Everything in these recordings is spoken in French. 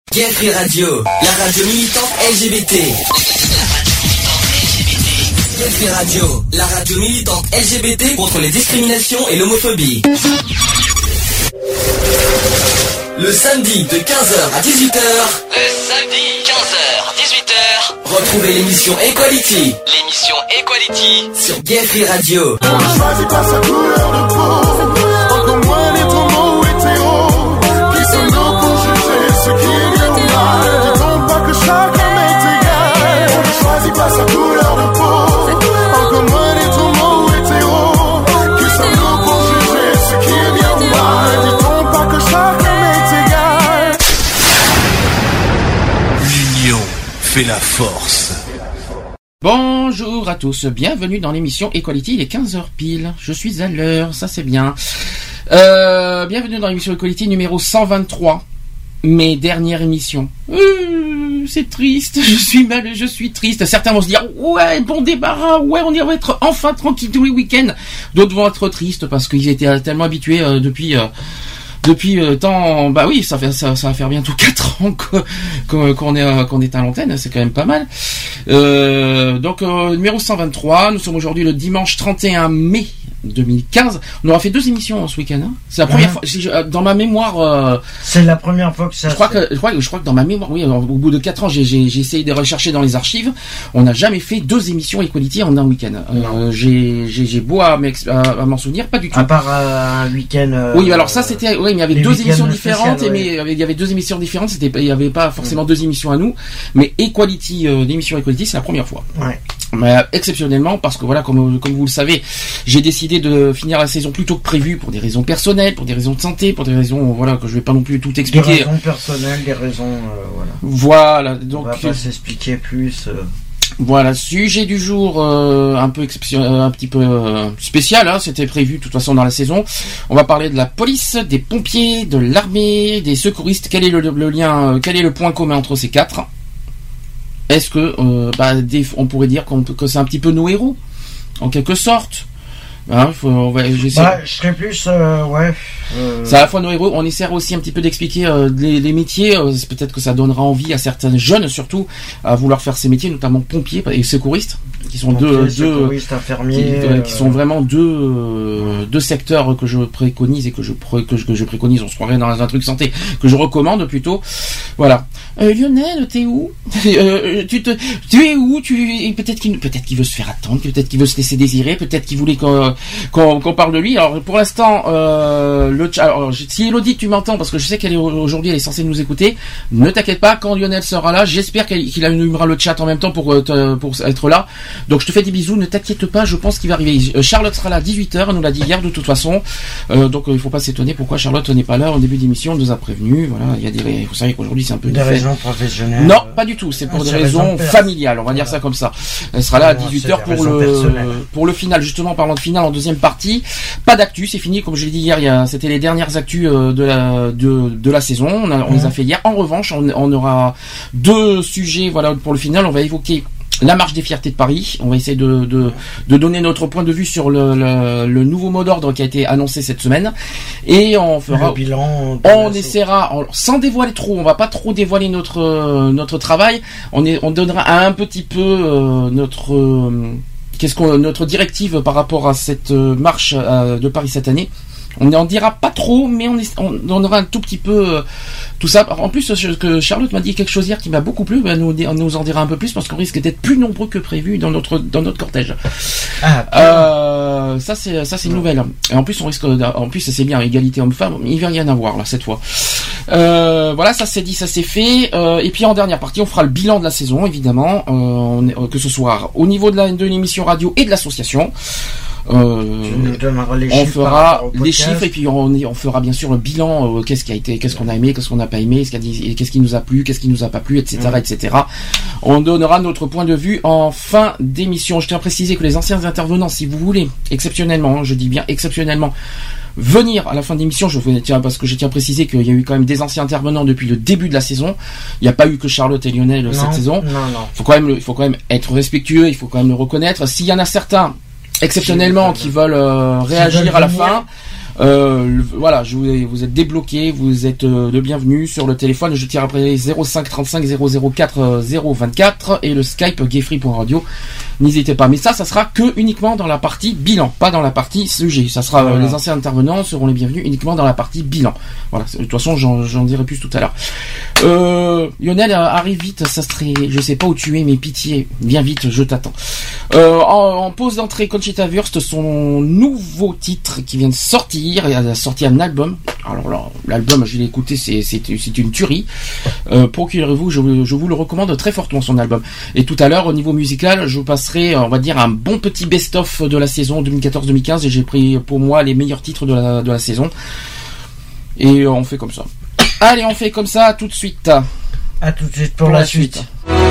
Gay Free Radio, la radio militante LGBT. Gay Free Radio, la radio militante LGBT contre les discriminations et l'homophobie. Le samedi de 15h à 18h. Le samedi 15h 18h. Retrouvez l'émission Equality. L'émission Equality sur Gay Free Radio. On ne choisit pas sa couleur de peau, encore moins les homos ou hétéros. Qui sommes-nous pour juger ce qui est bien ou mal? Dis-donc pas que chacun est égal. On ne choisit pas sa couleur de peau, encore moins les homos ou hétéros. Qui sommes-nous pour juger ce qui est bien ou mal? Dis-donc pas que chacun est égal. L'union fait la force. Bonjour à tous, bienvenue dans l'émission Equality, il est 15h pile, je suis à l'heure, ça c'est bien. Bienvenue dans l'émission Equality numéro 123, mes dernières émissions. C'est triste, je suis triste. Certains vont se dire, ouais, bon débarras, ouais, on va être enfin tranquille tous les week-ends. D'autres vont être tristes parce qu'ils étaient tellement habitués depuis tant, bah oui, ça va faire bientôt 4 ans qu'on est à l'antenne, c'est quand même pas mal. Donc numéro 123, nous sommes aujourd'hui le dimanche 31 mai 2015. On aura fait 2 émissions ce week-end. Hein. C'est la première fois. Dans ma mémoire. C'est la première fois que ça. Je crois que dans ma mémoire, oui. Au bout de 4 ans, j'ai essayé de rechercher dans les archives. On n'a jamais fait 2 émissions Equality en un week-end. J'ai beau à m'en souvenir, pas du tout. À part un week-end. Oui, alors ça c'était. Oui, mais il y avait 2 émissions différentes. Ouais. Mais il y avait 2 émissions différentes. Il y avait pas forcément 2 émissions à nous. Mais Equality, l'émission Equality, c'est la première fois. Ouais. Mais exceptionnellement, parce que voilà, comme vous le savez, j'ai décidé de finir la saison plus tôt que prévu pour des raisons personnelles, pour des raisons de santé, pour des raisons voilà que je vais pas non plus tout expliquer. Des raisons personnelles, des raisons voilà. Voilà, donc on va pas s'expliquer plus. Voilà, sujet du jour un petit peu spécial, hein, c'était prévu de toute façon dans la saison. On va parler de la police, des pompiers, de l'armée, des secouristes. Quel est le lien, quel est le point commun entre ces 4? Est-ce que on pourrait dire que c'est un petit peu nos héros, en quelque sorte? Hein, je serais plus c'est à la fois nos héros. On essaiera aussi un petit peu d'expliquer les métiers. Peut-être que ça donnera envie à certains jeunes, surtout, à vouloir faire ces métiers, notamment pompiers et secouristes, qui sont secouristes, infirmiers, qui sont vraiment deux secteurs que je préconise et que je préconise. On se croirait dans un truc santé que je recommande plutôt. Voilà. Lionel, t'es où? Tu es où? Peut-être qu'il veut se faire attendre, peut-être qu'il veut se laisser désirer, peut-être qu'il voulait qu'on parle de lui. Alors pour l'instant, alors, si Elodie tu m'entends, parce que je sais qu'elle est aujourd'hui, elle est censée nous écouter, ne t'inquiète pas, quand Lionel sera là, j'espère qu'il allumera le chat en même temps pour être là. Donc je te fais des bisous, ne t'inquiète pas, je pense qu'il va arriver. Charlotte sera là à 18h, elle nous l'a dit hier de toute façon. Donc il faut pas s'étonner pourquoi Charlotte n'est pas là au début d'émission, on nous a prévenu. Voilà, il y a vous savez qu'aujourd'hui c'est un peu des raisons professionnelles. Non, pas du tout, c'est pour des raisons familiales, on va dire ça comme ça. Elle sera là à 18h pour le final, justement, parlant de finale en deuxième partie. Pas d'actu, c'est fini, comme je l'ai dit hier, c'était les dernières actus de la saison, on les a fait hier. En revanche, on aura 2 sujets, voilà, pour le final. On va évoquer la marche des fiertés de Paris. On va essayer de donner notre point de vue sur le nouveau mot d'ordre qui a été annoncé cette semaine. Et on fera le bilan. On essaiera, sans dévoiler trop, on va pas trop dévoiler notre travail. On donnera un petit peu notre directive par rapport à cette marche de Paris cette année. On n'en dira pas trop, mais on aura un tout petit peu tout ça. En plus, que Charlotte m'a dit quelque chose hier qui m'a beaucoup plu. On nous en dira un peu plus parce qu'on risque d'être plus nombreux que prévu dans notre cortège. Ça c'est une nouvelle. Et en plus c'est bien, égalité homme-femme. Il va rien avoir là cette fois. Voilà, ça c'est dit, ça c'est fait. Et puis en dernière partie, on fera le bilan de la saison évidemment, que ce soit au niveau de l'émission radio et de l'association. On fera les chiffres et puis on fera bien sûr le bilan, qu'est-ce qu'on a aimé, qu'est-ce qu'on n'a pas aimé, qu'est-ce qui nous a plu, qu'est-ce qui nous a pas plu, etc. On donnera notre point de vue en fin d'émission. Je tiens à préciser que les anciens intervenants, si vous voulez, exceptionnellement, je dis bien exceptionnellement, venir à la fin d'émission, parce que je tiens à préciser qu'il y a eu quand même des anciens intervenants depuis le début de la saison. Il n'y a pas eu que Charlotte et Lionel cette saison. Il faut quand même être respectueux, il faut quand même le reconnaître. S'il y en a certains exceptionnellement qui veulent réagir à la fin, Voilà, vous êtes débloqué, vous êtes le bienvenu sur le téléphone. Je tire après 05 35 004 024 et le Skype gayfree.radio. N'hésitez pas. Mais ça sera que uniquement dans la partie bilan, pas dans la partie sujet. Ça sera les anciens intervenants seront les bienvenus uniquement dans la partie bilan. Voilà. De toute façon, j'en dirai plus tout à l'heure. Lionel, arrive vite. Ça serait, je sais pas où tu es, mais pitié, viens vite, je t'attends. En pause d'entrée, Conchita Wurst, son nouveau titre qui vient de sortir. Elle a sorti un album. Alors là, l'album, je l'ai écouté, c'est une tuerie. Procurez-vous, je vous le recommande très fortement, son album. Et tout à l'heure, au niveau musical, je vous passerai, on va dire, un bon petit best-of de la saison 2014-2015 et j'ai pris pour moi les meilleurs titres de la saison. Et on fait comme ça. Allez, on fait comme ça tout de suite. À tout de suite pour la suite.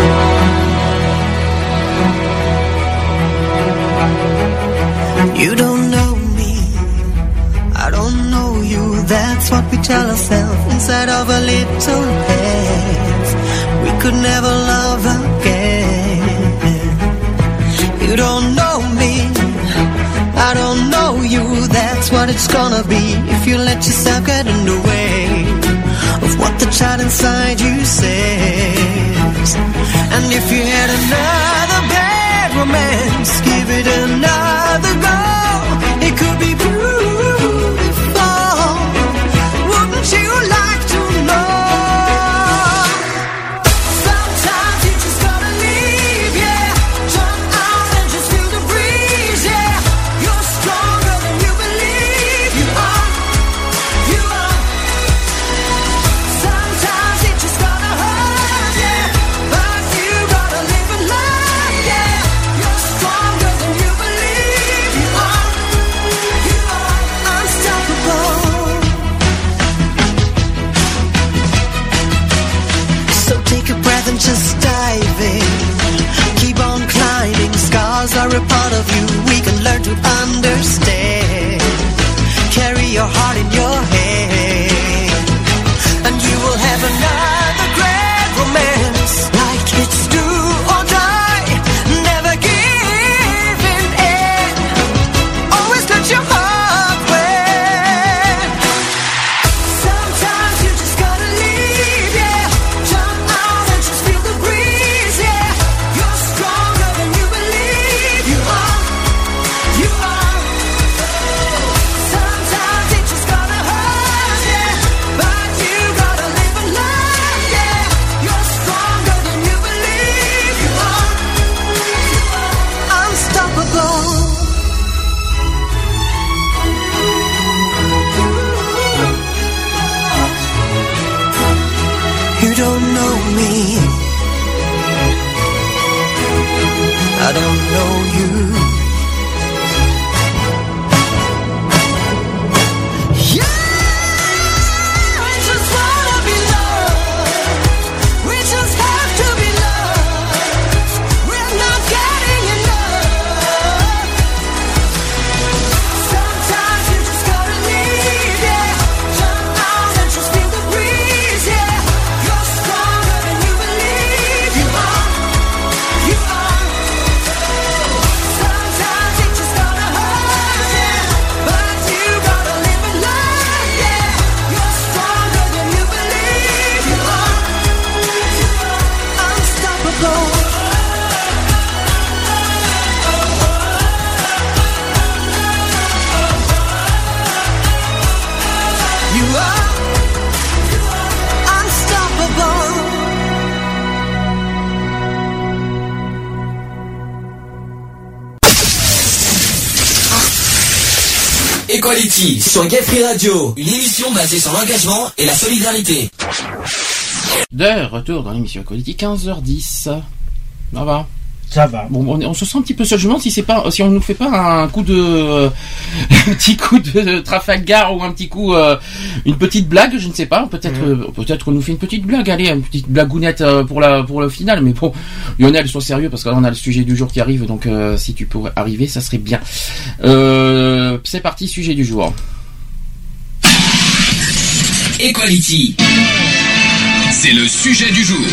You don't know me, I don't know you. That's what we tell ourselves inside of a little heads. We could never love again. You don't know me, I don't know you. That's what it's gonna be if you let yourself get in the way of what the child inside you says. And if you had another bad romance, give it another go. It could be beautiful. Wouldn't you like to know? Sometimes you just gotta leave, yeah. Jump out and just feel the breeze, yeah. You're stronger than you believe you are. You are. Sometimes it just gotta hurt, yeah. But you gotta live and love, yeah. You're stronger than you believe you are. You are unstoppable. So take a breath and just dive in. Keep on climbing. Scars are a part of you. We can learn to understand. Carry your heart in your hand, and you will have another great romance. Like it's do or die. Never giving in. Always let your heart win. Sometimes you just gotta leave, yeah. Jump out and just feel the breeze, yeah. You're stronger than you believe you are. You are. Sometimes it just gotta hurt, yeah. But you gotta live and love, yeah. You're stronger than you believe you are. You are unstoppable. You don't know me, I don't know you. Yeah, we just wanna be loved. We just have to be loved. We're not getting enough. Sometimes you just gotta leave, yeah. Jump out and just feel the breeze, yeah. You're stronger than you believe you are. You are. Sometimes it just gotta hurt, yeah. But you gotta live and love, yeah. You're stronger than you believe you are. Unstoppable. You are unstoppable. Equality sur Gay Free Radio, une émission basée sur l'engagement et la solidarité. De retour dans l'émission Equality, 15h10. Ça va? Ça va. Bon, on se sent un petit peu seul. Je me demande si on nous fait pas un coup de, un petit coup de Trafalgar ou un petit coup, une petite blague, je ne sais pas. Peut-être qu'on nous fait une petite blague. Allez, une petite blagounette pour le final. Mais bon, Lionel, sois sérieux parce que là on a le sujet du jour qui arrive. Donc si tu pourrais arriver, ça serait bien. C'est parti, sujet du jour. Equality. C'est le sujet du jour.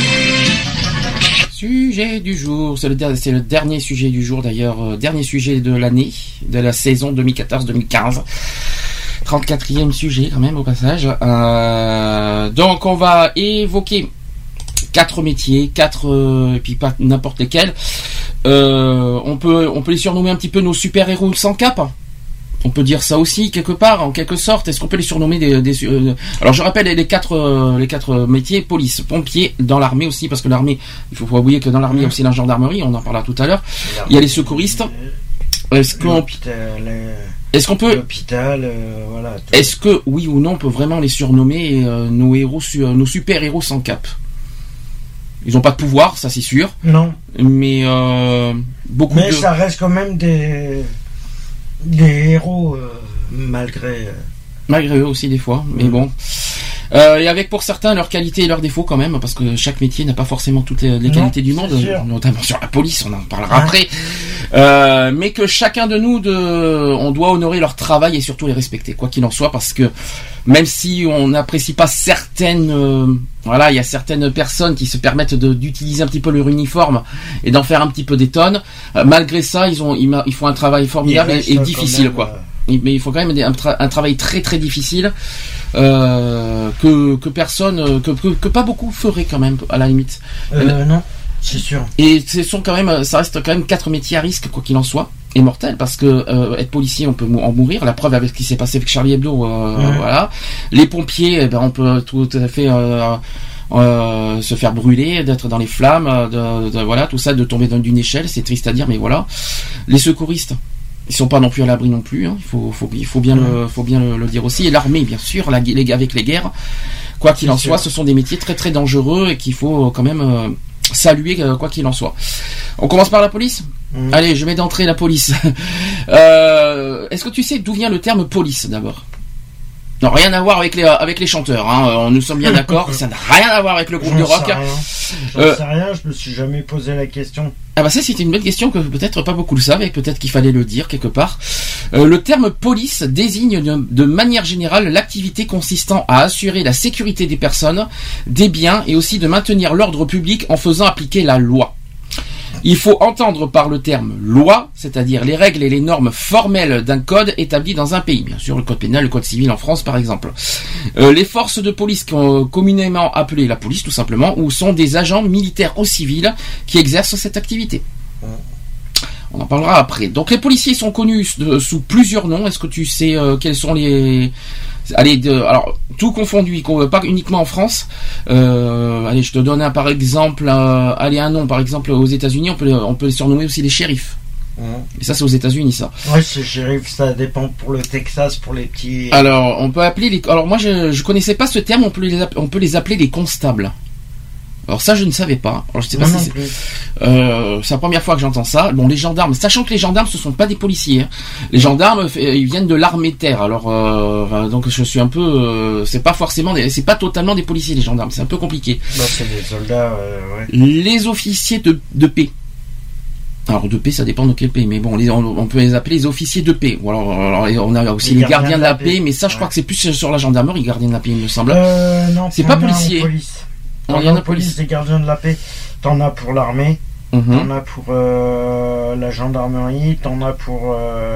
Sujet du jour, c'est le dernier sujet du jour d'ailleurs, dernier sujet de l'année, de la saison 2014-2015. 34e sujet quand même au passage. Donc on va évoquer 4 métiers, 4 et puis pas n'importe lesquels. On peut les surnommer un petit peu nos super-héros sans cape. On peut dire ça aussi quelque part, en quelque sorte. Est-ce qu'on peut les surnommer alors je rappelle les quatre métiers: police, pompiers, dans l'armée aussi, parce que l'armée, il faut pas oublier que dans l'armée il y a aussi la gendarmerie, on en parlera tout à l'heure. Il y a les secouristes. Est-ce qu'on peut l'hôpital, voilà. Tout. Est-ce que oui ou non on peut vraiment les surnommer nos super-héros sans cape? Ils n'ont pas de pouvoir, ça c'est sûr. Non. Mais Mais ça reste quand même des héros malgré eux aussi des fois. Mais bon. Et avec pour certains leurs qualités et leurs défauts quand même, parce que chaque métier n'a pas forcément toutes les qualités du monde, notamment sur la police, on en parlera après. Mais que chacun de nous, on doit honorer leur travail et surtout les respecter, quoi qu'il en soit, parce que même si on n'apprécie pas certaines, il y a certaines personnes qui se permettent d'utiliser un petit peu leur uniforme et d'en faire un petit peu des tonnes. Malgré ça, ils font un travail formidable et difficile, quoi. Mais il faut quand même un travail très très difficile que personne, que pas beaucoup feraient quand même à la limite. Non, c'est sûr. Et ça reste quand même 4 métiers à risque, quoi qu'il en soit, et mortels, parce que être policier, on peut en mourir. La preuve avec ce qui s'est passé avec Charlie Hebdo, voilà. Les pompiers, on peut tout à fait se faire brûler, d'être dans les flammes, voilà, tout ça, de tomber d'une échelle, c'est triste à dire, mais voilà. Les secouristes, ils sont pas non plus à l'abri non plus, hein. Il faut bien le dire aussi. Et l'armée, bien sûr, avec les guerres, quoi qu'il en soit, ce sont des métiers très très dangereux et qu'il faut quand même saluer, quoi qu'il en soit. On commence par la police. Allez, je mets d'entrée la police. Est-ce que tu sais d'où vient le terme police d'abord? Non, rien à voir avec les chanteurs, hein. Nous sommes bien d'accord, ça n'a rien à voir avec le groupe de rock. J'en sais rien, je me suis jamais posé la question. Ah bah ça, c'était une bonne question que peut-être pas beaucoup le savent et peut-être qu'il fallait le dire quelque part. Le terme police désigne de manière générale l'activité consistant à assurer la sécurité des personnes, des biens et aussi de maintenir l'ordre public en faisant appliquer la loi. Il faut entendre par le terme loi, c'est-à-dire les règles et les normes formelles d'un code établi dans un pays. Bien sûr, le code pénal, le code civil en France, par exemple. Les forces de police communément appelées la police, tout simplement, ou sont des agents militaires ou civils qui exercent cette activité. On en parlera après. Donc les policiers sont connus sous plusieurs noms. Est-ce que tu sais quels sont les... alors tout confondu, pas uniquement en France. Allez, je te donne par exemple, un nom. Par exemple, aux États-Unis, on peut les surnommer aussi les shérifs. Et ça, c'est aux États-Unis, ça. Ouais, c'est shérif, ça dépend pour le Texas, pour les petits. Alors, on peut appeler alors moi, je connaissais pas ce terme. On peut les appeler les constables. Alors ça, je ne savais pas. Alors, je sais pas si c'est la première fois que j'entends ça. Bon, les gendarmes, sachant que les gendarmes, ce sont pas des policiers. Hein. Les gendarmes, ils viennent de l'armée de terre. Alors, donc je suis un peu, c'est pas totalement des policiers, les gendarmes. C'est un peu compliqué. Bah, c'est des soldats. Ouais. Les officiers de paix. Alors de paix, ça dépend de quel paix, mais bon, on peut les appeler les officiers de paix. Ou alors on a aussi les gardiens de la paix, mais ça, je crois que c'est plus sur la gendarmerie, gardiens de la paix, il me semble. Non, c'est pas policier. Il y en a police, des gardiens de la paix. T'en as pour l'armée, t'en as pour la gendarmerie, t'en as pour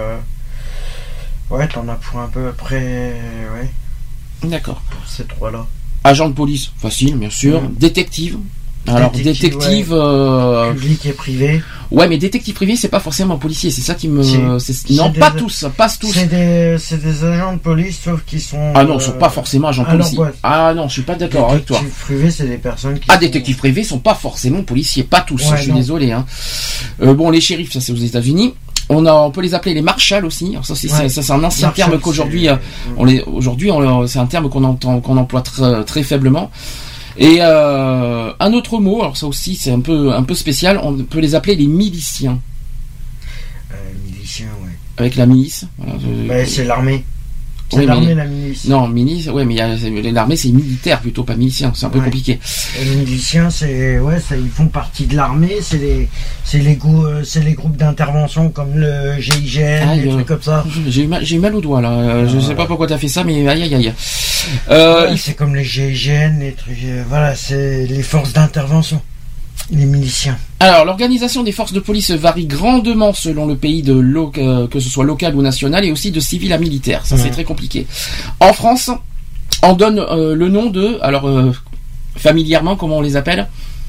t'en as pour un peu près, D'accord. Pour ces trois-là. Agent de police, facile, bien sûr. Détective. Alors détective public et privé. Ouais, mais détective privé, c'est pas forcément policier, c'est ça qui me pas tous. C'est des agents de police, sauf qu'ils sont ah non, ils sont pas forcément agents de police. Ah non, je suis pas d'accord avec toi. Détective privé, c'est des personnes qui détective privé sont pas forcément policiers, pas tous, je suis désolé hein. Bon, les shérifs, ça c'est aux États-Unis. On peut les appeler les marshals aussi. Alors ça c'est un ancien terme qu'aujourd'hui c'est un terme qu'on emploie très faiblement. Et un autre mot, alors ça aussi c'est un peu spécial, on peut les appeler les miliciens. Miliciens, ouais. Avec la milice. Voilà, c'est l'armée. C'est l'armée, la milice. Non, milice, ouais, mais l'armée c'est militaire plutôt, pas milicien, c'est un peu compliqué. Et les miliciens, ils font partie de l'armée, c'est les groupes d'intervention comme le GIGN, des trucs comme ça. J'ai eu mal au doigt là, je sais pas pourquoi t'as fait ça, mais aïe. C'est comme les GIGN, les trucs, c'est les forces d'intervention. Les miliciens. Alors, l'organisation des forces de police varie grandement selon le pays, que ce soit local ou national, et aussi de civil à militaire. Ça, c'est très compliqué. En France, on donne le nom de... Alors, familièrement, comment on les appelle ?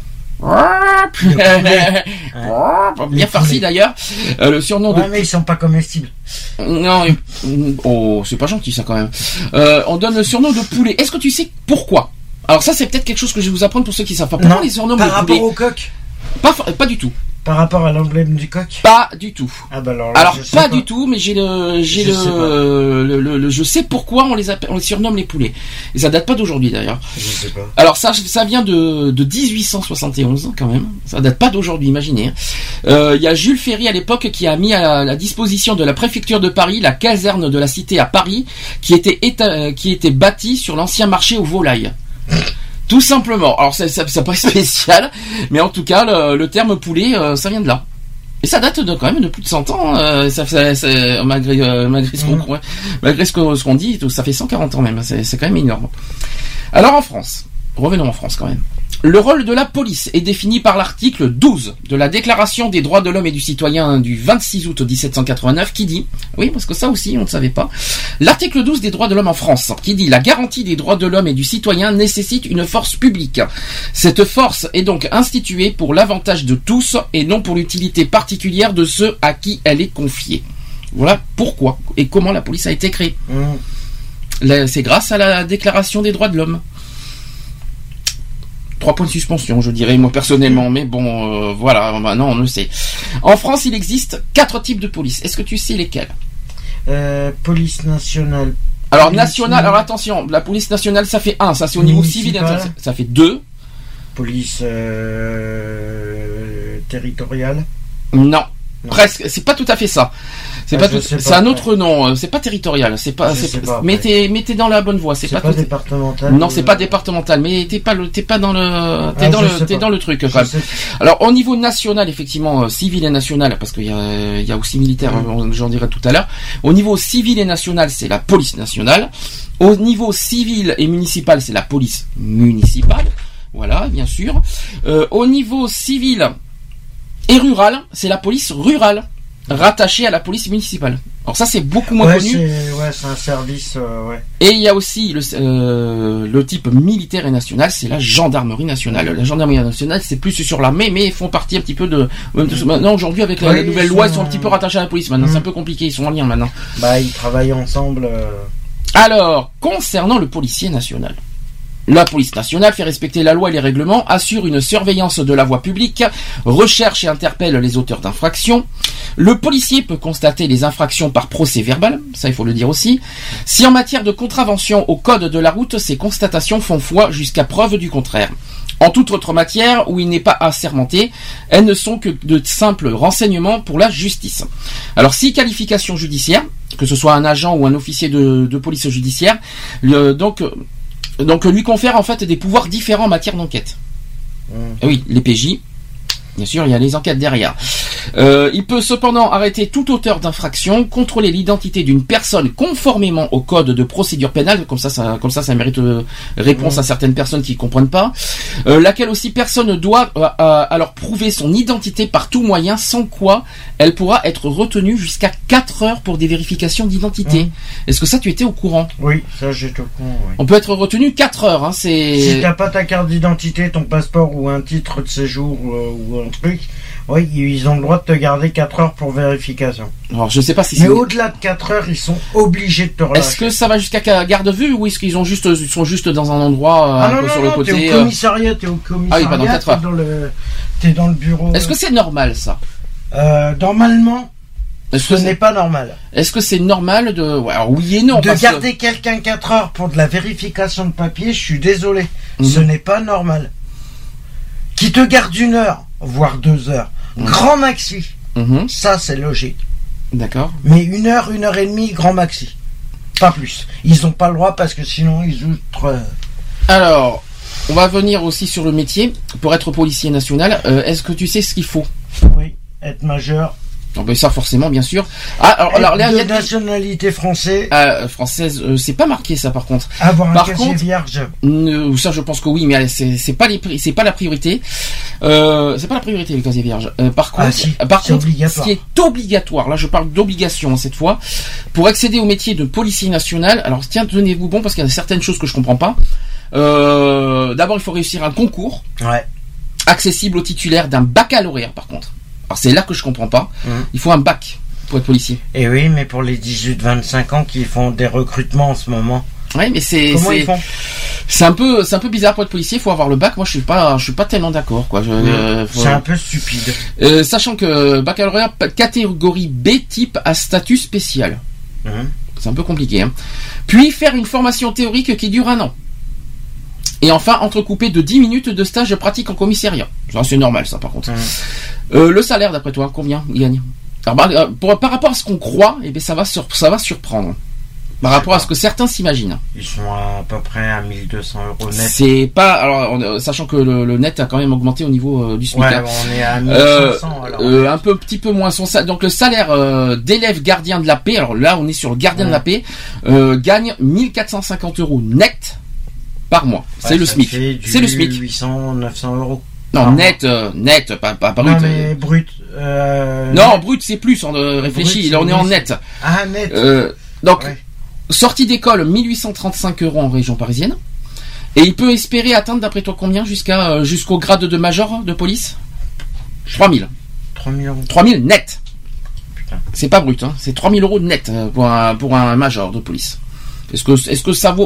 Bien farci d'ailleurs. Le surnom de... mais ils sont pas comestibles. Non, c'est pas gentil ça quand même. On donne le surnom de poulet. Est-ce que tu sais pourquoi ? Alors ça, c'est peut-être quelque chose que je vais vous apprendre pour ceux qui savent pas. Pourquoi on les surnomme de poulet ? Par rapport au coq ? Pas du tout. Par rapport à l'emblème du coq ? Pas du tout. Ah bah alors pas du tout, mais je sais pourquoi on les surnomme les poulets. Et ça date pas d'aujourd'hui d'ailleurs. Je sais pas. Alors ça vient de 1871 quand même. Ça date pas d'aujourd'hui, imaginez. Il y a Jules Ferry à l'époque qui a mis à la disposition de la préfecture de Paris la caserne de la Cité à Paris qui était bâtie sur l'ancien marché aux volailles. Tout simplement. Alors ça paraît spécial, mais en tout cas le terme poulet, ça vient de là. Et ça date quand même de plus de 100 ans. Malgré ce qu'on dit, ça fait 140 ans même. C'est quand même énorme. Alors en France, revenons en France quand même. Le rôle de la police est défini par l'article 12 de la Déclaration des droits de l'homme et du citoyen du 26 août 1789 qui dit, oui parce que ça aussi on ne savait pas, l'article 12 des droits de l'homme en France qui dit la garantie des droits de l'homme et du citoyen nécessite une force publique. Cette force est donc instituée pour l'avantage de tous et non pour l'utilité particulière de ceux à qui elle est confiée. Voilà pourquoi et comment la police a été créée. C'est grâce à la Déclaration des droits de l'homme. 3 points de suspension, je dirais, moi personnellement, mais bon, voilà, maintenant on le sait. En France, il existe 4 types de police. Est-ce que tu sais lesquels ? Police nationale. Alors, nationale, alors attention, la police nationale, ça fait 1, ça c'est au niveau civil, ça fait 2. Police territoriale ? Non. Presque, c'est pas tout à fait ça. C'est un autre nom. C'est pas territorial. Mais t'es dans la bonne voie. C'est pas départemental. Non, c'est pas départemental. Mais t'es dans le truc quand même. Alors au niveau national, effectivement, civil et national, parce qu'il y a aussi militaire. J'en dirai tout à l'heure. Au niveau civil et national, c'est la police nationale. Au niveau civil et municipal, c'est la police municipale. Voilà, bien sûr. Au niveau civil et rural, c'est la police rurale, rattachée à la police municipale. Alors ça, c'est beaucoup moins connu. C'est un service, Et il y a aussi le type militaire et national, c'est la gendarmerie nationale. La gendarmerie nationale, c'est plus sur l'armée, mais ils font partie un petit peu de... Maintenant, aujourd'hui, avec la nouvelle loi, ils sont un petit peu rattachés à la police. Maintenant, c'est un peu compliqué, ils sont en lien maintenant. Ils travaillent ensemble. Alors, concernant le policier national. La police nationale fait respecter la loi et les règlements, assure une surveillance de la voie publique, recherche et interpelle les auteurs d'infractions. Le policier peut constater les infractions par procès verbal, ça il faut le dire aussi. Si en matière de contravention au code de la route, ces constatations font foi jusqu'à preuve du contraire. En toute autre matière où il n'est pas assermenté, elles ne sont que de simples renseignements pour la justice. Alors si qualification judiciaire, que ce soit un agent ou un officier de police judiciaire, donc lui confère en fait des pouvoirs différents en matière d'enquête. Oui, les PJ, bien sûr, il y a les enquêtes derrière. Il peut cependant arrêter tout auteur d'infraction, contrôler l'identité d'une personne conformément au code de procédure pénale, comme ça mérite réponse à certaines personnes qui ne comprennent pas, laquelle aussi personne doit alors prouver son identité par tout moyen, sans quoi elle pourra être retenue jusqu'à 4 heures pour des vérifications d'identité. Est-ce que ça, tu étais au courant ? Oui, ça j'étais au courant, oui. On peut être retenu 4 heures, Si t'as pas ta carte d'identité, ton passeport ou un titre de séjour ou un truc, oui, ils ont le droit de te garder 4 heures pour vérification. Alors, je sais pas si mais au-delà de 4 heures, ils sont obligés de te relâcher. Est-ce que ça va jusqu'à garde à vue ou est-ce qu'ils sont juste dans un endroit sur le côté t'es au commissariat, pendant 4 heures. T'es dans le bureau. Est-ce que c'est normal ça ? Normalement, ce n'est pas normal. Est-ce que c'est normal de... Ouais, alors oui et non. De garder quelqu'un 4 heures pour de la vérification de papier, je suis désolé. Ce n'est pas normal. Qui te garde 1 heure, voire 2 heures. Grand maxi. Ça, c'est logique. D'accord. Mais 1 heure, 1 heure et demie, grand maxi. Pas plus. Ils n'ont pas le droit parce que sinon, ils outrent... Alors, on va venir aussi sur le métier. Pour être policier national, est-ce que tu sais ce qu'il faut ? Oui, être majeur. Non, ben ça forcément, bien sûr. Alors là, il y a nationalité française. Française, c'est pas marqué ça par contre. Avoir un casier vierge. Ça, je pense que oui, mais c'est pas la priorité. C'est pas la priorité le casier vierge. Par contre, ce qui est obligatoire, là je parle d'obligation cette fois, pour accéder au métier de policier national. Alors tiens, tenez-vous bon parce qu'il y a certaines choses que je comprends pas. D'abord, il faut réussir un concours accessible aux titulaires d'un baccalauréat. Par contre, alors c'est là que je comprends pas. Il faut un bac pour être policier. Et oui, mais pour les 18-25 ans qui font des recrutements en ce moment. Oui, mais comment ils font? C'est un peu bizarre pour être policier. Il faut avoir le bac. Moi, je suis pas tellement d'accord, quoi. C'est un peu stupide. Sachant que baccalauréat catégorie B type à statut spécial. C'est un peu compliqué. Hein. Puis faire une formation théorique qui dure 1 an. Et enfin, entrecoupé de 10 minutes de stage de pratique en commissariat. Ça, c'est normal, ça, par contre. Le salaire, d'après toi, combien il gagne? Alors, par rapport à ce qu'on croit, eh bien, ça va surprendre. Par rapport à ce que certains s'imaginent. Ils sont à peu près à 1 200 € net. C'est pas... Alors, sachant que le net a quand même augmenté au niveau du SMIC. Ouais, on est à 1 500 alors. Petit peu moins. Donc, le salaire d'élève gardien de la paix, alors là, on est sur le gardien de la paix, gagne 1 450 € net par mois. C'est le SMIC. C'est le SMIC. 800, 900 €. Non, net, pas brut. Non, mais brut. Non, brut, c'est plus, on réfléchit. Là, on est en net. Ah, net. Donc, sortie d'école, 1 835 € en région parisienne. Et il peut espérer atteindre, d'après toi, combien jusqu'au grade de major de police? 3 000. 3 000 €. 3 000 net. Putain. C'est pas brut, hein. C'est 3 000 € net pour un major de police. Est-ce que ça vaut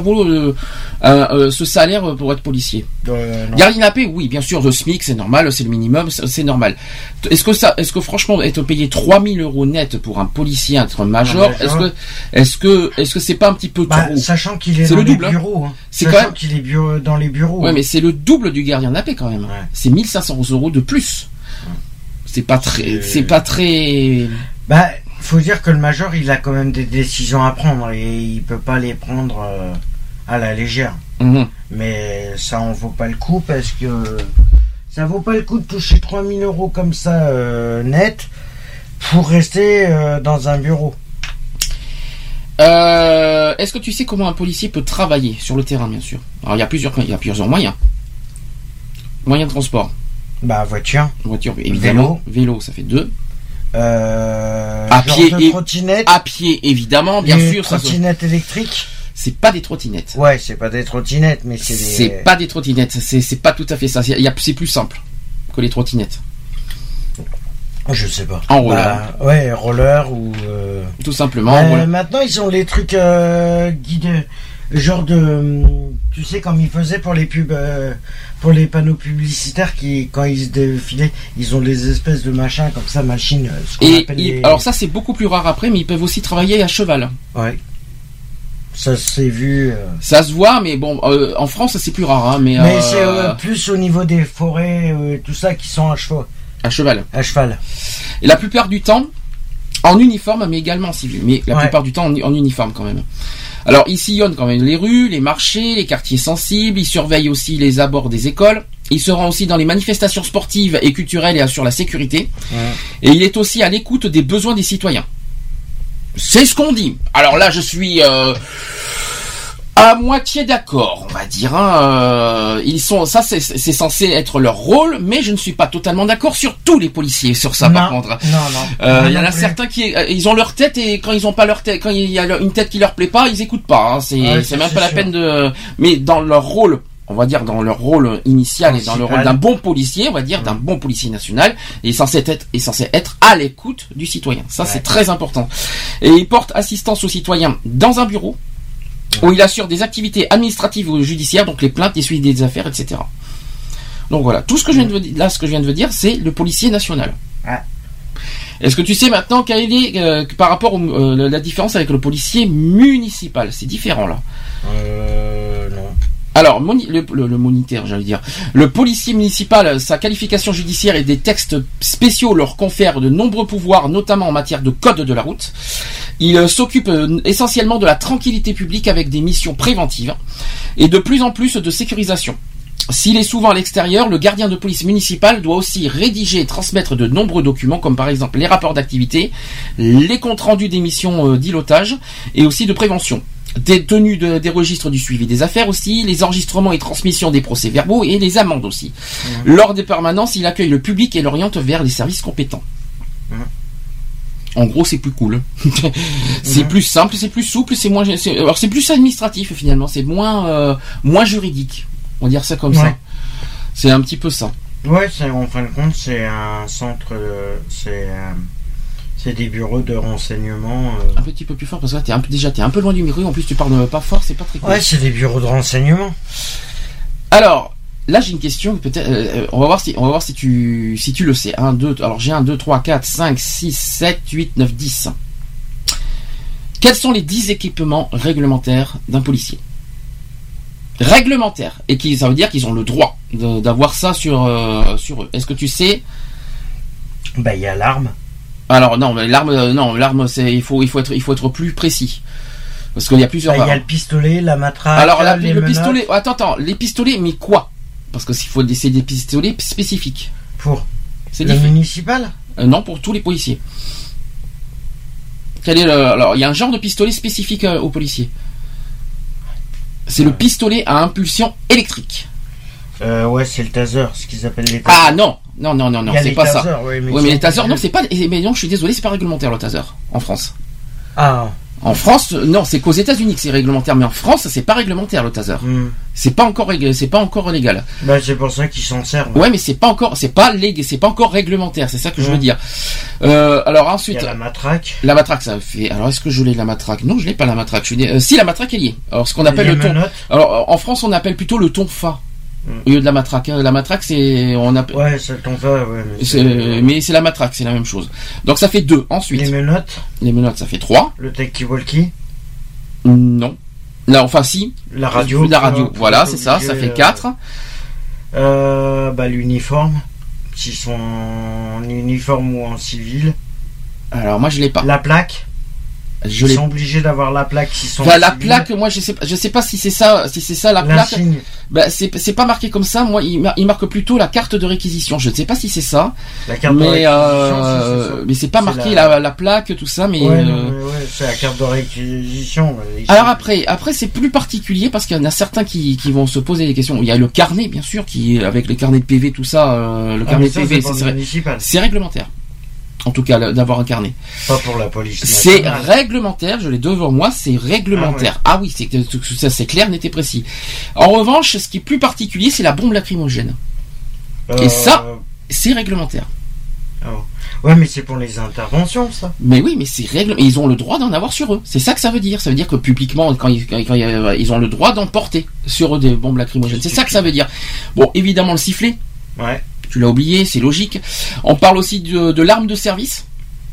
ce salaire pour être policier? Gardien de la paix, oui, bien sûr, le SMIC, c'est normal, c'est le minimum, c'est normal. Est-ce que franchement, être payé 3 000 € net pour un policier, être major, est-ce que c'est pas un petit peu trop? Sachant qu'il est dans les bureaux, hein. C'est quand même qu'il est dans les bureaux. Ouais, mais c'est le double du gardien de la paix quand même. Ouais. C'est 1 500 € de plus. C'est pas très. Faut dire que le major, il a quand même des décisions à prendre et il peut pas les prendre à la légère. Mais ça en vaut pas le coup parce que ça vaut pas le coup de toucher 3 000 € comme ça net pour rester dans un bureau. Est-ce que tu sais comment un policier peut travailler sur le terrain, bien sûr? Alors il y a plusieurs moyens. Moyens de transport. Voiture, évidemment. Vélo, ça fait 2. À pied évidemment, bien sûr. Trottinettes électriques. C'est pas des trottinettes. Ouais, c'est pas des trottinettes, mais c'est des. C'est pas des trottinettes. C'est pas tout à fait ça. C'est plus simple que les trottinettes. Je sais pas. En roller. Ouais, roller ou. Tout simplement. Maintenant, ils ont les trucs guidés. Genre de, tu sais, comme ils faisaient pour les pubs, pour les panneaux publicitaires qui, quand ils se défilaient, ils ont des espèces de machins comme ça, machines. Alors ça, c'est beaucoup plus rare après, mais ils peuvent aussi travailler à cheval. Ouais. Ça s'est vu. Ça se voit, mais bon, en France, c'est plus rare, hein, mais c'est plus au niveau des forêts, tout ça, qui sont à cheval. À cheval. À cheval. Et la plupart du temps, en uniforme, mais également en civil. Mais la plupart du temps, en uniforme quand même. Alors, ils sillonnent quand même les rues, les marchés, les quartiers sensibles. Ils surveillent aussi les abords des écoles. Il se rend aussi dans les manifestations sportives et culturelles et assure la sécurité. Et il est aussi à l'écoute des besoins des citoyens. C'est ce qu'on dit. Alors là, je suis à moitié d'accord, on va dire. Hein. Ça, c'est censé être leur rôle, mais je ne suis pas totalement d'accord sur tous les policiers sur ça. Par contre, il y en a certains qui, ils ont leur tête et quand ils ont pas leur tête, quand il y a une tête qui leur plaît pas, ils écoutent pas. Hein. C'est même pas la peine de. Mais dans leur rôle, on va dire dans leur rôle initial et dans le rôle d'un bon policier, on va dire d'un bon policier national, il est censé être à l'écoute du citoyen. Ça, c'est très important. Et il porte assistance aux citoyens dans un bureau où il assure des activités administratives ou judiciaires, donc les plaintes, les suivis des affaires, etc. Donc voilà, tout ce que je viens de dire, là, ce que je viens de vous dire, c'est le policier national. Est-ce que tu sais maintenant quelle est par rapport la différence avec le policier municipal? C'est différent là. Non. Alors, le monitaire, j'allais dire. Le policier municipal, sa qualification judiciaire et des textes spéciaux leur confèrent de nombreux pouvoirs, notamment en matière de code de la route. Il s'occupe essentiellement de la tranquillité publique avec des missions préventives et de plus en plus de sécurisation. S'il est souvent à l'extérieur, le gardien de police municipal doit aussi rédiger et transmettre de nombreux documents, comme par exemple les rapports d'activité, les comptes rendus des missions d'îlotage et aussi de prévention. des tenues des registres du suivi des affaires aussi, les enregistrements et transmissions des procès-verbaux et les amendes aussi. Lors des permanences, il accueille le public et l'oriente vers les services compétents. En gros, c'est plus cool. C'est plus simple, c'est plus souple, alors c'est plus administratif finalement, c'est moins juridique. On va dire ça comme ça. C'est un petit peu ça. Ouais, en fin de compte, c'est un centre, c'est des bureaux de renseignement. Un petit peu plus fort parce que là, t'es un peu loin du micro. En plus, tu parles pas fort, c'est pas très cool. Ouais, c'est des bureaux de renseignement. Alors, là, j'ai une question. Peut-être, on va voir si tu le sais. 1, 2. Alors, j'ai 1, 2, 3, 4, 5, 6, 7, 8, 9, 10. Quels sont les 10 équipements réglementaires d'un policier? Réglementaires. Et ça veut dire qu'ils ont le droit d'avoir ça sur eux. Est-ce que tu sais? Il y a l'arme. Alors non, mais l'arme, c'est il faut être plus précis parce qu'il y a plusieurs. Il y a le pistolet, la matraque. Alors le pistolet. Attends, les pistolets, mais quoi? Parce que c'est des pistolets spécifiques. C'est le municipal? Non, pour tous les policiers. Alors il y a un genre de pistolet spécifique aux policiers. C'est le pistolet à impulsion électrique. Ouais, c'est le taser, ce qu'ils appellent les tasers. Ah non, c'est pas tasers, ça. Oui, mais les tasers, non, c'est pas. Mais non, je suis désolé, c'est pas réglementaire le taser en France. Ah. En France, non, c'est qu'aux États-Unis que c'est réglementaire, mais en France, c'est pas réglementaire le taser. C'est pas encore légal. C'est pour ça qu'ils s'en servent. Ouais, mais c'est pas encore réglementaire, c'est ça que je veux dire. Alors ensuite. Il y a la matraque. La matraque, ça fait. Alors est-ce que je l'ai la matraque? Non, je l'ai pas la matraque. Si, la matraque est liée. Alors ce qu'on appelle le ton. Alors en France, on appelle plutôt le tonfa. Au lieu de la matraque. La matraque, c'est. Ouais, c'est le tonfa, ouais. Mais c'est la matraque, c'est la même chose. Donc ça fait 2. Ensuite. Les menottes, ça fait 3. Le talkie-walkie? Non. Là, enfin, si. La radio. Voilà, c'est ça, ça fait 4. L'uniforme. S'ils sont en uniforme ou en civil. Alors, moi, je l'ai pas. La plaque? Ils sont obligés d'avoir la plaque s'ils sont la plaque, moi je sais pas si c'est ça la plaque. C'est pas marqué comme ça. Moi il marque plutôt la carte de réquisition. Je ne sais pas si c'est ça. La carte de réquisition, mais c'est pas marqué la plaque, tout ça. Mais c'est la carte de réquisition. Alors après c'est plus particulier parce qu'il y en a certains qui vont se poser des questions. Il y a le carnet bien sûr qui avec les carnets de PV tout ça. Le carnet de PV c'est réglementaire. En tout cas, d'avoir un carnet. Pas pour la police. C'est réglementaire, je l'ai devant moi, c'est réglementaire. Ah oui, c'est clair, net et précis. En revanche, ce qui est plus particulier, c'est la bombe lacrymogène. Et ça, c'est réglementaire. Ouais, mais c'est pour les interventions, ça. Mais oui, mais c'est réglementaire. Ils ont le droit d'en avoir sur eux. C'est ça que ça veut dire. Ça veut dire que publiquement, quand ils ont le droit d'en porter sur eux des bombes lacrymogènes. C'est ça que ça veut dire. Bon, évidemment, le sifflet. Ouais. Tu l'as oublié, c'est logique. On parle aussi de l'arme de service.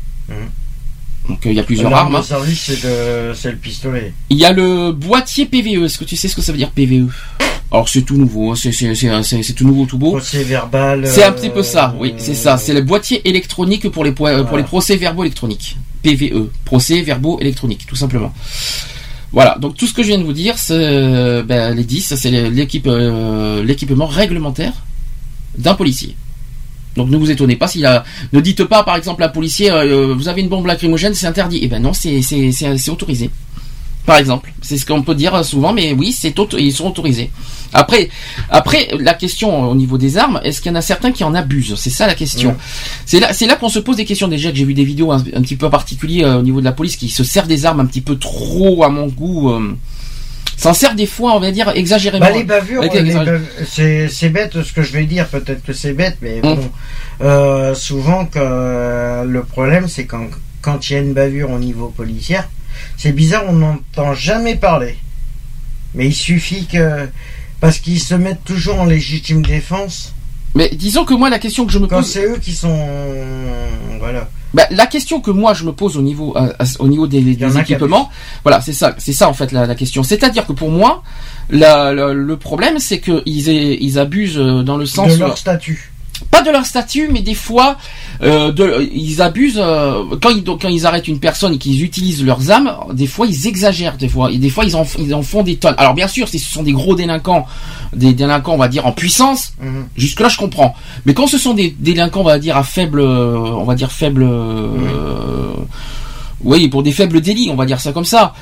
Donc il y a plusieurs armes. L'arme de service, c'est le pistolet. Il y a le boîtier PVE. Est-ce que tu sais ce que ça veut dire PVE? Alors c'est tout nouveau, c'est tout nouveau, tout beau. Procès verbal. C'est un petit peu ça, oui, c'est ça. C'est le boîtier électronique pour les procès-verbaux électroniques. PVE, procès-verbaux électroniques, tout simplement. Voilà, donc tout ce que je viens de vous dire, c'est les 10, c'est l'équipement réglementaire d'un policier. Donc ne vous étonnez pas ne dites pas par exemple à un policier vous avez une bombe lacrymogène, c'est interdit. Eh ben non, c'est autorisé. Par exemple, c'est ce qu'on peut dire souvent, mais oui, ils sont autorisés. Après, la question au niveau des armes, est-ce qu'il y en a certains qui en abusent? C'est ça la question. C'est là qu'on se pose des questions. Déjà que j'ai vu des vidéos un petit peu particuliers au niveau de la police qui se sert des armes un petit peu trop à mon goût. S'en sert des fois, on va dire, exagérément. Les bavures, c'est bête ce que je vais dire, peut-être que c'est bête, mais bon, souvent que le problème c'est quand il y a une bavure au niveau policier, c'est bizarre, on n'entend jamais parler. Mais il suffit que... Parce qu'ils se mettent toujours en légitime défense. Mais disons que moi, la question que je me pose... Quand c'est eux qui sont... Voilà. La question que moi je me pose au niveau des équipements, voilà, c'est ça en fait la question. C'est-à-dire que pour moi, le problème c'est que ils abusent dans le sens de leur statut. Pas de leur statut, mais des fois ils abusent quand ils arrêtent une personne et qu'ils utilisent leurs armes. Des fois ils exagèrent, des fois ils en font des tonnes. Alors bien sûr, si ce sont des gros délinquants, on va dire en puissance, jusque là je comprends. Mais quand ce sont des délinquants, on va dire à faible Oui, pour des faibles délits, on va dire ça comme ça.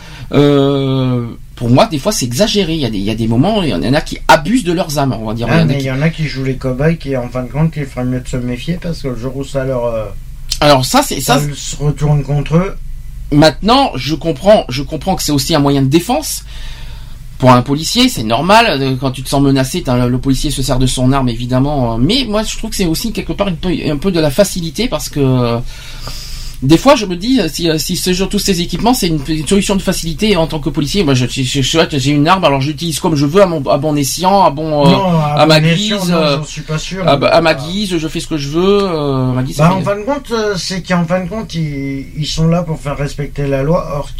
Pour moi, des fois, c'est exagéré. Il y a des moments, il y en a qui abusent de leurs âmes, on va dire. Il y en a qui jouent les cow-boys, qui en fin de compte, il ferait mieux de se méfier parce que le jour où ça leur... Alors ça se retourne contre eux. Maintenant, je comprends que c'est aussi un moyen de défense. Pour un policier, c'est normal. Quand tu te sens menacé, le policier se sert de son arme, évidemment. Mais moi, je trouve que c'est aussi quelque part un peu de la facilité parce que... Des fois, je me dis, si tous ces équipements, c'est une solution de facilité en tant que policier. Moi, j'ai une arme, alors j'utilise comme je veux, à bon escient, à ma guise. J'en suis pas sûr. À ma guise, je fais ce que je veux. En fin de compte, c'est qu'en fin de compte, ils sont là pour faire respecter la loi, or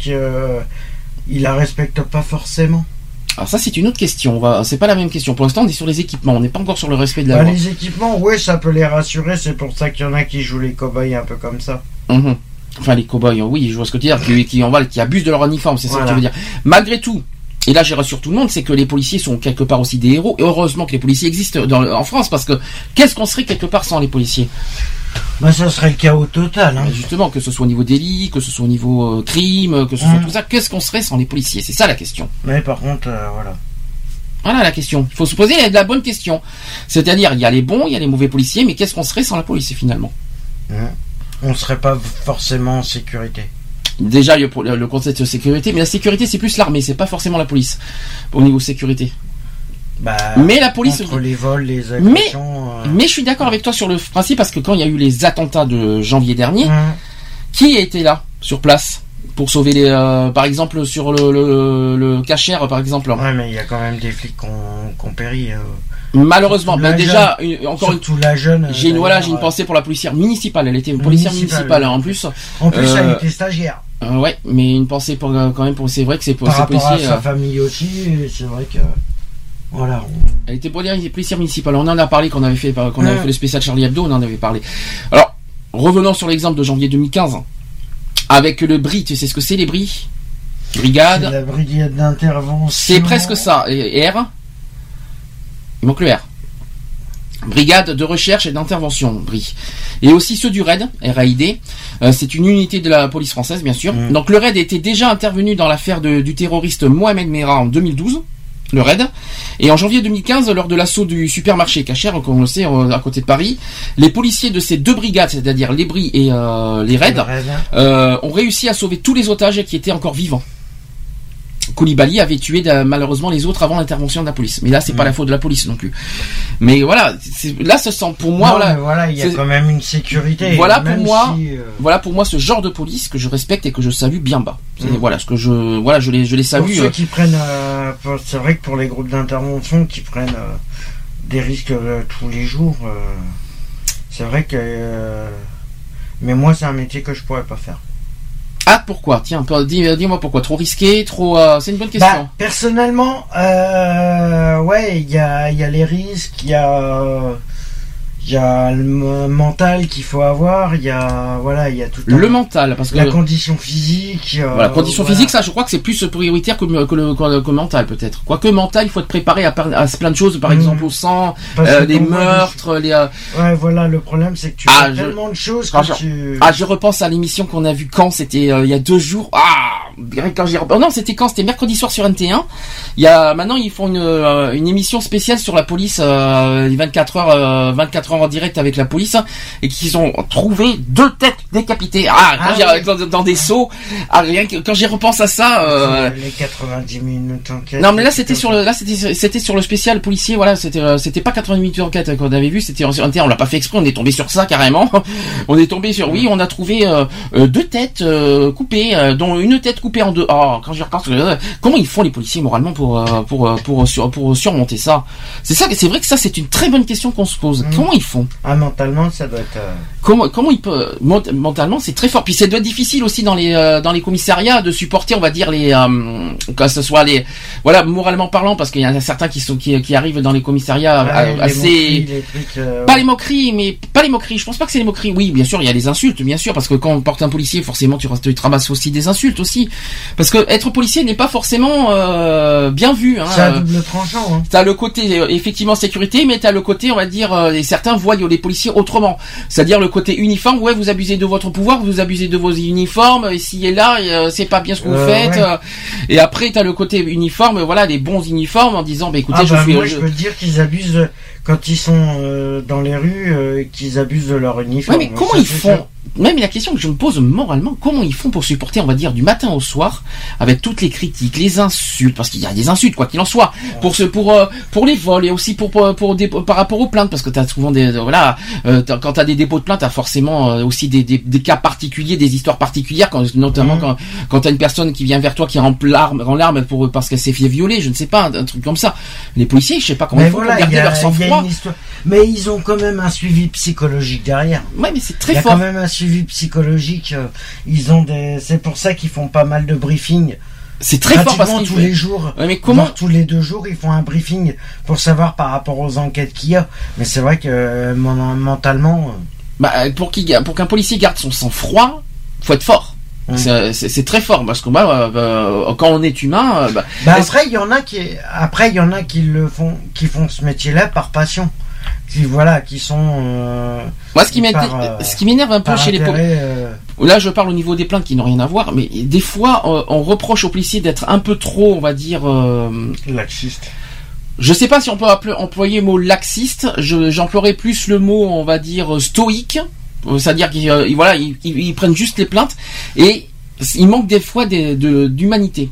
qu'ils la respectent pas forcément. Alors ça, c'est une autre question. C'est pas la même question. Pour l'instant, on est sur les équipements. On n'est pas encore sur le respect de la loi. Les équipements, oui, ça peut les rassurer. C'est pour ça qu'il y en a qui jouent les cow-boys un peu comme ça. Mmh. Enfin, les cow-boys, oui, je vois ce que tu veux dire, qui abusent de leur uniforme, c'est ça que tu veux dire. Malgré tout, et là, je rassure tout le monde, c'est que les policiers sont quelque part aussi des héros. Et heureusement que les policiers existent en France, parce que qu'est-ce qu'on serait quelque part sans les policiers? Ça serait le chaos total. Hein. Justement, que ce soit au niveau délit, que ce soit au niveau crime, que ce soit tout ça, qu'est-ce qu'on serait sans les policiers? C'est ça la question. Mais par contre, voilà. Voilà la question. Il faut se poser la bonne question. C'est-à-dire, il y a les bons, il y a les mauvais policiers, mais qu'est-ce qu'on serait sans la police finalement? On ne serait pas forcément en sécurité. Déjà, le concept de sécurité, mais la sécurité, c'est plus l'armée, c'est pas forcément la police au niveau sécurité. Mais la police, entre les vols, les agressions. Mais je suis d'accord avec toi sur le principe parce que quand il y a eu les attentats de janvier dernier, qui était là sur place pour sauver les, par exemple sur le cachère, par exemple. Ouais, mais il y a quand même des flics qui ont péri. Malheureusement, déjà la jeune. J'ai une pensée pour la policière municipale. Elle était policière municipale en plus. En plus, elle était stagiaire. Ouais, mais une pensée quand même pour. C'est vrai que c'est pour ces policiers. Par rapport à sa famille aussi, c'est vrai que. Voilà. Elle était policière municipale. On en a parlé quand on avait fait le spécial Charlie Hebdo. On en avait parlé. Alors, revenons sur l'exemple de janvier 2015 avec le BRI. Tu sais ce que c'est les BRI? Brigade. C'est la brigade d'intervention. C'est presque ça. Et R. Il manque le R. Brigade de recherche et d'intervention, BRI. Et aussi ceux du RAID, RAID. C'est une unité de la police française, bien sûr. Donc le RAID était déjà intervenu dans l'affaire du terroriste Mohamed Merah en 2012. Le RAID. Et en janvier 2015, lors de l'assaut du supermarché Cachère, comme on le sait, à côté de Paris, les policiers de ces deux brigades, c'est-à-dire les BRI et les RAID, ont réussi à sauver tous les otages qui étaient encore vivants. Koulibaly avait tué malheureusement les autres avant l'intervention de la police. Mais là, c'est pas la faute de la police non plus. Mais voilà, là, ce sent pour moi. Voilà, il y a quand même une sécurité. Voilà pour moi ce genre de police que je respecte et que je salue bien bas. Voilà ce que je les salue. Pour ceux qui prennent, c'est vrai que pour les groupes d'intervention qui prennent des risques tous les jours, c'est vrai que. Mais moi, c'est un métier que je pourrais pas faire. Ah, pourquoi? Tiens, dis-moi pourquoi. Trop risqué, trop... c'est une bonne question. Personnellement, ouais, il y a les risques, il y a le mental qu'il faut avoir, il y a tout le mental, parce que la condition physique. Condition physique, ça, je crois que c'est plus prioritaire que le mental, peut-être. Quoique mental, il faut être préparé à plein de choses, par exemple au sang, des meurtres, Ouais, voilà, le problème, c'est que tu fais tellement de choses je repense à l'émission qu'on a vue c'était il y a 2 jours. C'était mercredi soir sur NT1. Maintenant, ils font une émission spéciale sur la police, 24 heures en direct avec la police, et qu'ils ont trouvé 2 têtes décapitées. Dans des seaux. Rien que quand j'y repense à ça. Les 90 minutes d'enquête. Non, mais là c'était sur le spécial policier. Voilà, c'était pas 90 minutes d'enquête qu'on avait vu. C'était on l'a pas fait exprès. On est tombé sur ça carrément. On est tombé sur on a trouvé 2 têtes coupées, dont une tête coupée en 2. Quand j'y repense, comment ils font les policiers moralement pour surmonter ça? C'est vrai que ça c'est une très bonne question qu'on se pose. Comment ils font? Mentalement, ça doit être. Comment il peut mentalement, c'est très fort. Puis ça doit être difficile aussi dans les commissariats de supporter, on va dire que ce soit moralement parlant, parce qu'il y en a certains qui arrivent dans les commissariats assez pas les moqueries. Je pense pas que c'est les moqueries. Oui, bien sûr, il y a les insultes, bien sûr, parce que quand on porte un policier, forcément tu te ramasses aussi des insultes aussi. parce que être policier n'est pas forcément bien vu. Hein. C'est à double tranchant. Hein. T'as le côté effectivement sécurité, mais t'as le côté, on va dire, et certains voient les policiers autrement. C'est-à-dire le côté uniforme. Ouais, vous abusez de votre pouvoir, vous abusez de vos uniformes. Ici et là, c'est pas bien ce que vous faites. Ouais. Et après, t'as le côté uniforme. Voilà, les bons uniformes en disant, écoutez, je peux dire qu'ils abusent quand ils sont dans les rues, qu'ils abusent de leur uniforme. Ouais, mais comment ils font? Même la question que je me pose moralement, comment ils font pour supporter, on va dire, du matin au soir, avec toutes les critiques, les insultes, parce qu'il y a des insultes, quoi qu'il en soit, pour les vols et aussi par rapport aux plaintes, parce que t'as souvent quand t'as des dépôts de plaintes, t'as forcément aussi des cas particuliers, des histoires particulières, notamment quand t'as une personne qui vient vers toi qui est en larmes parce qu'elle s'est fait violer, je ne sais pas, un truc comme ça. Les policiers, je sais pas comment ils font pour garder leur sang-froid. Mais ils ont quand même un suivi psychologique derrière. Ouais, mais c'est très fort. Il y a quand même un suivi psychologique. C'est pour ça qu'ils font pas mal de briefings. C'est très fort parce qu'ils tous les jours. Ouais, mais comment tous les 2 jours, ils font un briefing pour savoir par rapport aux enquêtes qu'il y a. Mais c'est vrai que mentalement. Pour qu'un policier garde son sang-froid, faut être fort. C'est très fort parce que quand on est humain, après il y en a qui font ce métier-là par passion. Qui sont. Moi, ce qui m'énerve un peu chez les policiers. Là, je parle au niveau des plaintes qui n'ont rien à voir, mais des fois, on reproche aux policiers d'être un peu trop, on va dire. Laxiste. Je sais pas si on peut employer le mot laxiste. J'emploierais plus le mot, on va dire, stoïque. C'est-à-dire qu'ils prennent juste les plaintes et il manque des fois d'humanité.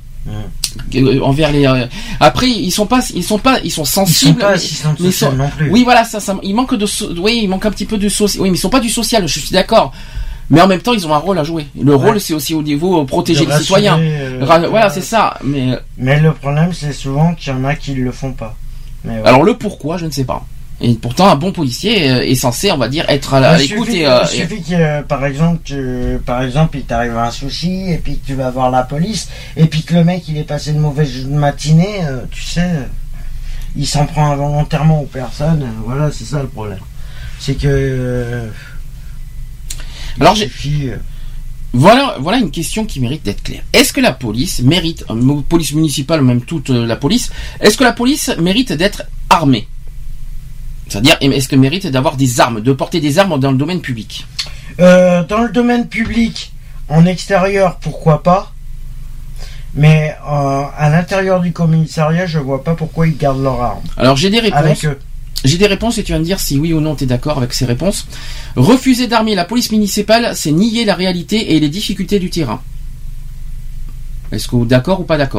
Envers les après ils sont sensibles, ils sont pas assistants sociaux non plus. Oui, voilà, ça il manque un petit peu de social. Oui, mais ils sont pas du social, je suis d'accord. Mais en même temps, ils ont un rôle à jouer. Le rôle, c'est aussi au niveau protéger les citoyens. Voilà, c'est ça. Mais le problème, c'est souvent qu'il y en a qui le font pas. Alors le pourquoi, je ne sais pas. Et pourtant, un bon policier est censé, on va dire, être à l'écoute. Il suffit que, par exemple, il t'arrive un souci, et puis que tu vas voir la police, et puis que le mec, il est passé une mauvaise matinée, tu sais, il s'en prend involontairement aux personnes. Voilà, c'est ça le problème. C'est que... Alors, voilà une question qui mérite d'être claire. Est-ce que la police mérite, police municipale ou même toute la police, est-ce que la police mérite d'être armée ? C'est-à-dire, est-ce qu'elle mérite d'avoir des armes, de porter des armes dans le domaine public ? Dans le domaine public, en extérieur, pourquoi pas ? Mais à l'intérieur du commissariat, je vois pas pourquoi ils gardent leurs armes. Alors j'ai des réponses. J'ai des réponses et tu vas me dire si oui ou non tu es d'accord avec ces réponses. Refuser d'armer la police municipale, c'est nier la réalité et les difficultés du terrain. Est-ce que vous êtes d'accord ou pas d'accord ?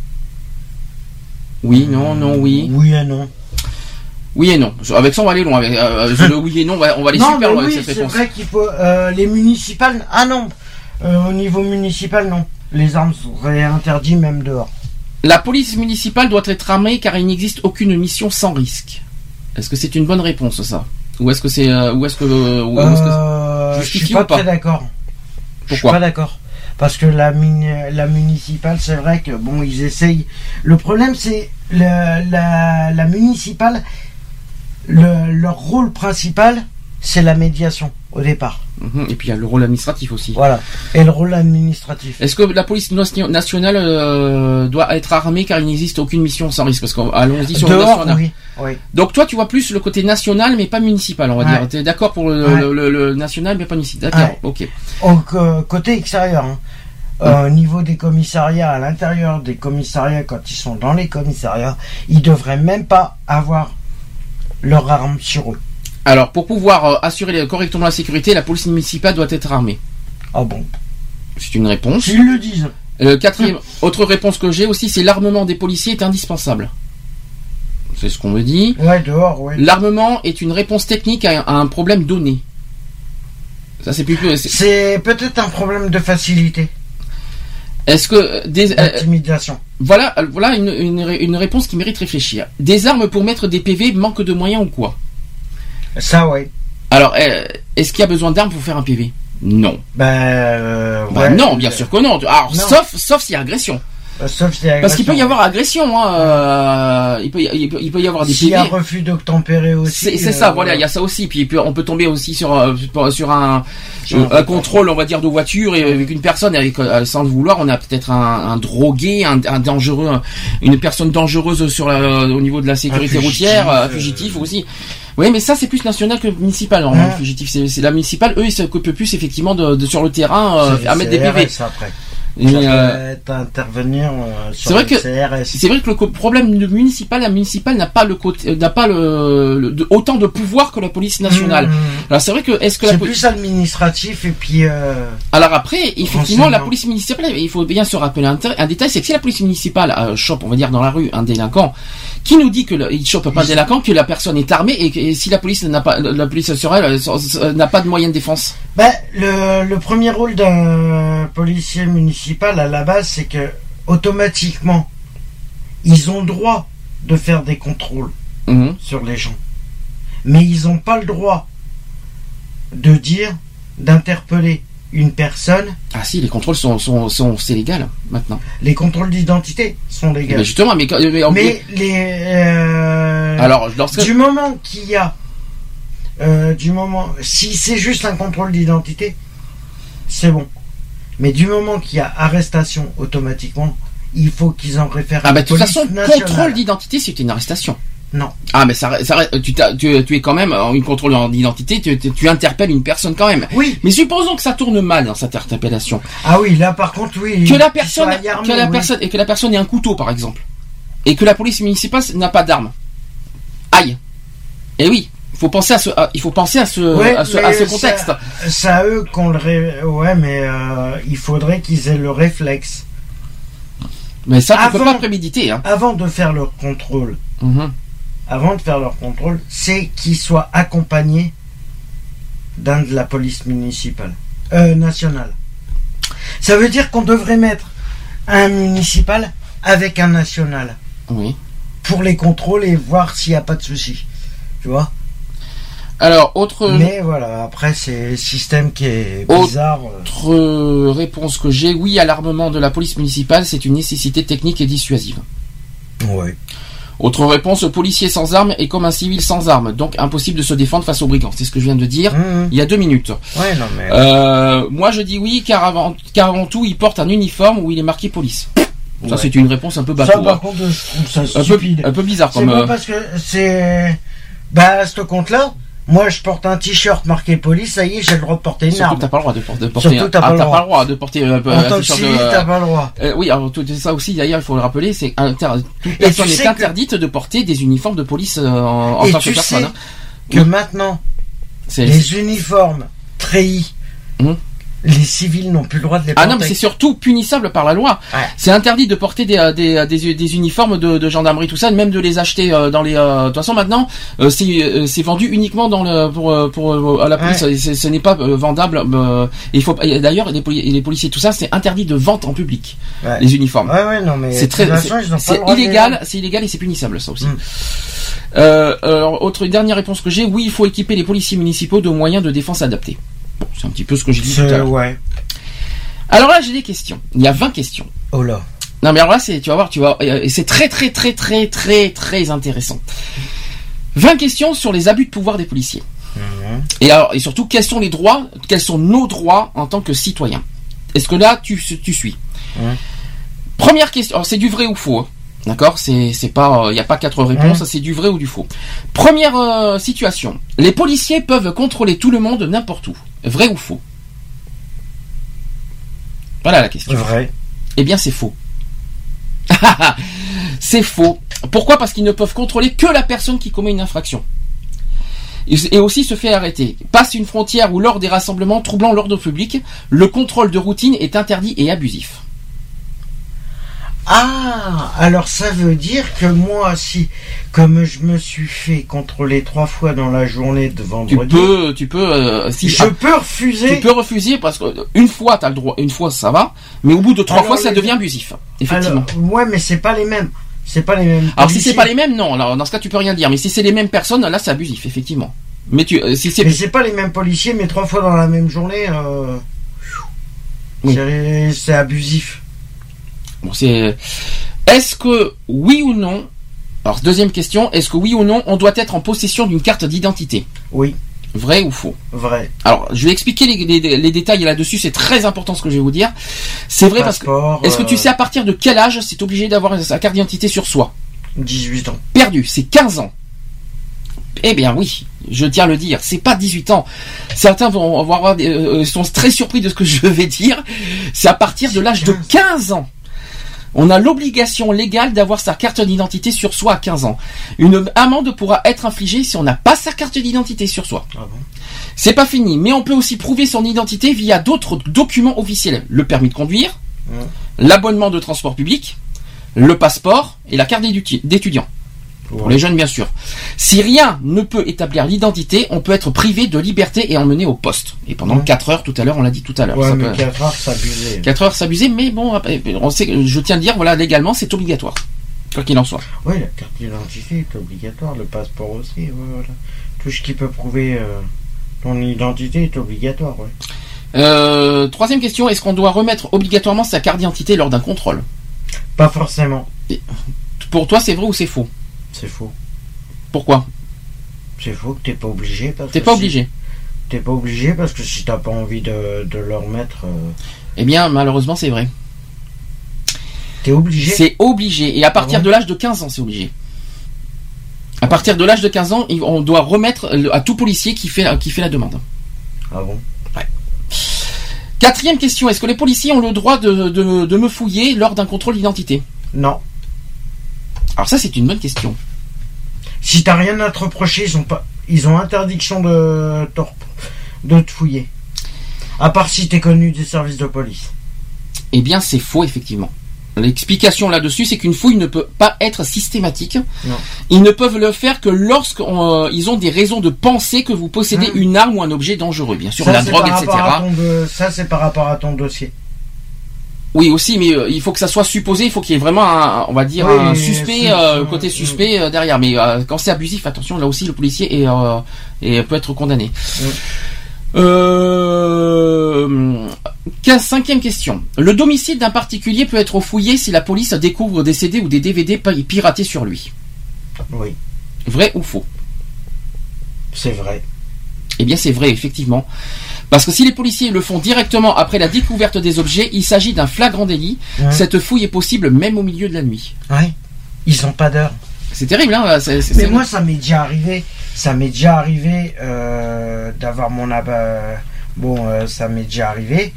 Oui, non, oui. Oui et non. Oui et non. Avec ça, on va aller loin. Avec le oui et non, on va aller super loin avec cette réponse. C'est vrai qu'il faut les municipales. Ah non. Au niveau municipal, non. Les armes seraient interdites même dehors. La police municipale doit être armée car il n'existe aucune mission sans risque. Est-ce que c'est une bonne réponse ça ? Ou est-ce que c'est je suis pas très d'accord. Pourquoi ? Je suis pas d'accord. Parce que la municipale, c'est vrai que bon, ils essayent. Le problème, c'est la municipale. Leur rôle principal, c'est la médiation au départ. Et puis il y a le rôle administratif aussi. Voilà. Et le rôle administratif. Est-ce que la police nationale doit être armée car il n'existe aucune mission sans risque ? Parce qu'allons-y sur le national. Oui. Donc toi, tu vois plus le côté national, mais pas municipal, on va dire. Tu es d'accord pour le national, mais pas municipal. D'accord. Ok. Donc côté extérieur. Au niveau des commissariats, à l'intérieur des commissariats, quand ils sont dans les commissariats, ils devraient même pas avoir leurs armes sur eux. Alors, pour pouvoir assurer correctement la sécurité, la police municipale doit être armée. Ah bon ? C'est une réponse. Ils le disent. Quatrième, autre réponse que j'ai aussi, c'est l'armement des policiers est indispensable. C'est ce qu'on me dit. Ouais, dehors, ouais. L'armement est une réponse technique à un problème donné. Ça, c'est plus... C'est peut-être un problème de facilité. Est-ce que intimidation. Voilà une réponse qui mérite réfléchir. Des armes pour mettre des PV manque de moyens ou quoi ? Ça, ouais. Alors, est-ce qu'il y a besoin d'armes pour faire un PV ? Non. Ouais. Non, bien sûr que non. Alors, non. Sauf s'il y a agression. Sauf si parce qu'il peut y avoir agression, il peut y avoir des s'il y a refus d'obtempérer aussi. C'est ça, voilà, il y a ça aussi. Puis on peut tomber aussi sur un contrôle, on va dire, de voiture et avec une personne sans le vouloir, on a peut-être un drogué, un dangereux, une personne dangereuse au niveau de la sécurité routière, fugitif aussi. Oui, mais ça c'est plus national que municipal. Normalement, le fugitif, c'est la municipale. Eux, ils s'occupent plus effectivement de sur le terrain à mettre des PV. Intervenir sur c'est vrai que le problème municipal, la municipale n'a pas autant de pouvoir que la police nationale. Alors c'est vrai que c'est plus administratif et puis. Alors après, effectivement, la police municipale, il faut bien se rappeler un détail, c'est que si la police municipale chope, on va dire dans la rue, un délinquant, qui nous dit que il chope pas un délinquant, que la personne est armée et si la police n'a pas de moyens de défense. Le premier rôle d'un policier municipal à la base, c'est que automatiquement ils ont le droit de faire des contrôles sur les gens, mais ils n'ont pas le droit d'interpeller une personne. Ah si, les contrôles c'est légal maintenant. Les contrôles d'identité sont légaux. Mais justement, alors du moment qu'il y a si c'est juste un contrôle d'identité, c'est bon. Mais du moment qu'il y a arrestation automatiquement, il faut qu'ils en réfèrent. De toute façon, contrôle d'identité, c'est une arrestation. Non. Ah, mais ça, tu es quand même en une contrôle d'identité, tu interpelles une personne quand même. Oui. Mais supposons que ça tourne mal dans cette interpellation. Ah oui, là par contre, oui. Que la personne ait un couteau, par exemple, et que la police municipale n'a pas d'arme. Aïe. Et oui. Il faut penser à ce contexte. C'est à eux qu'on mais il faudrait qu'ils aient le réflexe. Mais ça, tu peux pas préméditer. Avant de faire leur contrôle, c'est qu'ils soient accompagnés d'un de la police municipale, nationale. Ça veut dire qu'on devrait mettre un municipal avec un national. Oui. Pour les contrôles et voir s'il n'y a pas de souci. Tu vois? Alors, mais voilà, après c'est le système qui est bizarre. Autre réponse que j'ai, oui à l'armement de la police municipale, c'est une nécessité technique et dissuasive. Oui. Autre réponse, policier sans armes est comme un civil sans armes, donc impossible de se défendre face aux brigands. C'est ce que je viens de dire il y a 2 minutes. Ouais, non mais. Moi je dis oui, car avant tout, il porte un uniforme où il est marqué police. Ça c'est une réponse un peu bateau. Ça par contre, je trouve ça stupide. Un peu bizarre comme. C'est pas parce que c'est. À ce compte-là. Moi, je porte un t-shirt marqué police, ça y est, j'ai le droit de porter une arme. T'as pas le droit de porter. T'as pas le droit de porter un t-shirt. T'as pas le droit. Oui, alors tout ça aussi, d'ailleurs, il faut le rappeler, c'est toute personne est interdite de porter des uniformes de police en tant que personne. Que maintenant, les uniformes treillis. Les civils n'ont plus le droit de les porter. Ah non, mais c'est surtout punissable par la loi. Ouais. C'est interdit de porter des uniformes de gendarmerie, tout ça, même de les acheter dans les. De toute façon, maintenant, c'est vendu uniquement pour à la police. Ouais. Ce n'est pas vendable. Il faut d'ailleurs les policiers, tout ça, c'est interdit de vente en public. Ouais. Les uniformes. Ouais, non, mais c'est illégal. C'est illégal et c'est punissable, ça aussi. Alors, dernière réponse que j'ai, oui, il faut équiper les policiers municipaux de moyens de défense adaptés. Bon, c'est un petit peu ce que j'ai dit tout à l'heure. Ouais. Alors là, j'ai des questions. Il y a 20 questions. Oh là. Non, mais alors là, tu vas voir, et c'est très, très, très, très, très, très intéressant. 20 questions sur les abus de pouvoir des policiers. Et surtout, quels sont nos droits en tant que citoyens? Est-ce que là, tu suis? Première question. Alors, c'est du vrai ou faux, hein. D'accord, c'est pas, il n'y a pas 4 réponses, c'est du vrai ou du faux. Première situation. Les policiers peuvent contrôler tout le monde n'importe où. Vrai ou faux? Voilà la question. Vrai. Eh bien, c'est faux. C'est faux. Pourquoi? Parce qu'ils ne peuvent contrôler que la personne qui commet une infraction. Et aussi se fait arrêter. Passe une frontière ou lors des rassemblements troublant l'ordre public, le contrôle de routine est interdit et abusif. Ah, alors ça veut dire que moi, si, comme je me suis fait contrôler 3 fois dans la journée de vendredi, tu peux, si je peux refuser. Tu peux refuser parce que une fois t'as le droit, une fois ça va, mais au bout de 3 fois ça devient abusif. Effectivement. Alors, ouais, mais c'est pas les mêmes. C'est pas les mêmes. Alors si c'est pas les mêmes, non. Alors dans ce cas tu peux rien dire. Mais si c'est les mêmes personnes, là c'est abusif, effectivement. Mais mais c'est pas les mêmes policiers, mais 3 fois dans la même journée, oui. C'est abusif. Bon, est-ce que oui ou non? Alors deuxième question, est-ce que oui ou non on doit être en possession d'une carte d'identité? Oui. Vrai ou faux? Vrai. Alors je vais expliquer les détails là-dessus, c'est très important ce que je vais vous dire. C'est vrai Passeport, parce que est-ce que tu sais à partir de quel âge c'est obligé d'avoir sa carte d'identité sur soi? 18 ans. Perdu, c'est 15 ans. Eh bien oui, je tiens à le dire, c'est pas 18 ans. Certains vont avoir sont très surpris de ce que je vais dire. C'est à partir de l'âge de 15 ans. On a l'obligation légale d'avoir sa carte d'identité sur soi à 15 ans. Une amende pourra être infligée si on n'a pas sa carte d'identité sur soi. Ah bon? C'est pas fini, mais on peut aussi prouver son identité via d'autres documents officiels. Le permis de conduire, l'abonnement de transport public, le passeport et la carte d'étudiant. Pour les jeunes, bien sûr. Si rien ne peut établir l'identité, on peut être privé de liberté et emmené au poste. Et pendant 4 heures, tout à l'heure, on l'a dit tout à l'heure. Ouais, mais 4 heures, c'est abusé. 4 heures, c'est abusé, mais bon, on sait, je tiens à dire, voilà, légalement, c'est obligatoire. Quoi qu'il en soit. Oui, la carte d'identité est obligatoire, le passeport aussi, voilà. Tout ce qui peut prouver ton identité est obligatoire, ouais. Troisième question, est-ce qu'on doit remettre obligatoirement sa carte d'identité lors d'un contrôle? Pas forcément. Pour toi, c'est vrai ou c'est faux? C'est faux. Pourquoi? C'est faux que t'es pas obligé. T'es pas obligé. T'es pas obligé parce que si t'as pas envie de le remettre... Eh bien, malheureusement, c'est vrai. T'es obligé? C'est obligé. Et à partir de l'âge de 15 ans, c'est obligé. À partir de l'âge de 15 ans, on doit remettre à tout policier qui fait la demande. Ah bon? Ouais. Quatrième question, est-ce que les policiers ont le droit de me fouiller lors d'un contrôle d'identité? Non. Alors ça, c'est une bonne question. Si t'as rien à te reprocher, ils ont interdiction de te fouiller. À part si t'es connu des services de police. Eh bien, c'est faux, effectivement. L'explication là-dessus, c'est qu'une fouille ne peut pas être systématique. Non. Ils ne peuvent le faire que lorsqu'ils ont des raisons de penser que vous possédez une arme ou un objet dangereux. Bien sûr, ça, la drogue, etc. Ça, c'est par rapport à ton dossier. Oui, aussi, mais il faut que ça soit supposé, il faut qu'il y ait vraiment un suspect, côté suspect derrière. Mais quand c'est abusif, attention, là aussi, le policier peut être condamné. Cinquième question. Le domicile d'un particulier peut être fouillé si la police découvre des CD ou des DVD piratés sur lui. Oui. Vrai ou faux? C'est vrai. Eh bien, c'est vrai, effectivement. Parce que si les policiers le font directement après la découverte des objets, il s'agit d'un flagrant délit. Ouais. Cette fouille est possible même au milieu de la nuit. Ouais. Ils n'ont pas d'heure. C'est terrible, hein. Mais moi, ça m'est déjà arrivé. D'avoir mon ça m'est déjà arrivé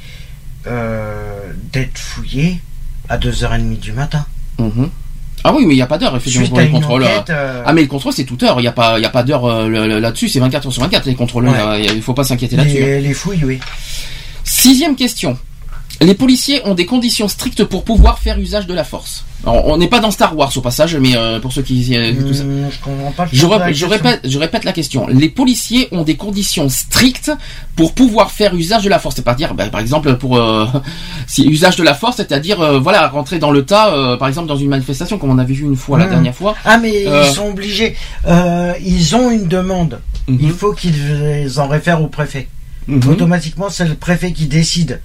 d'être fouillé à 2h30 du matin. Mmh. Ah oui, mais il n'y a pas d'heure, effectivement, pour les contrôles. Ah, mais le contrôle, c'est toute heure. Il n'y a pas d'heure là-dessus. C'est 24 heures sur 24, les contrôles. Ouais. Il ne faut pas s'inquiéter là-dessus. Les fouilles, oui. Sixième question. Les policiers ont des conditions strictes pour pouvoir faire usage de la force. Alors, on n'est pas dans Star Wars au passage, mais pour ceux qui... je comprends pas. Je répète la question. Les policiers ont des conditions strictes pour pouvoir faire usage de la force. C'est-à-dire, par exemple, pour usage de la force, c'est-à-dire rentrer dans le tas, par exemple dans une manifestation, comme on avait vu une fois la dernière fois. Ah, mais ils sont obligés. Ils ont une demande. Il faut qu'ils en réfèrent au préfet. Automatiquement, c'est le préfet qui décide,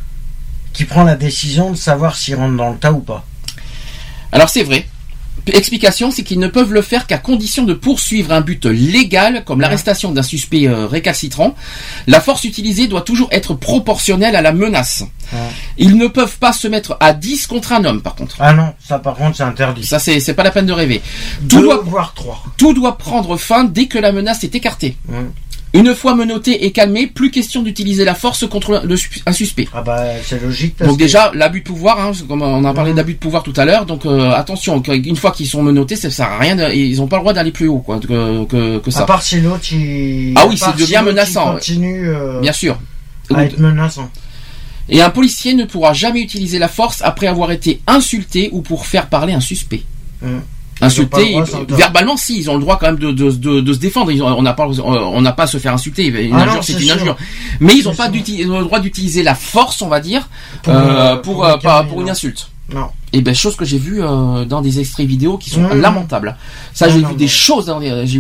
qui prend la décision de savoir s'ils rentrent dans le tas ou pas. Alors c'est vrai. Explication, c'est qu'ils ne peuvent le faire qu'à condition de poursuivre un but légal, comme l'arrestation d'un suspect récalcitrant. La force utilisée doit toujours être proportionnelle à la menace. Ils ne peuvent pas se mettre à 10 contre un homme, par contre. Ah non, ça par contre c'est interdit. Ça c'est pas la peine de rêver. Voire 3. Tout doit prendre fin dès que la menace est écartée. Une fois menotté et calmé, plus question d'utiliser la force contre un suspect. Ah bah c'est logique. Donc déjà l'abus de pouvoir, comme on a parlé d'abus de pouvoir tout à l'heure, donc attention, une fois qu'ils sont menottés, ça sert à rien, ils n'ont pas le droit d'aller plus haut que ça. À part si l'autre c'est devient menaçant. Continue. Bien sûr. À être menaçant. Et un policier ne pourra jamais utiliser la force après avoir été insulté ou pour faire parler un suspect. Insulter verbalement, si ils ont le droit quand même de se défendre. On n'a pas à se faire insulter. Une injure, c'est une injure. Mais ils n'ont pas le droit d'utiliser la force, on va dire, pour une insulte. Non. Et chose que j'ai vu dans des extraits vidéo qui sont lamentables. Ça, j'ai vu des choses,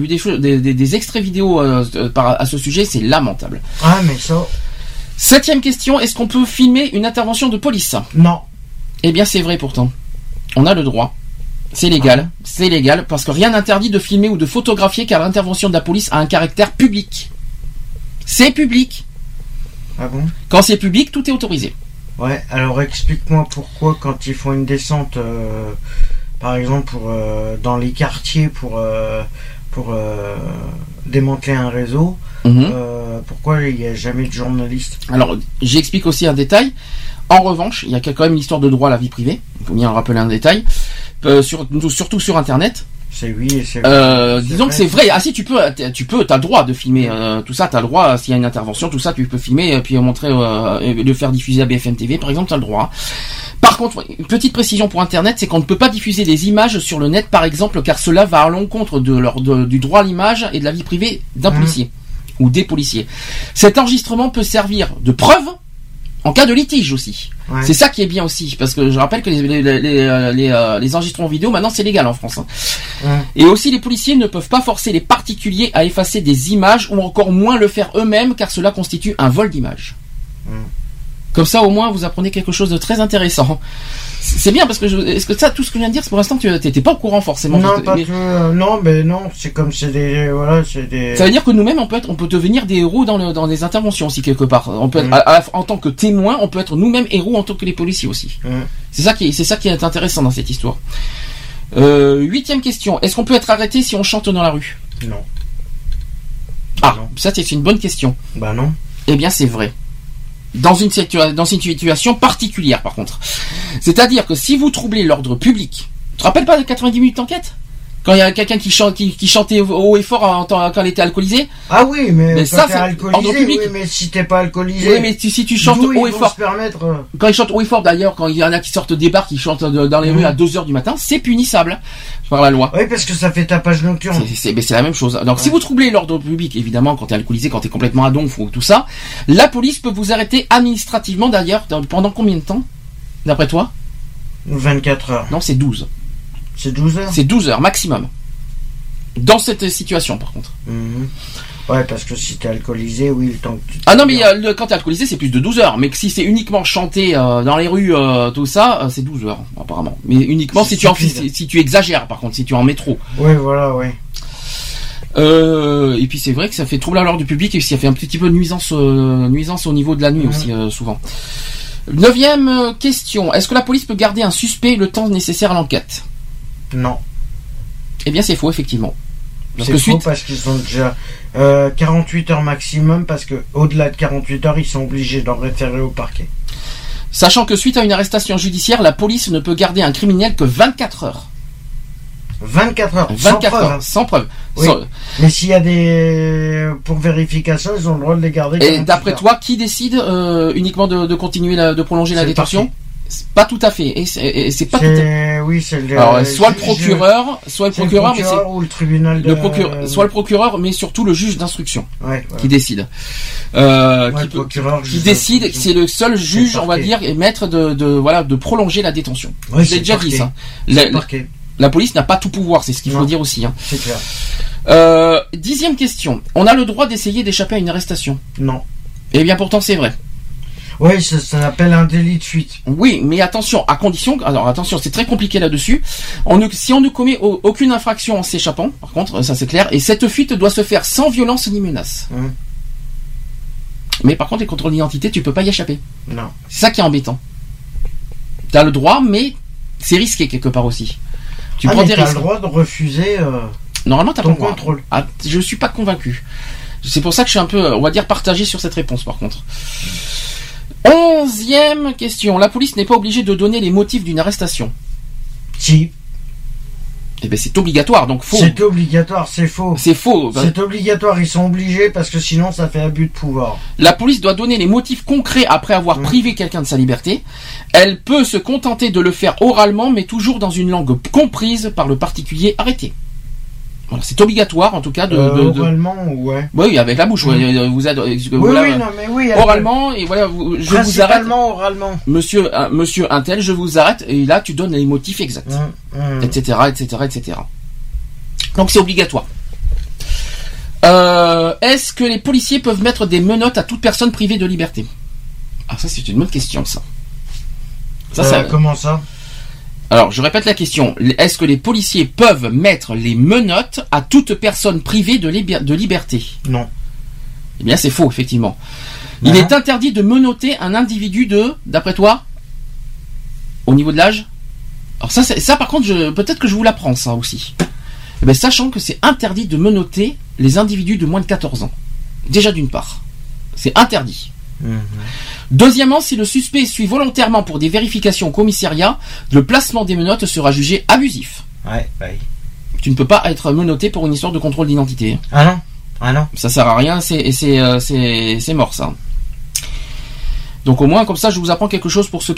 des extraits vidéo à ce sujet, c'est lamentable. Ah mais ça. Septième question, est-ce qu'on peut filmer une intervention de police? Non. Eh bien, c'est vrai pourtant. On a le droit. C'est légal. C'est légal parce que rien n'interdit de filmer ou de photographier car l'intervention de la police a un caractère public. C'est public. Ah bon? Quand c'est public, tout est autorisé. Ouais, alors explique-moi pourquoi quand ils font une descente, par exemple dans les quartiers pour démanteler un réseau, pourquoi il n'y a jamais de journalistes? Alors, j'explique aussi un détail. En revanche, il y a quand même une histoire de droit à la vie privée. Il faut bien rappeler un détail. Surtout sur Internet. C'est oui et c'est vrai. Disons que c'est vrai. Ah si, t'as le droit de filmer tout ça. T'as le droit, s'il y a une intervention, tout ça, tu peux filmer et puis montrer, le faire diffuser à BFM TV, par exemple, t'as le droit. Par contre, une petite précision pour Internet, c'est qu'on ne peut pas diffuser des images sur le net, par exemple, car cela va à l'encontre du droit à l'image et de la vie privée d'un policier ou des policiers. Cet enregistrement peut servir de preuve en cas de litige aussi. Ouais. C'est ça qui est bien aussi, parce que je rappelle que les enregistrements vidéo, maintenant c'est légal en France. Hein. Ouais. Et aussi les policiers ne peuvent pas forcer les particuliers à effacer des images ou encore moins le faire eux-mêmes, car cela constitue un vol d'images. Comme ça, au moins, vous apprenez quelque chose de très intéressant. C'est bien parce que est-ce que ça, tout ce que je viens de dire, pour l'instant, tu n'étais pas au courant forcément. Non, non, c'est comme c'est des. Ça veut dire que nous-mêmes, on peut devenir des héros dans les interventions aussi quelque part. On peut être, en tant que témoin, on peut être nous-mêmes héros en tant que les policiers aussi. C'est ça qui est intéressant dans cette histoire. 8e question. Est-ce qu'on peut être arrêté si on chante dans la rue? Non. Ah, non. Ça c'est une bonne question. Bah non. Eh bien, c'est vrai. Dans une situation particulière, par contre. C'est-à-dire que si vous troublez l'ordre public, tu te rappelles pas de 90 minutes d'enquête? Quand il y a quelqu'un qui chantait haut et fort quand elle était alcoolisée? Ah oui, mais ça, c'est alcoolisé, public. Oui, mais si t'es pas alcoolisé. Oui, mais si tu chantes haut et fort. Quand ils chantent haut et fort, d'ailleurs, quand il y en a qui sortent des bars, qui chantent dans les rues à 2h du matin, c'est punissable par la loi. Oui, parce que ça fait tapage nocturne. Mais c'est la même chose. Donc, si vous troublez l'ordre public, évidemment, quand t'es alcoolisé, quand t'es complètement à donf ou tout ça, la police peut vous arrêter administrativement, d'ailleurs, pendant combien de temps? D'après toi? 24 heures. Non, c'est 12. C'est 12 heures? C'est 12 heures maximum. Dans cette situation, par contre. Ouais, parce que si t'es alcoolisé, oui, le temps que tu... Ah non, mais quand t'es alcoolisé, c'est plus de 12 heures. Mais que si c'est uniquement chanté dans les rues, tout ça, c'est 12 heures, apparemment. Mais uniquement si tu exagères, par contre, si tu es en métro. Ouais, voilà, ouais. Et puis c'est vrai que ça fait trouble à l'ordre du public et ça fait un petit peu de nuisance au niveau de la nuit aussi, souvent. 9e question. Est-ce que la police peut garder un suspect le temps nécessaire à l'enquête? Non. Eh bien, c'est faux, effectivement. C'est faux parce qu'ils sont déjà 48 heures maximum, parce que au-delà de 48 heures, ils sont obligés d'en référer au parquet. Sachant que suite à une arrestation judiciaire, la police ne peut garder un criminel que 24 heures. 24 heures 24 heures, sans preuve. Oui. Mais s'il y a pour vérification, ils ont le droit de les garder. Et d'après toi, qui décide uniquement de continuer de prolonger la détention? Pas tout à fait. Et c'est pas tout à fait. Oui, c'est le. Alors, soit le procureur, mais c'est ou le tribunal soit le procureur, mais surtout le juge d'instruction qui décide. Qui décide. C'est le seul juge, on va dire, et maître de prolonger la détention. Ouais, j'ai déjà dit ça. La police n'a pas tout pouvoir, c'est ce qu'il faut dire aussi. Hein. C'est clair. 10e question. On a le droit d'essayer d'échapper à une arrestation? Non. Eh bien, pourtant, c'est vrai. Oui, ça s'appelle un délit de fuite. Oui, mais attention, attention, c'est très compliqué là-dessus. Si on ne commet aucune infraction en s'échappant, par contre, ça c'est clair, et cette fuite doit se faire sans violence ni menace. Mais par contre, les contrôles d'identité, tu peux pas y échapper. Non. C'est ça qui est embêtant. T'as le droit, mais c'est risqué quelque part aussi. Tu prends des risques. T'as le droit de refuser. Normalement, t'as ton pas le contrôle. Ah, je suis pas convaincu. C'est pour ça que je suis un peu, on va dire, partagé sur cette réponse, par contre. 11e question. La police n'est pas obligée de donner les motifs d'une arrestation. Si. Eh ben c'est obligatoire, donc faux. C'est obligatoire, c'est faux. C'est faux. C'est obligatoire, ils sont obligés parce que sinon ça fait abus de pouvoir. La police doit donner les motifs concrets après avoir privé quelqu'un de sa liberté. Elle peut se contenter de le faire oralement, mais toujours dans une langue comprise par le particulier arrêté. Voilà, c'est obligatoire en tout cas oralement, ouais. Oui, avec la bouche. Oui, oralement et voilà, je vous arrête. Oralement. Monsieur untel, je vous arrête et là tu donnes les motifs exacts, etc. Donc c'est obligatoire. Est-ce que les policiers peuvent mettre des menottes à toute personne privée de liberté? Ah, ça c'est une bonne question, ça. Comment ça? Alors, je répète la question. Est-ce que les policiers peuvent mettre les menottes à toute personne privée de liberté? Non. Eh bien, c'est faux, effectivement. Il est interdit de menotter un individu d'après toi, au niveau de l'âge? Alors ça par contre, peut-être que je vous l'apprends, ça aussi. Eh bien, sachant que c'est interdit de menotter les individus de moins de 14 ans. Déjà d'une part. C'est interdit. Deuxièmement, si le suspect suit volontairement pour des vérifications au commissariat, le placement des menottes sera jugé abusif. Ouais. Tu ne peux pas être menotté pour une histoire de contrôle d'identité. Ah non. Ça sert à rien, c'est mort ça. Donc au moins comme ça je vous apprends quelque chose pour ceux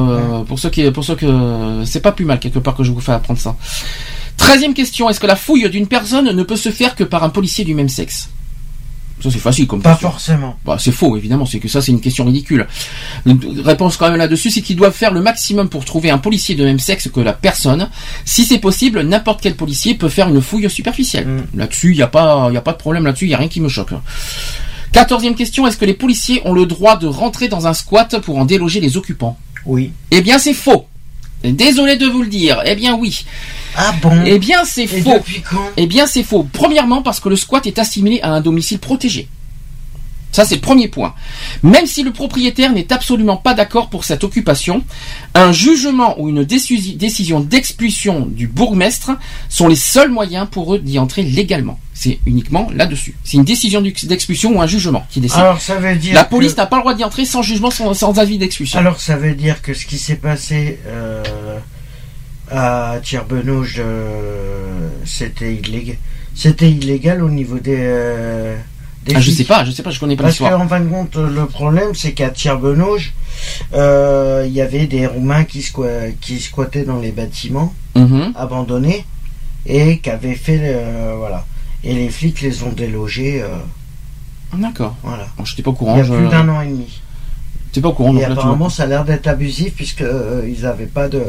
que c'est pas plus mal quelque part que je vous fais apprendre ça. 13e question, est-ce que la fouille d'une personne ne peut se faire que par un policier du même sexe? Ça c'est facile comme pas question. Forcément. C'est faux évidemment, c'est que ça c'est une question ridicule. Une réponse quand même là-dessus, c'est qu'ils doivent faire le maximum pour trouver un policier de même sexe que la personne. Si c'est possible, n'importe quel policier peut faire une fouille superficielle. Là-dessus, il y a pas de problème là-dessus, il y a rien qui me choque. 14e question, est-ce que les policiers ont le droit de rentrer dans un squat pour en déloger les occupants? Oui. Eh bien c'est faux. Désolé de vous le dire. Eh bien oui. Ah bon? Eh bien c'est faux. Depuis quand? Eh bien c'est faux. Premièrement parce que le squat est assimilé à un domicile protégé. Ça c'est le premier point. Même si le propriétaire n'est absolument pas d'accord pour cette occupation, un jugement ou une décision d'expulsion du bourgmestre sont les seuls moyens pour eux d'y entrer légalement. C'est uniquement là-dessus. C'est une décision d'expulsion ou un jugement qui décide. Alors ça veut dire la police n'a pas le droit d'y entrer sans jugement, sans avis d'expulsion. Alors ça veut dire que ce qui s'est passé à Tierbenauge, c'était illégal. C'était illégal au niveau des je sais pas, je connais pas l'histoire. Parce qu'en fin de compte, le problème, c'est qu'à Tierbenauge, il y avait des Roumains qui squattaient dans les bâtiments abandonnés et qui avaient fait voilà. Et les flics les ont délogés. D'accord. Voilà. Bon, je n'étais pas au courant. Il y a plus d'1 an et demi. T'es pas au courant. Et apparemment, ça a l'air d'être abusif puisque ils n'avaient pas de.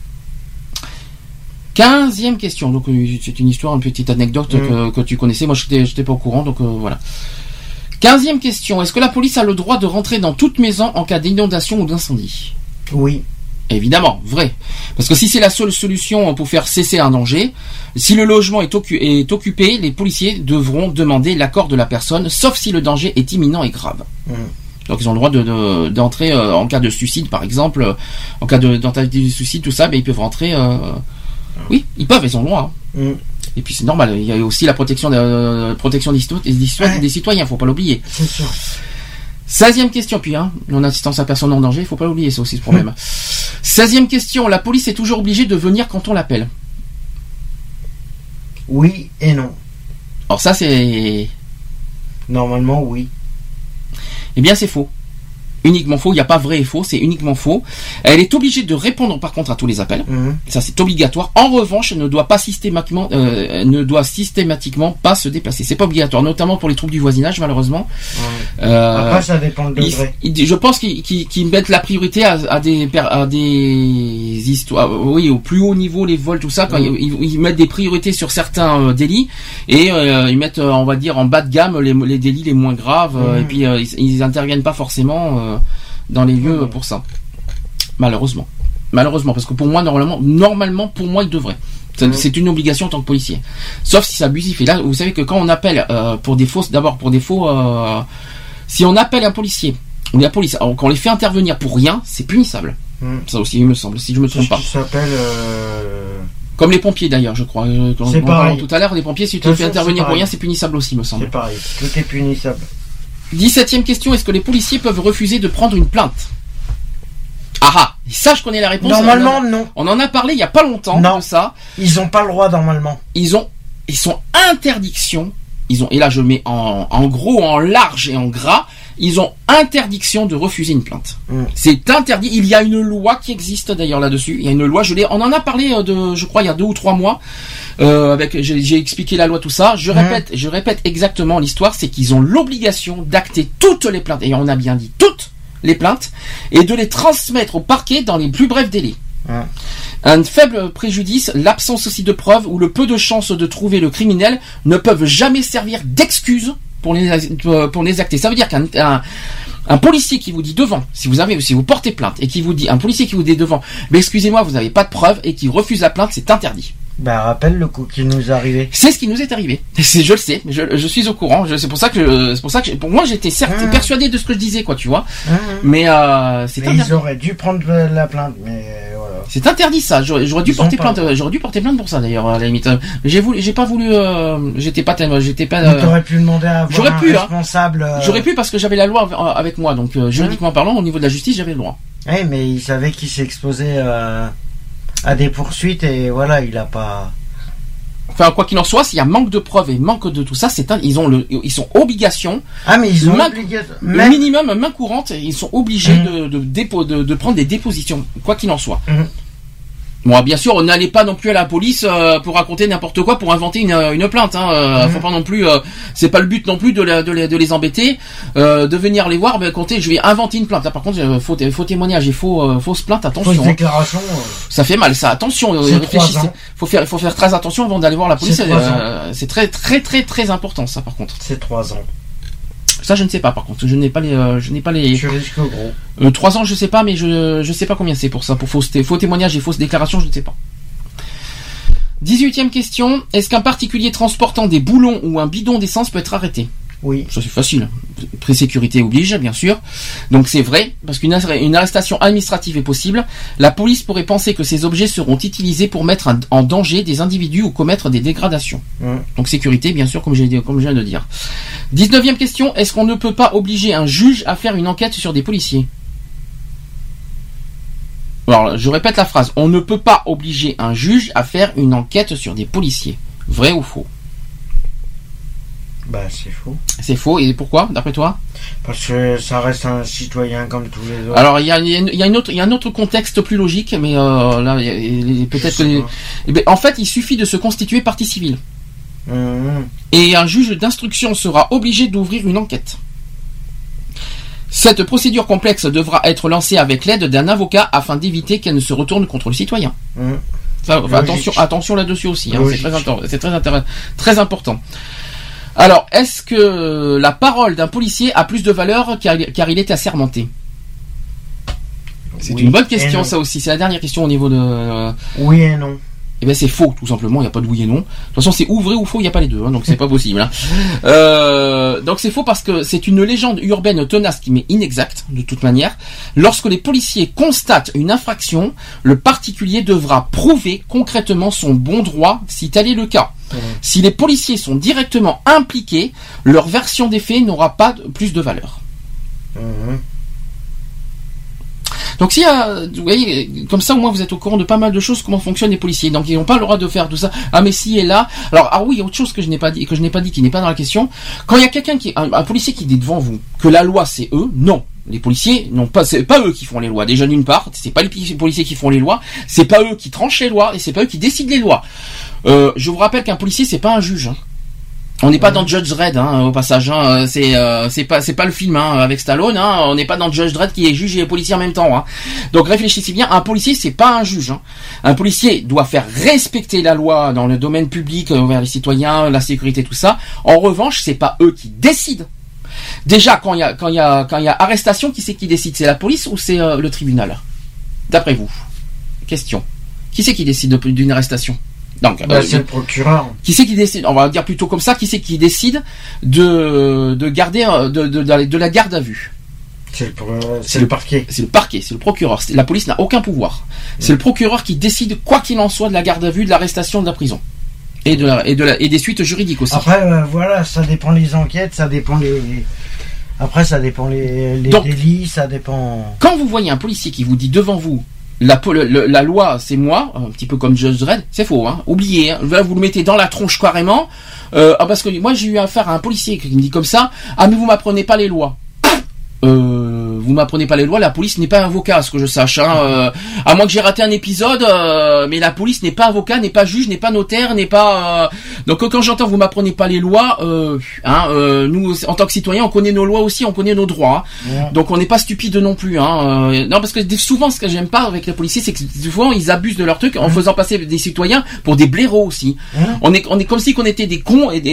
15e question. Donc c'est une histoire, une petite anecdote que tu connaissais. Moi, j'étais pas au courant. Donc voilà. 15e question. Est-ce que la police a le droit de rentrer dans toute maison en cas d'inondation ou d'incendie? Oui. Évidemment, vrai. Parce que si c'est la seule solution pour faire cesser un danger, si le logement est occupé, les policiers devront demander l'accord de la personne, sauf si le danger est imminent et grave. Donc ils ont le droit d'entrer en cas de suicide, par exemple, en cas de tentative de suicide, tout ça, mais ils peuvent rentrer. Oui, ils ont le droit. Et puis c'est normal. Il y a aussi la protection des citoyens, faut pas l'oublier. C'est sûr. 16e question, puis non-assistance à personne en danger, il faut pas l'oublier, c'est aussi ce problème. 16e question, la police est toujours obligée de venir quand on l'appelle? Oui et non. Alors ça c'est... Normalement oui. Eh bien c'est faux. Uniquement faux, il n'y a pas vrai et faux, c'est uniquement faux. Elle est obligée de répondre par contre à tous les appels. Ça c'est obligatoire. En revanche, elle ne doit systématiquement pas se déplacer. C'est pas obligatoire, notamment pour les troubles du voisinage malheureusement. Après ça dépend de degré. Je pense qu'ils mettent la priorité à des histoires, oui, au plus haut niveau, les vols, tout ça. Quand ils mettent des priorités sur certains délits et ils mettent, on va dire, en bas de gamme les délits les moins graves. Et puis ils interviennent pas forcément dans les lieux pour ça. Malheureusement, parce que pour moi normalement pour moi il devrait. C'est une obligation en tant que policier. Sauf si c'est abusif. Et là, vous savez que quand on appelle pour des faux, si on appelle un policier ou la police, quand on les fait intervenir pour rien, c'est punissable. Ça aussi, il me semble, si je me trompe pas. Ça s'appelle. Comme les pompiers d'ailleurs, je crois. C'est pareil. Tout à l'heure, les pompiers, si tu les fais intervenir pour rien, c'est punissable aussi, me semble. C'est pareil. Tout est punissable. 17e question, est-ce que les policiers peuvent refuser de prendre une plainte? Ça je connais la réponse. Normalement non. On en a parlé il y a pas longtemps de ça. Ils ont pas le droit normalement. Ils sont interdiction. Et là je mets en gros, en large et en gras, ils ont interdiction de refuser une plainte. C'est interdit. Il y a une loi qui existe d'ailleurs là-dessus. Il y a une loi, on en a parlé je crois il y a 2 ou 3 mois. J'ai expliqué la loi, tout ça. Je répète exactement l'histoire, c'est qu'ils ont l'obligation d'acter toutes les plaintes, et on a bien dit toutes les plaintes, et de les transmettre au parquet dans les plus brefs délais. Un faible préjudice, l'absence aussi de preuves ou le peu de chances de trouver le criminel ne peuvent jamais servir d'excuse pour les acter. Ça veut dire qu'un policier qui vous dit devant, si vous portez plainte et qui vous dit, un policier qui vous dit devant, mais excusez-moi, vous n'avez pas de preuve et qui refuse la plainte, c'est interdit. Rappelle le coup qui nous est arrivé. C'est ce qui nous est arrivé. Je le sais, je suis au courant. C'est pour ça que pour moi j'étais persuadé de ce que je disais, quoi, tu vois. Mais c'est interdit. Ils auraient dû prendre la plainte, mais voilà. C'est interdit ça. J'aurais dû porter plainte. J'aurais dû porter plainte pour ça d'ailleurs, à la limite. J'ai pas voulu. J'étais pas. T'aurais pu demander à avoir un responsable. J'aurais pu parce que j'avais la loi avec moi, donc juridiquement parlant, au niveau de la justice, j'avais le droit. Mais il savait qu'il s'est exposé à des poursuites et voilà, il a pas. Enfin, quoi qu'il en soit, s'il y a manque de preuves et manque de tout ça, ils sont obligations. Mais ils ont minimum main courante, ils sont obligés de prendre des dépositions, quoi qu'il en soit. Bon, bien sûr, n'allez pas non plus à la police pour raconter n'importe quoi, pour inventer une plainte. Faut pas non plus. C'est pas le but non plus de les embêter, de venir les voir. Comptez, je vais inventer une plainte. Par contre, faux témoignage et fausse plainte. Attention. Fausse déclaration. Ça fait mal, ça. Attention. Réfléchissez. Faut faire très attention avant d'aller voir la police. C'est très très très très important, ça. Par contre. C'est 3 ans. Ça, je ne sais pas, par contre. Je n'ai pas les. Tu risques gros. 3 ans, je sais pas, mais je sais pas combien c'est pour ça. Pour faux témoignage et fausse déclaration, je ne sais pas. 18e question. Est-ce qu'un particulier transportant des boulons ou un bidon d'essence peut être arrêté? Oui. Ça, c'est facile. Présécurité oblige, bien sûr. Donc, c'est vrai, parce qu'une arrestation administrative est possible. La police pourrait penser que ces objets seront utilisés pour mettre en danger des individus ou commettre des dégradations. Donc, sécurité, bien sûr, comme je viens de dire. 19e question. Est-ce qu'on ne peut pas obliger un juge à faire une enquête sur des policiers? Alors, je répète la phrase. On ne peut pas obliger un juge à faire une enquête sur des policiers. Vrai ou faux? C'est faux. C'est faux, et pourquoi, d'après toi? Parce que ça reste un citoyen comme tous les autres. Alors, il y a un autre contexte plus logique, mais là, peut-être que... En fait, il suffit de se constituer partie civile. Et un juge d'instruction sera obligé d'ouvrir une enquête. Cette procédure complexe devra être lancée avec l'aide d'un avocat afin d'éviter qu'elle ne se retourne contre le citoyen. Attention là-dessus aussi, c'est très important. Alors, est-ce que la parole d'un policier a plus de valeur car il est assermenté? C'est une bonne question, ça aussi. C'est la dernière question au niveau de... Oui et non. Eh bien, c'est faux, tout simplement. Il n'y a pas de oui et non. De toute façon, c'est ou vrai ou faux. Il n'y a pas les deux, donc c'est pas possible. Donc c'est faux parce que c'est une légende urbaine tenace qui m'est inexacte, de toute manière. Lorsque les policiers constatent une infraction, le particulier devra prouver concrètement son bon droit, si tel est le cas. Si les policiers sont directement impliqués, leur version des faits n'aura pas plus de valeur. Donc vous voyez, comme ça au moins vous êtes au courant de pas mal de choses, comment fonctionnent les policiers. Donc ils n'ont pas le droit de faire tout ça. Mais si et là. Alors oui, il y a autre chose que je n'ai pas dit, qui n'est pas dans la question. Quand il y a quelqu'un un policier qui dit devant vous que la loi c'est eux, non. Les policiers c'est pas eux qui font les lois. Déjà d'une part, c'est pas les policiers qui font les lois, c'est pas eux qui tranchent les lois et c'est pas eux qui décident les lois. Je vous rappelle qu'un policier c'est pas un juge. On n'est pas dans Judge Dredd, au passage. C'est pas le film avec Stallone. On n'est pas dans Judge Dredd qui est juge et policier en même temps. Donc réfléchissez bien. Un policier c'est pas un juge. Un policier doit faire respecter la loi dans le domaine public envers les citoyens, la sécurité, tout ça. En revanche, c'est pas eux qui décident. Déjà, quand il y a arrestation, qui c'est qui décide? C'est la police ou c'est le tribunal? D'après vous. Question. Qui c'est qui décide d'une arrestation? Donc, c'est le procureur. Qui c'est qui décide? On va dire plutôt comme ça. Qui c'est qui décide de garder de la garde à vue? C'est le parquet. C'est le parquet. C'est le procureur. La police n'a aucun pouvoir. C'est le procureur qui décide quoi qu'il en soit de la garde à vue, de l'arrestation, de la prison. Et des suites juridiques aussi. Après, ça dépend les enquêtes, ça dépend Après, ça dépend les délits, ça dépend... Quand vous voyez un policier qui vous dit devant vous, la loi, c'est moi, un petit peu comme Judge Dredd, c'est faux, oubliez, là, vous le mettez dans la tronche carrément, parce que moi, j'ai eu affaire à un policier qui me dit comme ça, mais vous m'apprenez pas les lois. Vous vous m'apprenez pas les lois, la police n'est pas avocat, à ce que je sache. À moins que j'ai raté un épisode, mais la police n'est pas avocat, n'est pas juge, n'est pas notaire, n'est pas. Donc quand j'entends vous m'apprenez pas les lois, nous en tant que citoyens, on connaît nos lois aussi, on connaît nos droits. Ouais. Donc on n'est pas stupide non plus. Non, parce que souvent ce que j'aime pas avec les policiers, c'est que souvent ils abusent de leur truc en faisant passer des citoyens pour des blaireaux aussi. On est comme si qu'on était des cons et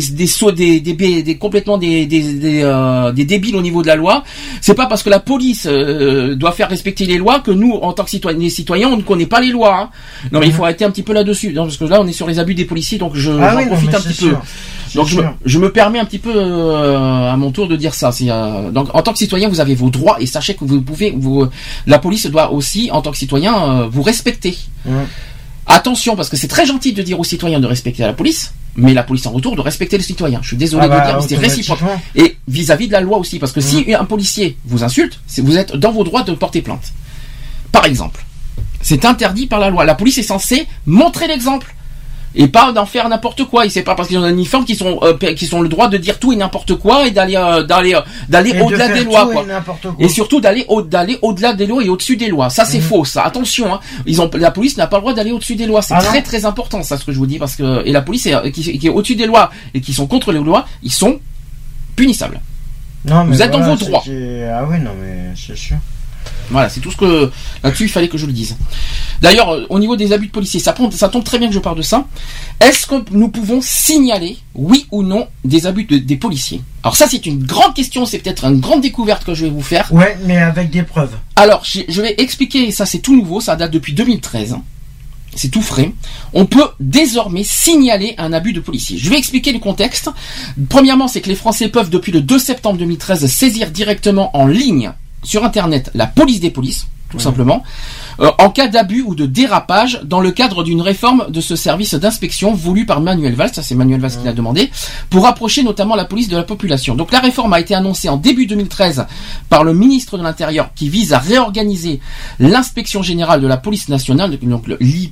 des complètement des débiles au niveau de la loi. C'est pas parce que la police doit faire respecter les lois que nous, en tant que citoyens, on ne connaît pas les lois. Non, mais il faut arrêter un petit peu là-dessus. Non, parce que là, on est sur les abus des policiers, donc j'en profite un petit peu. Donc je me permets un petit peu à mon tour de dire ça. Donc en tant que citoyen, vous avez vos droits et sachez que la police doit aussi, en tant que citoyen, vous respecter. Attention, parce que c'est très gentil de dire aux citoyens de respecter la police, mais la police en retour de respecter le citoyen. Je suis désolé de dire, mais c'est réciproque. Et vis-à-vis de la loi aussi, parce que si un policier vous insulte, vous êtes dans vos droits de porter plainte. Par exemple, c'est interdit par la loi. La police est censée montrer l'exemple. Et pas d'en faire n'importe quoi. Et c'est pas parce qu'ils ont un uniforme qu'ils ont le droit de dire tout et n'importe quoi et d'aller au-delà des lois, quoi. Et surtout d'aller au-delà des lois et au-dessus des lois. Ça c'est faux, ça. Attention, la police n'a pas le droit d'aller au-dessus des lois. C'est très important, ça, ce que je vous dis, parce que la police qui est au-dessus des lois et qui sont contre les lois, ils sont punissables. Non, mais vous êtes dans vos droits. Ah oui, non, mais c'est sûr. Voilà, c'est tout ce que là-dessus il fallait que je le dise. D'ailleurs, au niveau des abus de policiers, ça tombe très bien que je parle de ça. Est-ce que nous pouvons signaler, oui ou non, des abus des policiers? Alors ça, c'est une grande question, c'est peut-être une grande découverte que je vais vous faire. Ouais, mais avec des preuves. Alors, je vais expliquer, ça c'est tout nouveau, ça date depuis 2013. C'est tout frais. On peut désormais signaler un abus de policier. Je vais expliquer le contexte. Premièrement, c'est que les Français peuvent, depuis le 2 septembre 2013, saisir directement en ligne sur Internet la police des polices, tout simplement, en cas d'abus ou de dérapage dans le cadre d'une réforme de ce service d'inspection voulu par Manuel Valls, ça c'est Manuel Valls qui l'a demandé, pour rapprocher notamment la police de la population. Donc la réforme a été annoncée en début 2013 par le ministre de l'Intérieur qui vise à réorganiser l'inspection générale de la police nationale, donc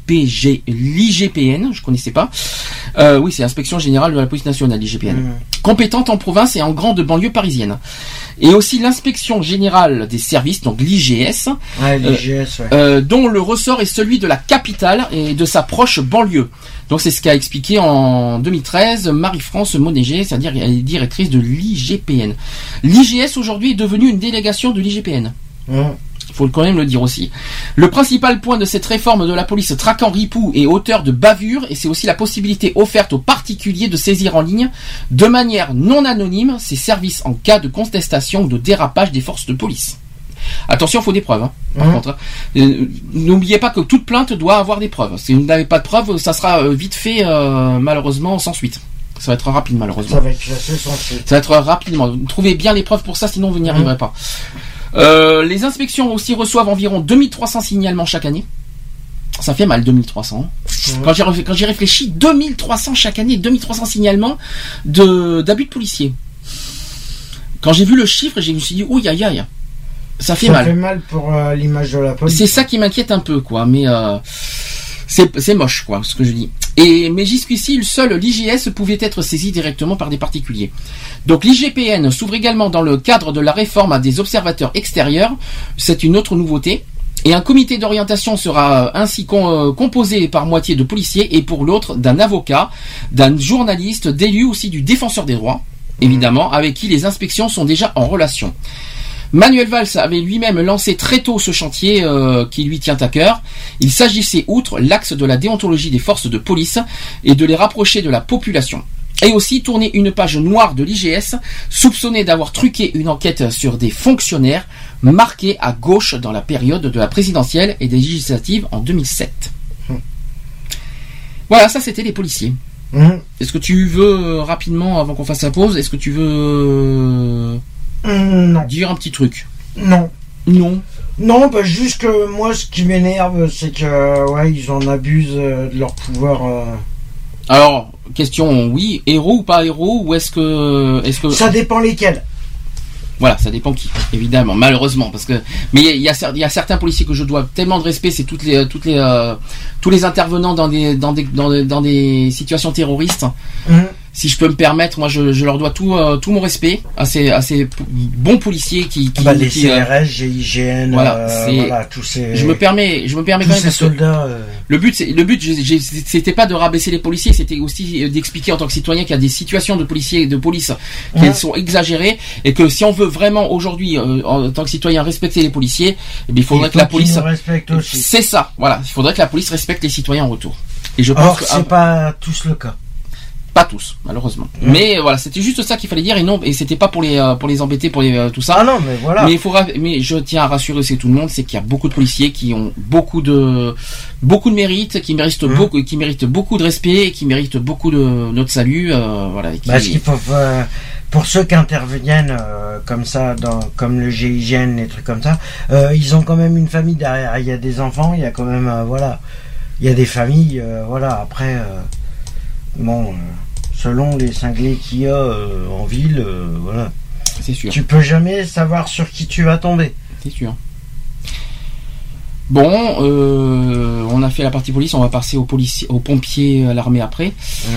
l'IGPN, je connaissais pas. Oui, c'est l'inspection générale de la police nationale, l'IGPN. Compétente en province et en grande banlieue parisienne. Et aussi l'inspection générale des services, donc l'IGS, dont le ressort est celui de la capitale et de sa proche banlieue. Donc c'est ce qu'a expliqué en 2013 Marie-France Monéger, c'est-à-dire directrice de l'IGPN. L'IGS aujourd'hui est devenue une délégation de l'IGPN. Il faut quand même le dire aussi. Le principal point de cette réforme de la police traquant ripoux et auteur de bavure, et c'est aussi la possibilité offerte aux particuliers de saisir en ligne, de manière non anonyme, ces services en cas de contestation ou de dérapage des forces de police. Attention, il faut des preuves. Par contre, n'oubliez pas que toute plainte doit avoir des preuves. Si vous n'avez pas de preuves, ça sera vite fait, malheureusement, sans suite. Ça va être rapide, malheureusement. Ça va être classé sans suite. Ça va être rapidement. Trouvez bien les preuves pour ça, sinon vous n'y arriverez pas. Les inspections aussi reçoivent environ 2300 signalements chaque année. Ça fait mal, 2300. Quand j'ai réfléchi, 2300 chaque année, 2300 signalements d'abus de policiers. Quand j'ai vu le chiffre, je me suis dit, ouïe, aïe, aïe. Ça fait mal. Ça fait mal pour l'image de la police. C'est ça qui m'inquiète un peu, quoi. Mais c'est moche, quoi, ce que je dis. Mais jusqu'ici, seul l'IGS pouvait être saisi directement par des particuliers. Donc l'IGPN s'ouvre également dans le cadre de la réforme à des observateurs extérieurs. C'est une autre nouveauté. Et un comité d'orientation sera ainsi composé par moitié de policiers et pour l'autre d'un avocat, d'un journaliste, d'élus aussi du défenseur des droits, évidemment, avec qui les inspections sont déjà en relation. Manuel Valls avait lui-même lancé très tôt ce chantier qui lui tient à cœur. Il s'agissait, outre l'axe de la déontologie des forces de police, et de les rapprocher de la population. Et aussi tourner une page noire de l'IGS, soupçonné d'avoir truqué une enquête sur des fonctionnaires marqués à gauche dans la période de la présidentielle et des législatives en 2007. Voilà, ça c'était les policiers. Est-ce que tu veux, rapidement, avant qu'on fasse la pause, est-ce que tu veux dire un petit truc? Non. Non, bah juste que moi, ce qui m'énerve, c'est que ils en abusent de leur pouvoir. Alors, question, oui, héros ou pas héros, ou est-ce que ça dépend lesquels. Voilà, ça dépend qui, évidemment, malheureusement, parce que mais il y a certains policiers que je dois tellement de respect, c'est tous les intervenants dans des situations terroristes. si je peux me permettre, moi je leur dois tout mon respect à ces bons policiers qui les CRS, GIGN, voilà, tous ces. Je me permets quand même ces soldats. Le but c'était pas de rabaisser les policiers, c'était aussi d'expliquer en tant que citoyen qu'il y a des situations de policiers et de police qui sont exagérées et que si on veut vraiment aujourd'hui en tant que citoyen respecter les policiers, eh bien, il faudrait que la police respecte aussi. C'est ça, voilà, il faudrait que la police respecte les citoyens en retour. Et je pense que c'est pas tous le cas. Pas tous, malheureusement. Mais voilà, c'était juste ça qu'il fallait dire et c'était pas pour les embêter, pour tout ça. Ah non, mais voilà. Mais je tiens à rassurer aussi tout le monde, c'est qu'il y a beaucoup de policiers qui ont beaucoup de mérite, qui méritent beaucoup de respect, et qui méritent beaucoup de notre salut, voilà. Parce qu'il faut pour ceux qui interviennent comme ça, comme le GIGN, les trucs comme ça, ils ont quand même une famille derrière. Il y a des enfants, il y a quand même il y a des familles, voilà. Après. Selon les cinglés qu'il y a en ville, voilà. C'est sûr. Tu peux jamais savoir sur qui tu vas tomber. C'est sûr. Bon, on a fait la partie police, on va passer aux pompiers, à l'armée après.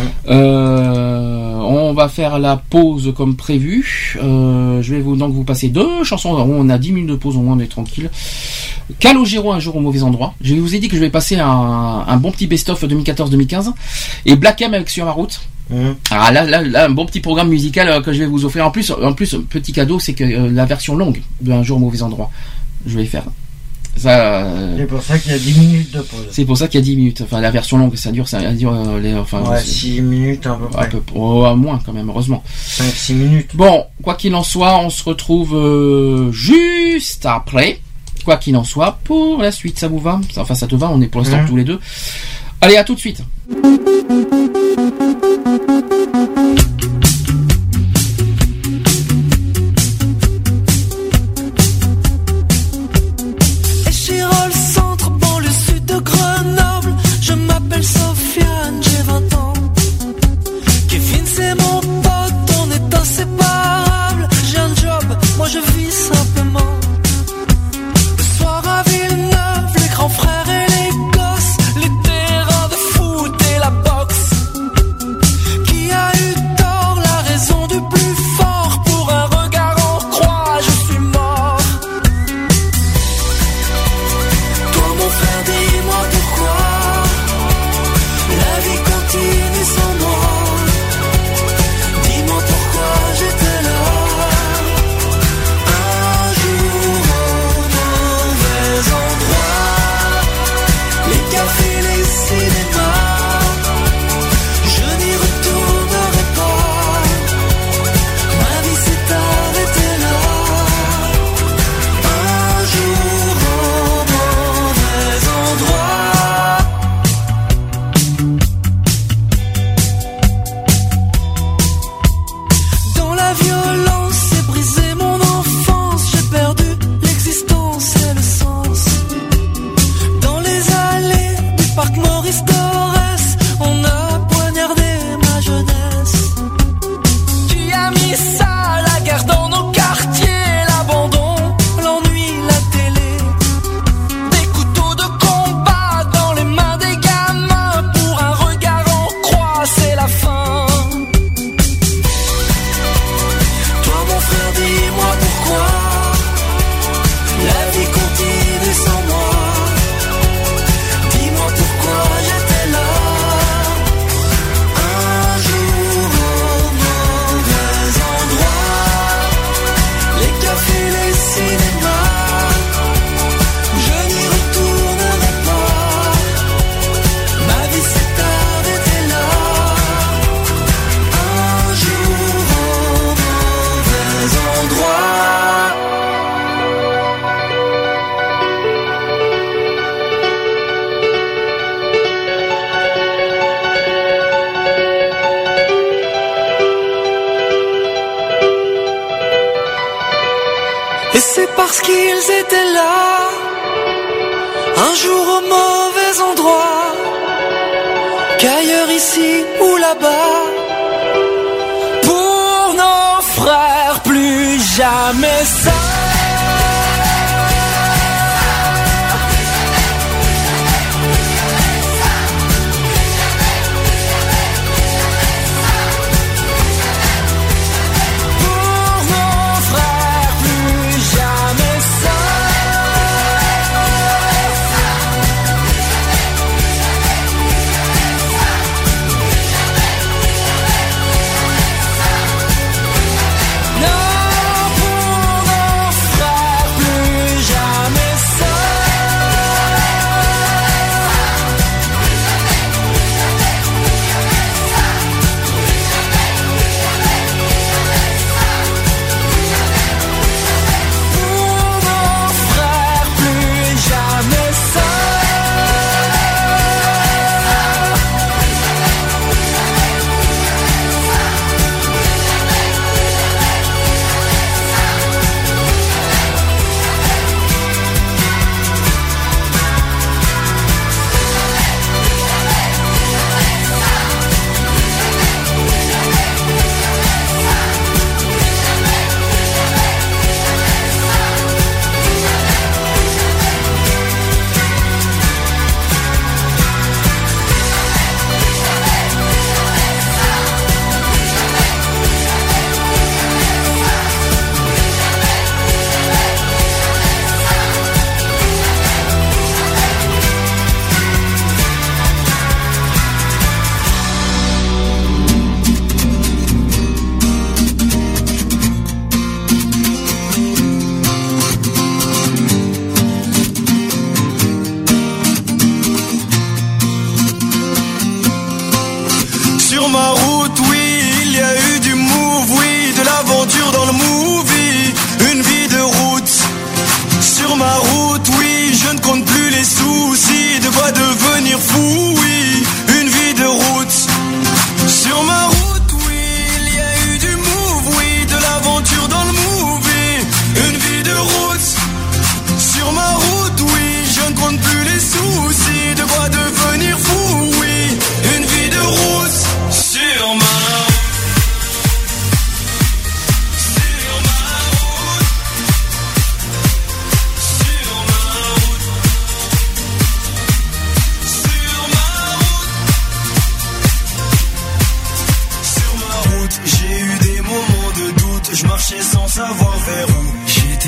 On va faire la pause comme prévu. Je vais vous passer 2 chansons. On a 10 minutes de pause, au moins on est tranquille. Calogero, un jour au mauvais endroit. Je vous ai dit que je vais passer un bon petit best-of 2014-2015 et Black M avec Sur ma route. Ah là, un bon petit programme musical que je vais vous offrir. En plus, petit cadeau, c'est que la version longue de Un jour au mauvais endroit, je vais faire. Ça, c'est pour ça qu'il y a 10 minutes de pause. C'est pour ça qu'il y a 10 minutes. Enfin, la version longue, ça dure 6 minutes à peu près. À moins quand même, heureusement. 5-6 minutes. Bon, quoi qu'il en soit, on se retrouve juste après. Quoi qu'il en soit, pour la suite, ça vous va? Enfin, ça te va, on est pour l'instant tous les deux. Allez, à tout de suite. Sofiane, j'ai 20 ans. Kevin, c'est mon pote, on est inséparables. J'ai un job, moi je vis simplement. Le soir à Villeneuve, les grands frères et les gosses, les terrains de foot et la boxe. Qui a eu tort, la raison du plus fort? Pour un regard en croix, je suis mort. Toi mon frère, dis-moi pourquoi la vie continue sans moi. Dis-moi pourquoi j'étais là. Un jour au mauvais endroit, les cafés, les cinémas, je n'y retournerai pas. Ma vie s'est arrêtée là. Un jour au mauvais endroit. Dans la violence, c'est brisé mon enfance. J'ai perdu l'existence et le sens. Dans les allées du parc Maurice Dorès, on a poignardé ma jeunesse. Qui a mis ça, la guerre dans nos quartiers, l'abandon, l'ennui, la télé. Des couteaux de combat dans les mains des gamins. Pour un regard en croix, c'est la fin. Toi mon frère, dis-moi pourquoi la vie continue sans moi. Dis-moi pourquoi j'étais là. Un jour au mauvais endroit, les cafés, les cinémas, je n'y retournerai pas. Ma vie s'est arrêtée là. Un jour au mauvais endroit. Et c'est parce qu'ils étaient là, un jour au mauvais endroit, qu'ailleurs ici ou là-bas, pour nos frères, plus jamais ça.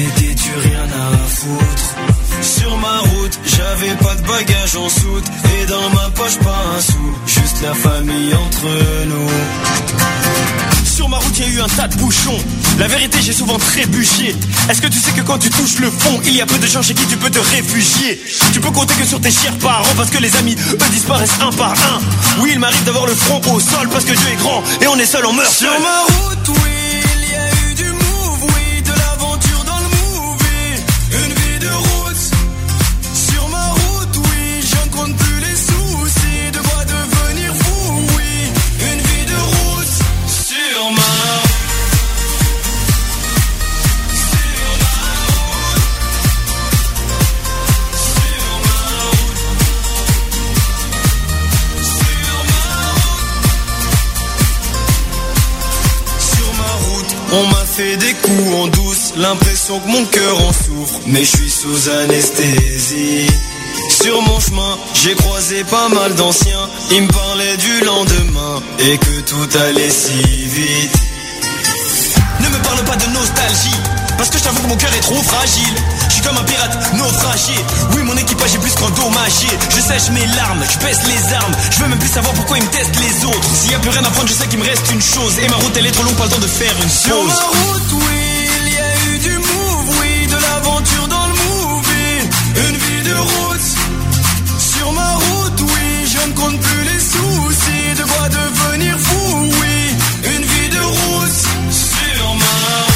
n'étais-tu rien à foutre? Sur ma route, j'avais pas de bagages en soute. Et dans ma poche, pas un sou. Juste la famille entre nous. Sur ma route, il y a eu un tas de bouchons. La vérité, j'ai souvent trébuché. Est-ce que tu sais que quand tu touches le fond, il y a peu de gens chez qui tu peux te réfugier? Tu peux compter que sur tes chers parents, parce que les amis, eux, disparaissent un par un. Oui, il m'arrive d'avoir le front au sol, parce que Dieu est grand, et on est seul, on meurt seul. Sur ma route, oui, il y a eu du move, oui, de l'aventure dans le movie. Une vie de route. Sur ma route, oui, je ne compte plus les soucis. De quoi devenir fou, oui. Une vie de route. Sur ma on m'a fait des coups en douce, l'impression que mon cœur en souffre, mais je suis sous anesthésie. Sur mon chemin, j'ai croisé pas mal d'anciens, ils me parlaient du lendemain, et que tout allait si vite. Ne me parle pas de nostalgie, parce que je t'avoue que mon cœur est trop fragile. Je suis comme un pirate naufragé. Oui, mon équipage est plus qu'endommagé. Je sèche mes larmes, je baisse les armes. Je veux même plus savoir pourquoi ils me testent les autres. S'il y a plus rien à prendre, je sais qu'il me reste une chose. Et ma route elle est trop longue, pas le temps de faire une chose. Sur ma route, oui, il y a eu du move, oui, de l'aventure dans le movie. Une vie de route. Sur ma route, oui, je ne compte plus les soucis. De quoi devenir fou, oui. Une vie de route. Sur ma route.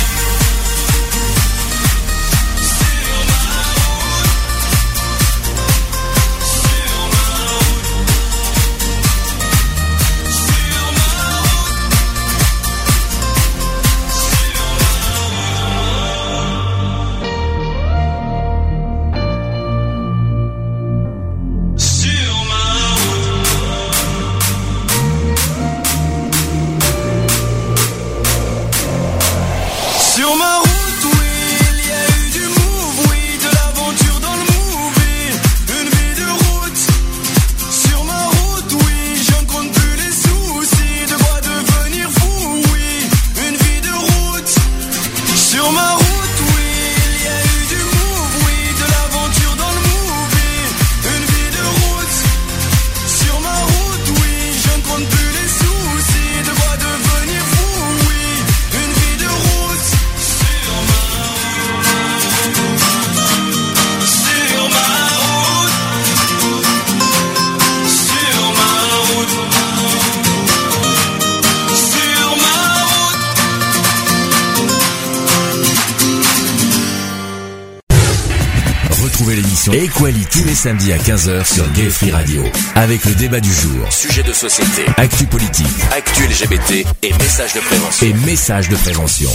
Equality tous les samedis à 15h sur Gay Free Radio. Avec le débat du jour, sujet de société, actu politique, actu LGBT et messages de prévention.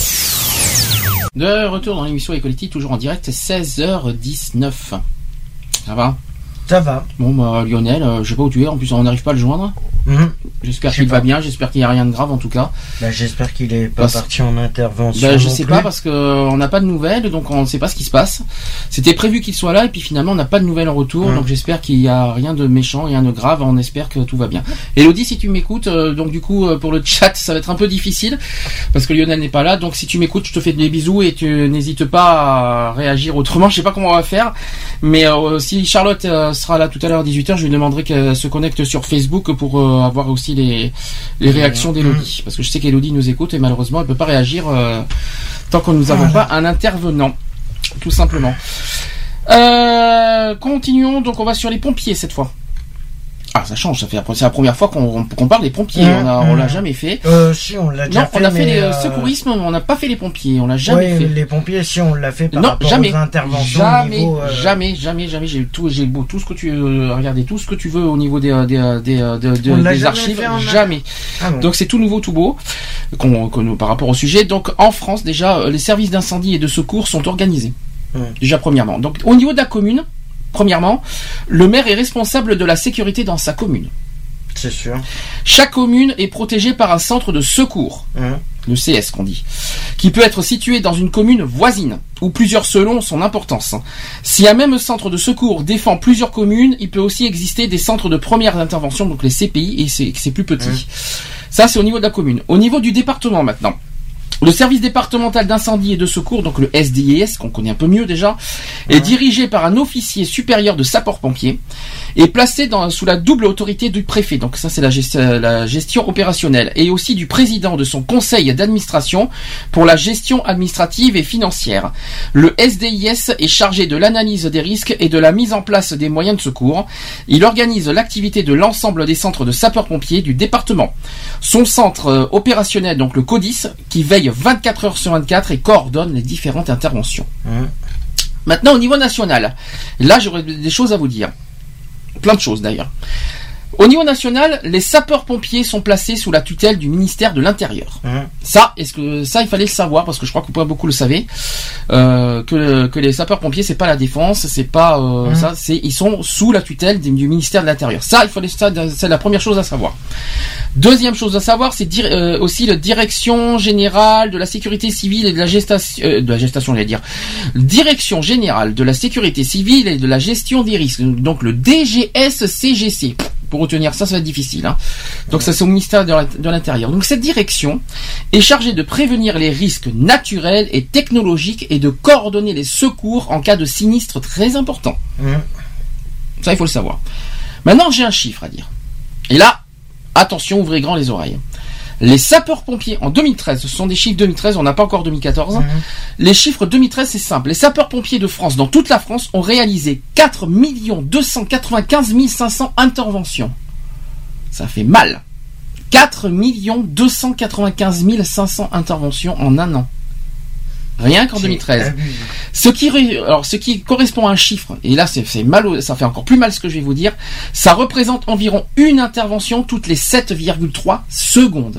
De retour dans l'émission Equality, toujours en direct, 16h19. Ça va? Ça va. Bon, bah, Lionel, je sais pas où tu es, en plus on n'arrive pas à le joindre. J'espère qu'il va bien, j'espère qu'il n'y a rien de grave en tout cas. Bah, j'espère qu'il est pas parti en intervention. Bah, je sais pas parce que on n'a pas de nouvelles, donc on ne sait pas ce qui se passe. C'était prévu qu'il soit là et puis finalement on n'a pas de nouvelles en retour, donc j'espère qu'il n'y a rien de méchant, rien de grave, on espère que tout va bien. Elodie, si tu m'écoutes, donc du coup pour le chat ça va être un peu difficile parce que Lionel n'est pas là, donc si tu m'écoutes je te fais des bisous et tu n'hésites pas à réagir autrement, je sais pas comment on va faire, mais si Charlotte sera là tout à l'heure à 18h, je lui demanderai qu'elle se connecte sur Facebook pour avoir aussi les réactions d'Elodie, parce que je sais qu'Elodie nous écoute et malheureusement elle peut pas réagir tant que nous n'avons pas un intervenant, tout simplement. Continuons, donc on va sur les pompiers cette fois. Ah, ça change, c'est la première fois qu'on parle des pompiers. On l'a jamais fait. Si, on l'a déjà fait. Non, on a fait les secourismes, mais on n'a pas fait les pompiers. On l'a jamais fait. Les pompiers, si, on l'a fait par rapport aux interventions. Jamais. J'ai tout ce que tu regardez, tout ce que tu veux au niveau des archives. Jamais. Ah bon. Donc c'est tout nouveau, tout beau, par rapport au sujet. Donc en France, déjà, les services d'incendie et de secours sont organisés. Déjà premièrement. Donc au niveau de la commune. Premièrement, le maire est responsable de la sécurité dans sa commune. C'est sûr. Chaque commune est protégée par un centre de secours, le CS qu'on dit, qui peut être situé dans une commune voisine, ou plusieurs selon son importance. Si un même centre de secours défend plusieurs communes, il peut aussi exister des centres de première intervention, donc les CPI, et c'est plus petit. Ça, c'est au niveau de la commune. Au niveau du département maintenant. Le service départemental d'incendie et de secours, donc le SDIS, qu'on connaît un peu mieux déjà, est dirigé par un officier supérieur de sapeurs-pompiers et placé sous la double autorité du préfet. Donc ça, c'est la gestion opérationnelle. Et aussi du président de son conseil d'administration pour la gestion administrative et financière. Le SDIS est chargé de l'analyse des risques et de la mise en place des moyens de secours. Il organise l'activité de l'ensemble des centres de sapeurs-pompiers du département. Son centre opérationnel, donc le CODIS, qui veille 24 heures sur 24 et coordonne les différentes interventions. Maintenant, au niveau national, là j'aurais des choses à vous dire. Plein de choses d'ailleurs. Au niveau national, les sapeurs-pompiers sont placés sous la tutelle du ministère de l'Intérieur. Ça, il fallait le savoir parce que je crois que pas beaucoup le savaient. Que les sapeurs-pompiers, c'est pas la défense, c'est pas ils sont sous la tutelle du ministère de l'Intérieur. Ça, c'est la première chose à savoir. Deuxième chose à savoir, c'est aussi la direction générale de la sécurité civile et de la direction générale de la sécurité civile et de la gestion des risques. Donc le DGS-CGC. Pour retenir ça va être difficile. Donc ça, c'est au ministère de l'Intérieur. Donc cette direction est chargée de prévenir les risques naturels et technologiques et de coordonner les secours en cas de sinistre très important. Ça, il faut le savoir. Maintenant, j'ai un chiffre à dire. Et là, attention, ouvrez grand les oreilles. Les sapeurs-pompiers en 2013, ce sont des chiffres 2013, on n'a pas encore 2014. Les chiffres 2013, c'est simple. Les sapeurs-pompiers de France, dans toute la France, ont réalisé 4 295 500 interventions. Ça fait mal. 4 295 500 interventions en un an. Rien qu'en 2013. Ce qui correspond à un chiffre, et là c'est mal, ça fait encore plus mal ce que je vais vous dire, ça représente environ une intervention toutes les 7,3 secondes.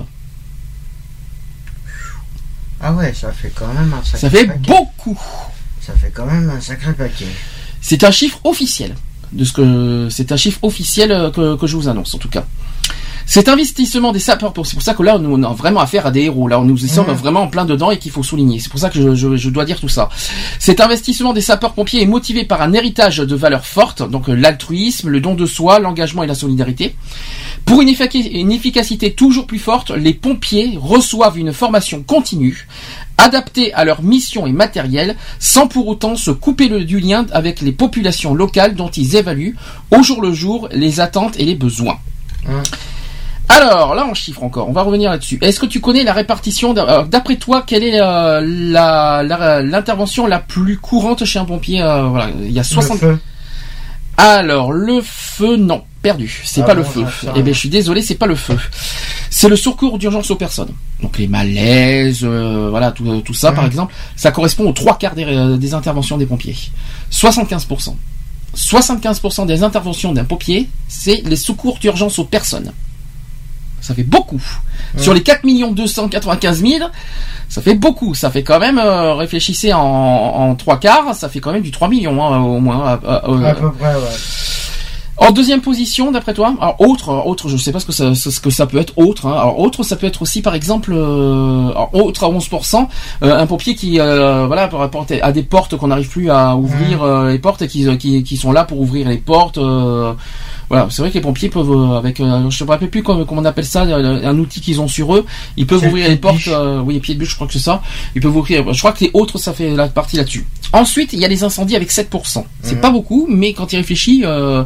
Ah ouais, ça fait quand même un sacré Ça fait paquet. beaucoup. Ça fait quand même un sacré paquet. C'est un chiffre officiel. C'est un chiffre officiel que je vous annonce en tout cas. Cet investissement des sapeurs, c'est pour ça que là, on a vraiment affaire à des héros. Là, nous y sommes vraiment en plein dedans et qu'il faut souligner. C'est pour ça que je dois dire tout ça. Cet investissement des sapeurs-pompiers est motivé par un héritage de valeurs fortes, donc l'altruisme, le don de soi, l'engagement et la solidarité. Pour une efficacité toujours plus forte, les pompiers reçoivent une formation continue, adaptée à leur mission et matériel, sans pour autant se couper du lien avec les populations locales dont ils évaluent au jour le jour les attentes et les besoins. Alors, là, en chiffres encore, on va revenir là-dessus. Est-ce que tu connais la répartition, d'après toi, quelle est l'intervention la plus courante chez un pompier? Voilà, il y a 60... Le feu. Alors, le feu, non, perdu. C'est pas le feu. Eh ben, je suis désolé, c'est pas le feu. C'est le secours d'urgence aux personnes. Donc, les malaises, voilà, tout ça, par exemple, ça correspond aux 3/4 des interventions des pompiers. 75%. 75% des interventions d'un pompier, c'est les secours d'urgence aux personnes. Ça fait beaucoup. Sur les 4 295 000, ça fait beaucoup. Ça fait quand même, réfléchissez en 3/4, ça fait quand même du 3 millions au moins. À peu près, ouais. En deuxième position, d'après toi, alors autre, je sais pas ce que ça peut être autre. Alors autre, ça peut être aussi par exemple, autre à 11%, un pompier qui, voilà, peut rapporter à des portes qu'on n'arrive plus à ouvrir les portes et qui sont là pour ouvrir les portes. Voilà, c'est vrai que les pompiers peuvent, avec, je me rappelle plus comment on appelle ça, un outil qu'ils ont sur eux, ils peuvent ouvrir les portes. Oui, pied de bûche, je crois que c'est ça. Ils peuvent ouvrir. Je crois que les autres, ça fait la partie là-dessus. Ensuite, il y a les incendies avec 7%. C'est pas beaucoup, mais quand il réfléchit.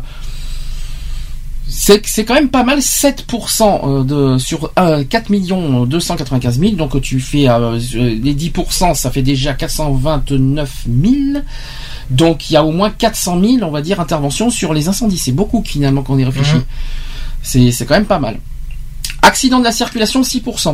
C'est quand même pas mal, 7% sur 4 295 000, donc tu fais les 10%, ça fait déjà 429 000, donc il y a au moins 400 000, on va dire, interventions sur les incendies. C'est beaucoup finalement quand on y réfléchit. C'est quand même pas mal. Accident de la circulation, 6%.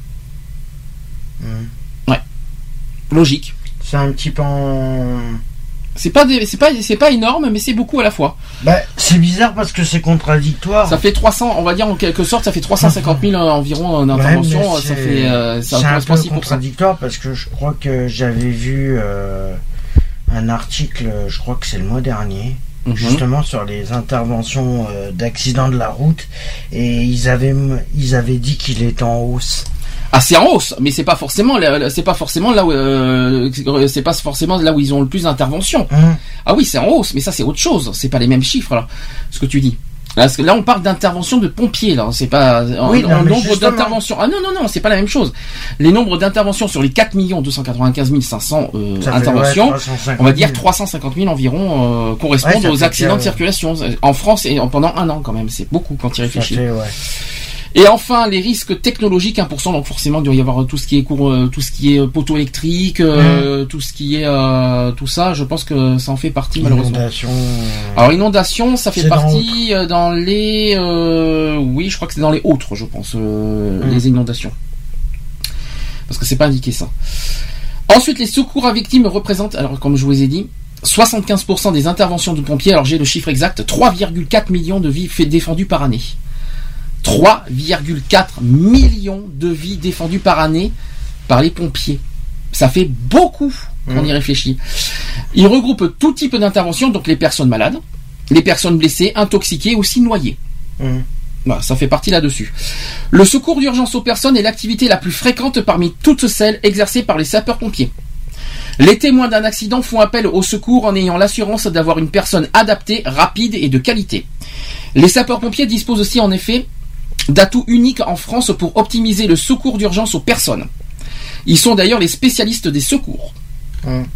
Ouais, logique. C'est un petit peu en... C'est pas énorme, mais c'est beaucoup à la fois. Bah, c'est bizarre parce que c'est contradictoire. Ça fait 300, on va dire en quelque sorte, ça fait 350 000 environ d'interventions. Ouais, ça fait, ça c'est un peu 6%. contradictoire parce que je crois que j'avais vu un article, je crois que c'est le mois dernier, justement sur les interventions d'accidents de la route, et ils avaient dit qu'il était en hausse. Ah, c'est en hausse, mais c'est pas forcément là où c'est pas forcément là où ils ont le plus d'interventions. Ah oui, c'est en hausse, mais ça c'est autre chose, c'est pas les mêmes chiffres là, ce que tu dis. Parce que là, on parle d'intervention de pompiers, là. C'est pas en nombre d'interventions. Ah non, c'est pas la même chose. Les nombres d'interventions sur les 4 295 500 interventions, on va dire 350 000 environ correspondent aux accidents de circulation en France et pendant un an quand même. C'est beaucoup quand il réfléchit. Et enfin, les risques technologiques, 1%, donc forcément, il doit y avoir tout ce qui est tout ce qui est poteau électrique, tout ce qui est tout ça. Je pense que ça en fait partie malheureusement. Alors inondation, ça fait partie dans les, oui, je crois que c'est dans les autres, je pense, les inondations, parce que c'est pas indiqué ça. Ensuite, les secours à victimes représentent, alors comme je vous ai dit, 75% des interventions de pompiers. Alors j'ai le chiffre exact, 3,4 millions de vies défendues par année. 3,4 millions de vies défendues par année par les pompiers. Ça fait beaucoup quand on y réfléchit. Ils regroupent tout type d'intervention, donc les personnes malades, les personnes blessées, intoxiquées, aussi noyées. Voilà, ça fait partie là-dessus. Le secours d'urgence aux personnes est l'activité la plus fréquente parmi toutes celles exercées par les sapeurs-pompiers. Les témoins d'un accident font appel au secours en ayant l'assurance d'avoir une personne adaptée, rapide et de qualité. Les sapeurs-pompiers disposent aussi en effet d'atouts uniques en France pour optimiser le secours d'urgence aux personnes. Ils sont d'ailleurs les spécialistes des secours. Pourquoi ?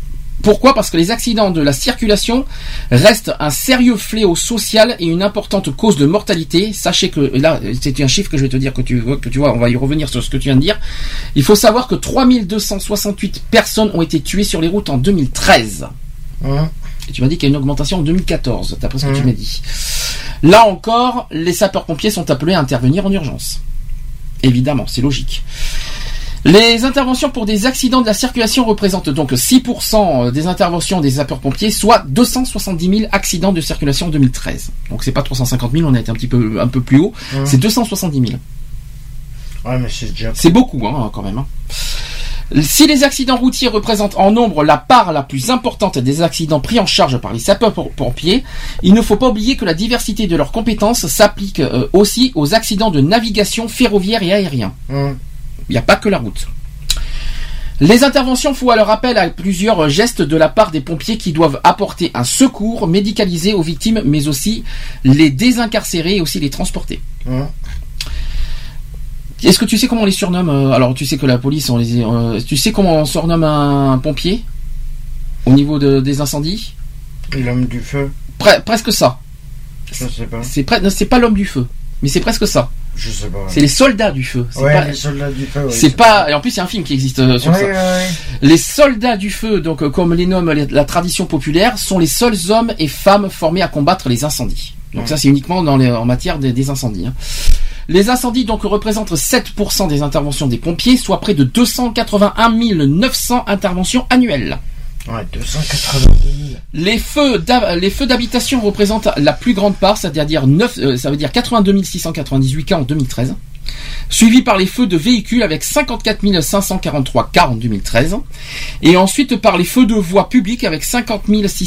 Parce que les accidents de la circulation restent un sérieux fléau social et une importante cause de mortalité. Sachez que, là, c'est un chiffre que je vais te dire, que tu vois, on va y revenir sur ce que tu viens de dire. Il faut savoir que 3268 personnes ont été tuées sur les routes en 2013. Et tu m'as dit qu'il y a une augmentation en 2014, d'après ce que tu m'as dit. Là encore, les sapeurs-pompiers sont appelés à intervenir en urgence. Évidemment, c'est logique. Les interventions pour des accidents de la circulation représentent donc 6% des interventions des sapeurs-pompiers, soit 270 000 accidents de circulation en 2013. Donc c'est pas 350 000, on a été un peu plus haut, c'est 270 000. Ouais, mais c'est déjà... C'est beaucoup, hein, quand même. Hein. Si les accidents routiers représentent en nombre la part la plus importante des accidents pris en charge par les sapeurs-pompiers, il ne faut pas oublier que la diversité de leurs compétences s'applique aussi aux accidents de navigation ferroviaire et aérien. Il n'y a pas que la route. Les interventions font alors appel à plusieurs gestes de la part des pompiers qui doivent apporter un secours médicalisé aux victimes, mais aussi les désincarcérer et aussi les transporter. Est-ce que tu sais comment on les surnomme ? Alors tu sais que la police, tu sais comment on surnomme un pompier au niveau des incendies ? L'homme du feu. Presque ça. Je sais pas. C'est pas l'homme du feu, mais c'est presque ça. Je sais pas. C'est les soldats du feu. Les soldats du feu. C'est pas. Et en plus, il y a un film qui existe sur ça. Les soldats du feu, donc comme les nomme la tradition populaire, sont les seuls hommes et femmes formés à combattre les incendies. Donc ça, c'est uniquement en matière des incendies. Hein. Les incendies donc représentent 7% des interventions des pompiers, soit près de 281 900 interventions annuelles. Ouais, 282 000. Les feux d'habitation représentent la plus grande part, c'est-à-dire 82 698 cas en 2013. Suivi par les feux de véhicules avec 54 543 cas en 2013. Et ensuite par les feux de voies publiques avec 50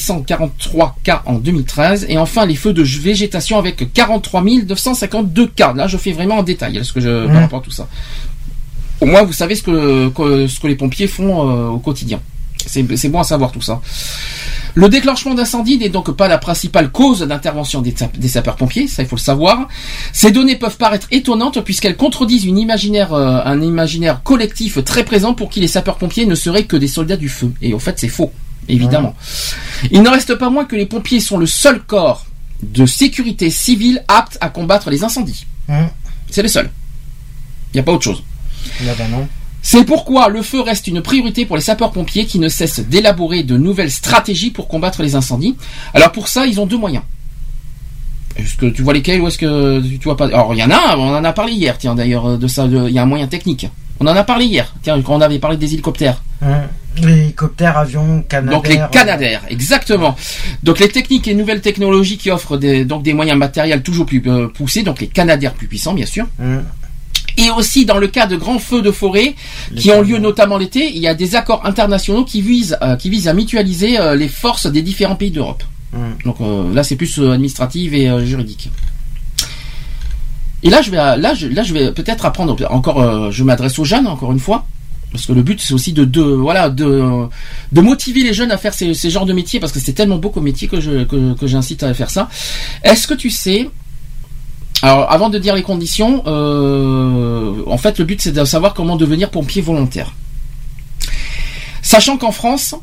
643 cas en 2013. Et enfin les feux de végétation avec 43 952 cas. Là je fais vraiment en détail par rapport à tout ça. Au moins vous savez ce que les pompiers font au quotidien. C'est bon à savoir tout ça. Le déclenchement d'incendie n'est donc pas la principale cause d'intervention des sapeurs-pompiers, ça il faut le savoir. Ces données peuvent paraître étonnantes puisqu'elles contredisent un imaginaire collectif très présent pour qui les sapeurs-pompiers ne seraient que des soldats du feu. Et au fait c'est faux, évidemment. Il n'en reste pas moins que les pompiers sont le seul corps de sécurité civile apte à combattre les incendies. C'est le seul. Il n'y a pas autre chose. Non. C'est pourquoi le feu reste une priorité pour les sapeurs-pompiers qui ne cessent d'élaborer de nouvelles stratégies pour combattre les incendies. Alors pour ça, ils ont deux moyens. Est-ce que tu vois lesquels ou est-ce que tu vois pas ? Alors il y en a un, on en a parlé hier, tiens d'ailleurs de ça, il y a un moyen technique. On en a parlé hier, tiens, quand on avait parlé des hélicoptères. Les hélicoptères, avions, Canadair. Donc les Canadair, exactement. Donc les techniques et nouvelles technologies qui offrent des moyens matériels toujours plus poussés, donc les Canadair plus puissants bien sûr. Et aussi dans le cas de grands feux de forêt qui ont lieu notamment l'été, il y a des accords internationaux qui visent à mutualiser les forces des différents pays d'Europe. Donc là c'est plus administratif et juridique. Et là je vais peut-être apprendre encore. Je m'adresse aux jeunes encore une fois parce que le but c'est aussi de motiver les jeunes à faire ces genres de métiers parce que c'est tellement beau comme métier que j'incite à faire ça. Est-ce que tu sais Alors, avant de dire les conditions, en fait, le but c'est de savoir comment devenir pompier volontaire. Sachant qu'en France,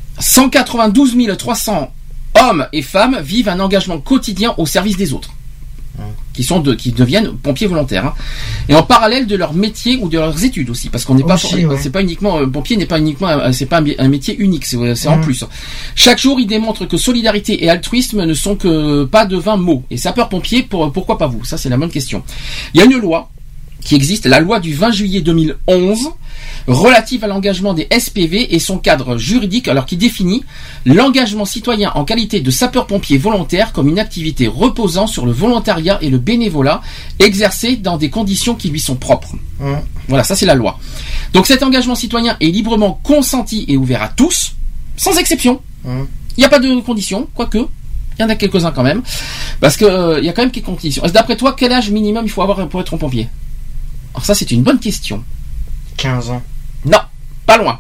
192 300 hommes et femmes vivent un engagement quotidien au service des autres, qui deviennent pompiers volontaires, hein. Et en parallèle de leur métier ou de leurs études aussi, parce qu'on n'est pas, c'est pas uniquement pompier n'est pas uniquement, c'est pas un métier unique, c'est en plus. Chaque jour, ils démontrent que solidarité et altruisme ne sont que pas de vains mots. Et sapeur-pompier, pourquoi pas vous? Ça, c'est la bonne question. Il y a une loi qui existe, la loi du 20 juillet 2011, relative à l'engagement des SPV et son cadre juridique, alors qui définit l'engagement citoyen en qualité de sapeur-pompier volontaire comme une activité reposant sur le volontariat et le bénévolat exercé dans des conditions qui lui sont propres. Voilà, ça c'est la loi. Donc cet engagement citoyen est librement consenti et ouvert à tous, sans exception. Il n'y a pas de conditions, quoique il y en a quelques-uns quand même, parce que il y a quand même quelques conditions. D'après toi, quel âge minimum il faut avoir pour être un pompier? Alors ça c'est une bonne question. 15 ans. Non, pas loin.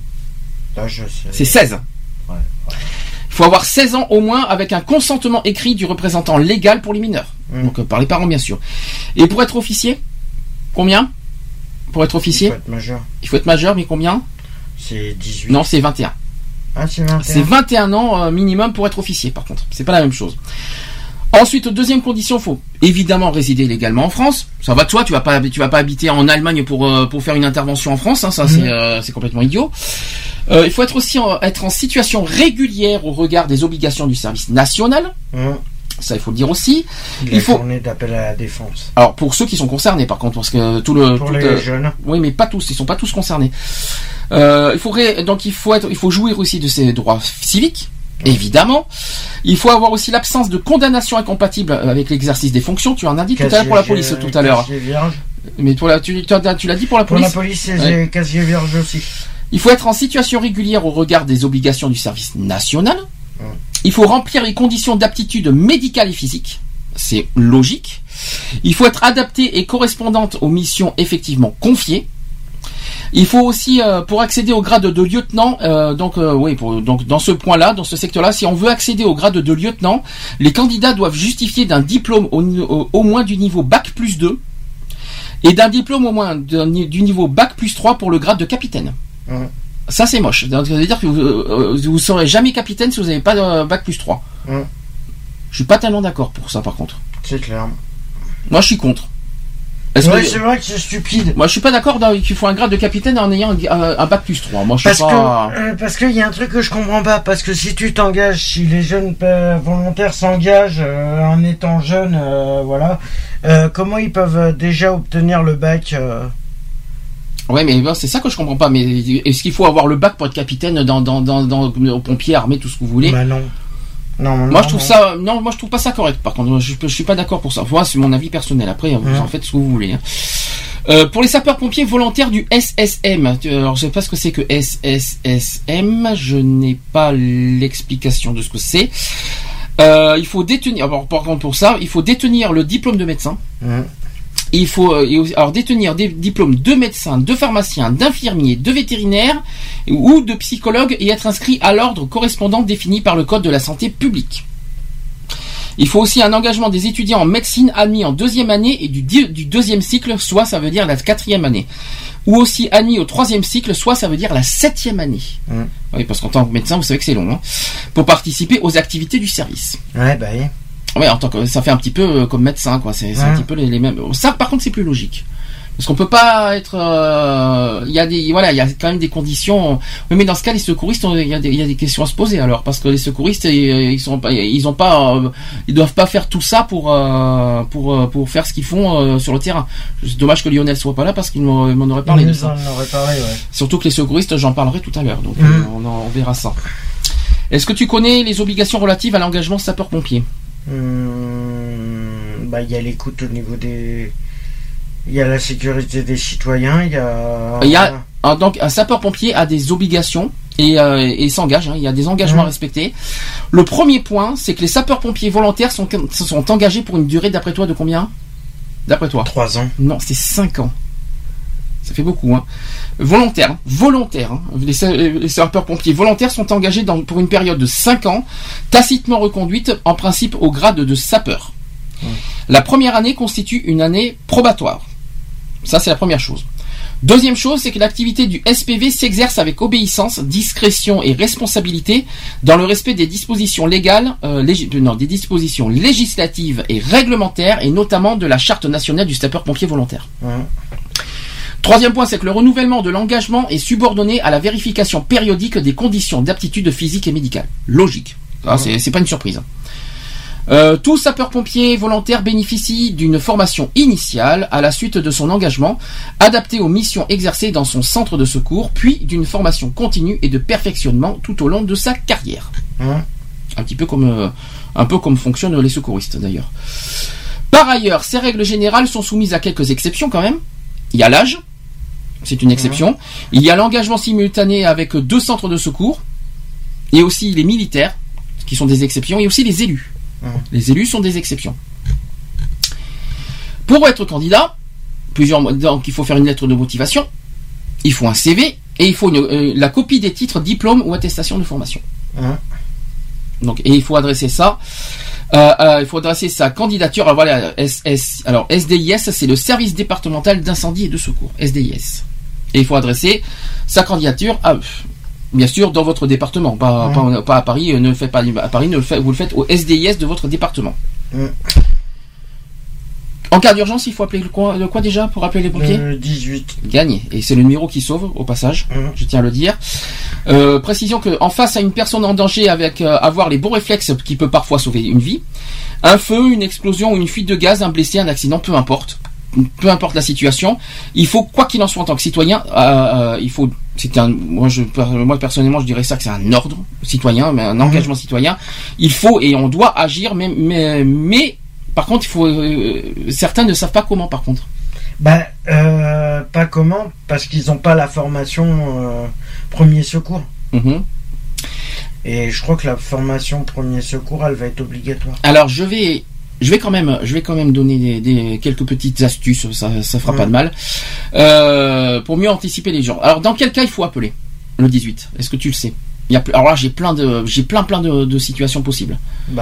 Là, je sais. C'est 16. Ouais. Il faut avoir 16 ans au moins avec un consentement écrit du représentant légal pour les mineurs. Donc par les parents bien sûr. Et pour être officier, combien? Pour être officier? Il faut être majeur. Il faut être majeur, mais combien? C'est 18. Non, c'est 21. Ah, c'est 21. C'est 21 ans minimum pour être officier par contre. C'est pas la même chose. Ensuite, deuxième condition, il faut évidemment résider légalement en France. Ça va de soi, tu vas pas habiter en Allemagne pour faire une intervention en France, hein, ça c'est complètement idiot. Il faut être aussi être en situation régulière au regard des obligations du service national. Ça, il faut le dire aussi. Il faut journée d'appel à la défense. Alors pour ceux qui sont concernés, par contre, parce que les jeunes. Oui, mais pas tous, ils sont pas tous concernés. Il faut jouir aussi de ses droits civiques. Évidemment, il faut avoir aussi l'absence de condamnation incompatible avec l'exercice des fonctions. Tu en as dit tout à l'heure pour la police tout à l'heure. Mais toi, tu l'as dit pour la police. Pour la police, c'est casier vierge aussi. Il faut être en situation régulière au regard des obligations du service national. Il faut remplir les conditions d'aptitude médicale et physique. C'est logique. Il faut être adapté et correspondante aux missions effectivement confiées. Il faut aussi, pour accéder au grade de lieutenant, donc dans ce point-là, dans ce secteur-là, si on veut accéder au grade de lieutenant, les candidats doivent justifier d'un diplôme au moins du niveau Bac plus 2 et d'un diplôme au moins du niveau Bac plus 3 pour le grade de capitaine. Ça, c'est moche. Ça veut dire que vous serez jamais capitaine si vous n'avez pas de Bac plus 3. Je suis pas tellement d'accord pour ça, par contre. C'est clair. Moi, je suis contre. C'est vrai que c'est stupide. Moi, je suis pas d'accord qu'il faut un grade de capitaine en ayant un Bac plus 3. Moi, je suis parce qu'il y a un truc que je comprends pas. Parce que si tu t'engages, si les jeunes volontaires s'engagent en étant jeunes, comment ils peuvent déjà obtenir le bac Ouais, mais c'est ça que je comprends pas. Mais est-ce qu'il faut avoir le bac pour être capitaine dans pompiers, armés, tout ce que vous voulez? Bah non. Moi je trouve pas ça correct. Par contre, je suis pas d'accord pour ça. Moi, c'est mon avis personnel. Après, vous en faites ce que vous voulez. Pour les sapeurs-pompiers volontaires du SSM, alors je sais pas ce que c'est que SSM. Je n'ai pas l'explication de ce que c'est. Il faut détenir. Par contre, pour ça, il faut détenir le diplôme de médecin. Il faut détenir des diplômes de médecin, de pharmacien, d'infirmier, de vétérinaire ou de psychologue et être inscrit à l'ordre correspondant défini par le Code de la santé publique. Il faut aussi un engagement des étudiants en médecine admis en deuxième année et du deuxième cycle, soit ça veut dire la 4e année, ou aussi admis au 3e cycle, soit ça veut dire la 7e année. Oui, parce qu'en tant que médecin, vous savez que c'est long, hein, pour participer aux activités du service. Ouais, bah oui. Ouais, en tant que ça fait un petit peu comme médecin, quoi. C'est un petit peu les mêmes. Ça, par contre, c'est plus logique. Parce qu'on peut pas être. Il y a quand même des conditions. Oui, mais dans ce cas, les secouristes, il y a des questions à se poser alors, parce que les secouristes, ils doivent pas faire tout ça pour faire ce qu'ils font sur le terrain. C'est dommage que Lionel soit pas là parce qu'il m'en aurait parlé de ça. Surtout que les secouristes, j'en parlerai tout à l'heure, donc on verra ça. Est-ce que tu connais les obligations relatives à l'engagement sapeur-pompier? Il y a l'écoute au niveau des. Il y a la sécurité des citoyens, donc un sapeur-pompier a des obligations et s'engage, hein, il y a des engagements à respecter. Le premier point, c'est que les sapeurs-pompiers volontaires sont engagés pour une durée, d'après toi, de combien? D'après toi? 3 ans. Non, c'est 5 ans. Ça fait beaucoup, hein. Volontaires. Hein. Les sapeurs-pompiers volontaires sont engagés pour une période de 5 ans, tacitement reconduite en principe au grade de sapeur. La première année constitue une année probatoire. Ça, c'est la première chose. Deuxième chose, c'est que l'activité du SPV s'exerce avec obéissance, discrétion et responsabilité dans le respect des dispositions légales, des dispositions législatives et réglementaires, et notamment de la Charte nationale du sapeur-pompier volontaire. Troisième point, c'est que le renouvellement de l'engagement est subordonné à la vérification périodique des conditions d'aptitude physique et médicale. Logique. Ça, c'est pas une surprise. Tout sapeur-pompier volontaire bénéficie d'une formation initiale à la suite de son engagement, adaptée aux missions exercées dans son centre de secours, puis d'une formation continue et de perfectionnement tout au long de sa carrière. Un peu comme fonctionnent les secouristes d'ailleurs. Par ailleurs, ces règles générales sont soumises à quelques exceptions quand même. Il y a l'âge, c'est une exception. Il y a l'engagement simultané avec 2 centres de secours, et aussi les militaires, qui sont des exceptions, et aussi les élus. Les élus sont des exceptions. Pour être candidat, donc il faut faire une lettre de motivation, il faut un CV et il faut la copie des titres, diplômes ou attestations de formation. Donc, et il faut adresser ça. Il faut adresser sa candidature. Alors voilà, alors SDIS, c'est le service départemental d'incendie et de secours. SDIS. Et il faut adresser sa candidature à eux. Bien sûr, dans votre département, pas à Paris. Ne le faites pas à Paris, vous le faites au SDIS de votre département. En cas d'urgence, il faut appeler le quoi déjà pour appeler les pompiers ? 18. Gagné. Et c'est le numéro qui sauve, au passage, je tiens à le dire. Précision que en face à une personne en danger avec avoir les bons réflexes qui peut parfois sauver une vie, un feu, une explosion ou une fuite de gaz, un blessé, un accident, peu importe la situation, il faut, quoi qu'il en soit en tant que citoyen, il faut, moi personnellement je dirais ça, que c'est un ordre citoyen, mais un engagement citoyen. Il faut et on doit agir, mais par contre, il faut. Certains ne savent pas comment. Par contre. Pas comment, parce qu'ils n'ont pas la formation premier secours. Et je crois que la formation premier secours, elle va être obligatoire. Alors, je vais quand même donner quelques petites astuces. Ça fera pas de mal. Pour mieux anticiper les gens. Alors, dans quel cas il faut appeler le 18 ? Est-ce que tu le sais ? Alors là, j'ai plein de situations possibles.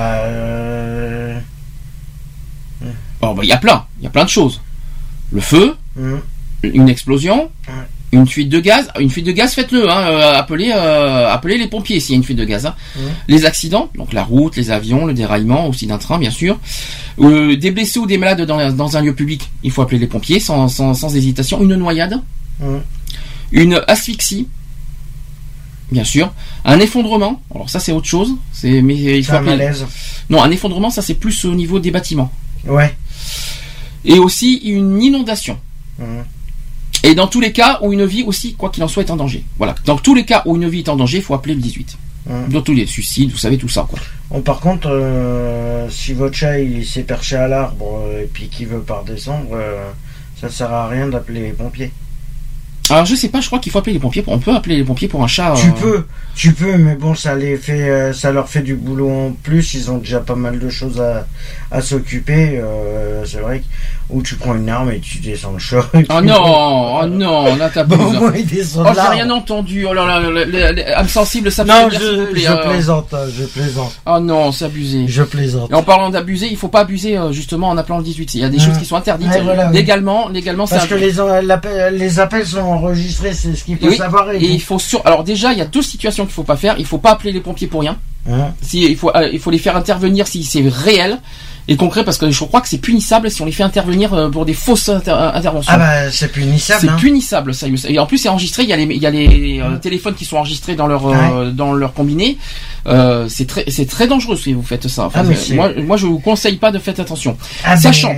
Il y a plein de choses. Le feu, une explosion, une fuite de gaz. Une fuite de gaz, faites-le. Appelez les pompiers s'il y a une fuite de gaz. Les accidents, donc la route, les avions, le déraillement aussi d'un train, bien sûr. Des blessés ou des malades dans un lieu public, il faut appeler les pompiers sans hésitation. Une noyade, une asphyxie, bien sûr. Un effondrement, alors ça c'est autre chose. Il faut appeler... malaise. Non, un effondrement, ça c'est plus au niveau des bâtiments. Ouais. Et aussi une inondation. Et dans tous les cas où une vie aussi, quoi qu'il en soit, est en danger. Voilà. Dans tous les cas où une vie est en danger, il faut appeler le 18. Dans tous les suicides, vous savez tout ça, quoi. Bon, par contre, si votre chat il s'est perché à l'arbre et puis qu'il veut pas redescendre, ça sert à rien d'appeler les pompiers. Alors je sais pas, je crois qu'il faut appeler les pompiers. On peut appeler les pompiers pour un chat. Tu peux, mais bon, ça leur fait du boulot en plus. Ils ont déjà pas mal de choses à s'occuper. C'est vrai que où tu prends une arme et tu descends le chat. Oh non, là t'as bon, moi, j'ai rien entendu. Oh là là, âme sensible, ça. Non, je plaisante. Oh non, c'est abusé. Je plaisante. Et en parlant d'abuser, il faut pas abuser justement en appelant le 18. Il y a des choses qui sont interdites légalement. Parce que les appels sont enregistrés, c'est ce qu'il faut savoir. Et il faut alors déjà, il y a 2 situations qu'il faut pas faire. Il faut pas appeler les pompiers pour rien. Il faut les faire intervenir si c'est réel et concret, parce que je crois que c'est punissable si on les fait intervenir pour des fausses interventions. C'est punissable. C'est punissable, ça. Et en plus, c'est enregistré. Il y a les téléphones qui sont enregistrés dans leur combiné. C'est très dangereux si vous faites ça. Enfin, moi, je vous conseille pas de faire attention. Sachant.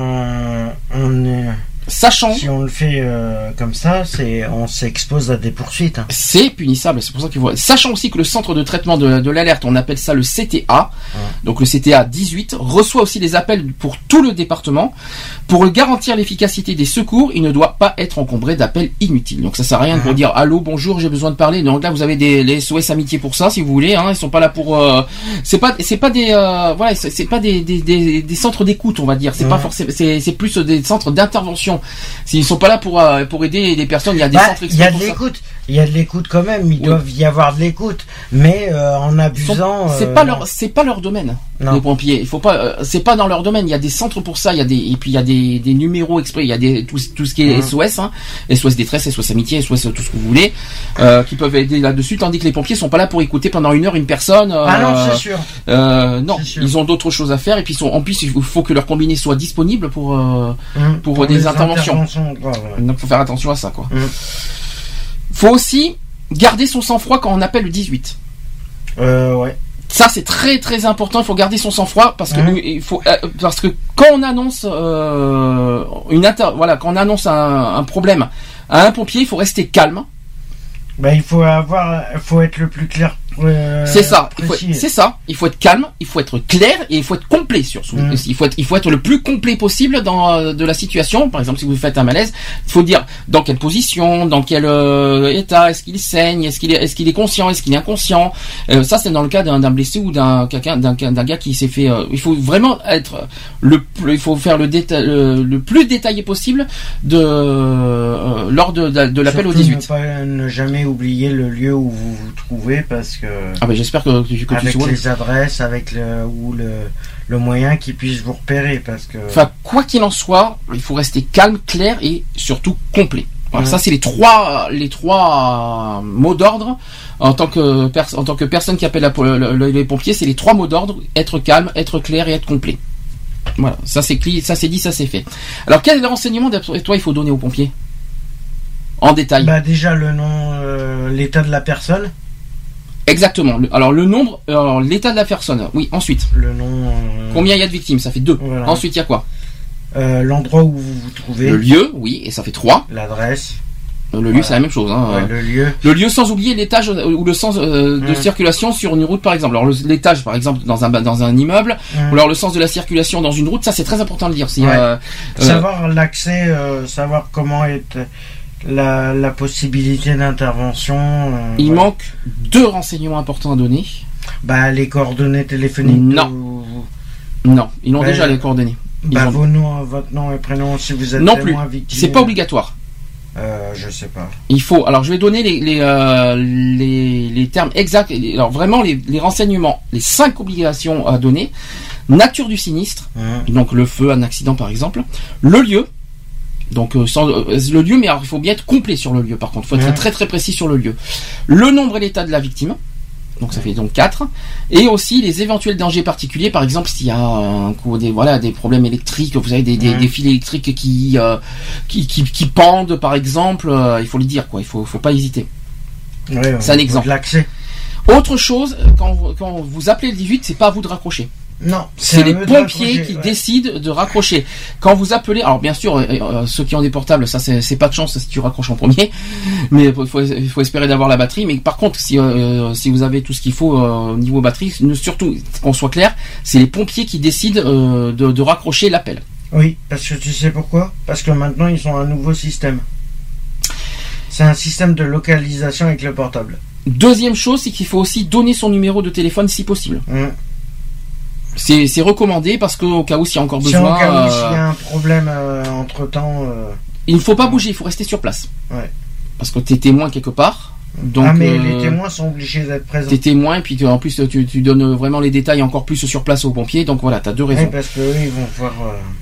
Sachant, si on le fait comme ça, on s'expose à des poursuites. C'est punissable, c'est pour ça qu'il faut. Sachant aussi que le centre de traitement de l'alerte, on appelle ça le CTA, donc le CTA 18, reçoit aussi des appels pour tout le département. Pour garantir l'efficacité des secours, il ne doit pas être encombré d'appels inutiles. Donc ça sert à rien de dire allô, bonjour, j'ai besoin de parler. Donc là, vous avez les SOS Amitié pour ça, si vous voulez. Ils sont pas là pour. C'est pas des centres d'écoute, on va dire. C'est pas forcément. C'est plus des centres d'intervention. S'ils sont pas là pour aider les personnes, il y a des centres. Il y a de l'écoute. Il y a de l'écoute quand même, il doit y avoir de l'écoute, mais en abusant. C'est pas leur domaine. Non. Les pompiers, il faut pas. C'est pas dans leur domaine. Il y a des centres pour ça. Il y a des numéros exprès. Il y a tout ce qui est SOS, SOS détresse, SOS amitié, SOS tout ce que vous voulez, qui peuvent aider là-dessus, tandis que les pompiers sont pas là pour écouter pendant 1 heure une personne. Non, c'est sûr. Non, c'est sûr. Ils ont d'autres choses à faire et puis en plus il faut que leur combiné soit disponible pour des interventions. Donc faut faire attention à ça, quoi. Faut aussi garder son sang-froid quand on appelle le 18. Ouais. Ça c'est très très important. Il faut garder son sang-froid parce que parce que quand on annonce quand on annonce un problème à un pompier, il faut rester calme. Il faut être le plus clair. C'est ça. Il faut être calme, il faut être clair et il faut être complet surtout. Il faut être le plus complet possible de la situation. Par exemple, si vous faites un malaise, il faut dire dans quelle position, dans quel état, est-ce qu'il saigne, est-ce qu'il est conscient, est-ce qu'il est inconscient. Ça, c'est dans le cas d'un blessé ou d'un gars qui s'est fait. Il faut vraiment être il faut faire le plus détaillé possible lors de l'appel au 18. Ne jamais oublier le lieu où vous vous trouvez parce que. J'espère que tu avec les adresses, avec le moyen qui puisse vous repérer parce que. Enfin, quoi qu'il en soit, il faut rester calme, clair et surtout complet. Alors ça, c'est les trois mots d'ordre en tant que personne qui appelle les pompiers. C'est les 3 mots d'ordre: être calme, être clair et être complet. Voilà, ça c'est dit, ça c'est fait. Alors quel renseignement d'après toi il faut donner aux pompiers en détail? Déjà le nom, l'état de la personne. Exactement. Alors le nombre, l'état de la personne. Oui. Ensuite. Le nom. Combien il y a de victimes? Ça fait 2. Voilà. Ensuite, il y a quoi? L'endroit où vous vous trouvez. Le lieu, oui, et ça fait 3. L'adresse. Le lieu, c'est la même chose. Le lieu. Le lieu, sans oublier l'étage ou le sens de circulation sur une route, par exemple. Alors l'étage, par exemple, dans un immeuble, ou alors le sens de la circulation dans une route. Ça, c'est très important de le dire. Savoir l'accès, savoir comment est la possibilité d'intervention. Il manque 2 renseignements importants à donner. Les coordonnées téléphoniques. Non, ils ont déjà les coordonnées. Votre nom et prénom si vous êtes témoin, victime. C'est pas obligatoire. Je sais pas. Il faut. Alors je vais donner les termes exacts. Alors vraiment les renseignements, les 5 obligations à donner. Nature du sinistre, donc le feu, un accident par exemple. Le lieu. Donc le lieu, mais alors, il faut bien être complet sur le lieu par contre. Il faut être très très précis sur le lieu. Le nombre et l'état de la victime. Donc ça fait donc 4. Et aussi les éventuels dangers particuliers. Par exemple, s'il y a des problèmes électriques, vous avez des fils électriques qui pendent par exemple, il faut le dire quoi. Il faut pas hésiter. C'est un exemple. L'accès. Autre chose, quand vous appelez le 18, c'est pas à vous de raccrocher. Non, c'est les pompiers qui décident de raccrocher. Quand vous appelez, alors bien sûr, ceux qui ont des portables, ça c'est pas de chance si tu raccroches en premier, mais il faut espérer d'avoir la batterie. Mais par contre, si vous avez tout ce qu'il faut au niveau batterie, surtout qu'on soit clair, c'est les pompiers qui décident de raccrocher l'appel. Oui, parce que tu sais pourquoi? Parce que maintenant ils ont un nouveau système. C'est un système de localisation avec le portable. Deuxième chose, c'est qu'il faut aussi donner son numéro de téléphone si possible. C'est recommandé parce qu'au cas où s'il y a encore besoin. Au cas où s'il y a un problème entre temps. Il ne faut pas bouger, il faut rester sur place. Parce que tu es témoin quelque part. Donc, mais les témoins sont obligés d'être présents. Tu es témoin et puis en plus tu donnes vraiment les détails encore plus sur place aux pompiers. Donc voilà, tu as 2 raisons. Oui, parce qu'eux ils vont voir.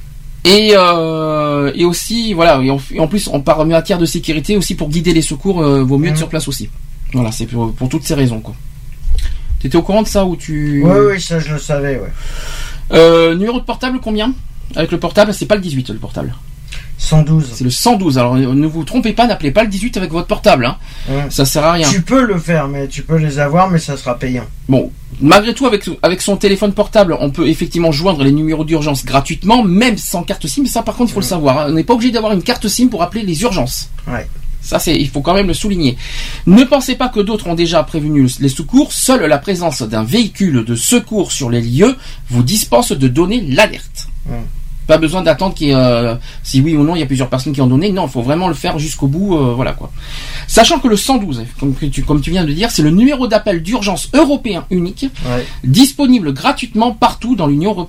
Et aussi voilà, et en plus en matière de sécurité aussi pour guider les secours, vaut mieux être sur place aussi. Voilà, c'est pour toutes ces raisons quoi. T'étais au courant de ça ou tu... Oui, ça je le savais, ouais. Numéro de portable, combien? Avec le portable, c'est pas le 18 le portable. 112. C'est le 112. Alors ne vous trompez pas, n'appelez pas le 18 avec votre portable. Hein. Ça sert à rien. Tu peux le faire, mais tu peux les avoir, mais ça sera payant. Bon, malgré tout, avec son téléphone portable, on peut effectivement joindre les numéros d'urgence gratuitement, même sans carte SIM. Ça, par contre, il faut le savoir. Hein. On n'est pas obligé d'avoir une carte SIM pour appeler les urgences. Ouais. Ça, il faut quand même le souligner. Ne pensez pas que d'autres ont déjà prévenu les secours. Seule la présence d'un véhicule de secours sur les lieux vous dispense de donner l'alerte. Pas besoin d'attendre si oui ou non il y a plusieurs personnes qui ont donné. Non, il faut vraiment le faire jusqu'au bout. Voilà quoi. Sachant que le 112, comme tu viens de dire, c'est le numéro d'appel d'urgence européen unique, disponible gratuitement partout dans l'Union européenne.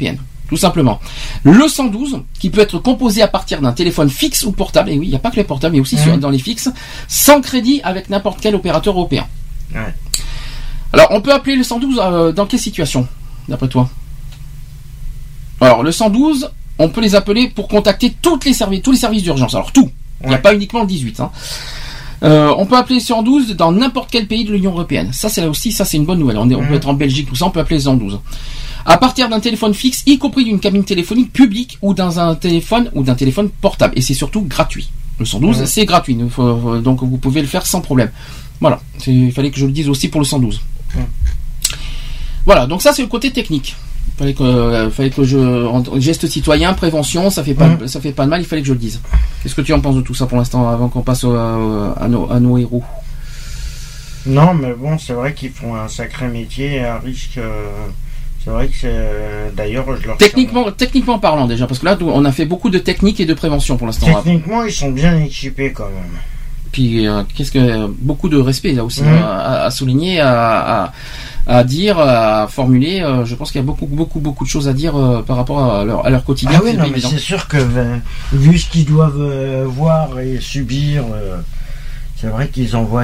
Tout simplement. Le 112, qui peut être composé à partir d'un téléphone fixe ou portable, et oui, il n'y a pas que les portables, mais aussi dans les fixes, sans crédit avec n'importe quel opérateur européen. Ouais. Alors, on peut appeler le 112 dans quelle situation, d'après toi? Alors, le 112, on peut les appeler pour contacter tous les services d'urgence. Alors, tout. Il n'y a pas uniquement le 18. Hein. On peut appeler le 112 dans n'importe quel pays de l'Union européenne. Ça, c'est une bonne nouvelle. On peut être en Belgique, tout ça, on peut appeler le 112. À partir d'un téléphone fixe, y compris d'une cabine téléphonique publique ou dans un téléphone portable. Et c'est surtout gratuit. Le 112, c'est gratuit. Donc, vous pouvez le faire sans problème. Voilà. Il fallait que je le dise aussi pour le 112. Voilà. Donc ça, c'est le côté technique. Fallait que geste citoyen, prévention, ça fait pas de mal, il fallait que je le dise. Qu'est-ce que tu en penses de tout ça pour l'instant, avant qu'on passe à nos héros? Non, mais bon, c'est vrai qu'ils font un sacré métier, un risque. C'est vrai que c'est. D'ailleurs, je leur. Techniquement parlant déjà, parce que là, on a fait beaucoup de techniques et de prévention pour l'instant. Techniquement, ils sont bien équipés quand même. Puis beaucoup de respect là aussi à souligner, à dire, à formuler. Je pense qu'il y a beaucoup de choses à dire par rapport à leur quotidien. Ah oui, non, mais c'est sûr que vu ce qu'ils doivent voir et subir, c'est vrai qu'ils envoient.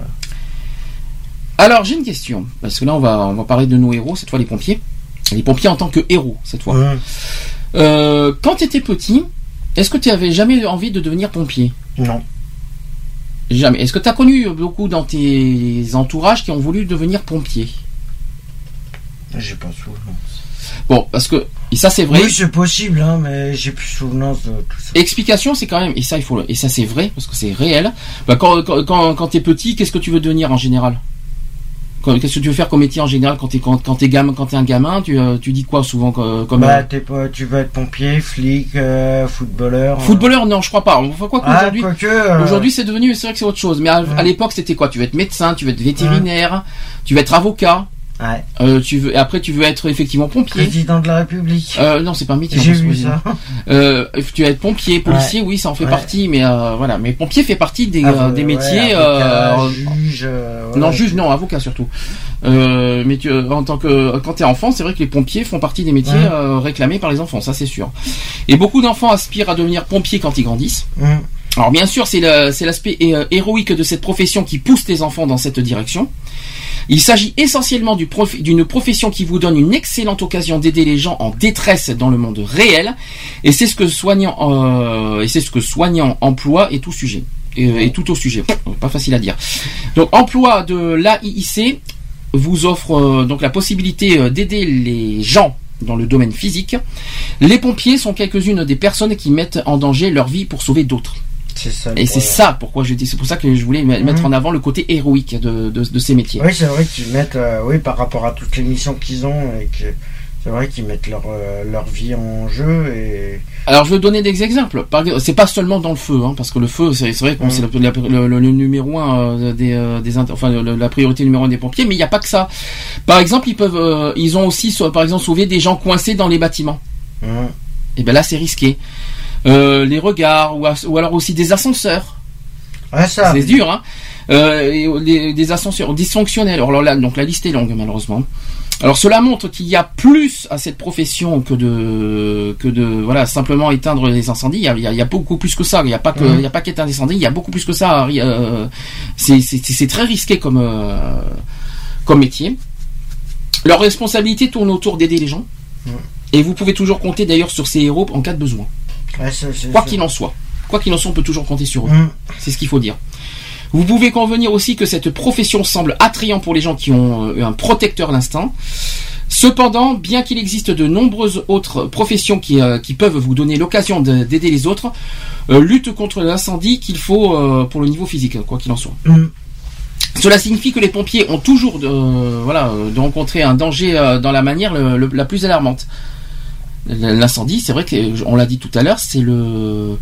Alors j'ai une question, parce que là on va parler de nos héros, cette fois les pompiers en tant que héros cette fois. Quand tu étais petit, est-ce que tu avais jamais envie de devenir pompier? Non. Jamais. Est-ce que tu as connu beaucoup dans tes entourages qui ont voulu devenir pompiers? J'ai pas souvenance. Bon, parce que et ça c'est vrai. Oui, c'est possible, hein, mais j'ai plus souvenance de tout ça. Explication, c'est quand même, et ça c'est vrai parce que c'est réel. Bah, quand t'es petit, qu'est-ce que tu veux devenir en général? Qu'est-ce que tu veux faire comme métier en général quand t'es un gamin? Tu dis quoi souvent comme tu veux être pompier, flic, footballeur. Footballeur, non, je crois pas. Enfin quoi qu'aujourd'hui. Aujourd'hui c'est vrai que c'est autre chose. Mais à l'époque c'était quoi? Tu veux être médecin, tu veux être vétérinaire, tu veux être avocat. Ouais. Tu veux être effectivement pompier. Président de la République. Non, c'est pas un métier. J'ai vu ça. Tu vas être pompier, policier, oui, ça en fait partie, mais voilà. Mais pompier fait partie des métiers. Juge. Non, juge, non, avocat surtout. Mais quand t'es enfant, c'est vrai que les pompiers font partie des métiers réclamés par les enfants, ça c'est sûr. Et beaucoup d'enfants aspirent à devenir pompiers quand ils grandissent. Alors bien sûr, c'est l'aspect héroïque de cette profession qui pousse les enfants dans cette direction. Il s'agit essentiellement d'une profession qui vous donne une excellente occasion d'aider les gens en détresse dans le monde réel, et c'est ce que soignant emploie et tout sujet. Et tout au sujet. Pas facile à dire. Donc emploi de l'AIIC vous offre donc la possibilité d'aider les gens dans le domaine physique. Les pompiers sont quelques-unes des personnes qui mettent en danger leur vie pour sauver d'autres. C'est ça. Et c'est ça pourquoi c'est pour ça que je voulais mettre en avant le côté héroïque de ces métiers. Oui, c'est vrai qu'ils mettent, par rapport à toutes les missions qu'ils ont, et que c'est vrai qu'ils mettent leur vie en jeu. Et alors je vais donner des exemples. C'est pas seulement dans le feu, hein, parce que le feu, c'est vrai que c'est le numéro 1 la priorité numéro 1 des pompiers, mais il n'y a pas que ça. Par exemple, ils ont aussi, par exemple, sauvé des gens coincés dans les bâtiments. Et ben là, c'est risqué. Les regards ou alors aussi des ascenseurs. Ça. C'est dur, hein. Des ascenseurs dysfonctionnels. Alors là, donc la liste est longue malheureusement. Alors cela montre qu'il y a plus à cette profession que de simplement éteindre les incendies. Il y a beaucoup plus que ça. Il y a pas qu'éteindre les incendies. Il y a beaucoup plus que ça. C'est très risqué comme métier. Leur responsabilité tourne autour d'aider les gens. Et vous pouvez toujours compter d'ailleurs sur ces héros en cas de besoin. Quoi qu'il en soit, on peut toujours compter sur eux. C'est ce qu'il faut dire. Vous pouvez convenir aussi que cette profession semble attrayante pour les gens qui ont un protecteur d'instinct. Cependant, bien qu'il existe de nombreuses autres professions qui peuvent vous donner l'occasion d'aider les autres, lutte contre l'incendie qu'il faut pour le niveau physique, quoi qu'il en soit. Cela signifie que les pompiers ont toujours de rencontrer un danger dans la manière la plus alarmante. L'incendie, c'est vrai qu'on l'a dit tout à l'heure, ils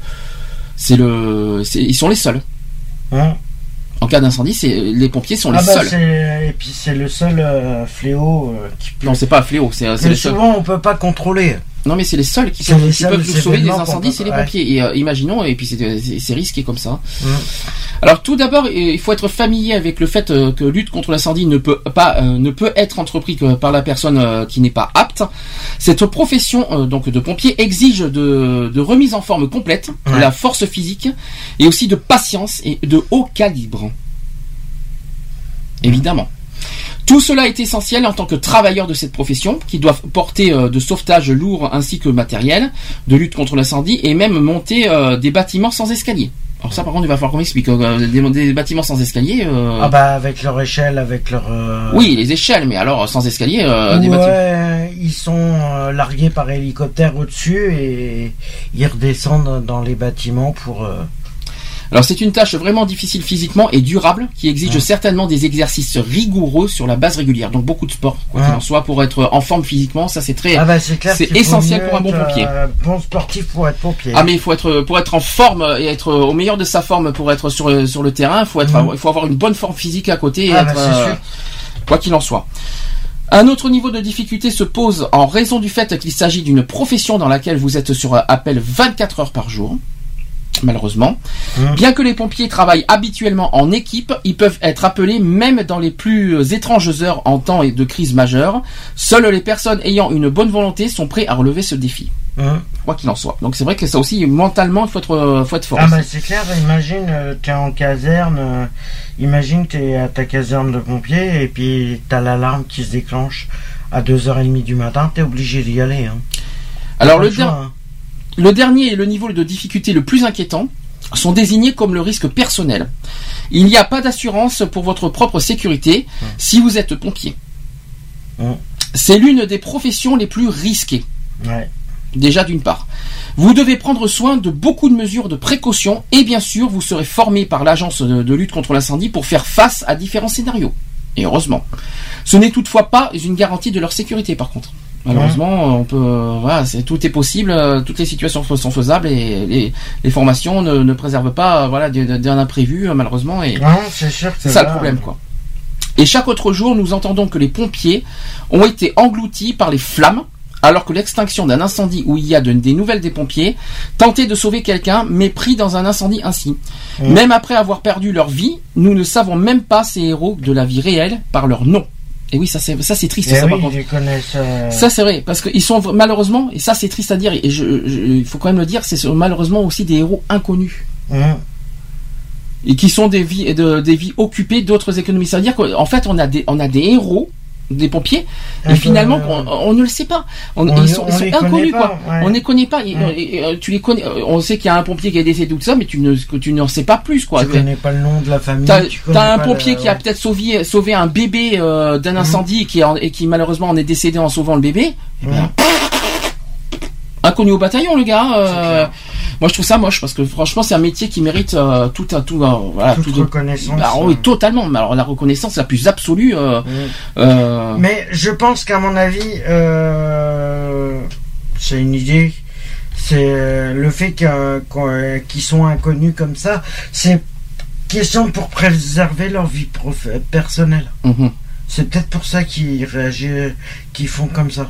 sont les seuls. En cas d'incendie, les pompiers sont les seuls. Et puis c'est le seul fléau qui peut... Non, c'est pas un fléau, c'est les seuls. Souvent, on peut pas contrôler. Non, mais c'est les seuls qui peuvent nous sauver des incendies, c'est les pompiers. Et imaginons, et puis c'est risqué comme ça. Alors tout d'abord, il faut être familier avec le fait que lutte contre l'incendie ne peut être entrepris que par la personne qui n'est pas apte. Cette profession donc de pompier exige de remise en forme complète, de la force physique et aussi de patience et de haut calibre. Évidemment. Tout cela est essentiel en tant que travailleur de cette profession, qui doivent porter de sauvetage lourd ainsi que matériel, de lutte contre l'incendie et même monter des bâtiments sans escalier. Alors ça par contre il va falloir qu'on m'explique, des bâtiments sans escalier... Ah bah avec leur échelle, avec leur... Oui, les échelles, mais alors sans escalier... des bâtiments... ils sont largués par hélicoptère au-dessus et ils redescendent dans les bâtiments pour... Alors c'est une tâche vraiment difficile physiquement et durable qui exige certainement des exercices rigoureux sur la base régulière. Donc beaucoup de sport, quoi qu'il en soit, pour être en forme physiquement, ça c'est très, c'est clair, c'est essentiel pour un bon pompier. Bon sportif pour être pompier. Ah mais il faut être en forme et être au meilleur de sa forme pour être sur le terrain. Il faut avoir une bonne forme physique à côté et être, quoi qu'il en soit. Un autre niveau de difficulté se pose en raison du fait qu'il s'agit d'une profession dans laquelle vous êtes sur appel 24 heures par jour. Malheureusement. Bien que les pompiers travaillent habituellement en équipe, ils peuvent être appelés même dans les plus étranges heures en temps de crise majeure. Seules les personnes ayant une bonne volonté sont prêts à relever ce défi. Quoi qu'il en soit. Donc c'est vrai que ça aussi, mentalement, il faut être fort. Ah bah c'est clair, imagine, t'es en caserne, imagine t'es à ta caserne de pompiers et puis t'as l'alarme qui se déclenche à 2h30 du matin, t'es obligé d'y aller. Alors le dernier et le niveau de difficulté le plus inquiétant sont désignés comme le risque personnel. Il n'y a pas d'assurance pour votre propre sécurité si vous êtes pompier. C'est l'une des professions les plus risquées. Déjà d'une part. Vous devez prendre soin de beaucoup de mesures de précaution et bien sûr vous serez formé par l'agence de lutte contre l'incendie pour faire face à différents scénarios. Et heureusement. Ce n'est toutefois pas une garantie de leur sécurité par contre. Malheureusement, on peut, tout est possible, toutes les situations sont faisables et les formations ne préservent pas, d'un imprévu, malheureusement, et c'est sûr que c'est ça le problème, quoi. Et chaque autre jour, nous entendons que les pompiers ont été engloutis par les flammes, alors que l'extinction d'un incendie où il y a des nouvelles des pompiers, tenter de sauver quelqu'un, mais pris dans un incendie ainsi. Même après avoir perdu leur vie, nous ne savons même pas ces héros de la vie réelle par leur nom. Et oui, ça c'est triste. Ça, par contre. Ça c'est vrai, parce qu'ils sont malheureusement, et ça c'est triste à dire, et il faut quand même le dire, c'est malheureusement aussi des héros inconnus. Et qui sont des vies occupées d'autres économies. Ça veut dire qu'en fait on a des héros, des pompiers, et finalement on ne le sait pas. Ils sont inconnus, quoi. On ne les connaît pas. Tu les connais. On sait qu'il y a un pompier qui est décédé, tout ça, mais tu n'en sais pas plus, quoi. Tu connais pas le nom de la famille. T'as un pompier qui a peut-être sauvé un bébé d'un incendie et qui malheureusement en est décédé en sauvant le bébé. Inconnu au bataillon, le gars. Moi, je trouve ça moche parce que franchement, c'est un métier qui mérite toute reconnaissance. Oui, totalement. Mais alors, la reconnaissance la plus absolue. Mais je pense qu'à mon avis, c'est une idée. C'est le fait qu'ils sont inconnus comme ça. C'est question pour préserver leur vie personnelle. C'est peut-être pour ça qu'ils réagissent, qu'ils font comme ça.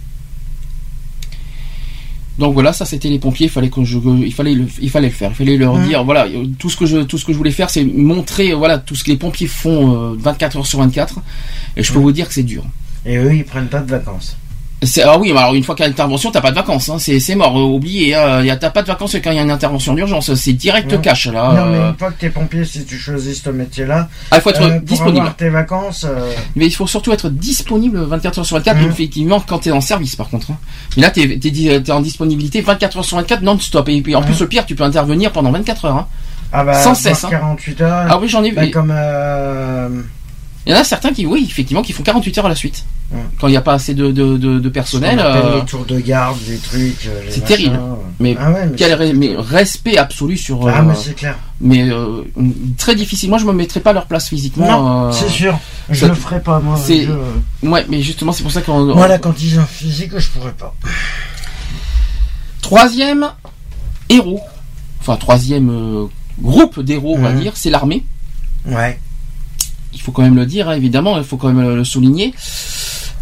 Donc voilà, ça c'était les pompiers. Il fallait le faire. Il fallait leur dire voilà, tout ce que je voulais faire, c'est montrer tout ce que les pompiers font 24 heures sur 24. Et je peux vous dire que c'est dur. Et eux, ils prennent pas de vacances. Ah oui, mais alors une fois qu'il y a une intervention, t'as pas de vacances, c'est mort, oubliez, t'as pas de vacances quand il y a une intervention d'urgence, c'est direct cash là. Non mais une fois que t'es pompier, si tu choisis ce métier-là, il faut être disponible. Pour avoir tes vacances. Mais il faut surtout être disponible 24 heures sur 24, effectivement quand t'es en service par contre. Mais là t'es en disponibilité 24 heures sur 24 non-stop et puis en plus le pire, tu peux intervenir pendant 24 heures. Sans cesse. 48 heures. Ah oui, j'en ai vu. Comme il y en a certains qui font 48 heures à la suite. Quand il n'y a pas assez de personnel. Les tours de garde, des trucs. C'est terrible. Mais respect absolu sur. mais c'est clair. Mais très difficile. Moi, je me mettrais pas à leur place physiquement. Non, c'est sûr. Je le ferais pas, moi. Ouais, mais justement, c'est pour ça qu'on. Moi, la condition physique, je pourrais pas. Troisième héros. Enfin, troisième groupe d'héros, on va dire, c'est l'armée. Ouais. Il faut quand même le dire, évidemment, il faut quand même le souligner.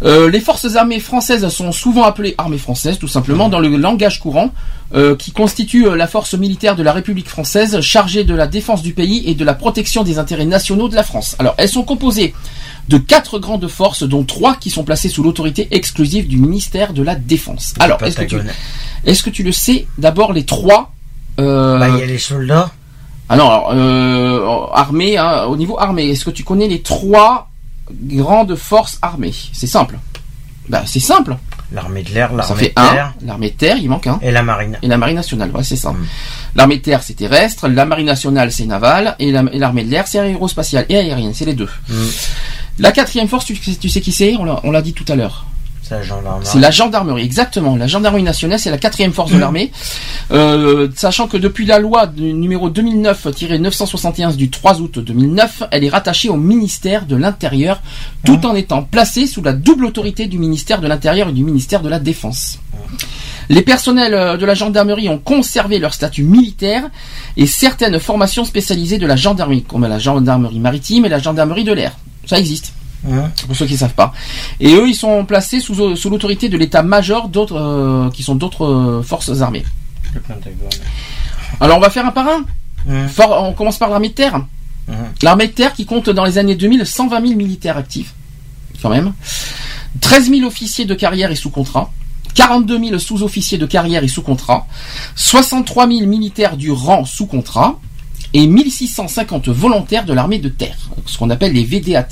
Les forces armées françaises sont souvent appelées armées françaises, tout simplement, dans le langage courant, qui constitue la force militaire de la République française chargée de la défense du pays et de la protection des intérêts nationaux de la France. Alors, elles sont composées de 4 grandes forces, dont 3 qui sont placées sous l'autorité exclusive du ministère de la Défense. Alors, est-ce que tu le sais, d'abord, les 3... il y a les soldats. Alors, armée, hein, au niveau armée, est-ce que tu connais les 3 grandes forces armées? C'est simple. C'est simple. L'armée de l'air, l'armée ça fait de terre. L'armée de terre, il manque un. Et la marine. Et la marine nationale, ouais, c'est ça. L'armée de terre, c'est terrestre. La marine nationale, c'est navale. Et l'armée de l'air, c'est aérospatiale et aérienne. C'est les 2. La 4e force, tu sais qui c'est? On l'a dit tout à l'heure. C'est la gendarmerie. C'est la gendarmerie, exactement. La gendarmerie nationale, c'est la 4e force de l'armée. Sachant que depuis la loi numéro 2009-961 du 3 août 2009, elle est rattachée au ministère de l'Intérieur, tout en étant placée sous la double autorité du ministère de l'Intérieur et du ministère de la Défense. Les personnels de la gendarmerie ont conservé leur statut militaire et certaines formations spécialisées de la gendarmerie, comme la gendarmerie maritime et la gendarmerie de l'air. Ça existe. Pour ceux qui ne savent pas. Et eux, ils sont placés sous l'autorité de l'état-major qui sont d'autres forces armées. Le Pentagone. Alors, on va faire un par un. On commence par l'armée de terre. L'armée de terre qui compte dans les années 2000 120 000 militaires actifs, quand même. 13 000 officiers de carrière et sous contrat. 42 000 sous-officiers de carrière et sous contrat. 63 000 militaires du rang sous contrat. Et 1650 volontaires de l'armée de terre, ce qu'on appelle les VDAT.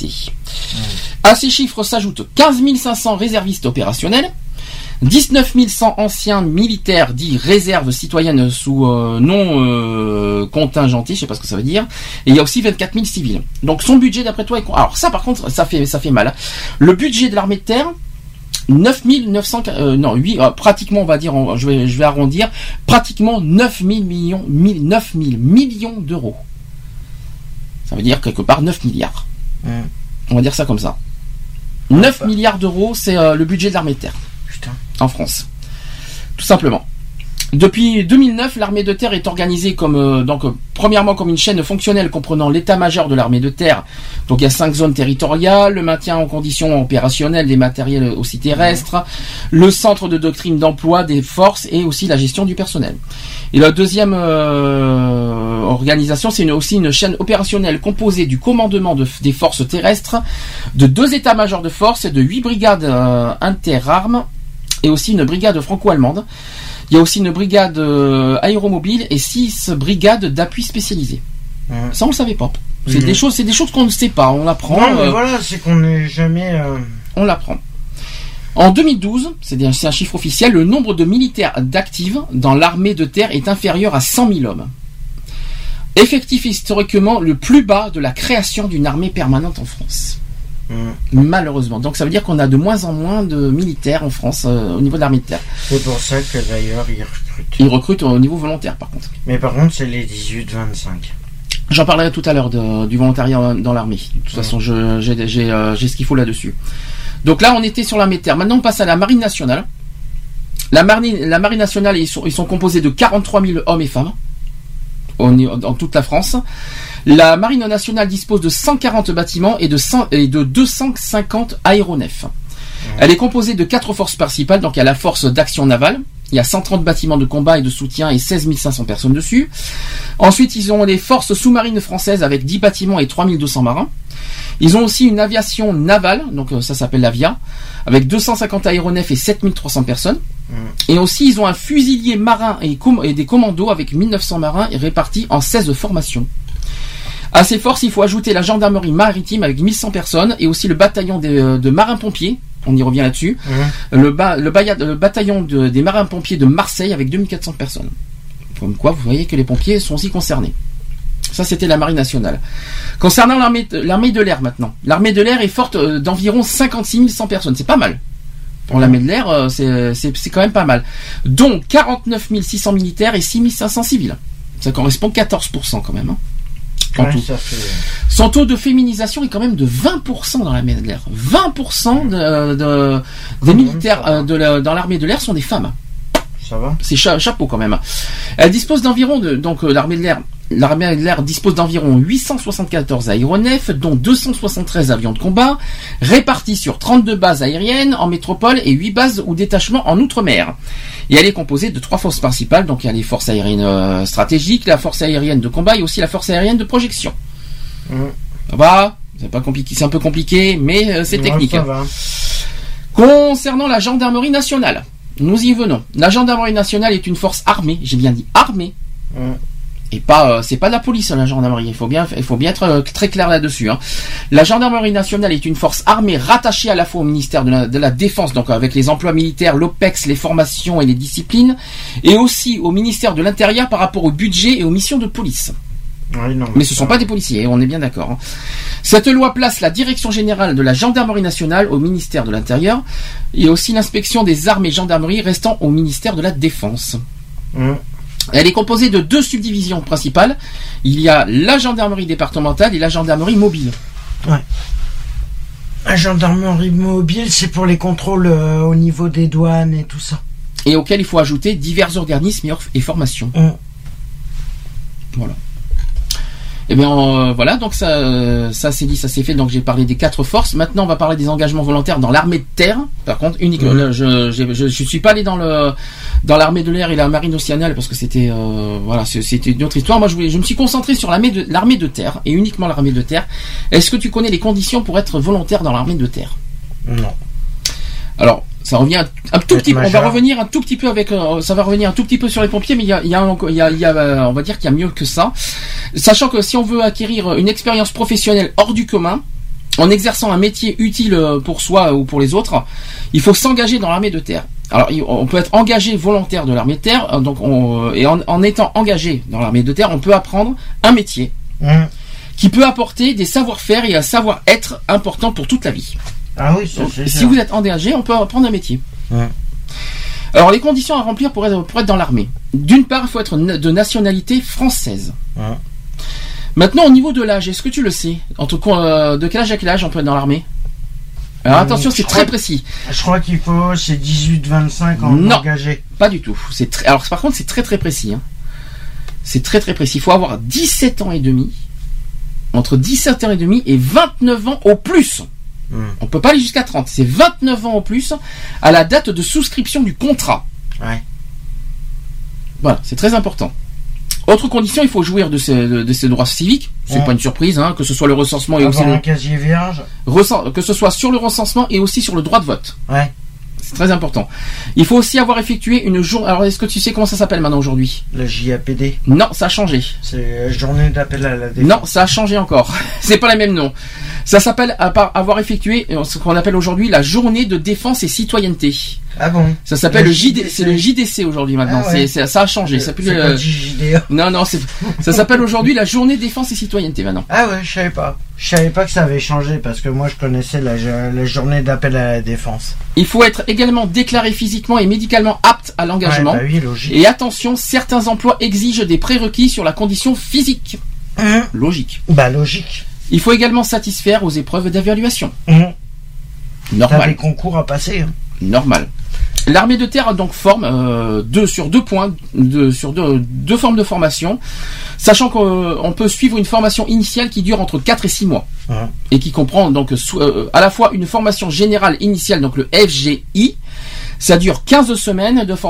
À ces chiffres s'ajoutent 15 500 réservistes opérationnels, 19 100 anciens militaires dits réserves citoyennes sous non contingentés, je sais pas ce que ça veut dire, et il y a aussi 24 000 civils. Donc son budget d'après toi est... Alors ça par contre, ça fait mal. Le budget de l'armée de terre, 9 900, pratiquement on va dire, je vais arrondir, pratiquement 9 000 millions d'euros. Ça veut dire quelque part 9 milliards. On va dire ça comme ça. 9 milliards d'euros, c'est le budget de l'armée de terre. Putain. En France. Tout simplement. Depuis 2009, l'armée de terre est organisée comme premièrement comme une chaîne fonctionnelle comprenant l'état-major de l'armée de terre. Donc il y a 5 zones territoriales, le maintien en condition opérationnelle des matériels aussi terrestres, le centre de doctrine d'emploi des forces et aussi la gestion du personnel. Et la deuxième organisation, c'est aussi une chaîne opérationnelle composée du commandement des forces terrestres, de 2 états-majors de forces et de 8 brigades interarmes et aussi une brigade franco-allemande. Il y a aussi une brigade aéromobile et 6 brigades d'appui spécialisées. Ça, on le savait pas. C'est des choses qu'on ne sait pas. On l'apprend. Non, mais voilà, c'est qu'on n'est jamais... On l'apprend. En 2012, c'est un chiffre officiel, le nombre de militaires d'actifs dans l'armée de terre est inférieur à 100 000 hommes. Effectif historiquement le plus bas de la création d'une armée permanente en France. Malheureusement. Donc ça veut dire qu'on a de moins en moins de militaires en France au niveau de l'armée de terre. C'est pour ça que d'ailleurs ils recrutent. Ils recrutent au niveau volontaire par contre. Mais par contre c'est les 18-25. J'en parlerai tout à l'heure du volontariat dans l'armée. De toute façon j'ai ce qu'il faut là-dessus. Donc là on était sur l'armée de terre. Maintenant on passe à la marine nationale. La marine nationale ils sont composés de 43 000 hommes et femmes dans toute la France. La marine nationale dispose de 140 bâtiments et de 250 aéronefs. Elle est composée de 4 forces principales, donc il y a la force d'action navale, il y a 130 bâtiments de combat et de soutien et 16 500 personnes dessus. Ensuite, ils ont les forces sous-marines françaises avec 10 bâtiments et 3200 marins. Ils ont aussi une aviation navale, donc ça s'appelle l'AVIA, avec 250 aéronefs et 7300 personnes. Et aussi, ils ont un fusilier marin et des commandos avec 1900 marins répartis en 16 formations. À ces forces, il faut ajouter la gendarmerie maritime avec 1100 personnes et aussi le bataillon de marins-pompiers, on y revient là-dessus, le bataillon des marins-pompiers de Marseille avec 2400 personnes. Comme quoi, vous voyez que les pompiers sont aussi concernés. Ça, c'était la marine nationale. Concernant l'armée de l'air maintenant. L'armée de l'air est forte d'environ 56 100 personnes. C'est pas mal. Pour l'armée de l'air, c'est quand même pas mal. Dont 49 600 militaires et 6 500 civils. Ça correspond à 14% quand même. Son taux de féminisation est quand même de 20% dans l'armée de l'air. 20% des militaires dans l'armée de l'air sont des femmes. Ça va. C'est chapeau quand même. Elle dispose d'environ, donc l'armée de l'air, L'armée de l'air dispose d'environ 874 aéronefs, dont 273 avions de combat, répartis sur 32 bases aériennes en métropole et 8 bases ou détachements en outre-mer. Et elle est composée de 3 forces principales, donc il y a les forces aériennes stratégiques, la force aérienne de combat et aussi la force aérienne de projection. Ça va, c'est pas compliqué, c'est un peu compliqué, mais c'est technique. Ça va. Concernant la gendarmerie nationale, nous y venons. La gendarmerie nationale est une force armée, j'ai bien dit armée. Et pas, c'est pas de la police, la gendarmerie. Il faut bien être très clair là-dessus. La gendarmerie nationale est une force armée rattachée à la fois au ministère de la Défense, donc avec les emplois militaires, l'OPEX, les formations et les disciplines, et aussi au ministère de l'Intérieur par rapport au budget et aux missions de police. Oui, non, mais ce ne sont pas des policiers, on est bien d'accord. Cette loi place la direction générale de la gendarmerie nationale au ministère de l'Intérieur et aussi l'inspection des armes et gendarmerie restant au ministère de la Défense. Elle est composée de 2 subdivisions principales. Il y a la gendarmerie départementale et la gendarmerie mobile. Ouais. La gendarmerie mobile, c'est pour les contrôles au niveau des douanes et tout ça. Et auquel il faut ajouter divers organismes et formations. Voilà. Et bien voilà, donc ça c'est dit, ça c'est fait. Donc j'ai parlé des 4 forces. Maintenant on va parler des engagements volontaires dans l'armée de terre. Par contre, uniquement, là, je suis pas allé dans l'armée de l'air et la marine océaniale parce que c'était c'était une autre histoire. Moi je me suis concentré sur l'armée de terre et uniquement l'armée de terre. Est-ce que tu connais les conditions pour être volontaire dans l'armée de terre? Non. Alors ça revient un tout petit peu. On va revenir un tout petit peu ça va revenir un tout petit peu sur les pompiers, mais il y a on va dire qu'il y a mieux que ça. Sachant que si on veut acquérir une expérience professionnelle hors du commun, en exerçant un métier utile pour soi ou pour les autres, il faut s'engager dans l'armée de terre. Alors, on peut être engagé volontaire de l'armée de terre, donc en étant engagé dans l'armée de terre, on peut apprendre un métier qui peut apporter des savoir-faire et un savoir-être important pour toute la vie. Ah oui, ça, c'est si vous êtes engagé, on peut apprendre un métier. Alors, les conditions à remplir pour être dans l'armée. D'une part, il faut être de nationalité française. Maintenant, au niveau de l'âge, est-ce que tu le sais? De quel âge à quel âge on peut être dans l'armée? Alors attention, c'est très précis. Je crois qu'il faut, c'est 18-25 en engagé. Pas du tout. Alors par contre, c'est très très précis. C'est très très précis. Il faut avoir 17 ans et demi, entre 17 ans et demi et 29 ans au plus. On peut pas aller jusqu'à 30. C'est 29 ans au plus à la date de souscription du contrat. Voilà, c'est très important. Autre condition, il faut jouir de ses droits civiques. C'est pas une surprise, que ce soit le recensement et aussi un casier vierge. Que ce soit sur le recensement et aussi sur le droit de vote. C'est très important. Il faut aussi avoir effectué une journée. Alors, est-ce que tu sais comment ça s'appelle maintenant aujourd'hui? Le JAPD. Non, ça a changé. C'est journée d'appel à la défense. Non, ça a changé encore. C'est pas les mêmes noms. Ça s'appelle avoir effectué ce qu'on appelle aujourd'hui la journée de défense et citoyenneté. Ah bon? Ça s'appelle c'est le JDC aujourd'hui maintenant. Ça a changé. C'est pas JDA. Non, ça s'appelle aujourd'hui la journée défense et citoyenneté maintenant. Ah ouais, je savais pas. Je savais pas que ça avait changé parce que moi je connaissais la journée d'appel à la défense. Il faut être également déclaré physiquement et médicalement apte à l'engagement. Oui, logique. Et attention, certains emplois exigent des prérequis sur la condition physique. Logique. Logique. Il faut également satisfaire aux épreuves d'évaluation. Normal. T'as des concours à passer. Normal. L'armée de terre donc forme deux formes de formation, sachant qu'on peut suivre une formation initiale qui dure entre 4 et 6 mois et qui comprend donc à la fois une formation générale initiale, donc le FGI. Ça dure 15 semaines de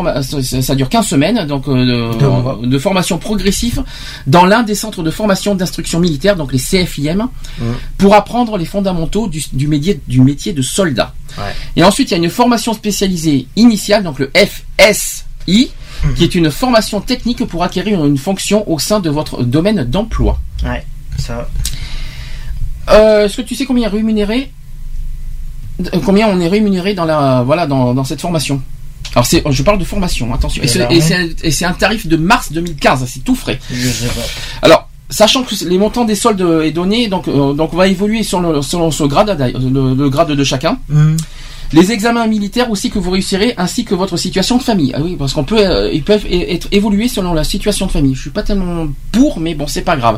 formation progressive dans l'un des centres de formation d'instruction militaire, donc les CFIM, pour apprendre les fondamentaux du métier de soldat. Et ensuite, il y a une formation spécialisée initiale, donc le FSI, qui est une formation technique pour acquérir une fonction au sein de votre domaine d'emploi. Ça. Est-ce que tu sais combien on est rémunéré dans cette formation? Alors je parle de formation, attention. Et c'est un tarif de mars 2015, c'est tout frais. Je sais pas. Alors, sachant que les montants des soldes est donné, donc on va évoluer selon ce grade, le grade de chacun. Les examens militaires aussi que vous réussirez, ainsi que votre situation de famille. Ah oui, parce ils peuvent être évolués selon la situation de famille. Je suis pas tellement pour, mais bon, c'est pas grave.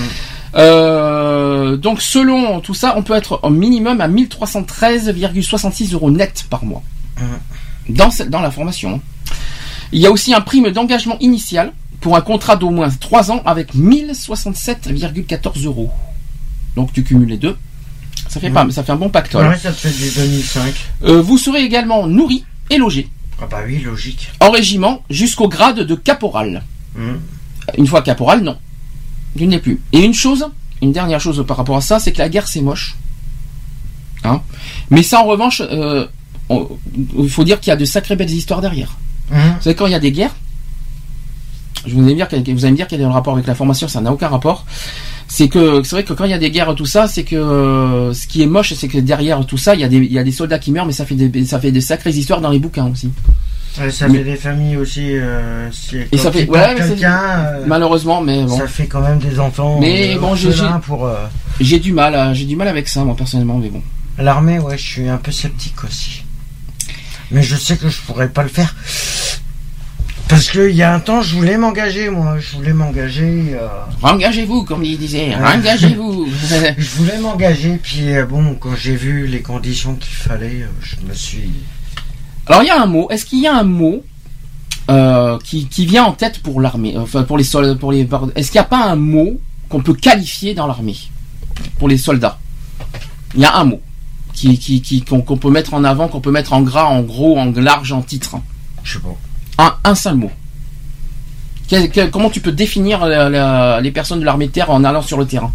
Donc selon tout ça, on peut être au minimum à 1313,66 € net par mois dans la formation. Il y a aussi un prime d'engagement initial pour un contrat d'au moins 3 ans avec 1067,14 €. Donc tu cumules les deux. Ça fait un bon pactole. Ouais, ça te fait du 2005. Vous serez également nourri et logé. Ah bah oui, logique. En régiment jusqu'au grade de caporal. Une fois caporal, non. Tu n'es plus. Et une dernière chose par rapport à ça, c'est que la guerre c'est moche. Hein, mais ça en revanche, il faut dire qu'il y a de sacrées belles histoires derrière. Vous savez, quand il y a des guerres, vous allez me dire qu'il y a un rapport avec la formation, ça n'a aucun rapport. C'est vrai que quand il y a des guerres, tout ça, c'est que ce qui est moche, c'est que derrière tout ça, il y a des soldats qui meurent, mais ça fait de sacrées histoires dans les bouquins aussi. Ouais, ça fait des familles aussi. Et ça fait malheureusement, mais bon. Ça fait quand même des enfants. Mais bon, j'ai du mal avec ça, moi personnellement, mais bon. L'armée, ouais, je suis un peu sceptique aussi. Mais je sais que je pourrais pas le faire. Parce qu'il y a un temps, je voulais m'engager, moi. Engagez-vous, comme il disait. Engagez-vous. Je voulais m'engager, puis bon, quand j'ai vu les conditions qu'il fallait, je me suis... Alors, il y a un mot. Est-ce qu'il y a un mot qui vient en tête pour l'armée, enfin pour les soldats, est-ce qu'il n'y a pas un mot qu'on peut qualifier dans l'armée pour les soldats? Il y a un mot qu'on peut mettre en avant, qu'on peut mettre en gras, en gros, en large, en titre. Je sais pas. Un seul mot. Comment tu peux définir les personnes de l'armée de terre en allant sur le terrain?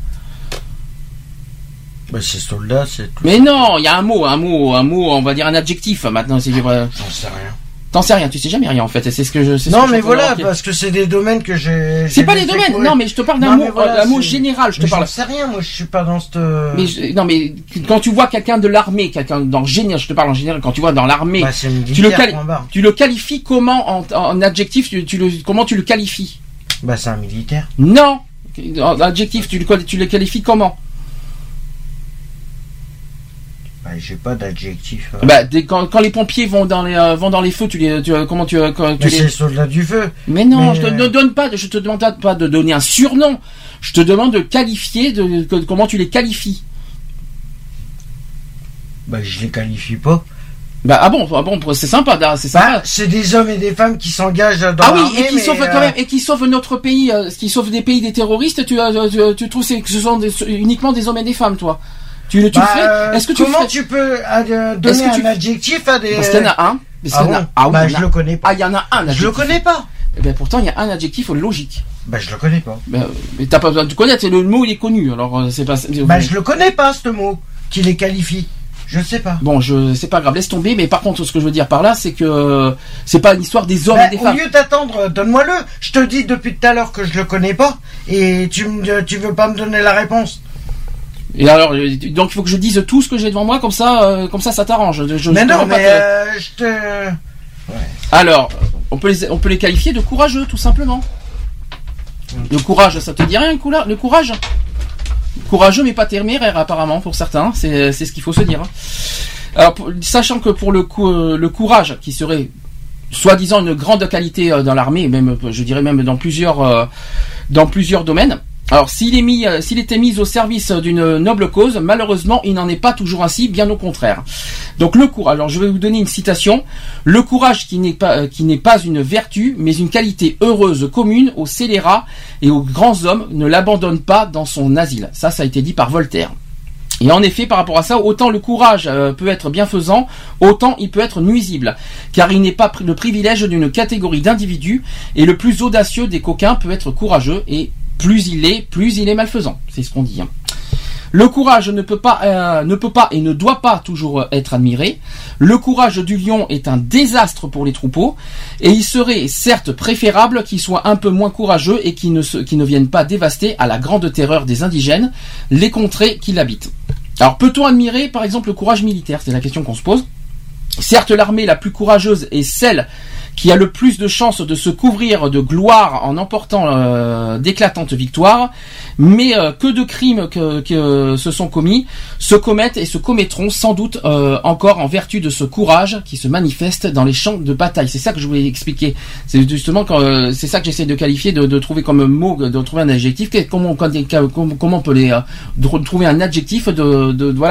Bah, c'est soldat, c'est tout. Mais non, il y a un mot, on va dire un adjectif. Maintenant, c'est vrai. J'en sais rien. T'en sais rien, tu sais jamais rien en fait. C'est ce que je. Non, mais voilà, parce que c'est des domaines que j'ai. C'est pas les domaines. Non, mais je te parle d'un mot, un mot général. Je te parle. J'en sais rien, moi, je suis pas dans cette. Mais quand tu vois quelqu'un de l'armée, quelqu'un dans le général, je te parle en général. Quand tu vois dans l'armée, bah, tu le qualifies comment en adjectif? Comment tu le qualifies? Bah, c'est un militaire. Non, en adjectif, tu le qualifies comment? Bah, j'ai pas d'adjectif. Bah, quand les pompiers vont dans les feux, comment tu c'est les soldats du feu. Mais non, je te demande pas de donner un surnom. Je te demande de qualifier, comment tu les qualifies. Bah, je les qualifie pas. Bah, bon, c'est sympa, c'est sympa. Bah, c'est des hommes et des femmes qui s'engagent dans l'armée. Et qui sauvent quand même, et qui sauvent notre pays, qui sauvent des pays des terroristes. Tu trouves que ce sont uniquement des hommes et des femmes, toi? Tu le fais? Est-ce que tu peux donner un adjectif à des... Parce qu'il y en a un. Bah, je le connais pas. Ah, il y en a un adjectif. Je le connais pas. Eh ben, pourtant, il y a un adjectif logique. Bah, je le connais pas. Mais t'as pas besoin de connaître, le mot, il est connu, alors c'est pas... Bah, je le connais pas, ce mot, qui les qualifie. Je sais pas. Bon, c'est pas grave, laisse tomber, mais par contre, ce que je veux dire par là, c'est que c'est pas une histoire des hommes et des femmes. Au lieu d'attendre, donne-moi-le. Je te dis depuis tout à l'heure que je le connais pas, et tu veux pas me donner la réponse. Et alors, donc il faut que je dise tout ce que j'ai devant moi, comme ça ça t'arrange. Ouais. Alors, on peut les qualifier de courageux, tout simplement. Le courage, ça te dit rien, le courage? Courageux, mais pas téméraire, apparemment, pour certains. C'est ce qu'il faut se dire. Alors, sachant que pour le courage, qui serait soi-disant une grande qualité dans l'armée, même, je dirais même dans plusieurs domaines. Alors, s'il était mis au service d'une noble cause, malheureusement, il n'en est pas toujours ainsi, bien au contraire. Donc, le courage. Alors, je vais vous donner une citation. Le courage qui n'est pas une vertu, mais une qualité heureuse commune aux scélérats et aux grands hommes ne l'abandonne pas dans son asile. Ça a été dit par Voltaire. Et en effet, par rapport à ça, autant le courage peut être bienfaisant, autant il peut être nuisible, car il n'est pas le privilège d'une catégorie d'individus, et le plus audacieux des coquins peut être courageux, et plus il est malfaisant. C'est ce qu'on dit. Le courage ne peut pas et ne doit pas toujours être admiré. Le courage du lion est un désastre pour les troupeaux, et il serait certes préférable qu'il soit un peu moins courageux et qu'il ne vienne pas dévaster à la grande terreur des indigènes les contrées qui l'habitent. Alors, peut-on admirer par exemple le courage militaire? C'est la question qu'on se pose. Certes, l'armée la plus courageuse est celle qui a le plus de chances de se couvrir de gloire en emportant d'éclatantes victoires, mais que de crimes que se sont commis, se commettent et se commettront sans doute encore en vertu de ce courage qui se manifeste dans les champs de bataille. C'est ça que je voulais expliquer. C'est justement c'est ça que j'essaie de qualifier, de trouver comme mot, de trouver un adjectif. Comment on peut trouver un adjectif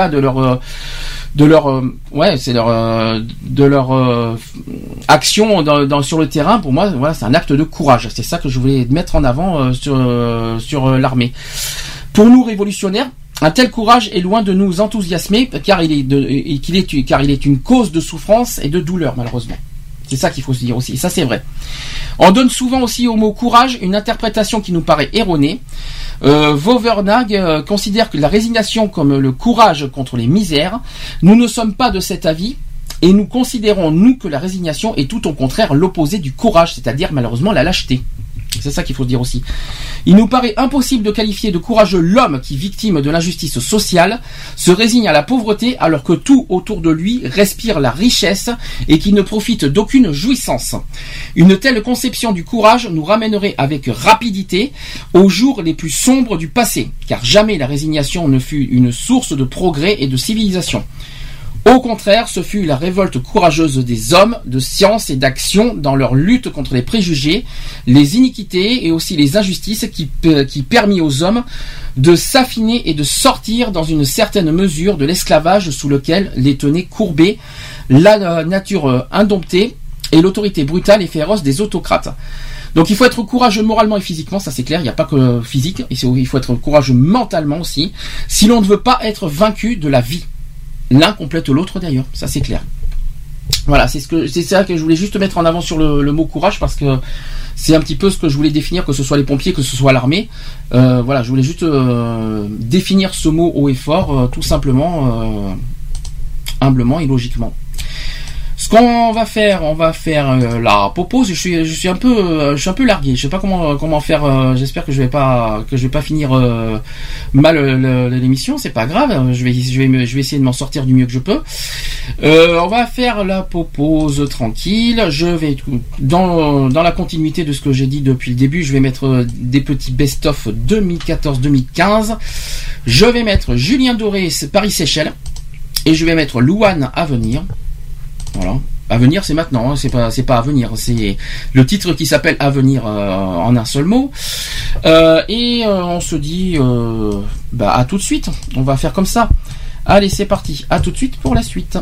de leur action sur le terrain, pour moi, voilà, c'est un acte de courage. C'est ça que je voulais mettre en avant sur l'armée. Pour nous révolutionnaires, un tel courage est loin de nous enthousiasmer, car il est une cause de souffrance et de douleur, malheureusement. C'est ça qu'il faut se dire aussi, et ça c'est vrai. On donne souvent aussi au mot courage une interprétation qui nous paraît erronée. Vauvenargues considère que la résignation comme le courage contre les misères. Nous ne sommes pas de cet avis, et nous considérons, nous, que la résignation est tout au contraire l'opposé du courage, c'est-à-dire malheureusement la lâcheté. C'est ça qu'il faut dire aussi. Il nous paraît impossible de qualifier de courageux l'homme qui, victime de l'injustice sociale, se résigne à la pauvreté alors que tout autour de lui respire la richesse et qui ne profite d'aucune jouissance. Une telle conception du courage nous ramènerait avec rapidité aux jours les plus sombres du passé, car jamais la résignation ne fut une source de progrès et de civilisation. Au contraire, ce fut la révolte courageuse des hommes de science et d'action dans leur lutte contre les préjugés, les iniquités et aussi les injustices qui permit aux hommes de s'affiner et de sortir dans une certaine mesure de l'esclavage sous lequel les tenait courbés la nature indomptée et l'autorité brutale et féroce des autocrates. Donc il faut être courageux moralement et physiquement, ça c'est clair, il n'y a pas que physique, il faut être courageux mentalement aussi, si l'on ne veut pas être vaincu de la vie. L'un complète l'autre d'ailleurs, ça c'est clair. Voilà, c'est ça que je voulais juste mettre en avant sur le mot courage, parce que c'est un petit peu ce que je voulais définir, que ce soit les pompiers, que ce soit l'armée. Voilà, je voulais juste définir ce mot haut et fort, tout simplement, humblement et logiquement. Ce qu'on va faire, la pause. Je suis un peu largué. Je sais pas comment faire. J'espère que je vais pas finir mal l'émission. C'est pas grave. Je vais essayer de m'en sortir du mieux que je peux. On va faire la pause tranquille. Je vais dans la continuité de ce que j'ai dit depuis le début. Je vais mettre des petits best-of 2014-2015. Je vais mettre Julien Doré, Paris-Séchelles, et je vais mettre Louane à venir. Voilà. Avenir, c'est maintenant, hein. c'est pas Avenir, c'est le titre qui s'appelle Avenir en un seul mot. Et on se dit à tout de suite. On va faire comme ça. Allez, c'est parti. À tout de suite pour la suite.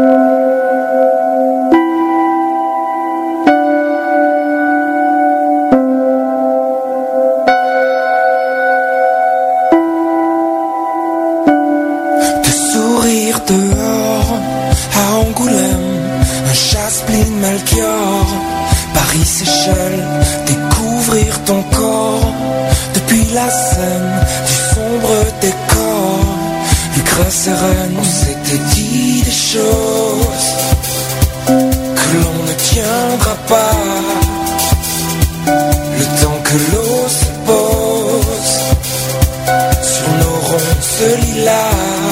De sourire dehors à Angoulême, Chasse-Pline, Melchior, Paris-Séchelles, découvrir ton corps depuis la scène du sombre décor. Lucre sereine, on s'était dit des choses que l'on ne tiendra pas. Le temps que l'eau se pose sur nos ronces lilas,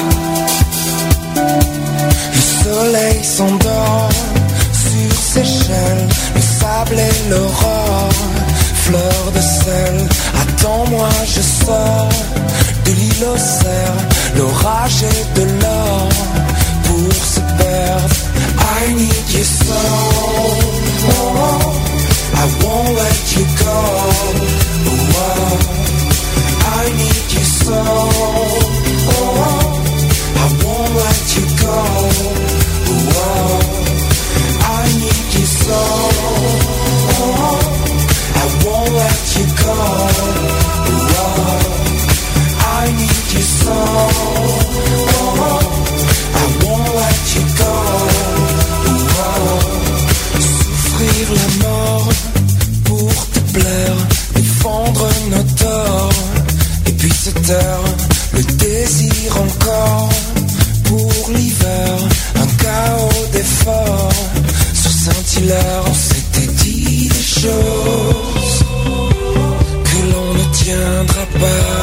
le soleil s'endort sur Seychelles, le sable et l'aurore, fleur de sel. Attends-moi, je sors de l'île aux cerfs, l'orage et de l'or pour se perdre. I need you so, oh, I won't let you go. Oh, I need you so, oh, I won't let you go. Oh, I need you so, oh, I won't let you go. Oh, I need you so, oh, I won't let you go. Oh, souffrir la mort pour te plaire, défendre nos torts, et puis se taire, le désir encore pour l'hiver, un chaos d'efforts. Sur Saint-Hilaire, on s'était dit des choses que l'on ne tiendra pas.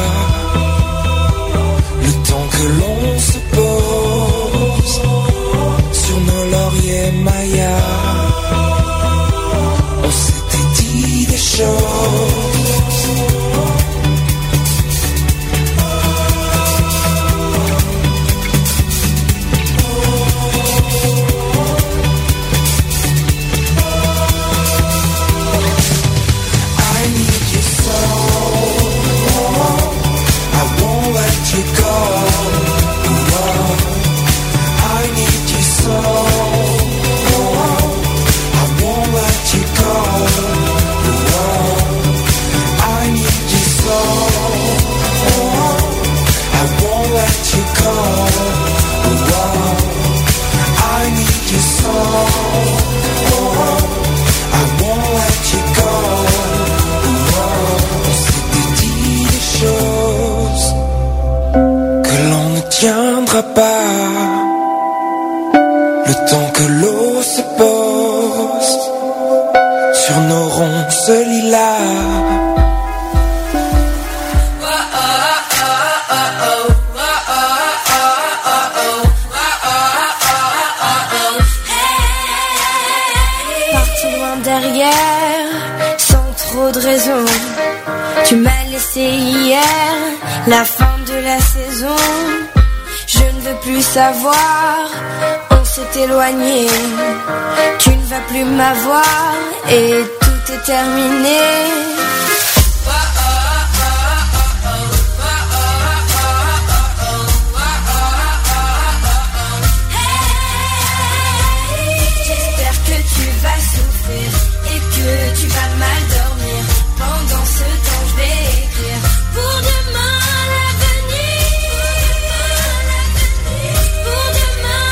Le temps que l'on se pose sur nos lauriers mayas, on s'était dit des choses. pas. Le temps que l'eau se pose sur nos ronces lilas. Derrière, sans trop de raison, tu m'as laissé hier, la fin de la saison. Je ne veux plus savoir, on s'est éloigné. Tu ne vas plus m'avoir et tout est terminé. Tu vas mal dormir. Pendant ce temps je vais écrire pour demain l'avenir. Pour demain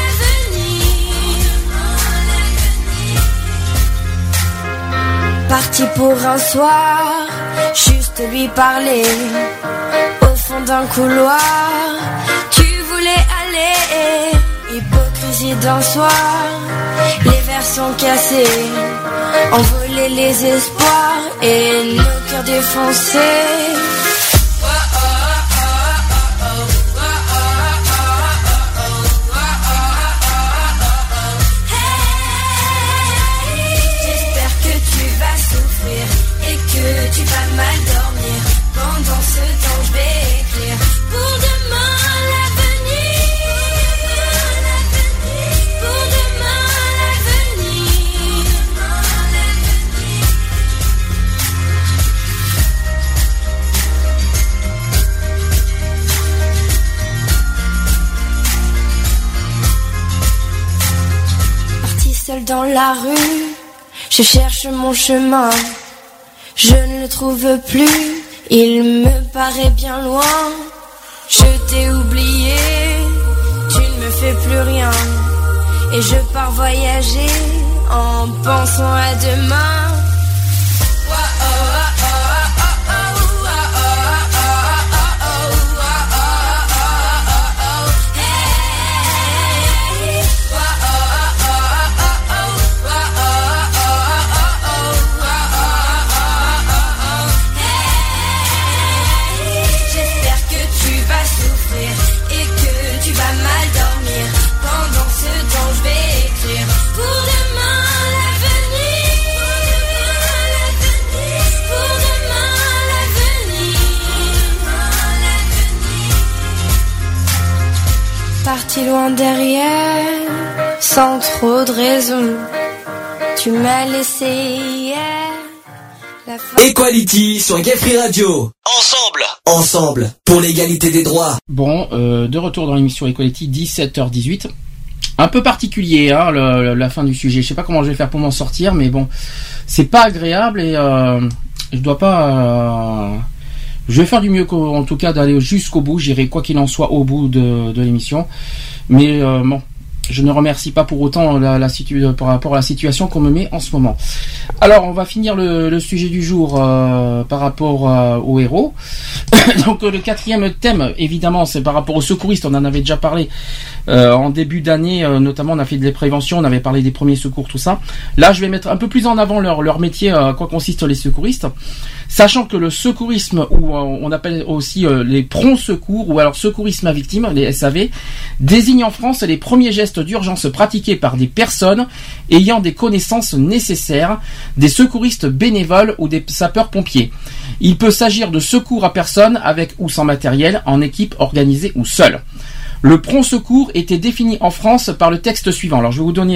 l'avenir. Parti pour un soir, juste lui parler. Au fond d'un couloir, tu voulais aller. Hypocrisie d'un soir, les verres sont cassés. Envoler les espoirs et nos cœurs défoncés. J'espère que tu vas souffrir et que tu vas mal dormir. Pendant ce temps je vais écrire pour demain l'avenir. Pour demain l'avenir. Seul dans la rue, je cherche mon chemin. Je ne le trouve plus, il me paraît bien loin. Je t'ai oublié, tu ne me fais plus rien. Et je pars voyager en pensant à demain. Parti loin derrière, sans trop de raison. Tu m'as laissé hier. Equality sur Gay Free Radio. Ensemble, pour l'égalité des droits. Bon, de retour dans l'émission Equality, 17h18. Un peu particulier, hein, la fin du sujet. Je sais pas comment je vais faire pour m'en sortir, mais bon, c'est pas agréable et je dois pas. Je vais faire du mieux en tout cas d'aller jusqu'au bout. J'irai quoi qu'il en soit au bout de l'émission. Mais bon, je ne remercie pas pour autant par rapport à la situation qu'on me met en ce moment. Alors, on va finir le sujet du jour par rapport aux héros. Donc, le quatrième thème, évidemment, c'est par rapport aux secouristes. On en avait déjà parlé en début d'année. Notamment, on a fait de la prévention, on avait parlé des premiers secours, tout ça. Là, je vais mettre un peu plus en avant leur métier, à quoi consistent les secouristes. Sachant que le secourisme, ou on appelle aussi les prompts secours, ou alors secourisme à victime, les SAV, désigne en France les premiers gestes d'urgence pratiqués par des personnes ayant des connaissances nécessaires, des secouristes bénévoles ou des sapeurs-pompiers. Il peut s'agir de secours à personne avec ou sans matériel, en équipe, organisée ou seule. Le prompt secours était défini en France par le texte suivant. Alors je vais vous donner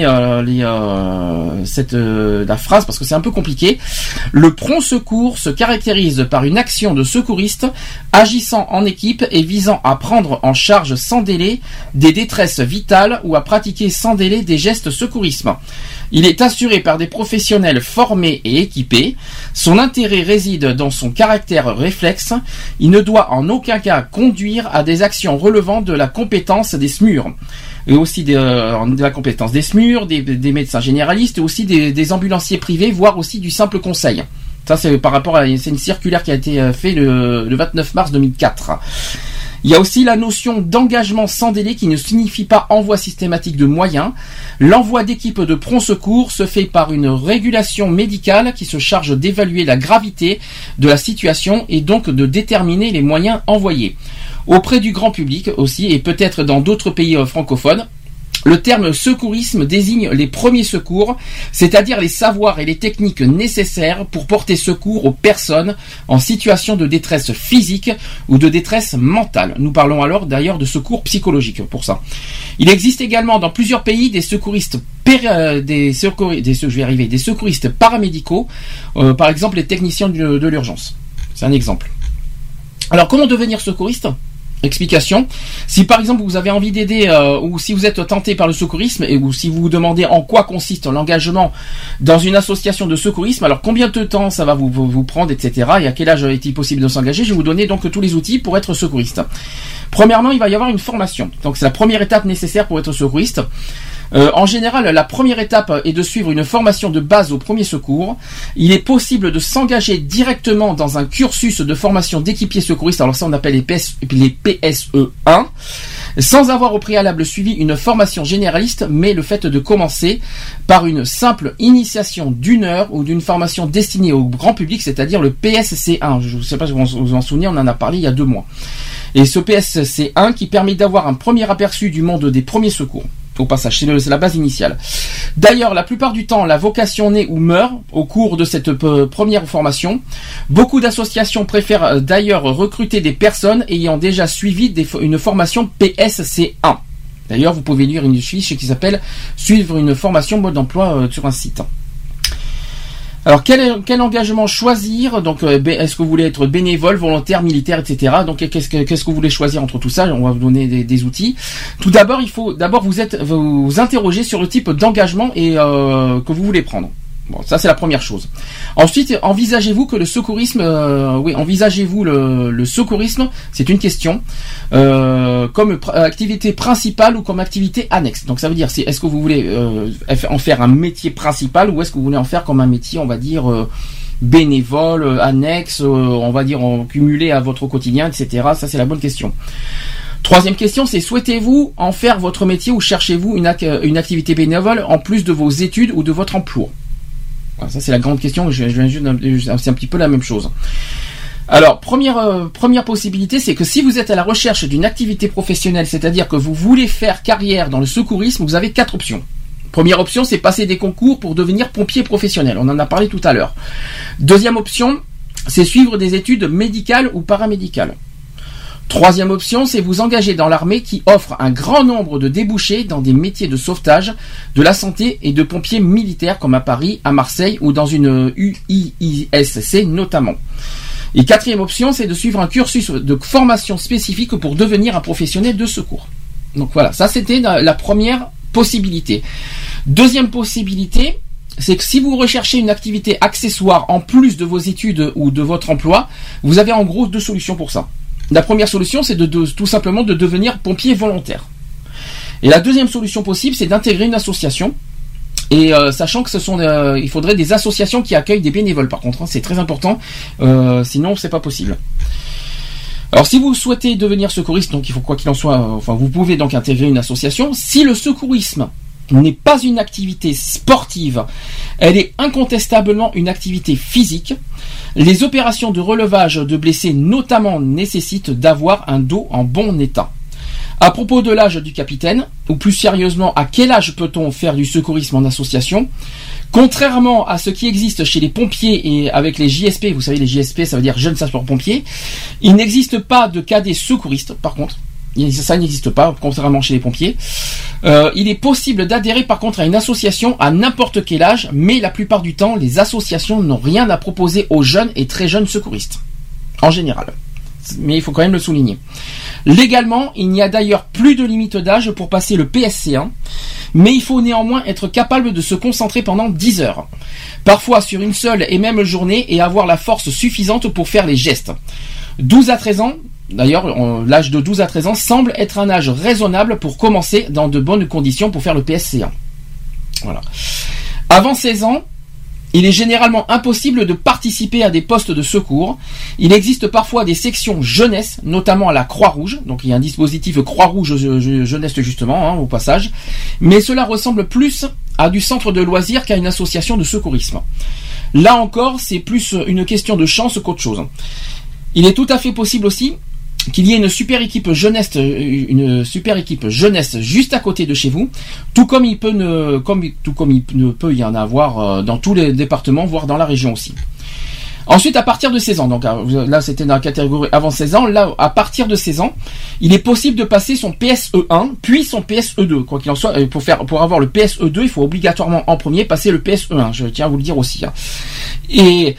la phrase parce que c'est un peu compliqué. Le prompt secours se caractérise par une action de secouriste agissant en équipe et visant à prendre en charge sans délai des détresses vitales ou à pratiquer sans délai des gestes secourisme. Il est assuré par des professionnels formés et équipés. Son intérêt réside dans son caractère réflexe. Il ne doit en aucun cas conduire à des actions relevant de la compétence des SMUR. Et aussi de la compétence des SMUR, des médecins généralistes et aussi des ambulanciers privés, voire aussi du simple conseil. Ça, c'est par rapport à, c'est une circulaire qui a été faite le 29 mars 2004. Il y a aussi la notion d'engagement sans délai qui ne signifie pas envoi systématique de moyens. L'envoi d'équipes de prompt secours se fait par une régulation médicale qui se charge d'évaluer la gravité de la situation et donc de déterminer les moyens envoyés. Auprès du grand public aussi, et peut-être dans d'autres pays francophones, le terme secourisme désigne les premiers secours, c'est-à-dire les savoirs et les techniques nécessaires pour porter secours aux personnes en situation de détresse physique ou de détresse mentale. Nous parlons alors d'ailleurs de secours psychologiques pour ça. Il existe également dans plusieurs pays des secouristes paramédicaux, par exemple les techniciens de l'urgence. C'est un exemple. Alors comment devenir secouriste ? Explication. Si par exemple vous avez envie d'aider ou si vous êtes tenté par le secourisme ou si vous vous demandez en quoi consiste l'engagement dans une association de secourisme, alors combien de temps ça va vous prendre, etc. et à quel âge est-il possible de s'engager, je vais vous donner donc tous les outils pour être secouriste. Premièrement, il va y avoir une formation. Donc c'est la première étape nécessaire pour être secouriste. En général, la première étape est de suivre une formation de base au premier secours. Il est possible de s'engager directement dans un cursus de formation d'équipier secouriste, alors ça on appelle les PSE1, sans avoir au préalable suivi une formation généraliste, mais le fait de commencer par une simple initiation d'1 heure ou d'une formation destinée au grand public, c'est-à-dire le PSC1. Je ne sais pas si vous vous en souvenez, on en a parlé il y a 2 mois. Et ce PSC1 qui permet d'avoir un premier aperçu du monde des premiers secours. Au passage, c'est la base initiale. D'ailleurs, la plupart du temps, la vocation naît ou meurt au cours de cette première formation. Beaucoup d'associations préfèrent d'ailleurs recruter des personnes ayant déjà suivi une formation PSC1. D'ailleurs, vous pouvez lire une fiche qui s'appelle « Suivre une formation mode d'emploi » sur un site. Alors quel engagement choisir? Donc est-ce que vous voulez être bénévole, volontaire, militaire, etc. Donc qu'est-ce que vous voulez choisir entre tout ça? On va vous donner des outils. Tout d'abord, il faut d'abord vous interroger sur le type d'engagement et que vous voulez prendre. Bon, ça c'est la première chose. Ensuite, envisagez-vous que le secourisme, envisagez-vous le secourisme, c'est une question, comme activité principale ou comme activité annexe. Donc ça veut dire, est-ce que vous voulez en faire un métier principal ou est-ce que vous voulez en faire comme un métier, on va dire, bénévole, annexe, on va dire en cumulé à votre quotidien, etc. Ça c'est la bonne question. Troisième question, c'est souhaitez-vous en faire votre métier ou cherchez-vous une activité bénévole en plus de vos études ou de votre emploi? Voilà, ça c'est la grande question, c'est un petit peu la même chose. Alors, première possibilité, c'est que si vous êtes à la recherche d'une activité professionnelle, c'est-à-dire que vous voulez faire carrière dans le secourisme, vous avez 4 options. Première option, c'est passer des concours pour devenir pompier professionnel, on en a parlé tout à l'heure. Deuxième option, c'est suivre des études médicales ou paramédicales. Troisième option, c'est vous engager dans l'armée qui offre un grand nombre de débouchés dans des métiers de sauvetage, de la santé et de pompiers militaires comme à Paris, à Marseille ou dans une UISC notamment. Et quatrième option, c'est de suivre un cursus de formation spécifique pour devenir un professionnel de secours. Donc voilà, ça c'était la première possibilité. Deuxième possibilité, c'est que si vous recherchez une activité accessoire en plus de vos études ou de votre emploi, vous avez en gros 2 solutions pour ça. La première solution, c'est tout simplement de devenir pompier volontaire. Et la deuxième solution possible, c'est d'intégrer une association. Et sachant que il faudrait des associations qui accueillent des bénévoles. Par contre, c'est très important. Sinon, c'est pas possible. Alors, si vous souhaitez devenir secouriste, donc il faut quoi qu'il en soit, vous pouvez donc intégrer une association. Si le secourisme n'est pas une activité sportive, elle est incontestablement une activité physique. Les opérations de relevage de blessés notamment nécessitent d'avoir un dos en bon état. À propos de l'âge du capitaine, ou plus sérieusement, à quel âge peut-on faire du secourisme en association? Contrairement à ce qui existe chez les pompiers et avec les JSP, vous savez les JSP ça veut dire jeunes sapeurs-pompiers, il n'existe pas de cadets secouristes par contre. Ça n'existe pas, contrairement chez les pompiers. Il est possible d'adhérer par contre à une association à n'importe quel âge, mais la plupart du temps, les associations n'ont rien à proposer aux jeunes et très jeunes secouristes. En général. Mais il faut quand même le souligner. Légalement, il n'y a d'ailleurs plus de limite d'âge pour passer le PSC1, mais il faut néanmoins être capable de se concentrer pendant 10 heures. Parfois sur une seule et même journée et avoir la force suffisante pour faire les gestes. 12 à 13 ans, d'ailleurs, l'âge de 12 à 13 ans semble être un âge raisonnable pour commencer dans de bonnes conditions pour faire le PSC1. Voilà. Avant 16 ans, Il est généralement impossible de participer à des postes de secours. Il existe parfois des sections jeunesse, notamment à la Croix-Rouge. Donc il y a un dispositif Croix-Rouge jeunesse justement, au passage. Mais cela ressemble plus à du centre de loisirs qu'à une association de secourisme. Là encore, c'est plus une question de chance qu'autre chose. Il est tout à fait possible aussi qu'il y ait une super équipe jeunesse juste à côté de chez vous, tout comme il ne peut y en avoir dans tous les départements, voire dans la région aussi. Ensuite, à partir de 16 ans, donc là c'était dans la catégorie avant 16 ans, là à partir de 16 ans, il est possible de passer son PSE1 puis son PSE2. Quoi qu'il en soit, pour avoir le PSE2, il faut obligatoirement en premier passer le PSE1. Je tiens à vous le dire aussi. Et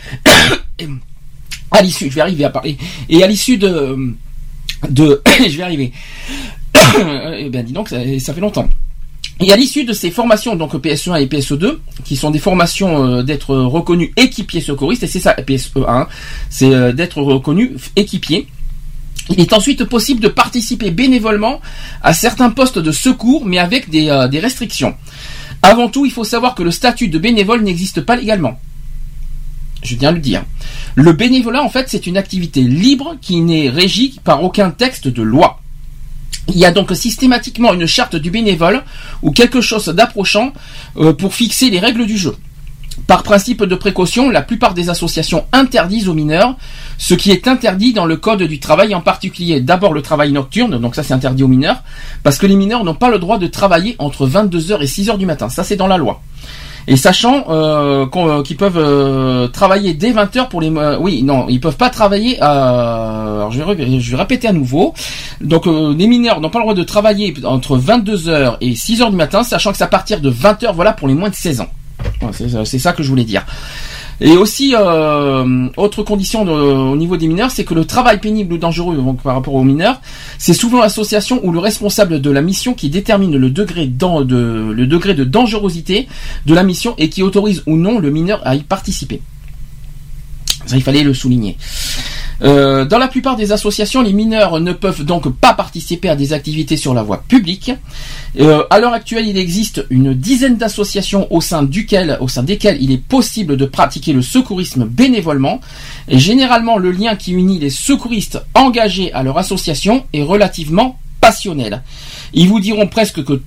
à l'issue, je vais arriver à parler. Et à l'issue de je vais arriver. Eh bien, dis donc, ça fait longtemps. Et à l'issue de ces formations, donc PSE1 et PSE2, qui sont des formations d'être reconnu équipier secouriste, et c'est ça, PSE1, c'est d'être reconnu équipier. Il est ensuite possible de participer bénévolement à certains postes de secours, mais avec des restrictions. Avant tout, il faut savoir que le statut de bénévole n'existe pas légalement. Je viens de le dire. Le bénévolat, en fait, c'est une activité libre qui n'est régie par aucun texte de loi. Il y a donc systématiquement une charte du bénévole ou quelque chose d'approchant pour fixer les règles du jeu. Par principe de précaution, la plupart des associations interdisent aux mineurs ce qui est interdit dans le code du travail, en particulier d'abord le travail nocturne, donc ça c'est interdit aux mineurs, parce que les mineurs n'ont pas le droit de travailler entre 22h et 6h du matin, ça c'est dans la loi. Et sachant qu'ils peuvent travailler dès 20h pour les... ils peuvent pas travailler... alors je vais répéter à nouveau. Donc les mineurs n'ont pas le droit de travailler entre 22h et 6h du matin, sachant que c'est à partir de 20h, voilà, pour les moins de 16 ans. Voilà, c'est ça que je voulais dire. Et aussi, autre condition au niveau des mineurs, c'est que le travail pénible ou dangereux, donc par rapport aux mineurs, c'est souvent l'association ou le responsable de la mission qui détermine le degré de dangerosité de la mission et qui autorise ou non le mineur à y participer. Ça, il fallait le souligner. Dans la plupart des associations, les mineurs ne peuvent donc pas participer à des activités sur la voie publique. À l'heure actuelle, il existe une dizaine d'associations au sein desquelles il est possible de pratiquer le secourisme bénévolement. Et généralement, le lien qui unit les secouristes engagés à leur association est relativement passionnel. Ils vous diront presque que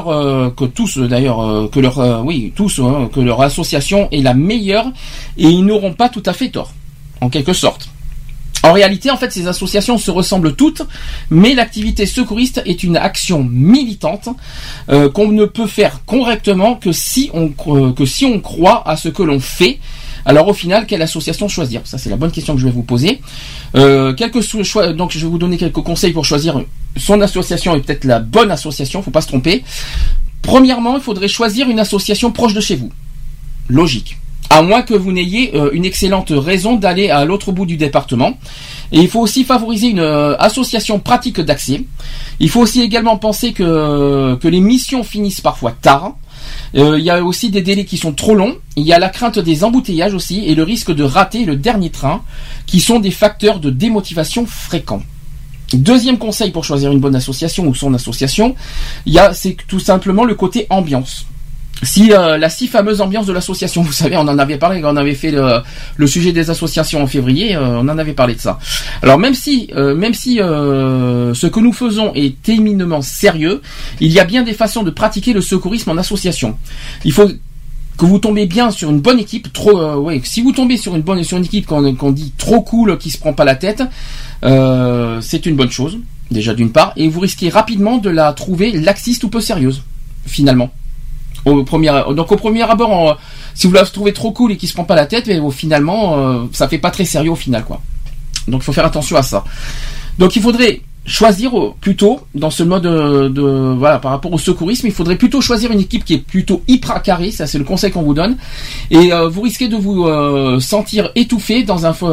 leur association est la meilleure et ils n'auront pas tout à fait tort, en quelque sorte. En réalité, en fait, ces associations se ressemblent toutes, mais l'activité secouriste est une action militante qu'on ne peut faire correctement que si on croit à ce que l'on fait. Alors au final, quelle association choisir ? Ça, c'est la bonne question que je vais vous poser. Donc je vais vous donner quelques conseils pour choisir son association et peut-être la bonne association, faut pas se tromper. Premièrement, il faudrait choisir une association proche de chez vous. Logique. À moins que vous n'ayez une excellente raison d'aller à l'autre bout du département. Et il faut aussi favoriser une association pratique d'accès. Il faut aussi également penser que les missions finissent parfois tard. Il y a aussi des délais qui sont trop longs. Il y a la crainte des embouteillages aussi et le risque de rater le dernier train, qui sont des facteurs de démotivation fréquents. Deuxième conseil pour choisir une bonne association ou son association, c'est tout simplement le côté ambiance. La si fameuse ambiance de l'association, vous savez, on en avait parlé quand on avait fait le sujet des associations en février, on en avait parlé de ça. Alors même si ce que nous faisons est éminemment sérieux, il y a bien des façons de pratiquer le secourisme en association. Il faut que vous tombez bien sur une bonne équipe. Si vous tombez sur une équipe qu'on dit trop cool, qui se prend pas la tête, c'est une bonne chose déjà d'une part, et vous risquez rapidement de la trouver laxiste ou peu sérieuse finalement. Au premier abord, si vous la trouvez trop cool et qu'il se prend pas la tête, mais finalement, ça fait pas très sérieux au final, quoi. Donc, il faut faire attention à ça. Donc, il faudrait choisir plutôt, dans ce mode par rapport au secourisme, il faudrait plutôt choisir une équipe qui est plutôt hyper carrée, ça c'est le conseil qu'on vous donne, et vous risquez de vous sentir étouffé dans un...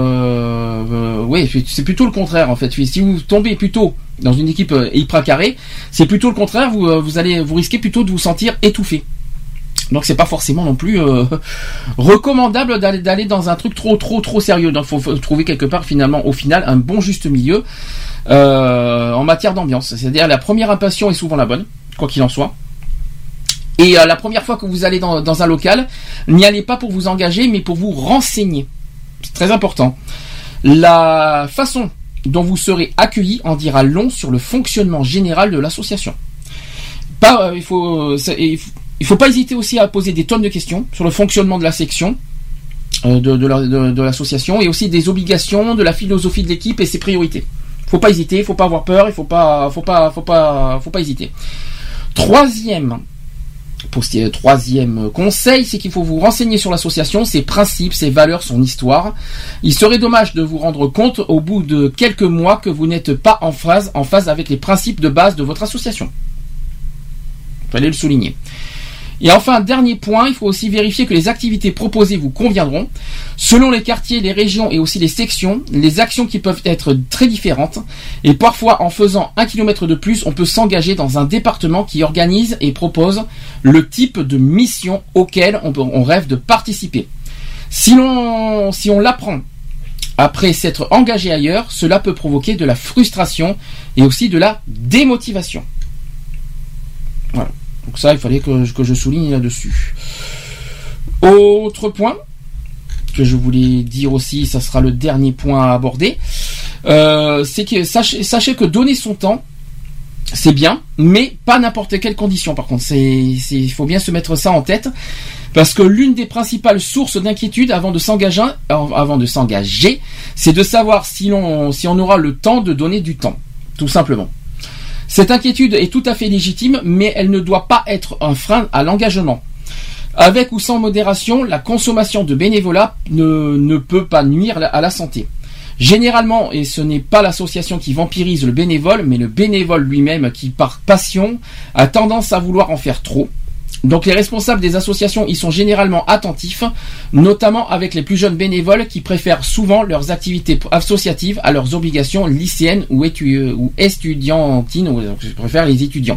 c'est plutôt le contraire en fait. Si vous tombez plutôt dans une équipe hyper carrée, c'est plutôt le contraire, vous risquez plutôt de vous sentir étouffé. Donc c'est pas forcément non plus recommandable d'aller dans un truc trop sérieux. Donc faut trouver quelque part au final un bon juste milieu en matière d'ambiance. C'est-à-dire la première impression est souvent la bonne, quoi qu'il en soit. Et la première fois que vous allez dans un local, n'y allez pas pour vous engager, mais pour vous renseigner. C'est très important. La façon dont vous serez accueilli en dira long sur le fonctionnement général de l'association. Il faut pas hésiter aussi à poser des tonnes de questions sur le fonctionnement de la section, de l'association, et aussi des obligations, de la philosophie de l'équipe et ses priorités. Faut pas hésiter, faut pas avoir peur, il faut pas hésiter. Troisième conseil, c'est qu'il faut vous renseigner sur l'association, ses principes, ses valeurs, son histoire. Il serait dommage de vous rendre compte au bout de quelques mois que vous n'êtes pas en phase avec les principes de base de votre association. Fallait le souligner. Et enfin, dernier point, il faut aussi vérifier que les activités proposées vous conviendront. Selon les quartiers, les régions et aussi les sections, les actions qui peuvent être très différentes. Et parfois, en faisant 1 kilomètre de plus, on peut s'engager dans un département qui organise et propose le type de mission auquel on rêve de participer. Si on l'apprend après s'être engagé ailleurs, cela peut provoquer de la frustration et aussi de la démotivation. Voilà. Donc ça, il fallait que je souligne là-dessus. Autre point que je voulais dire aussi, ça sera le dernier point à aborder, c'est que sachez que donner son temps, c'est bien, mais pas n'importe quelle condition. Par contre, il faut bien se mettre ça en tête, parce que l'une des principales sources d'inquiétude avant de s'engager, c'est de savoir si on aura le temps de donner du temps, tout simplement. Cette inquiétude est tout à fait légitime, mais elle ne doit pas être un frein à l'engagement. Avec ou sans modération, la consommation de bénévolat ne peut pas nuire à la santé. Généralement, et ce n'est pas l'association qui vampirise le bénévole, mais le bénévole lui-même qui, par passion, a tendance à vouloir en faire trop. Donc les responsables des associations y sont généralement attentifs, notamment avec les plus jeunes bénévoles qui préfèrent souvent leurs activités associatives à leurs obligations lycéennes ou estudiantines, ou je préfère les étudiants.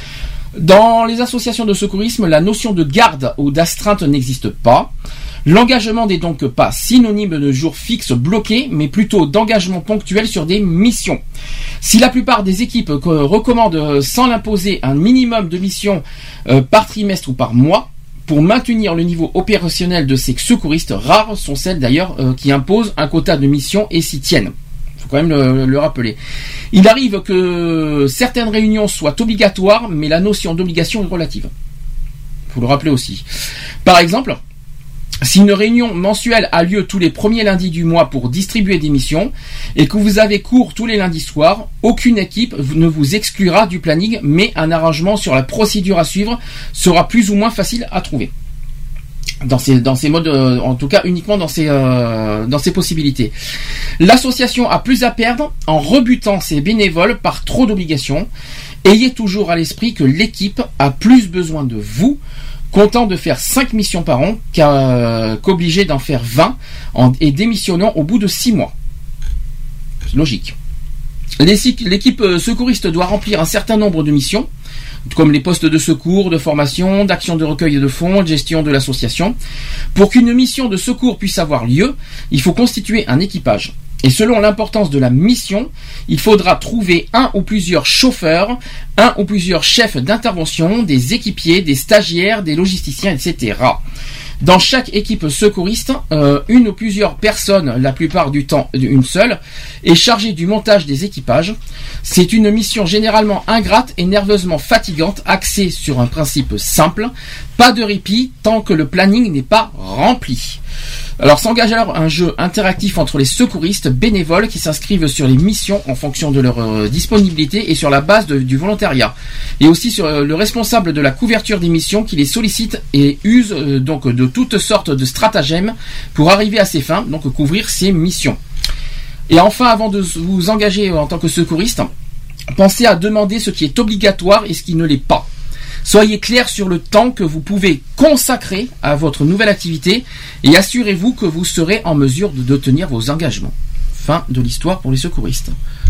Dans les associations de secourisme, la notion de garde ou d'astreinte n'existe pas. L'engagement n'est donc pas synonyme de jours fixes bloqués, mais plutôt d'engagement ponctuel sur des missions. Si la plupart des équipes recommandent sans l'imposer un minimum de missions par trimestre ou par mois, pour maintenir le niveau opérationnel de ces secouristes, rares sont celles d'ailleurs qui imposent un quota de missions et s'y tiennent. Il faut quand même le rappeler. Il arrive que certaines réunions soient obligatoires, mais la notion d'obligation est relative. Il faut le rappeler aussi. Par exemple, si une réunion mensuelle a lieu tous les premiers lundis du mois pour distribuer des missions et que vous avez cours tous les lundis soirs, aucune équipe ne vous exclura du planning, mais un arrangement sur la procédure à suivre sera plus ou moins facile à trouver. Dans ces modes, en tout cas uniquement dans ces possibilités. L'association a plus à perdre en rebutant ses bénévoles par trop d'obligations. Ayez toujours à l'esprit que l'équipe a plus besoin de vous, content de faire 5 missions par an qu'obligé d'en faire 20 et démissionnant au bout de 6 mois. C'est logique. L'équipe secouriste doit remplir un certain nombre de missions, comme les postes de secours, de formation, d'action de recueil de fonds, de gestion de l'association. Pour qu'une mission de secours puisse avoir lieu, il faut constituer un équipage. Et selon l'importance de la mission, il faudra trouver un ou plusieurs chauffeurs, un ou plusieurs chefs d'intervention, des équipiers, des stagiaires, des logisticiens, etc. Dans chaque équipe secouriste, une ou plusieurs personnes, la plupart du temps une seule, est chargée du montage des équipages. C'est une mission généralement ingrate et nerveusement fatigante, axée sur un principe simple, pas de répit tant que le planning n'est pas rempli. Alors s'engage alors un jeu interactif entre les secouristes bénévoles qui s'inscrivent sur les missions en fonction de leur disponibilité et sur la base du volontariat, et aussi sur le responsable de la couverture des missions qui les sollicite et use donc de toutes sortes de stratagèmes pour arriver à ses fins, donc couvrir ses missions. Et enfin, avant de vous engager en tant que secouriste, pensez à demander ce qui est obligatoire et ce qui ne l'est pas. Soyez clair sur le temps que vous pouvez consacrer à votre nouvelle activité et assurez-vous que vous serez en mesure de tenir vos engagements. Fin de l'histoire pour les secouristes.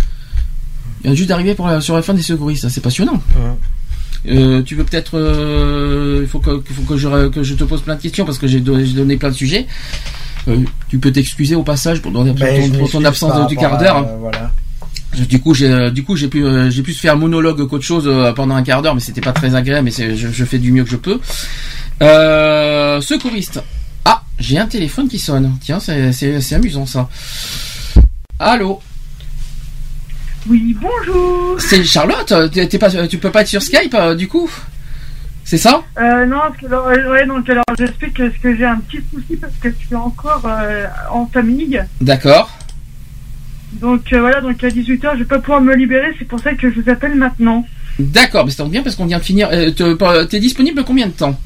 Il vient juste d'arriver sur la fin des secouristes, c'est passionnant. Tu veux peut-être... il faut que je te pose plein de questions parce que j'ai donné plein de sujets. Tu peux t'excuser au passage pour ton absence du quart d'heure. Voilà. Du coup, j'ai pu faire un monologue qu'autre chose pendant un quart d'heure, mais c'était pas très agréable. Mais je fais du mieux que je peux. Secouriste. Ah, j'ai un téléphone qui sonne. Tiens, c'est amusant ça. Allô. Oui, bonjour. C'est Charlotte. Tu peux pas être sur Skype du coup. C'est ça? Non, parce que donc alors j'explique que j'ai un petit souci parce que je suis encore en famille. D'accord. Donc voilà, donc à 18h je vais pas pouvoir me libérer, c'est pour ça que je vous appelle maintenant. D'accord, mais ça tombe bien parce qu'on vient de finir. T'es disponible combien de temps?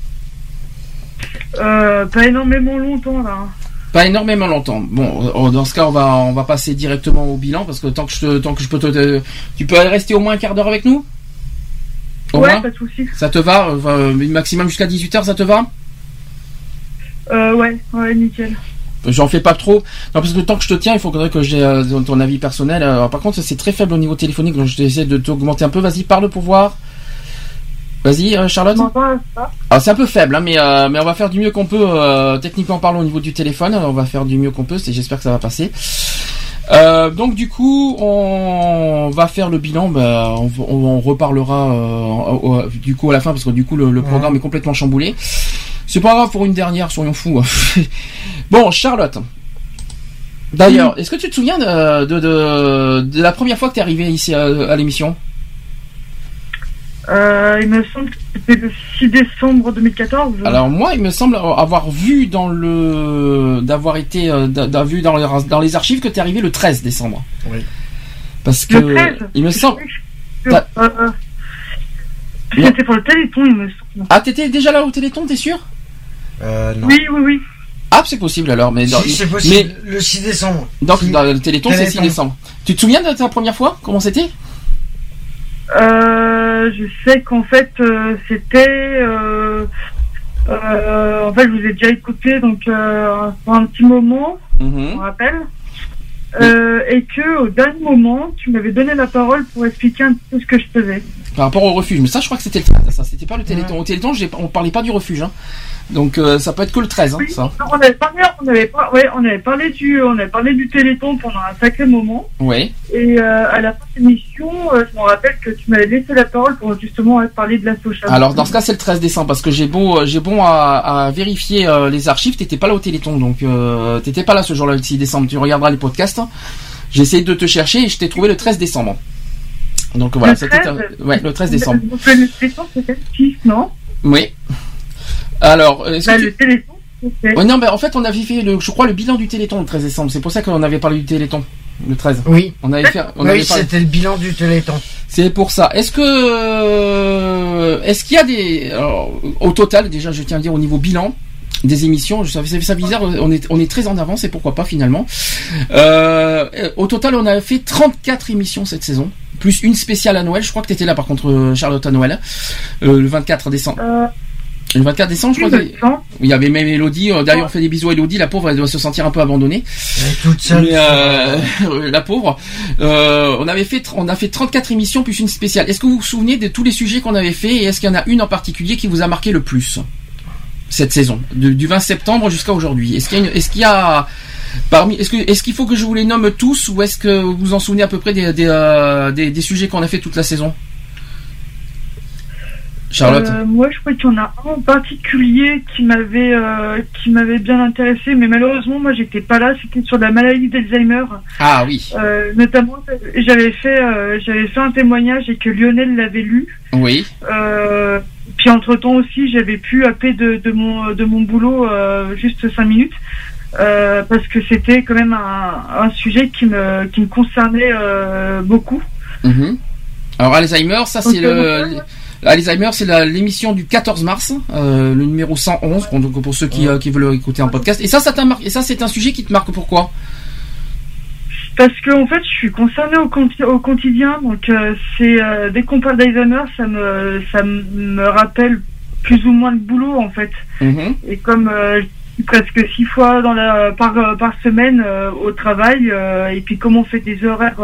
Pas énormément longtemps là. Pas énormément longtemps. Bon, dans ce cas, on va passer directement au bilan parce que tant que je peux tu peux rester au moins un quart d'heure avec nous? Ouais, pas de soucis. Ça te va? Maximum jusqu'à 18h, ça te va? Ouais, nickel. J'en fais pas trop. Non, parce que tant que je te tiens, il faudrait que j'ai ton avis personnel. Par contre, c'est très faible au niveau téléphonique, donc je vais essayer de t'augmenter un peu. Vas-y, parle pour voir. Vas-y, Charlotte. Alors, c'est un peu faible, hein, mais on va faire du mieux qu'on peut. Techniquement parlant, au niveau du téléphone, on va faire du mieux qu'on peut. J'espère que ça va passer. Donc du coup, on va faire le bilan. On reparlera du coup à la fin parce que du coup le programme est complètement chamboulé. C'est pas grave pour une dernière, soyons fous. Bon, Charlotte. D'ailleurs, est-ce que tu te souviens de la première fois que tu es arrivée ici à l'émission? Il me semble que c'était le 6 décembre 2014. Alors moi, il me semble avoir vu d'avoir été vu dans les archives que tu es arrivé le 13 décembre. Oui. Parce que le 13, il me semble. C'était pour le Téléthon, il me semble. Ah, t'étais déjà là au Téléthon, t'es sûr? Non. Oui. Ah, c'est possible alors, mais c'est possible. Mais le 6 décembre. Donc dans le Téléthon, c'est 6 décembre. Tu te souviens de ta première fois? Comment c'était? Je sais qu'en fait c'était en fait je vous ai déjà écouté donc un petit moment, je me rappelle, et que au dernier moment tu m'avais donné la parole pour expliquer un peu ce que je faisais. Par rapport au refuge, mais ça je crois que c'était ça, c'était pas le Téléthon. Ouais. Au Téléthon, on parlait pas du refuge, hein. Donc ça peut être que le 13, hein, oui, ça. On avait parlé du Téléthon pendant un sacré moment. Oui. Et à la fin de l'émission, je me rappelle que tu m'avais laissé la parole pour justement parler de la Socha. Alors dans ce cas, c'est le 13 décembre parce que j'ai bon à vérifier les archives. T'étais pas là au Téléthon, donc t'étais pas là ce jour-là le 6 décembre. Tu regarderas les podcasts. J'ai essayé de te chercher et je t'ai trouvé le 13 décembre. Donc voilà, c'était le 13 décembre. Donc le Téléthon, c'était le 6, non? Oui. Alors, le Téléthon, okay. Ouais, non, mais en fait, on avait fait je crois le bilan du Téléthon le 13 décembre. C'est pour ça qu'on avait parlé du Téléthon le 13. Oui. C'était le bilan du Téléthon. C'est pour ça. Est-ce qu'il y a des au total, déjà, je tiens à dire au niveau bilan des émissions, ça bizarre, on est très en avance et pourquoi pas finalement. Au total, on a fait 34 émissions cette saison, plus une spéciale à Noël. Je crois que tu étais là par contre, Charlotte, à Noël, le 24 décembre. Le 24 décembre, je crois qu'il y avait même Elodie. D'ailleurs, on fait des bisous à Elodie. La pauvre, elle doit se sentir un peu abandonnée. Toute seule. Mais, la pauvre. On a fait 34 émissions plus une spéciale. Est-ce que vous vous souvenez de tous les sujets qu'on avait fait et est-ce qu'il y en a une en particulier qui vous a marqué le plus cette saison, du 20 septembre jusqu'à aujourd'hui? Est-ce qu'il faut que je vous les nomme tous ou est-ce que vous vous en souvenez à peu près des sujets qu'on a fait toute la saison? Charlotte. Moi, je crois qu'il y en a un en particulier qui m'avait bien intéressé, mais malheureusement, moi, j'étais pas là. C'était sur la maladie d'Alzheimer. Ah oui. Notamment, j'avais fait un témoignage et que Lionel l'avait lu. Oui. Puis entre temps aussi, j'avais pu appeler de mon boulot juste 5 minutes. Parce que c'était quand même un sujet qui me concernait beaucoup. Alors Alzheimer, ça c'est Alzheimer, c'est l'émission du 14 mars, le numéro 111, pour ceux qui veulent écouter un podcast. Et ça t'a marqué. Et ça, c'est un sujet qui te marque. Pourquoi? Parce que en fait, je suis concernée au quotidien. Donc, dès qu'on parle d'Alzheimer, ça me rappelle plus ou moins le boulot en fait. Et comme presque 6 fois par semaine au travail, et puis comme on fait des horaires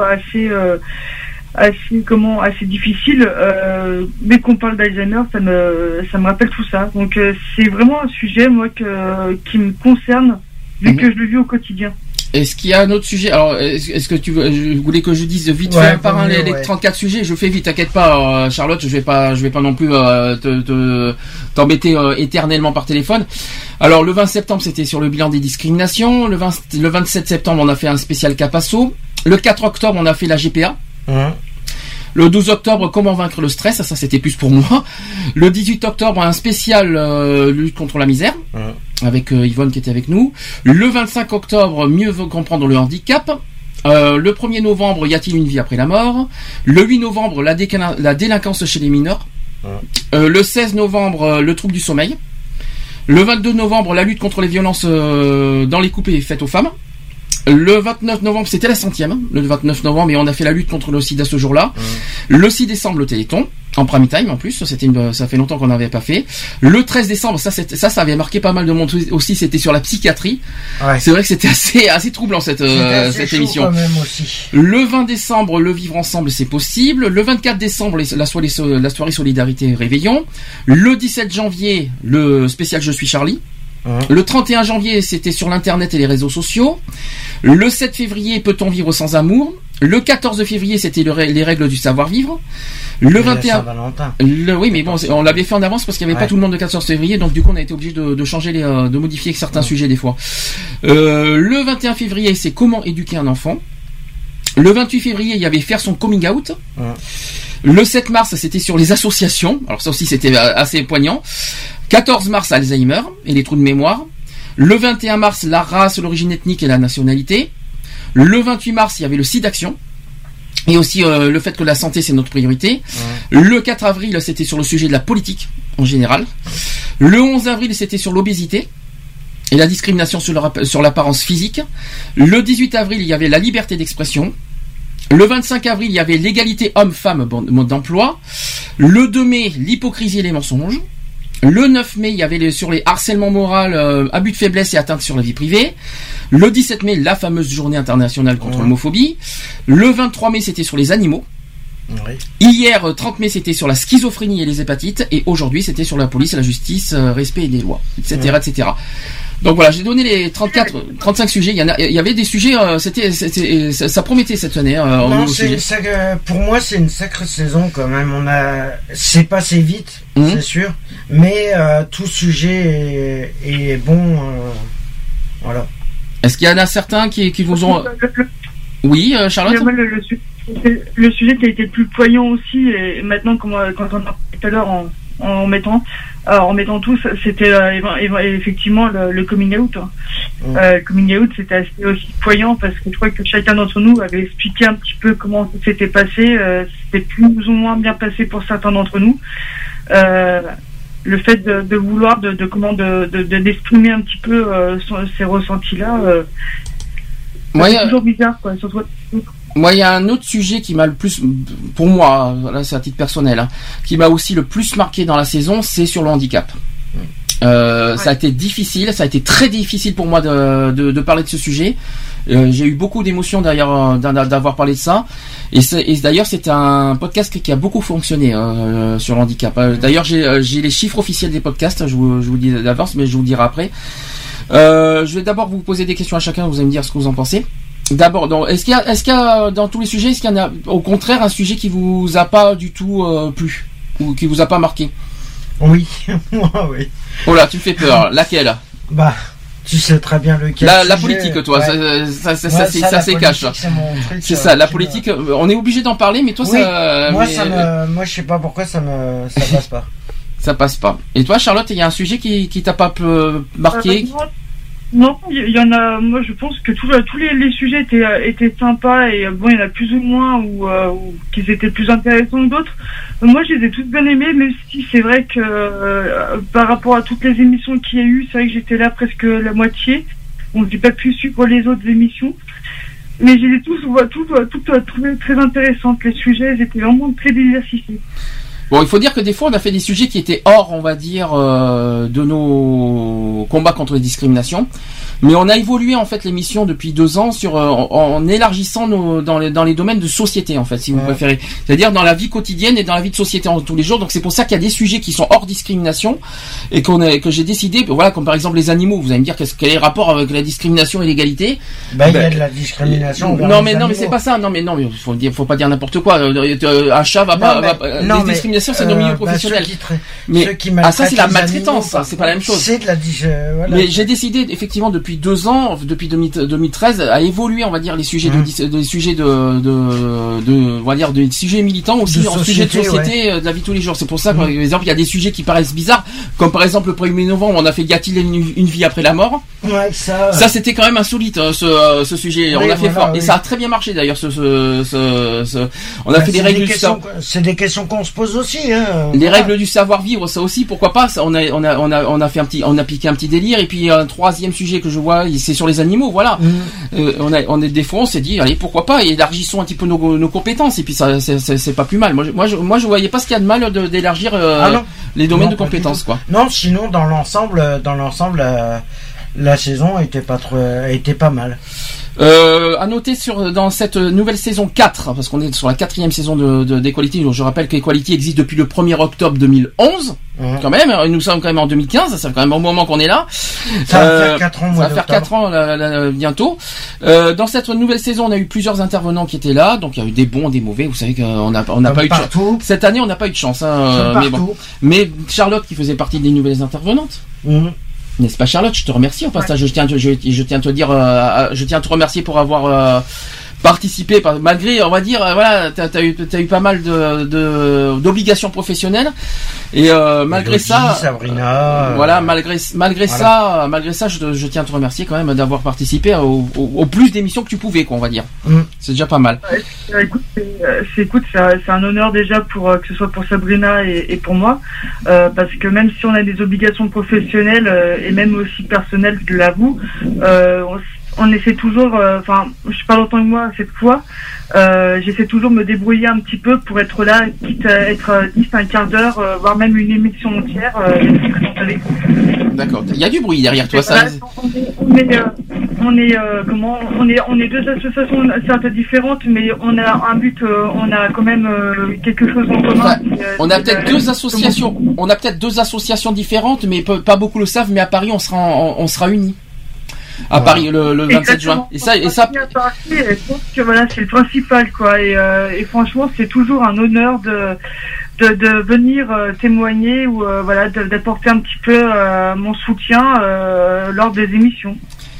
assez difficile, dès qu'on parle d'Alzheimer, ça me rappelle tout ça. Donc c'est vraiment un sujet moi qui me concerne vu que je le vis au quotidien. Est-ce qu'il y a un autre sujet? Alors, est-ce que tu voulais que je dise vite fait un par un les 34 sujets? Je fais vite, t'inquiète pas, Charlotte, je vais pas non plus t'embêter éternellement par téléphone. Alors, le 20 septembre, c'était sur le bilan des discriminations. Le 27 septembre, on a fait un spécial Capasso. Le 4 octobre, on a fait la GPA. Le 12 octobre, comment vaincre le stress, ça c'était plus pour moi. Le 18 octobre, un spécial lutte contre la misère, avec Yvonne qui était avec nous. Le 25 octobre, mieux comprendre le handicap. Le 1er novembre, y a-t-il une vie après la mort? Le 8 novembre, la délinquance chez les mineurs. Le 16 novembre, le trouble du sommeil. Le 22 novembre, la lutte contre les violences dans les couples faites aux femmes. Le 29 novembre, c'était la 100e, le 29 novembre, et on a fait la lutte contre le sida ce jour-là. Le 6 décembre, le Téléthon, en prime time en plus, ça fait longtemps qu'on n'avait pas fait. Le 13 décembre, ça avait marqué pas mal de monde aussi, c'était sur la psychiatrie. Ouais. C'est vrai que c'était assez troublant cette émission. Quand même aussi. Le 20 décembre, le vivre ensemble, c'est possible. Le 24 décembre, la soirée solidarité réveillon. Le 17 janvier, le spécial Je suis Charlie. Le 31 janvier, c'était sur l'internet et les réseaux sociaux. Le 7 février, peut-on vivre sans amour? Le 14 février, c'était les règles du savoir-vivre. Le 21... oui, mais bon, on l'avait fait en avance parce qu'il n'y avait pas tout le monde le 14 février, donc du coup on a été obligé de changer de modifier certains sujets des fois. Le 21 février, c'est comment éduquer un enfant. Le 28 février, il y avait faire son coming out. Le 7 mars, c'était sur les associations. Alors ça aussi, c'était assez poignant. 14 mars, Alzheimer et les trous de mémoire. Le 21 mars, la race, l'origine ethnique et la nationalité. Le 28 mars, il y avait le SIDAction. Et aussi le fait que la santé, c'est notre priorité. Le 4 avril, c'était sur le sujet de la politique, en général. Le 11 avril, c'était sur l'obésité et la discrimination sur l'apparence physique. Le 18 avril, il y avait la liberté d'expression. Le 25 avril, il y avait l'égalité homme-femme, mode d'emploi. Le 2 mai, l'hypocrisie et les mensonges. Le 9 mai, il y avait sur les harcèlements moraux, abus de faiblesse et atteintes sur la vie privée. Le 17 mai, la fameuse journée internationale contre l'homophobie. Le 23 mai, c'était sur les animaux. Hier, 30 mai, c'était sur la schizophrénie et les hépatites. Et aujourd'hui, c'était sur la police et la justice, respect des lois, etc., etc. Donc voilà, j'ai donné les 35 sujets. Il y avait des sujets, ça promettait cette année. Non, pour moi, c'est une sacrée saison quand même. C'est passé vite, c'est sûr, mais tout sujet est bon. Voilà. Est-ce qu'il y en a certains qui vous ont... Oui, Charlotte. Le sujet qui a été le plus poignant aussi, et maintenant, quand on a parlé tout à l'heure en mettant tous, c'était effectivement le coming out. Le coming out, c'était assez aussi poignant parce que je crois que chacun d'entre nous avait expliqué un petit peu comment ça s'était passé. C'était plus ou moins bien passé pour certains d'entre nous. Le fait de vouloir d'exprimer un petit peu ces ressentis-là, c'est toujours bizarre, quoi. Surtout. Moi, il y a un autre sujet qui m'a le plus, pour moi, là c'est à titre personnel, qui m'a aussi le plus marqué dans la saison, c'est sur le handicap. Ça a été difficile, ça a été très difficile pour moi de parler de ce sujet. J'ai eu beaucoup d'émotions d'ailleurs d'avoir parlé de ça. Et d'ailleurs, c'est un podcast qui a beaucoup fonctionné sur le handicap. D'ailleurs, j'ai les chiffres officiels des podcasts. Je vous le dis d'avance, mais je vous le dirai après. Je vais d'abord vous poser des questions à chacun. Vous allez me dire ce que vous en pensez. D'abord, est-ce qu'il y a dans tous les sujets, est-ce qu'il y en a au contraire un sujet qui vous a pas du tout plu ou qui vous a pas marqué? Oui, moi oui. Oh là, tu me fais peur. Laquelle? Bah, tu sais très bien lequel. La politique, toi, ouais. Ça c'est cash. C'est ça, la politique. On est obligé d'en parler, mais toi, oui. Moi, je sais pas pourquoi ça passe pas. Ça passe pas. Et toi, Charlotte, il y a un sujet qui t'a pas marqué? Non, il y en a. Moi, je pense que tous les sujets étaient sympas et bon, il y en a plus ou moins ou qu'ils étaient plus intéressants que d'autres. Moi, je les ai tous bien aimés, même si c'est vrai que par rapport à toutes les émissions qu'il y a eu, c'est vrai que j'étais là presque la moitié. Donc, j'ai pas pu suivre les autres émissions, mais je les ai tous trouvés très intéressantes. Les sujets, ils étaient vraiment très diversifiés. Bon, il faut dire que des fois, on a fait des sujets qui étaient hors, on va dire, de nos combats contre les discriminations. Mais on a évolué en fait l'émission depuis 2 ans en élargissant dans les domaines de société en fait, si vous préférez. C'est-à-dire dans la vie quotidienne et dans la vie de société en tous les jours. Donc c'est pour ça qu'il y a des sujets qui sont hors discrimination et que j'ai décidé, voilà, comme par exemple les animaux. Vous allez me dire quel est le rapport avec la discrimination et l'égalité? Il y a de la discrimination. Non mais c'est pas ça. Non mais faut pas dire n'importe quoi. Un chat va pas. Les discriminations c'est dans le milieu professionnel. Ça c'est la maltraitance. Ça c'est pas la même chose. C'est de la voilà. Mais j'ai décidé effectivement depuis 2 ans, depuis 2013, à évoluer, on va dire, les sujets des sujets on va dire, des sujets militants aussi, en sujets de société, de la vie de tous les jours. C'est pour ça, par exemple, il y a des sujets qui paraissent bizarres, comme par exemple le 1er novembre, on a fait y a-t-il une vie après la mort? Ouais, ça c'était quand même insolite, ce sujet. On a fait fort. Et ça a très bien marché d'ailleurs, on a fait des règles c'est des questions qu'on se pose aussi, hein. Les règles du savoir-vivre, ça aussi, pourquoi pas? Ça, on a piqué un petit délire. Et puis, un 3e sujet que je vois, c'est sur les animaux, voilà. Des fois, on s'est dit, allez, pourquoi pas, élargissons un petit peu nos compétences, et puis ça, c'est pas plus mal. Moi, je voyais pas ce qu'il y a de mal d'élargir les domaines de compétences, quoi. Non, sinon, dans l'ensemble, la saison était pas mal. À noter dans cette nouvelle saison 4, parce qu'on est sur la 4e saison d'Equality, donc je rappelle qu'Equality existe depuis le 1er octobre 2011, quand même, nous sommes quand même en 2015, ça fait quand même un moment qu'on est là. Ça va faire 4 ans, ça va faire 4 ans bientôt. Dans cette nouvelle saison, on a eu plusieurs intervenants qui étaient là, donc il y a eu des bons, des mauvais, vous savez qu'on n'a pas eu de chance. Cette année, on n'a pas eu de chance, mais bon. Mais Charlotte, qui faisait partie des nouvelles intervenantes, n'est-ce pas Charlotte? Je te remercie au passage. Je tiens à te remercier pour avoir participé, malgré, on va dire, voilà, t'as eu pas mal d'obligations professionnelles et malgré ça, Sabrina, voilà, malgré ça, je tiens à te remercier quand même d'avoir participé au plus d'émissions que tu pouvais, quoi, on va dire. C'est déjà pas mal. Écoute, c'est un honneur déjà que ce soit pour Sabrina et pour moi, parce que même si on a des obligations professionnelles et même aussi personnelles, je l'avoue, on essaie toujours, je parle en tant que moi cette fois, j'essaie toujours de me débrouiller un petit peu pour être là, quitte à être 10, un quart d'heure, voire même une émission entière avec vous. D'accord, il y a du bruit derrière toi, ça. On est 2 associations certes différentes, mais on a un but, on a quand même quelque chose en commun. On a peut-être 2 associations différentes, mais pas beaucoup le savent, mais à Paris on sera unis. À Paris le 27 juin. Et ça. Je pense que voilà, c'est le principal, quoi. Et franchement, c'est toujours un honneur de venir témoigner ou voilà, d'apporter un petit peu mon soutien lors des émissions.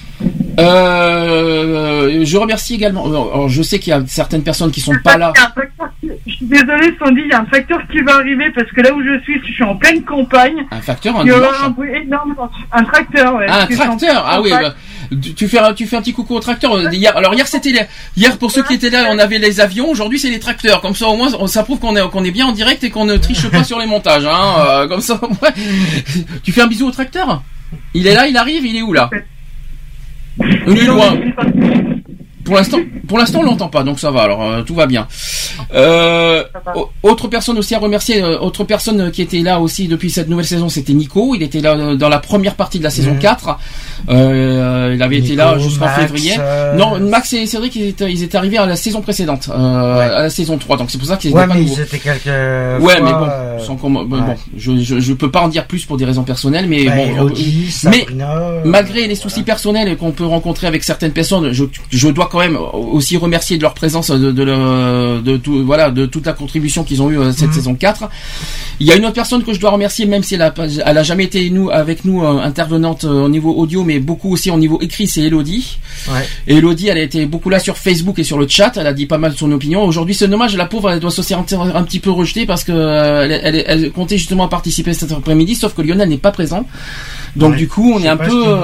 Je remercie également. Alors, je sais qu'il y a certaines personnes qui sont pas là. Je suis désolée, Sandy, il y a un facteur qui va arriver parce que là où je suis en pleine campagne. Un facteur, il y aura un bruit énorme. Un tracteur, ouais. Ah, un tracteur. Ah oui. Bah, tu fais un petit coucou au tracteur. Hier, pour ceux qui étaient là, on avait les avions. Aujourd'hui, c'est les tracteurs. Comme ça, au moins, ça prouve qu'on est bien en direct et qu'on ne triche pas sur les montages. Hein. Comme ça, ouais. Tu fais un bisou au tracteur. Il est là, il arrive. Il est où là? Il est loin. Pour l'instant, on l'entend pas, donc ça va. Alors, tout va bien. Autre personne aussi à remercier. Autre personne qui était là aussi depuis cette nouvelle saison, c'était Nico. Il était là dans la première partie de la saison 4. Il avait été là jusqu'en février. Non, Max et Cédric, ils étaient arrivés à la saison précédente, à la saison 3. Donc c'est pour ça qu'ils étaient pas nouveaux. Ils étaient quelques fois, mais bon, je peux pas en dire plus pour des raisons personnelles, mais malgré les soucis personnels qu'on peut rencontrer avec certaines personnes, je dois quand même aussi remercier de leur présence, de toute la contribution qu'ils ont eu cette saison 4. Il y a une autre personne que je dois remercier, même si elle a jamais été avec nous intervenante au niveau audio, mais beaucoup aussi au niveau écrit, c'est Elodie. Et Elodie, elle a été beaucoup là sur Facebook et sur le chat, elle a dit pas mal de son opinion. Aujourd'hui, c'est dommage, la pauvre, elle doit se sentir un petit peu rejetée parce que elle comptait justement participer cet après-midi, sauf que Lionel n'est pas présent. Donc du coup, on est un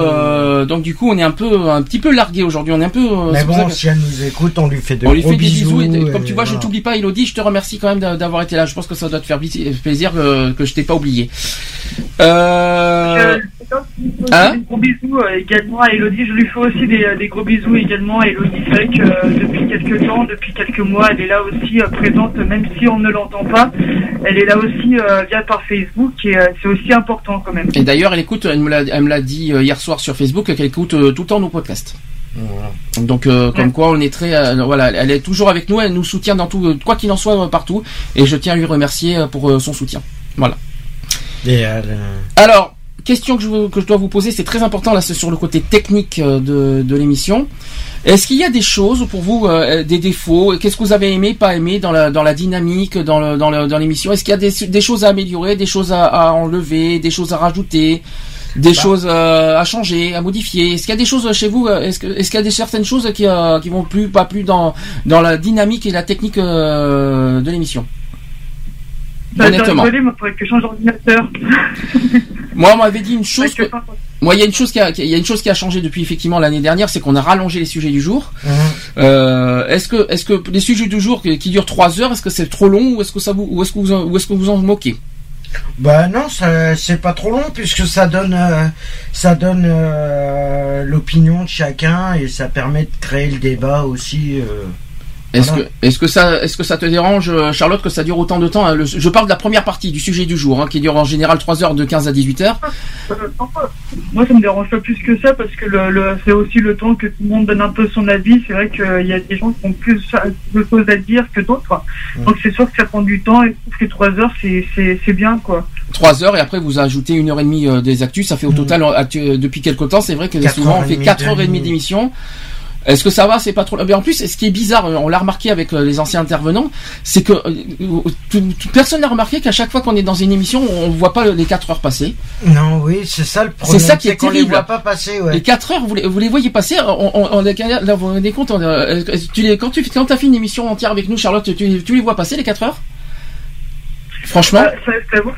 petit peu largué aujourd'hui. On est un peu. Mais bon, si elle nous écoute, on lui fait des bisous. Et comme tu vois, je t'oublie pas, Elodie. Je te remercie quand même d'avoir été là. Je pense que ça doit te faire plaisir que je t'ai pas oublié. Des gros bisous également à Elodie. Je lui fais aussi des gros bisous également à Elodie. C'est vrai que depuis quelques mois, elle est là aussi présente, même si on ne l'entend pas. Elle est là aussi via par Facebook et c'est aussi important quand même. Et d'ailleurs, elle écoute, elle me l'a dit hier soir sur Facebook, qu'elle écoute tout le temps nos podcasts. Voilà. Donc comme quoi on est très voilà, elle est toujours avec nous, elle nous soutient dans tout, quoi qu'il en soit partout, et je tiens à lui remercier pour son soutien. Voilà. Et alors, question que je dois vous poser, c'est très important là, c'est sur le côté technique de l'émission. Est-ce qu'il y a des choses pour vous, des défauts? Qu'est-ce que vous avez aimé, pas aimé dans la dynamique, dans l'émission? Est-ce qu'il y a des choses à améliorer, des choses à enlever, des choses à rajouter, des choses à changer, à modifier? Est-ce qu'il y a des choses chez vous? Est-ce qu'il y a certaines choses qui vont pas plus dans la dynamique et la technique de l'émission? Honnêtement. Désolé, mais il faudrait que je change d'ordinateur. Moi, on m'avait dit une chose. Moi, il y a une chose qui a changé depuis effectivement l'année dernière, c'est qu'on a rallongé les sujets du jour. Est-ce que les sujets du jour qui durent 3 heures, est-ce que c'est trop long ou est-ce que vous en moquez? Bah non, c'est pas trop long puisque ça donne l'opinion de chacun et ça permet de créer le débat aussi. Est-ce que ça te dérange, Charlotte, que ça dure autant de temps, hein, je parle de la première partie du sujet du jour, hein, qui dure en général 3 heures de 15 à 18 heures. Moi, ça me dérange pas plus que ça, parce que c'est aussi le temps que tout le monde donne un peu son avis. C'est vrai qu'il y a des gens qui ont plus de choses à dire que d'autres. Donc c'est sûr que ça prend du temps, et je trouve que 3 heures, c'est bien, quoi. 3 heures, et après vous ajoutez 1h30 des actus, ça fait au total, depuis quelque temps, c'est vrai que souvent on fait 4h30 d'émission. Est-ce que ça va? C'est pas trop. Mais en plus, ce qui est bizarre, on l'a remarqué avec les anciens intervenants, c'est que personne n'a remarqué qu'à chaque fois qu'on est dans une émission, on voit pas les 4 heures passer. Non, oui, c'est ça le problème. C'est ça qui est terrible. On les voit pas passer, ouais. Les 4 heures, vous les voyez passer. Là, vous vous rendez compte, quand t'as fait une émission entière avec nous, Charlotte, tu les vois passer les 4 heures? Franchement, ça t'avoue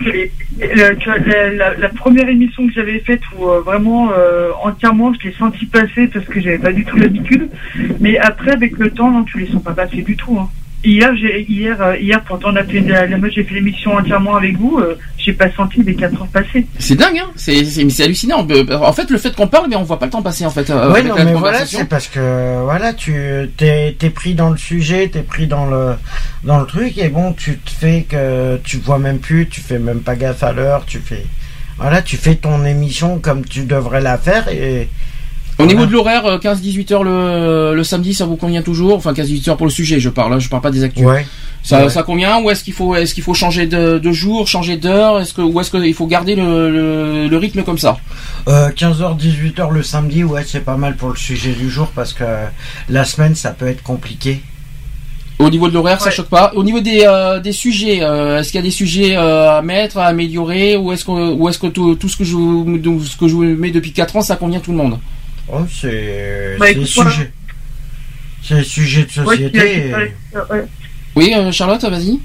que la première émission que j'avais faite où vraiment entièrement je l'ai senti passer parce que j'avais pas du tout l'habitude, mais après avec le temps non, tu les sens pas passer du tout, hein. Hier pourtant on a fait moi j'ai fait l'émission entièrement avec vous, j'ai pas senti les 4 heures passer. C'est dingue, hein. C'est hallucinant. En fait, le fait qu'on parle, mais on voit pas le temps passer en fait. Ouais, non, mais voilà, c'est parce que voilà, tu t'es pris dans le sujet, t'es pris dans le truc, et bon, tu te fais que tu vois même plus, tu fais même pas gaffe à l'heure, tu fais ton émission comme tu devrais la faire. Et au niveau de l'horaire, 15-18 heures le samedi, ça vous convient toujours? Enfin, 15-18 heures pour le sujet, je parle pas des actus. Ouais. Ça convient? Ou est-ce qu'il faut changer de jour, changer d'heure? Ou est-ce qu'il faut garder le rythme comme ça? 15h, 18h le samedi, ouais, c'est pas mal pour le sujet du jour parce que la semaine, ça peut être compliqué. Au niveau de l'horaire, ça choque pas. Au niveau des sujets, est-ce qu'il y a des sujets à mettre, à améliorer, ou est-ce que tout ce que je vous mets depuis 4 ans, ça convient à tout le monde? Oh, c'est le sujet. C'est le sujet de société. Oui, Charlotte, vas-y.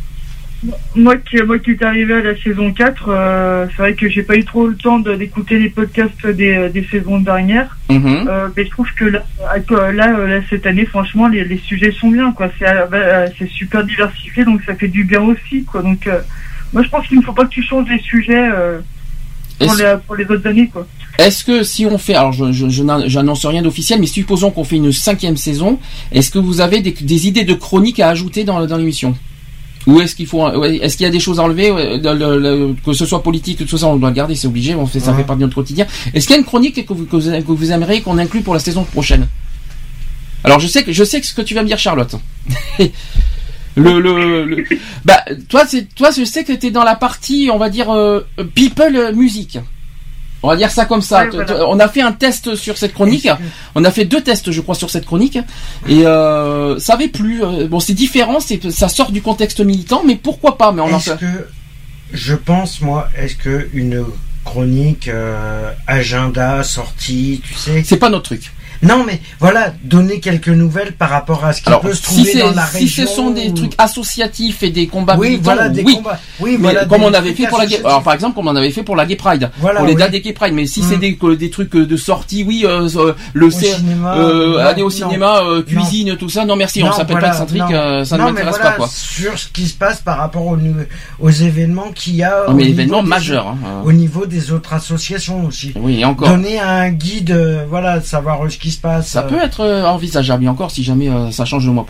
Moi qui est arrivé à la saison 4, c'est vrai que j'ai pas eu trop le temps d'écouter les podcasts des saisons dernières. Mais je trouve que là, cette année, franchement, les sujets sont bien, quoi. C'est super diversifié, donc ça fait du bien aussi, quoi. Donc, moi, je pense qu'il ne faut pas que tu changes les sujets pour les autres années, quoi. Est-ce que si on fait, alors j'annonce rien d'officiel, mais supposons qu'on fait une 5e saison, est-ce que vous avez des idées de chroniques à ajouter dans l'émission? Ou est-ce qu'il y a des choses à enlever, que ce soit politique, tout ça on doit le garder, c'est obligé, ça fait partie de notre quotidien. Est-ce qu'il y a une chronique que vous aimeriez qu'on inclue pour la saison prochaine? Alors je sais ce que tu vas me dire, Charlotte. Bah toi je sais que t'es dans la partie, on va dire people music. On va dire ça comme ça. Ouais, voilà. On a fait un test sur cette chronique. On a fait 2 tests, je crois, sur cette chronique. Et ça avait plu. Bon, c'est différent. Ça sort du contexte militant, mais pourquoi pas? Mais je pense, moi, est-ce que une chronique agenda sortie, tu sais, c'est pas notre truc. Non, mais voilà, donner quelques nouvelles par rapport à ce qui peut se trouver dans la région. Si ce sont des trucs associatifs et des combats militants, voilà, des combats. Oui, mais voilà, comme on avait fait pour la Gay, alors par exemple, comme on avait fait pour la Gay Pride, voilà, pour les dates des Gay Pride. Mais si c'est des trucs de sortie, aller au cinéma, cuisine, tout ça, non merci, on s'appelle pas excentrique, ça ne m'intéresse pas quoi. Sur ce qui se passe par rapport aux événements qu'il y a. Mais événements majeurs. Au niveau des autres associations aussi. Oui, et encore. Donner un guide, voilà, savoir ce qui se passe. Ça peut être envisageable, et encore si jamais ça change de moi.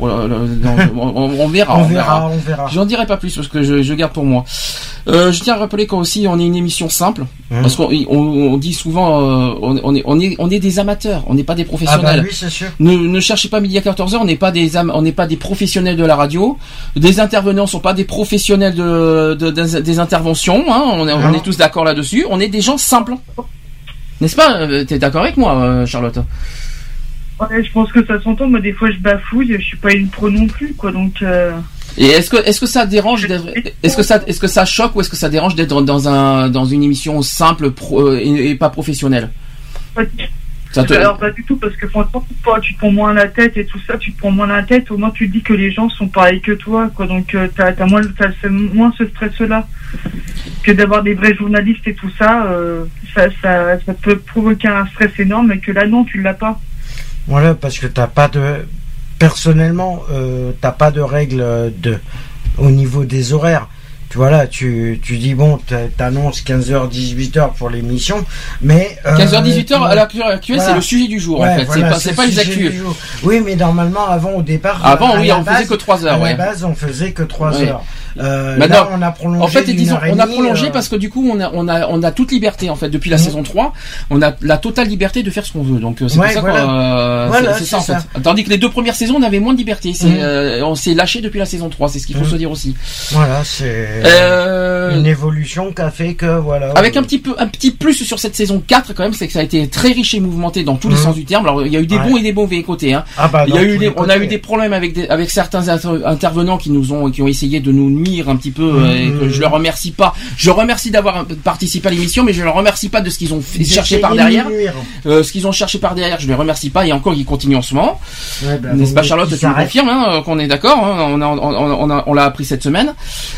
On verra. On verra. J'en dirai pas plus parce que je garde pour moi. Je tiens à rappeler qu'aussi on est une émission simple, parce qu'on dit souvent on est des amateurs, on n'est pas des professionnels. Ah bah oui, c'est sûr. Ne cherchez pas midi à 14h, on n'est pas des professionnels de la radio. Des intervenants sont pas des professionnels des interventions, hein, on est tous d'accord là-dessus. On est des gens simples. N'est-ce pas? T'es d'accord avec moi, Charlotte? Ouais, je pense que ça s'entend. Moi, des fois, je bafouille. Je suis pas une pro non plus, quoi. Donc. Et est-ce que ça dérange est-ce que ça choque ou est-ce que ça dérange d'être dans une émission simple et pas professionnelle? Alors pas du tout, parce que franchement, tu te prends moins la tête et tout ça, tu te prends moins la tête, au moins tu te dis que les gens sont pareils que toi, quoi. Donc t'as moins ce stress-là que d'avoir des vrais journalistes et tout ça. Ça peut provoquer un stress énorme, mais que là non, tu l'as pas. Voilà, parce que personnellement, t'as pas de règles au niveau des horaires. Tu vois là, tu dis bon, t'annonces 15h, 18h pour l'émission, mais 15h, 18h à l'heure actuelle, c'est le sujet du jour, en fait. Voilà, c'est pas les actus. Oui, mais normalement, avant, au départ, on faisait que 3 heures. À la base, on faisait que 3 heures. Maintenant, là, on a prolongé. En fait, on a prolongé parce que du coup, on a toute liberté, en fait, depuis la saison 3, on a la totale liberté de faire ce qu'on veut. Donc, c'est pour ça c'est ça, en fait. Tandis que les 2 premières saisons, on avait moins de liberté. On s'est lâché depuis la saison 3, c'est ce qu'il faut se dire aussi. Voilà, c'est une évolution qu'a fait que voilà. Avec un petit plus sur cette saison 4 quand même, c'est que ça a été très riche et mouvementé dans tous les sens du terme. Alors il y a eu des bons et des mauvais côtés. Hein. On a eu des problèmes avec certains intervenants qui ont essayé de nous nuire un petit peu. Et que je leur remercie pas. Je remercie d'avoir participé à l'émission, mais je leur remercie pas de ce qu'ils ont cherché par derrière. Ce qu'ils ont cherché par derrière, je les remercie pas. Et encore, ils continuent en ce moment. N'est-ce pas, Charlotte? Tu me confirmes qu'on est d'accord. Hein, on l'a appris cette semaine.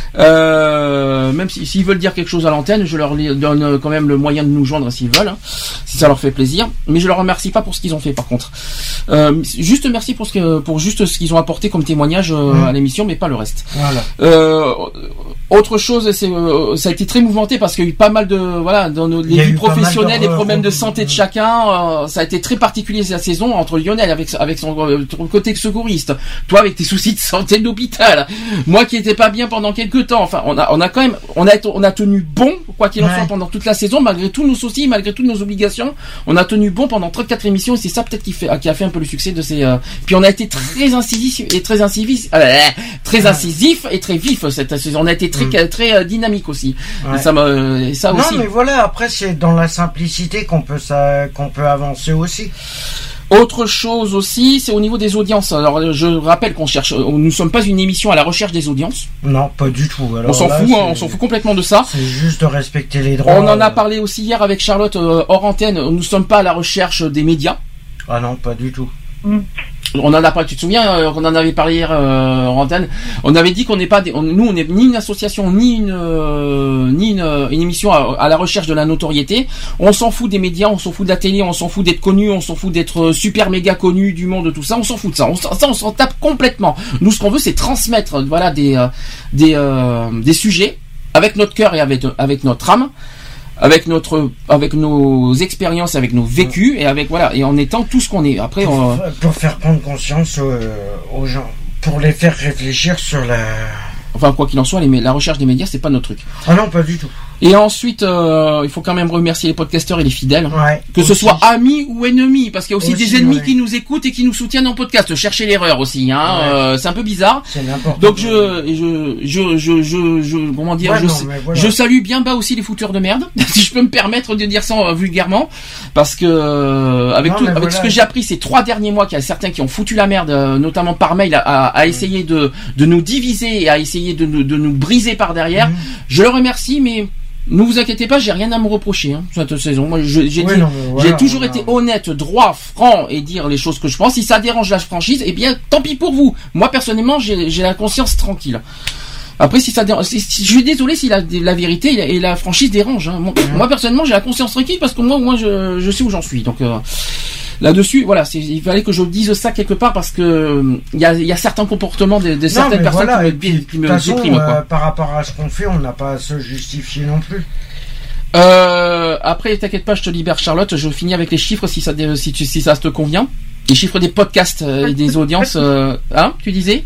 Même s'ils veulent dire quelque chose à l'antenne, je leur donne quand même le moyen de nous joindre s'ils veulent, hein, si ça leur fait plaisir. Mais je leur remercie pas pour ce qu'ils ont fait par contre. Juste merci pour juste ce qu'ils ont apporté comme témoignage à l'émission, mais pas le reste. Voilà. Autre chose, ça a été très mouvementé parce qu'il y a eu pas mal de dans les vies professionnelles, les problèmes de santé de chacun. Ça a été très particulier cette saison entre Lionel avec son côté secouriste, toi avec tes soucis de santé d'hôpital, moi qui étais pas bien pendant quelques temps. Enfin, on a quand même, on a tenu bon, quoi qu'il en soit, pendant toute la saison, malgré tous nos soucis, malgré toutes nos obligations, on a tenu bon pendant 34 émissions, et c'est ça peut-être qui a fait un peu le succès de ces. Puis on a été très incisif et très vif cette saison. On a été très dynamique aussi. Et ça aussi. Non, mais voilà, après c'est dans la simplicité qu'on peut avancer aussi. Autre chose aussi, c'est au niveau des audiences. Alors, je rappelle nous sommes pas une émission à la recherche des audiences. Non, pas du tout. Alors on s'en fout, on s'en fout complètement de ça. C'est juste de respecter les droits. On en a parlé aussi hier avec Charlotte hors antenne. Nous sommes pas à la recherche des médias. Ah non, pas du tout. On en a parlé, tu te souviens, on en avait parlé hier en antenne. On avait dit qu'on n'est pas nous on n'est ni une association ni une émission à la recherche de la notoriété. On s'en fout des médias, on s'en fout de la télé, on s'en fout d'être connu, on s'en fout d'être super méga connu du monde, tout ça. On s'en fout de ça. On s'en tape complètement. Nous, ce qu'on veut, c'est transmettre des sujets avec notre cœur et avec notre âme. Avec nos expériences, avec nos vécus, et en étant tout ce qu'on est. Après, pour faire prendre conscience aux gens, pour les faire réfléchir sur la. Enfin, quoi qu'il en soit, la recherche des médias, c'est pas notre truc. Ah non, pas du tout. Et ensuite, il faut quand même remercier les podcasteurs et les fidèles, que ce soit amis ou ennemis, parce qu'il y a aussi des ennemis qui nous écoutent et qui nous soutiennent en podcast. Cherchez l'erreur aussi, hein. C'est un peu bizarre. C'est n'importe Donc je salue bien bas aussi les fouteurs de merde, si je peux me permettre de dire ça vulgairement, parce que avec ce que j'ai appris ces 3 derniers mois, qu'il y a certains qui ont foutu la merde, notamment par mail, à essayer de nous diviser et à essayer de nous briser par derrière. Je le remercie, mais ne vous inquiétez pas, j'ai rien à me reprocher cette saison. Moi, j'ai toujours été honnête, droit, franc et dire les choses que je pense. Si ça dérange la franchise, eh bien, tant pis pour vous. Moi, personnellement, j'ai la conscience tranquille. Après, si ça dérange, je suis désolé si la vérité et la franchise dérange. Hein. Moi, personnellement, j'ai la conscience tranquille parce que moi, je sais où j'en suis. Donc là-dessus, voilà, il fallait que je dise ça quelque part parce que il y a certains comportements de certaines personnes qui me dépriment. Par rapport à ce qu'on fait, on n'a pas à se justifier non plus. Après, t'inquiète pas, je te libère, Charlotte. Je finis avec les chiffres si ça te convient. Les chiffres des podcasts et des audiences. Hein, tu disais?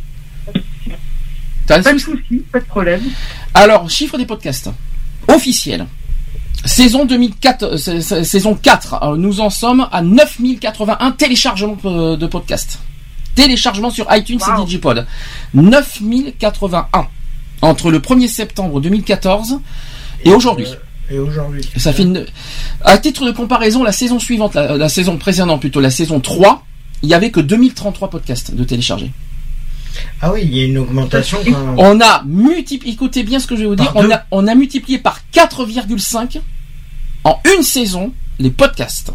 Pas de soucis, pas de problème. Alors, chiffre des podcasts officiels. Saison 2004, saison 4, nous en sommes à 9081 téléchargements de podcasts. Téléchargements sur iTunes et Digipod. 9081 entre le 1er septembre 2014 et aujourd'hui. Ça fait à titre de comparaison, la saison suivante, la saison précédente plutôt, la saison 3, il y avait que 2033 podcasts de téléchargés. Ah oui, il y a une augmentation quand même. On a multiplié, écoutez bien ce que je vais vous dire, on a multiplié par 4,5 en une saison les podcasts.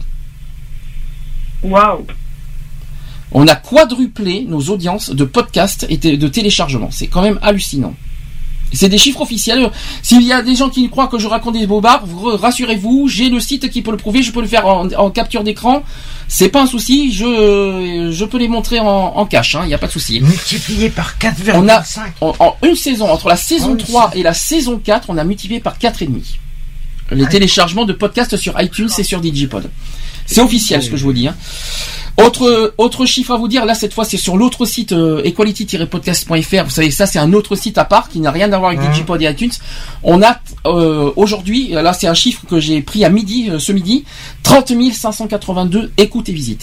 Waouh. On a quadruplé nos audiences de podcasts et de téléchargements. C'est quand même hallucinant. C'est des chiffres officiels. S'il y a des gens qui croient que je raconte des bobards, rassurez-vous, j'ai le site qui peut le prouver, je peux le faire en capture d'écran. C'est pas un souci, je peux les montrer en cash, il n'y a pas de souci. Multiplié par 4,5. On a, en une saison, entre la saison 3 et la saison 4, on a multiplié par 4,5. Les téléchargements de podcasts sur iTunes et sur Digipod. C'est officiel ce que je vous dis. Autre chiffre à vous dire, là cette fois c'est sur l'autre site equality-podcast.fr. Vous savez, ça c'est un autre site à part qui n'a rien à voir avec Digipod et iTunes. On a aujourd'hui, là c'est un chiffre que j'ai pris à midi, ce midi, 30 582 écoutes et visites.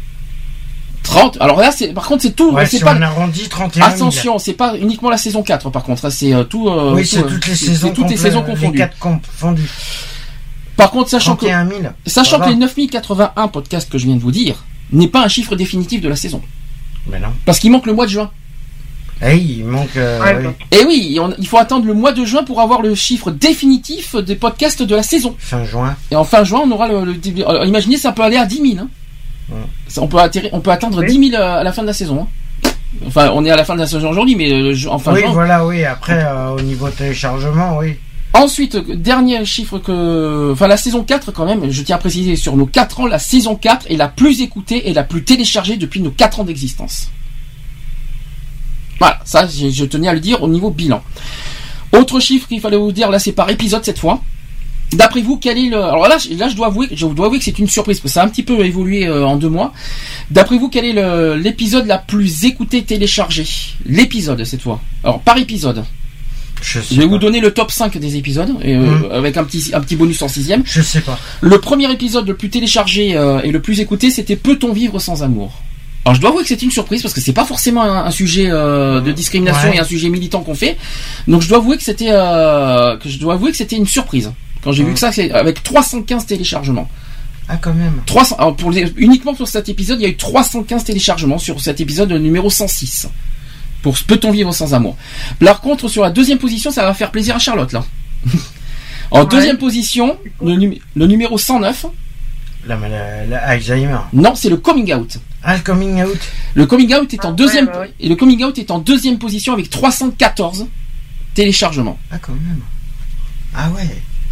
30. Alors là, par contre, c'est tout. C'est pas. On arrondit 31 000. Attention, c'est pas uniquement la saison 4. Par contre, c'est tout. C'est toutes les saisons. Toutes les saisons confondues. Les 4 confondues. Par contre, sachant que les 9081 podcasts que je viens de vous dire n'est pas un chiffre définitif de la saison. Mais non. Parce qu'il manque le mois de juin. Il manque. Et oui, il faut attendre le mois de juin pour avoir le chiffre définitif des podcasts de la saison. Fin juin. Et en fin juin, on aura imaginez, ça peut aller à 10 000. On peut atteindre 10 000 à la fin de la saison. Enfin, on est à la fin de la saison aujourd'hui, mais en fin juin. Après, au niveau téléchargement, oui. Ensuite, dernier chiffre la saison 4 quand même, je tiens à préciser, sur nos 4 ans, la saison 4 est la plus écoutée et la plus téléchargée depuis nos 4 ans d'existence. Voilà, ça, je tenais à le dire au niveau bilan. Autre chiffre qu'il fallait vous dire, là c'est par épisode cette fois. D'après vous, quel est le... Alors là, je dois avouer que c'est une surprise, parce que ça a un petit peu évolué en 2 mois. D'après vous, quel est l'épisode la plus écoutée téléchargée? L'épisode cette fois. Alors, par épisode. Je vais vous donner le top 5 des épisodes, avec un petit bonus en 6e. Je sais pas. Le premier épisode le plus téléchargé et le plus écouté, c'était Peut-on vivre sans amour? Alors je dois avouer que c'est une surprise parce que c'est pas forcément un sujet de discrimination et un sujet militant qu'on fait. Donc je dois avouer que c'était une surprise quand j'ai vu que ça, c'est avec 315 téléchargements. Ah quand même. 300. Alors uniquement sur cet épisode, il y a eu 315 téléchargements sur cet épisode numéro 106. Pour Peut-on vivre sans amour. Par contre, sur la deuxième position, ça va faire plaisir à Charlotte là. En deuxième position, le numéro 109. Alzheimer. Non, c'est le coming out. Ah, le coming out. Le coming out est en deuxième et le coming out est en deuxième position avec 314 téléchargements. Ah quand même. Ah ouais.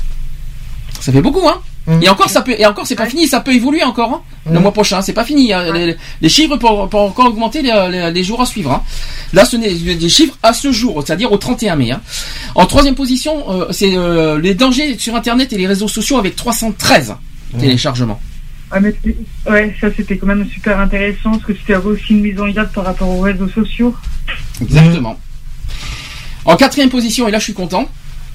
Ça fait beaucoup, hein. Et encore c'est pas fini, ça peut évoluer encore le mois prochain, c'est pas fini, les chiffres peuvent encore augmenter les jours à suivre, hein. Là ce n'est des chiffres à ce jour, c'est-à-dire au 31 mai, hein. En troisième position, c'est les dangers sur internet et les réseaux sociaux avec 313 téléchargements. Ah mais ça c'était quand même super intéressant parce que c'était aussi une mise en garde par rapport aux réseaux sociaux. Exactement. En quatrième position, et là je suis content,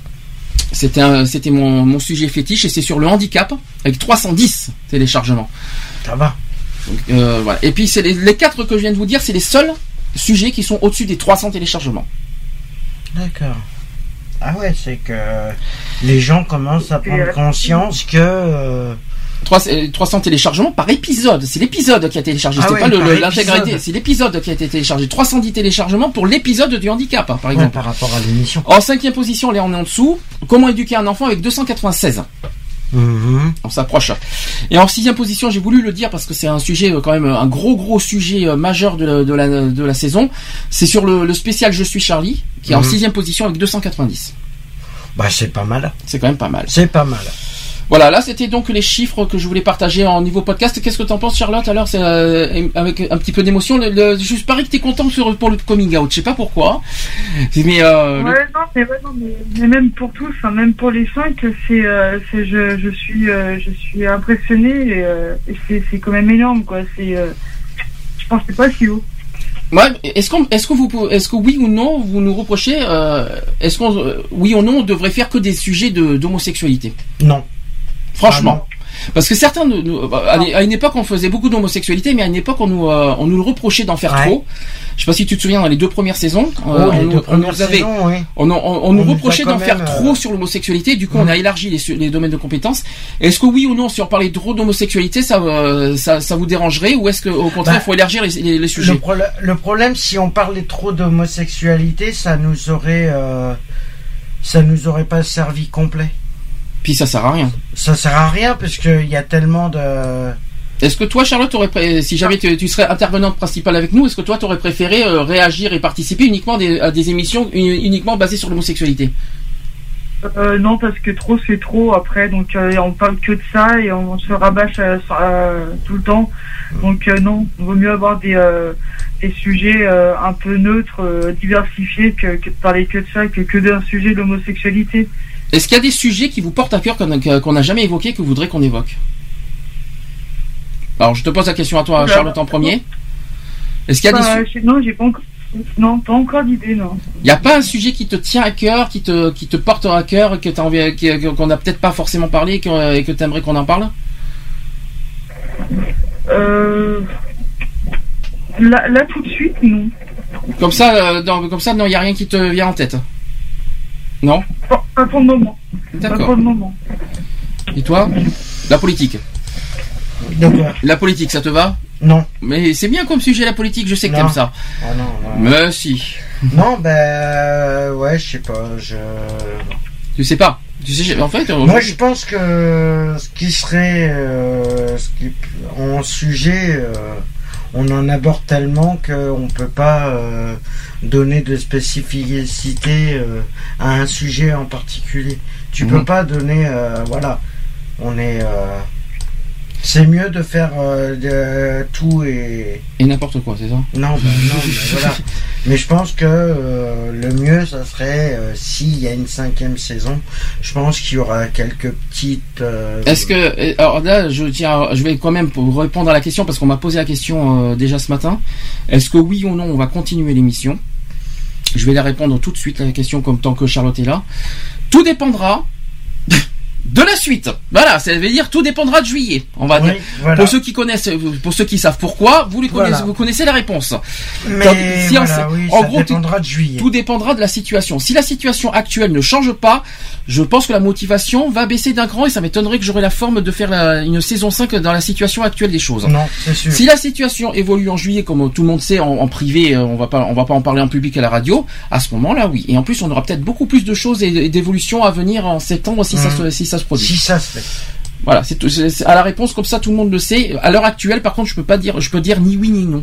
c'était mon sujet fétiche et c'est sur le handicap avec 310 téléchargements. Ça va. Donc, voilà. Et puis c'est les 4 que je viens de vous dire, c'est les seuls sujets qui sont au-dessus des 300 téléchargements. D'accord. Ah ouais, c'est que les gens commencent à prendre conscience que 300 téléchargements par épisode. C'est l'épisode qui a été téléchargé. C'était pas l'intégralité. C'est l'épisode qui a été téléchargé. 310 téléchargements pour l'épisode du handicap, par exemple. Par rapport à l'émission. En 5e position, là on est en dessous. Comment éduquer un enfant avec 296. On s'approche. Et en 6e position, j'ai voulu le dire parce que c'est un sujet quand même, un gros sujet majeur de la saison. C'est sur le spécial Je suis Charlie, qui est en 6e position avec 290. Bah c'est pas mal. C'est quand même pas mal. C'est pas mal. Voilà, là c'était donc les chiffres que je voulais partager en niveau podcast. Qu'est-ce que t'en penses, Charlotte? Alors, c'est avec un petit peu d'émotion. Je parie que t'es content pour le coming out. Je sais pas pourquoi. Mais mais même pour tous, hein, même pour les 5, je suis impressionné et c'est quand même énorme, quoi. Je pensais pas si haut. Ouais, est-ce que oui ou non vous nous reprochez oui ou non on devrait faire que des sujets d'homosexualité? Non. Franchement. Parce que certains, à une époque, on faisait beaucoup d'homosexualité, mais à une époque, on nous le reprochait d'en faire trop. Je sais pas si tu te souviens, dans les 2 premières saisons, on nous reprochait d'en faire trop sur l'homosexualité. Du coup, on a élargi les domaines de compétences. Est-ce que oui ou non, si on parlait trop d'homosexualité, ça vous dérangerait, ou est-ce que au contraire, il faut élargir les sujets? Le problème, si on parlait trop d'homosexualité, ça nous aurait pas servi complet. Puis ça sert à rien. Ça sert à rien parce qu'il y a tellement de... Est-ce que toi, Charlotte, si jamais tu serais intervenante principale avec nous, est-ce que toi, tu aurais préféré réagir et participer uniquement à des émissions uniquement basées sur l'homosexualité? Non, parce que trop, c'est trop après. Donc, on parle que de ça et on se rabâche tout le temps. Donc, non, il vaut mieux avoir des sujets un peu neutres, diversifiés, que de parler que de ça, que d'un sujet de l'homosexualité. Est-ce qu'il y a des sujets qui vous portent à cœur qu'on n'a jamais évoqués, que vous voudrez qu'on évoque? Alors, je te pose la question à toi, Charlotte, en premier. Est-ce qu'il y a des non, j'ai pas encore... Non, pas encore d'idée, non. Il n'y a pas un sujet qui te tient à cœur, qui te porte à cœur, que t'as envie, qu'on n'a peut-être pas forcément parlé et que tu aimerais qu'on en parle? Là, tout de suite, non. Comme ça, non, il n'y a rien qui te vient en tête? Non? Pas pour le moment. D'accord. Pas pour le moment. Et toi? La politique. La politique, ça te va? Non. Mais c'est bien comme sujet, la politique, je sais que t'aimes ça. Oh non. Mais si. Non, ouais, je sais pas, Tu sais pas? Tu sais, en fait... Moi, je pense que ce qui serait... en sujet... on en aborde tellement qu'on ne peut pas donner de spécificité à un sujet en particulier. Tu peux pas donner... voilà. On est... c'est mieux de faire de tout et n'importe quoi, c'est ça? Non, mais voilà. Mais je pense que le mieux, ça serait s'il y a une 5e saison. Je pense qu'il y aura quelques petites. Est-ce que alors là, je vais quand même pour répondre à la question parce qu'on m'a posé la question déjà ce matin. Est-ce que oui ou non, on va continuer l'émission? Je vais la répondre tout de suite à la question comme tant que Charlotte est là. Tout dépendra de la suite. Voilà, ça veut dire tout dépendra de juillet. On va dire. Voilà. Pour ceux qui connaissent, pour ceux qui savent pourquoi, vous connaissez la réponse. Mais en gros, dépendra de juillet. Tout dépendra de la situation. Si la situation actuelle ne change pas, je pense que la motivation va baisser d'un cran et ça m'étonnerait que j'aurai la forme de faire une saison 5 dans la situation actuelle des choses. Non, c'est sûr. Si la situation évolue en juillet, comme tout le monde sait, en privé, on va pas en parler en public à la radio, à ce moment-là, oui. Et en plus, on aura peut-être beaucoup plus de choses et d'évolutions à venir en septembre si ça se produit. Si ça se fait. Voilà, c'est à la réponse comme ça, tout le monde le sait. À l'heure actuelle, par contre, je peux dire ni oui ni non.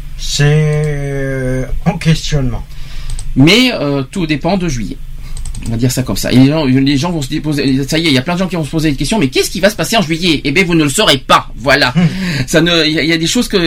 C'est en questionnement. Mais tout dépend de juillet. On va dire ça comme ça. Et les gens vont se poser. Ça y est, il y a plein de gens qui vont se poser des questions. Mais qu'est-ce qui va se passer en juillet? Eh bien, vous ne le saurez pas. Voilà. Il y a des choses que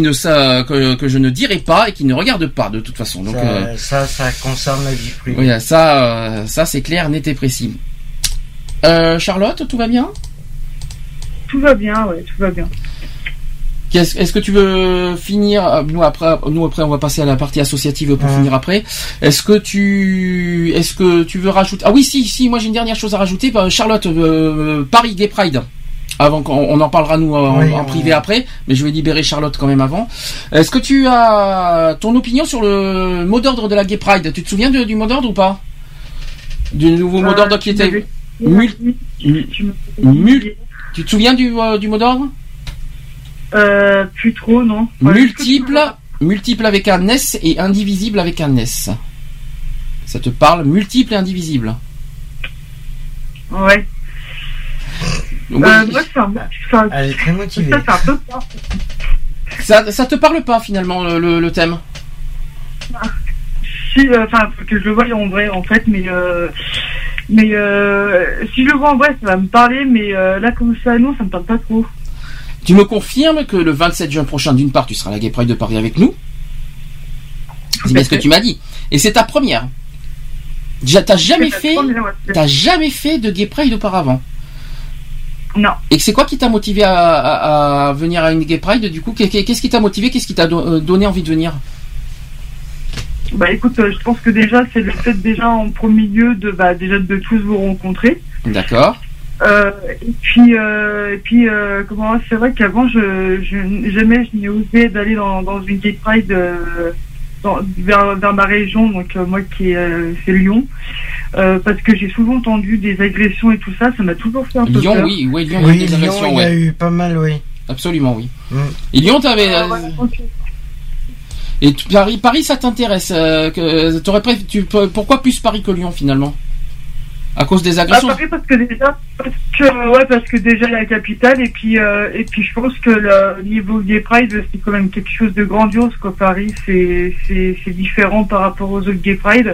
je ne dirai pas et qui ne regardent pas de toute façon. Donc ça concerne la vie privée. Oui, ça c'est clair, net et précis. Charlotte, tout va bien? Tout va bien, ouais, tout va bien. Est-ce que tu veux finir? Nous après, on va passer à la partie associative pour finir après. Est-ce que tu veux rajouter? Ah oui, si, moi j'ai une dernière chose à rajouter. Charlotte, Paris Gay Pride. Avant qu'on en parlera nous en privé après, mais je vais libérer Charlotte quand même avant. Est-ce que tu as ton opinion sur le mot d'ordre de la Gay Pride? Tu te souviens du mot d'ordre ou pas? Du nouveau mot d'ordre qui était Tu te souviens du mot d'ordre? Plus trop, non. Multiple avec un S et indivisible avec un S. Ça te parle? Multiple et indivisible. Ouais. Moi, elle est très motivée. Ça, c'est un peu fort. Ça te parle pas finalement le thème? Si, faut que je le voie en vrai en fait, mais si je le vois en vrai, ça va me parler, mais là comme ça, non, ça me parle pas trop. Tu me confirmes que le 27 juin prochain, d'une part, tu seras à la Gay Pride de Paris avec nous? C'est bien ce que tu m'as dit. Et c'est ta première. Déjà, t'as jamais fait de Gay Pride auparavant? Non. Et c'est quoi qui t'a motivé à venir à une Gay Pride du coup? Qu'est-ce qui t'a motivé? Qu'est-ce qui t'a donné envie de venir? Bah écoute, je pense que déjà c'est le fait déjà en premier lieu de tous vous rencontrer. D'accord. Et puis c'est vrai qu'avant je n'ai osé d'aller dans une Gay Pride vers ma région, donc moi c'est Lyon, parce que j'ai souvent entendu des agressions et tout ça, ça m'a toujours fait un peu Lyon, peur. oui, Lyon, il y a eu des agressions, il y a eu pas mal, oui. Absolument, oui. Et Lyon, t'avais. Et Paris, ça t'intéresse pourquoi plus Paris que Lyon finalement? À cause des agressions? Paris parce que déjà la capitale, et puis je pense que le niveau Gay Pride c'est quand même quelque chose de grandiose quoi. Paris c'est différent par rapport aux autres Gay Pride.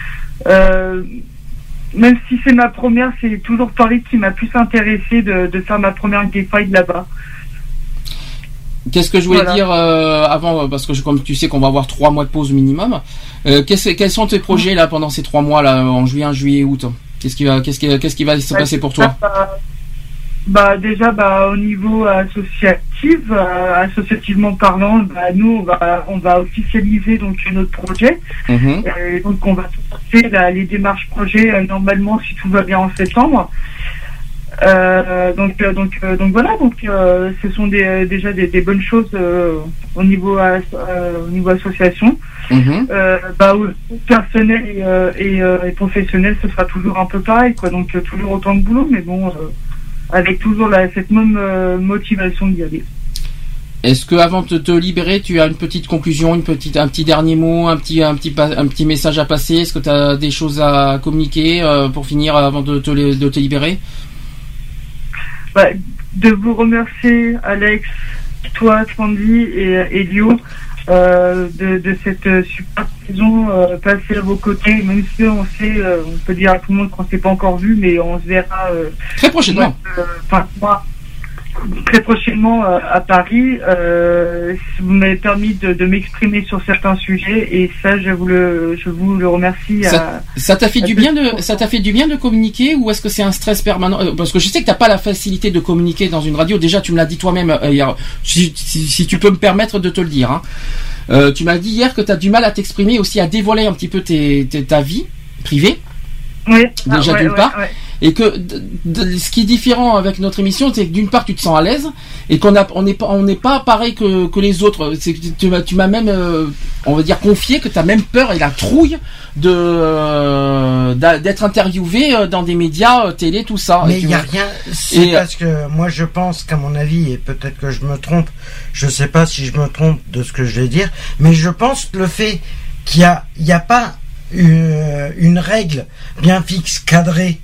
Même si c'est ma première, c'est toujours Paris qui m'a plus intéressé de faire ma première Gay Pride là-bas. Qu'est-ce que je voulais dire avant, parce que comme tu sais qu'on va avoir 3 mois de pause minimum, quels sont tes projets là pendant ces 3 mois là, en juillet, août? Qu'est-ce qui va se passer pour toi? Déjà au niveau associativement parlant, nous on va officialiser donc notre projet. Et donc on va passer les démarches projet normalement si tout va bien en septembre. Donc voilà, ce sont déjà des bonnes choses au niveau association. Personnel et professionnel, ce sera toujours un peu pareil quoi, donc toujours autant de boulot, mais bon, avec toujours cette même motivation d'y aller. Est-ce que avant de te libérer, tu as une petite conclusion, un petit dernier mot, un petit message à passer? Est-ce que tu as des choses à communiquer pour finir avant de te libérer? De vous remercier, Alex, toi, Sandy et Lio, de cette super saison passée à vos côtés, même si on peut dire à tout le monde qu'on ne s'est pas encore vu, mais on se verra très prochainement. Très prochainement à Paris. Vous m'avez permis de m'exprimer sur certains sujets, et ça je vous le remercie. Ça t'a fait du bien de communiquer, ou est-ce que c'est un stress permanent? Parce que je sais que t'as pas la facilité de communiquer dans une radio. Déjà, tu me l'as dit toi-même hier. Si tu peux me permettre de te le dire, hein. Tu m'as dit hier que t'as du mal à t'exprimer, aussi à dévoiler un petit peu ta vie privée. Oui. Déjà d'une part. Ouais. Et que ce qui est différent avec notre émission, c'est que d'une part tu te sens à l'aise, et on n'est pas pareil que les autres. C'est que tu m'as même on va dire confié que tu as même peur et la trouille d'être interviewé dans des médias télé, tout ça. Mais il n'y a rien, parce que moi je pense qu'à mon avis, et peut-être que je me trompe, je sais pas si je me trompe de ce que je vais dire, mais je pense que le fait qu'il y a pas une règle bien fixe, cadrée,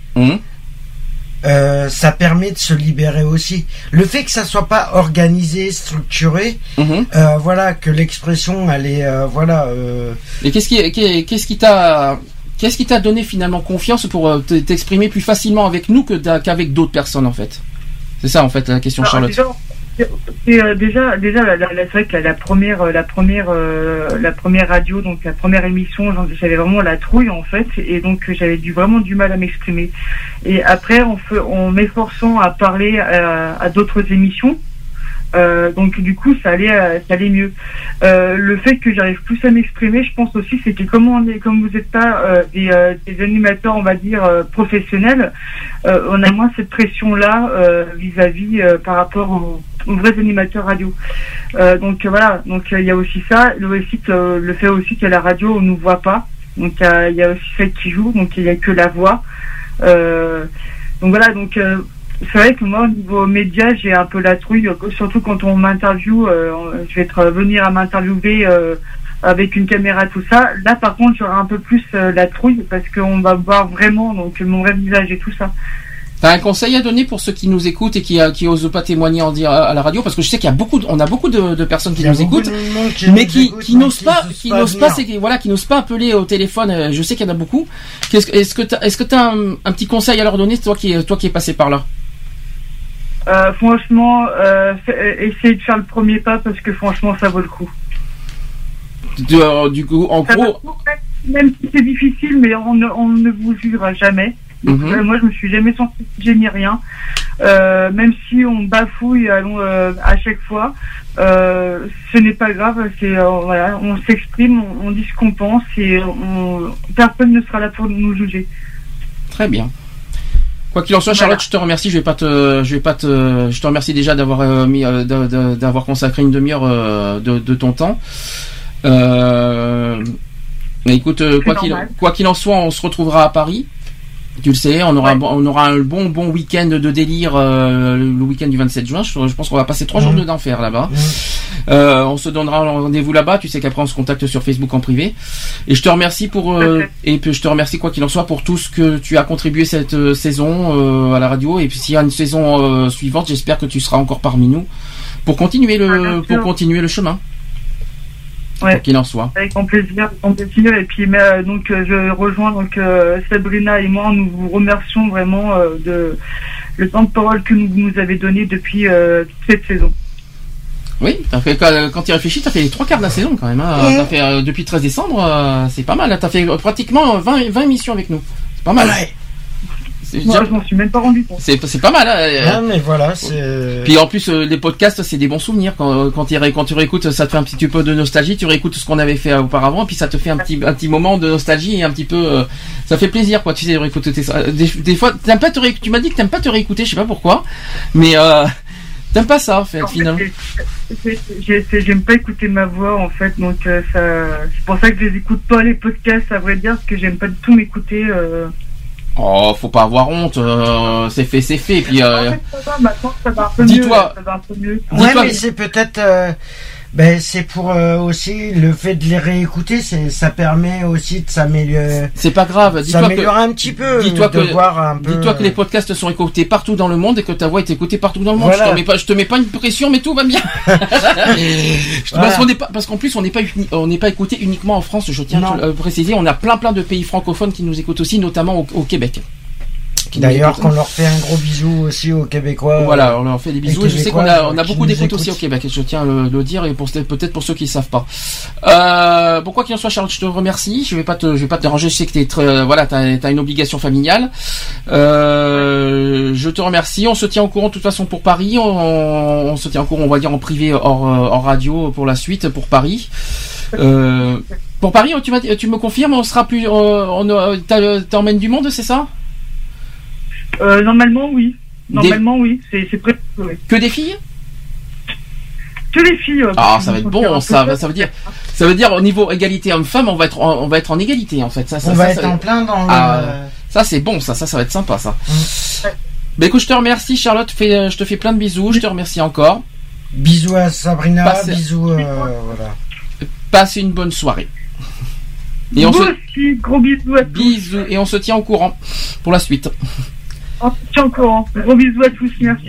ça permet de se libérer aussi. Le fait que ça soit pas organisé, structuré, voilà, que l'expression elle est Et qu'est-ce qui t'a donné finalement confiance pour t'exprimer plus facilement avec nous qu'avec d'autres personnes en fait? C'est ça en fait la question, Charlotte. Déjà, c'est vrai que la première radio, donc la première émission, j'avais vraiment la trouille en fait, et donc j'avais vraiment du mal à m'exprimer. Et après, en m'efforçant à parler à d'autres émissions, donc du coup ça allait mieux. Le fait que j'arrive plus à m'exprimer, je pense aussi, c'est que comme vous n'êtes pas des animateurs, on va dire professionnels, on a moins cette pression là vis-à-vis par rapport aux vrais animateurs radio. Donc voilà, donc il y a aussi ça, le fait aussi qu'à la radio on nous voit pas, donc il y a aussi ça qui joue, donc il y a que la voix. Donc voilà, donc c'est vrai que moi, au niveau média, j'ai un peu la trouille, surtout quand on m'interviewe, je vais venir à m'interviewer avec une caméra, tout ça. Là, par contre, j'aurai un peu plus la trouille parce qu'on va voir vraiment donc mon vrai visage et tout ça. T'as un conseil à donner pour ceux qui nous écoutent et qui osent pas témoigner à la radio, parce que je sais qu'il y a on a beaucoup de personnes qui nous écoutent, mais qui n'osent pas appeler au téléphone. Je sais qu'il y en a beaucoup. Est-ce que t'as un petit conseil à leur donner, toi qui es passé par là? Franchement, essayez de faire le premier pas parce que franchement, ça vaut le coup. Du coup, en gros, même si c'est difficile, mais on ne vous jugera jamais. Donc, moi, je me suis jamais senti gêné rien. Même si on bafouille à chaque fois, ce n'est pas grave. Voilà, on s'exprime, on dit ce qu'on pense et personne ne sera là pour nous juger. Très bien. Quoi qu'il en soit, Charlotte, je te remercie. Je te remercie déjà d'avoir d'avoir consacré une demi-heure de ton temps. Mais écoute, quoi qu'il en soit, on se retrouvera à Paris. Tu le sais, on aura un bon week-end de délire le week-end du 27 juin. Je pense qu'on va passer 3 jours d'enfer là-bas. On se donnera rendez-vous là-bas. Tu sais qu'après on se contacte sur Facebook en privé. Et je te remercie et puis je te remercie quoi qu'il en soit pour tout ce que tu as contribué cette saison à la radio. Et puis s'il y a une saison suivante, j'espère que tu seras encore parmi nous pour continuer le chemin. Ouais. Quoi qu'il en soit. Avec grand plaisir. Et puis donc je rejoins Sabrina et moi. Nous vous remercions vraiment de le temps de parole que nous avez donné depuis toute cette saison. Oui, quand tu réfléchis, t'as fait les 3 quarts de la saison quand même. Hein. T'as fait depuis le 13 décembre, c'est pas mal. T'as fait pratiquement 20 émissions avec nous. C'est pas mal. Ouais. Moi, je m'en suis même pas rendu compte. C'est pas mal. Ah, mais voilà, Puis en plus, les podcasts, c'est des bons souvenirs. Quand tu réécoutes, ça te fait un petit peu de nostalgie. Tu réécoutes ce qu'on avait fait auparavant, et puis ça te fait un petit moment de nostalgie et un petit peu. Ça fait plaisir, quoi. Tu sais, de réécouter ça. Des fois, tu m'as dit que t'aimes pas te réécouter. Je sais pas pourquoi, mais t'aimes pas ça, en fait, finalement. J'aime pas écouter ma voix, en fait, donc c'est pour ça que je les écoute pas les podcasts, à vrai dire, parce que j'aime pas du tout m'écouter. Oh, faut pas avoir honte, c'est fait. Et puis, maintenant, ça va un peu mieux. Ouais, mais c'est peut-être, c'est pour aussi le fait de les réécouter, ça permet aussi de s'améliorer. C'est pas grave. S'améliorer un petit peu. Dis-toi que les podcasts sont écoutés partout dans le monde et que ta voix est écoutée partout dans le monde. Voilà. Je te mets pas une pression, mais tout va bien. Voilà. Parce qu'en plus, on n'est pas écouté uniquement en France. Je tiens à préciser, on a plein de pays francophones qui nous écoutent aussi, notamment au Québec. D'ailleurs, qu'on leur fait un gros bisou aussi aux Québécois. Voilà, on leur fait des bisous. Et je sais qu'on a beaucoup d'écoutes aussi au Québec. Je tiens à le dire, et peut-être pour ceux qui ne savent pas. Bon, quoi qu'il en soit, Charlotte, je te remercie. Je vais pas te déranger. Je sais que t'as une obligation familiale. Je te remercie. On se tient au courant de toute façon pour Paris. On se tient au courant, on va dire en privé, hors radio pour la suite pour Paris. Pour Paris, tu me confirmes, on sera plus, t'emmènes du monde, c'est ça? Normalement oui. Oui. C'est prêt. Ouais. Que des filles? Que des filles. Ça va être bon. Ça veut dire au niveau égalité homme-femme, on va être en égalité en fait. On va être en plein dans. Ça c'est bon. Ça va être sympa ça. Mais écoute, je te remercie Charlotte. Je te fais plein de bisous. Je te remercie encore. Bisous à Sabrina. Bisous. Voilà. Passe une bonne soirée. Et aussi, gros bisous à tous. Bisous et on se tient au courant pour la suite. On se tient au courant. Gros bisous à tous, merci.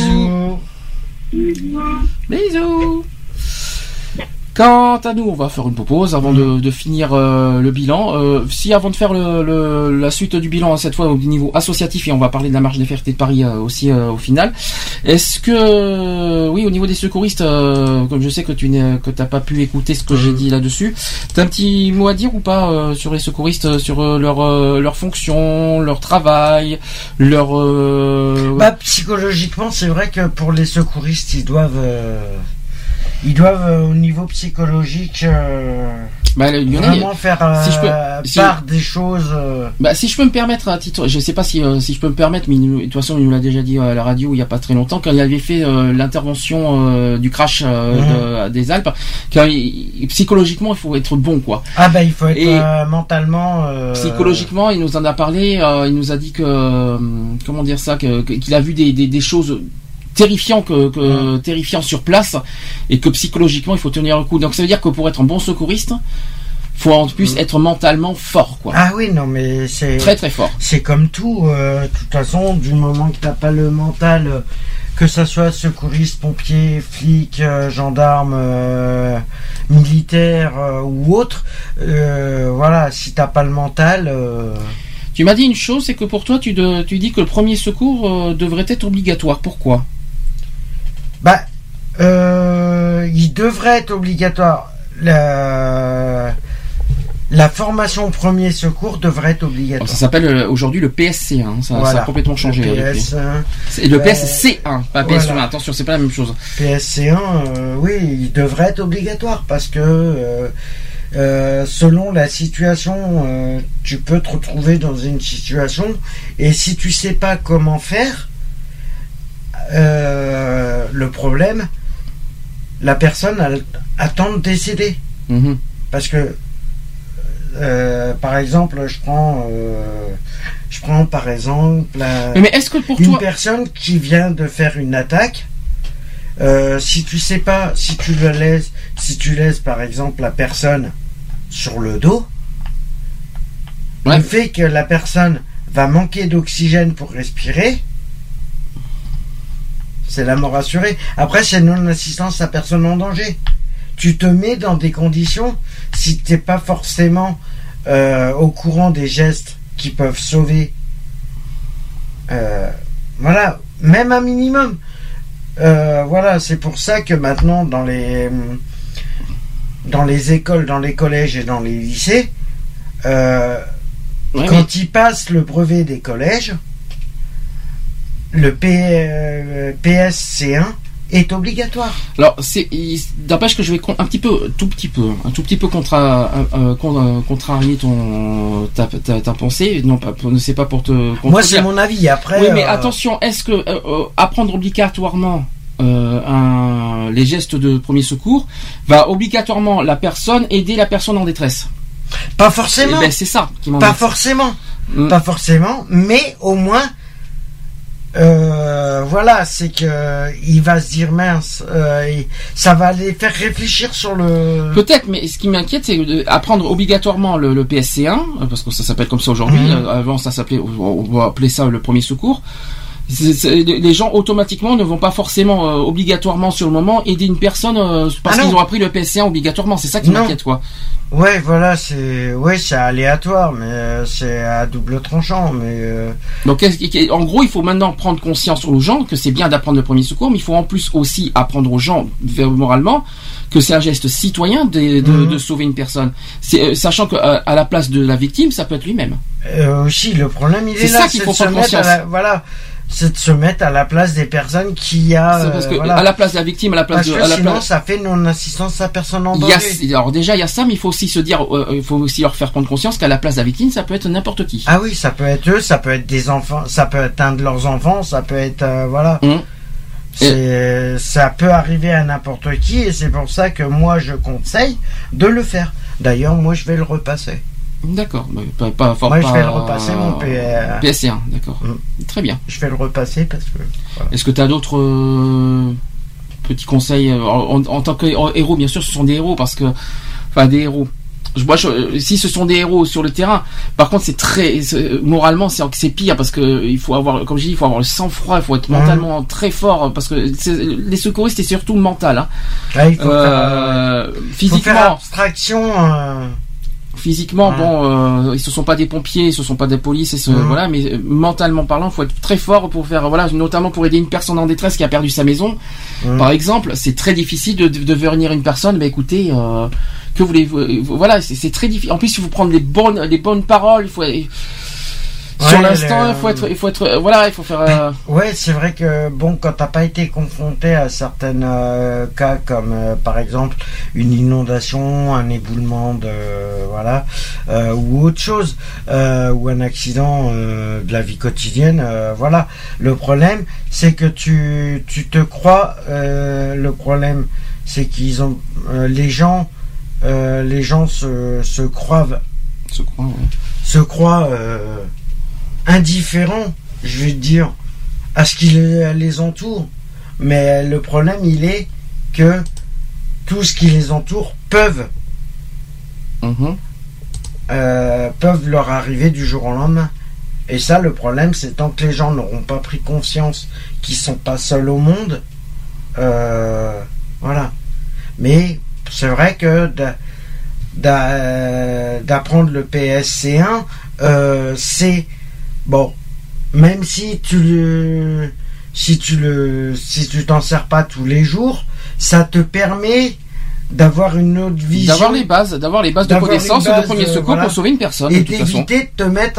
Bisous. Quant à nous, on va faire une pause avant de finir le bilan. Si avant de faire la suite du bilan, cette fois au niveau associatif, et on va parler de la marche des fiertés de Paris aussi au final. Est-ce que, oui, au niveau des secouristes, comme je sais que t'as pas pu écouter ce que j'ai dit là-dessus, t'as un petit mot à dire ou pas sur les secouristes, sur leur fonction, leur travail, psychologiquement, c'est vrai que pour les secouristes, ils doivent au niveau psychologique vraiment faire part des choses. Si je peux me permettre à titre, je sais pas si je peux me permettre, mais de toute façon il nous l'a déjà dit à la radio il y a pas très longtemps quand il avait fait l'intervention du crash des Alpes, psychologiquement il faut être bon quoi. Il faut être mentalement. Psychologiquement il nous en a parlé, il nous a dit que comment dire ça, qu'il a vu des choses terrifiant sur place et que psychologiquement il faut tenir le coup. Donc ça veut dire que pour être un bon secouriste, faut en plus être mentalement fort quoi. Ah oui, non mais c'est très très fort. C'est comme tout, de toute façon, du moment que t'as pas le mental, que ça soit secouriste, pompier, flic, gendarme, militaire ou autre, voilà, si t'as pas le mental. Tu m'as dit une chose, c'est que pour toi tu dis que le premier secours devrait être obligatoire. Pourquoi ? Il devrait être obligatoire. La formation premier secours devrait être obligatoire. Ça s'appelle aujourd'hui le PSC1, ça a complètement changé. Le PS1. C'est le PSC1, pas PSC1, attention, c'est pas la même chose. PSC1, oui, il devrait être obligatoire parce que selon la situation, tu peux te retrouver dans une situation et si tu sais pas comment faire, le problème, la personne attend de décéder. Parce que par exemple, je prends par exemple mais est-ce que pour une personne qui vient de faire une attaque, si tu sais pas, si tu laisses par exemple la personne sur le dos, le fait que la personne va manquer d'oxygène pour respirer, c'est la mort assurée. Après, c'est non-assistance à personne en danger. Tu te mets dans des conditions, si tu n'es pas forcément au courant des gestes qui peuvent sauver, voilà, même un minimum. Voilà, c'est pour ça que maintenant, dans les écoles, dans les collèges et dans les lycées, quand ils passent le brevet des collèges, le PSC1 est obligatoire. Alors, d'empêche que je vais un tout petit peu contrarier ta pensée. Non, ne sais pas pour te contredire. Moi, c'est mon avis. Après. Oui, mais attention, est-ce que apprendre obligatoirement les gestes de premier secours va obligatoirement aider la personne en détresse? Pas forcément. C'est ça qui m'embête. Pas forcément. Pas forcément, mais au moins. Voilà, c'est que il va se dire mince, ça va les faire réfléchir sur le. Peut-être, mais ce qui m'inquiète, c'est d'apprendre obligatoirement le PSC1, parce que ça s'appelle comme ça aujourd'hui. Avant, ça s'appelait, on va appeler ça le premier secours. Les gens automatiquement ne vont pas forcément obligatoirement sur le moment aider une personne parce qu'ils ont appris le PSC1 obligatoirement. C'est ça qui m'inquiète, quoi. Ouais, voilà, c'est aléatoire, mais c'est à double tranchant. Donc, en gros, il faut maintenant prendre conscience aux gens que c'est bien d'apprendre le premier secours, mais il faut en plus aussi apprendre aux gens moralement que c'est un geste citoyen de sauver une personne. Sachant que à la place de la victime, ça peut être lui-même. Aussi, le problème, il est là. C'est ça qu'il faut prendre conscience. C'est de se mettre à la place des personnes qui a. Parce que à la place de la victime, sinon, ça fait non-assistance à personne en danger. Alors déjà, il y a ça, mais il faut aussi se dire, il faut aussi leur faire prendre conscience qu'à la place de la victime, ça peut être n'importe qui. Ah oui, ça peut être eux, ça peut être des enfants, ça peut être un de leurs enfants, ça peut être voilà. Ça peut arriver à n'importe qui, et c'est pour ça que moi je conseille de le faire. D'ailleurs, moi je vais le repasser. D'accord, moi je vais le repasser mon PSC1, d'accord. Très bien. Je vais le repasser parce que. Voilà. Est-ce que tu as d'autres petits conseils en tant que héros? Bien sûr, ce sont des héros des héros. Si ce sont des héros sur le terrain, par contre, moralement, c'est pire parce que il faut avoir, comme je dis, il faut avoir le sang-froid, il faut être mentalement très fort parce que les secouristes c'est surtout mental. Hein. Ouais, il faut physiquement. Faut faire abstraction. Physiquement, ils ne sont pas des pompiers, ils ne sont pas des polices, voilà, mais mentalement parlant, il faut être très fort pour faire, voilà, notamment pour aider une personne en détresse qui a perdu sa maison. Par exemple, c'est très difficile de venir une personne, écoutez, que voulez-vous, voilà, c'est très difficile. En plus, il faut prendre les bonnes paroles, Sur l'instant, il faut être, voilà, il faut faire. Ouais, c'est vrai que bon, quand t'as pas été confronté à certaines cas comme par exemple une inondation, un éboulement voilà, ou autre chose, ou un accident de la vie quotidienne, voilà. Le problème, c'est que tu te crois. Le problème, c'est qu'ils ont les gens se croient indifférents, je vais dire, à ce qui les entoure. Mais le problème, il est que tout ce qui les entoure peuvent leur arriver du jour au lendemain. Et ça, le problème, c'est tant que les gens n'auront pas pris conscience qu'ils sont pas seuls au monde. Voilà. Mais c'est vrai que d'apprendre le PSC1, c'est bon, même si tu t'en sers pas tous les jours, ça te permet d'avoir une autre vision, d'avoir les bases de connaissances de premier secours, voilà, pour sauver une personne, et d'éviter de te mettre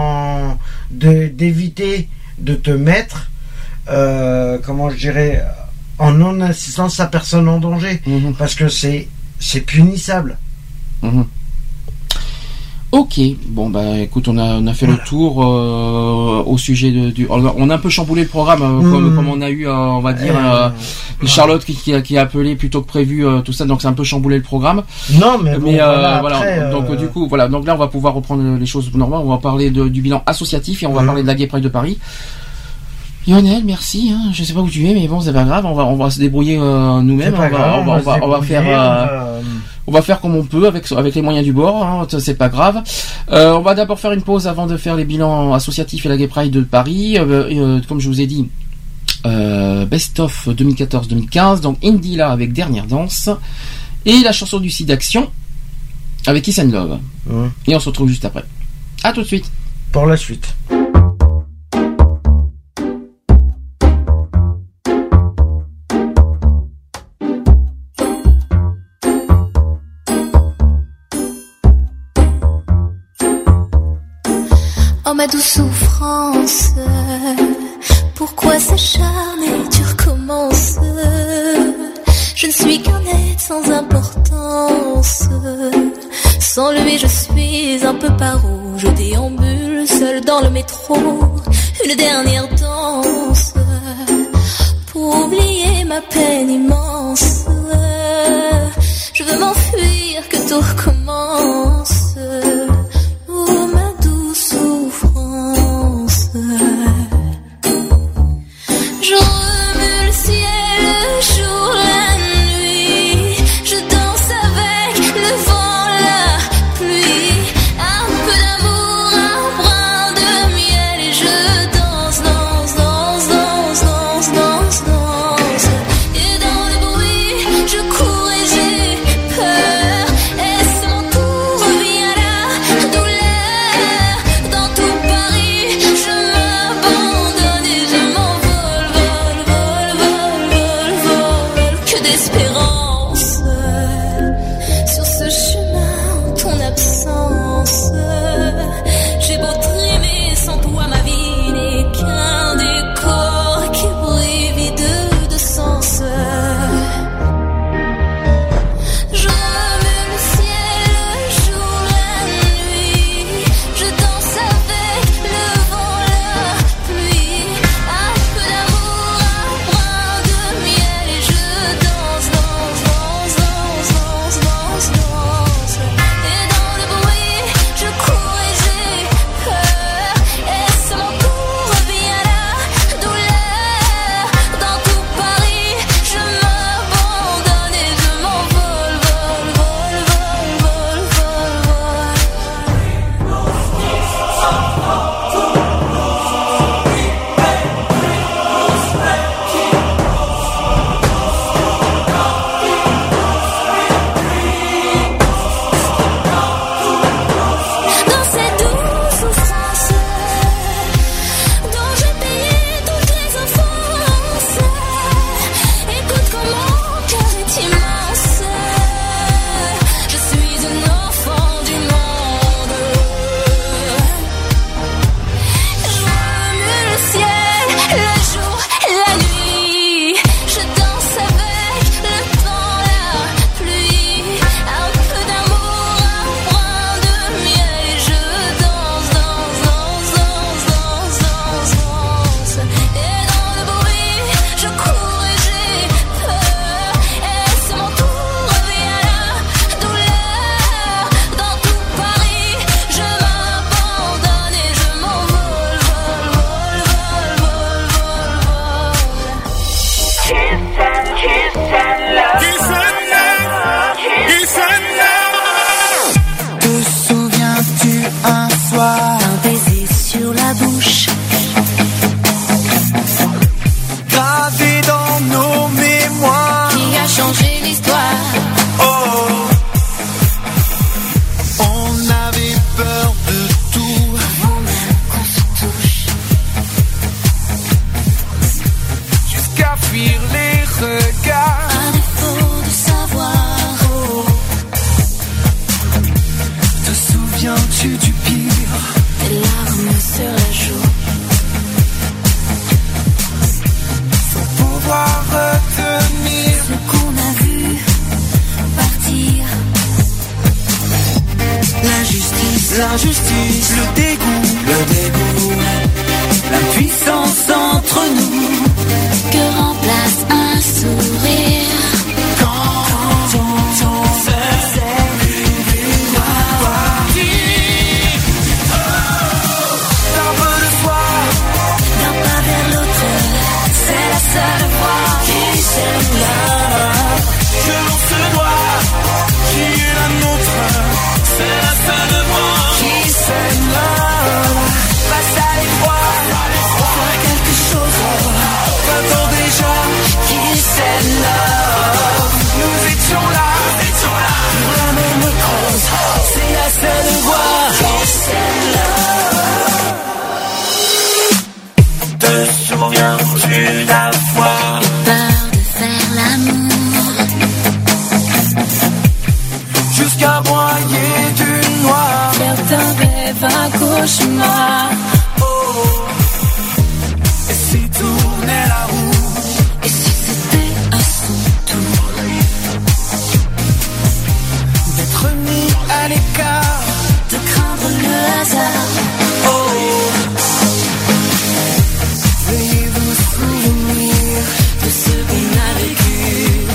d'éviter de te mettre comment je dirais, en non-assistance à personne en danger, parce que c'est punissable. Ok, bon bah écoute, on a fait le tour au sujet on a un peu chamboulé le programme comme on a eu, on va dire, Charlotte qui a appelé plutôt que prévu, tout ça, donc c'est un peu chamboulé le programme. Non mais bon, voilà, après, donc du coup voilà, donc là on va pouvoir reprendre les choses normales, on va parler du bilan associatif et on va parler de la Gay Pride de Paris. Lionel, merci. Je sais pas où tu es, mais bon, c'est pas grave. On va se débrouiller nous-mêmes. On va faire comme on peut avec les moyens du bord. C'est pas grave. On va d'abord faire une pause avant de faire les bilans associatifs et la Gay Pride de Paris. Comme je vous ai dit, Best of 2014-2015. Donc Indila avec Dernière Danse et la chanson du SIDAction avec Kiss and Love. Et on se retrouve juste après. À tout de suite. Pour la suite. Oh ma douce souffrance, pourquoi s'acharner, tu recommences. Je ne suis qu'un être sans importance. Sans lui je suis un peu paro. Je déambule seul dans le métro. Une dernière danse pour oublier ma peine immense. Je veux m'enfuir, que tout recommence. Oh ma douce souffrance. Je remue le ciel, le jour, la nuit. Je danse avec le vent, la pluie. Un peu d'amour, un brin de miel. Et je danse, danse, danse, danse, danse, danse, danse. Et dans le bruit, je cours et j'ai peur. Et c'est mon tour l'injustice, le dégoût, la puissance entre nous. Que remplace un sourire Quand on s'est d'un peu de soi, d'un pas vers l'autre, c'est la seule voie qui s'aime là. que l'on se doit, qui est la nôtre, c'est la seule voie Qui s'aime là. face à l'effroi, on fera quelque chose, 20 ans déjà, Qui s'aime là. nous étions là, pour la même cause, c'est la seule voie Qui s'aime là. Te souviens-tu d'avoir Peur de faire l'amour. jusqu'à broyer du noir? Faire d'un rêve un cauchemar. Et si tournait la roue, Et si c'était à son tour d'être mis à l'écart, de craindre le hasard. veuillez vous souvenir De ce qu'on a vécu.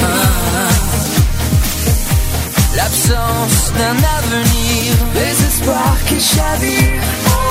l'absence d'un avenir, les espoirs qui chavirent.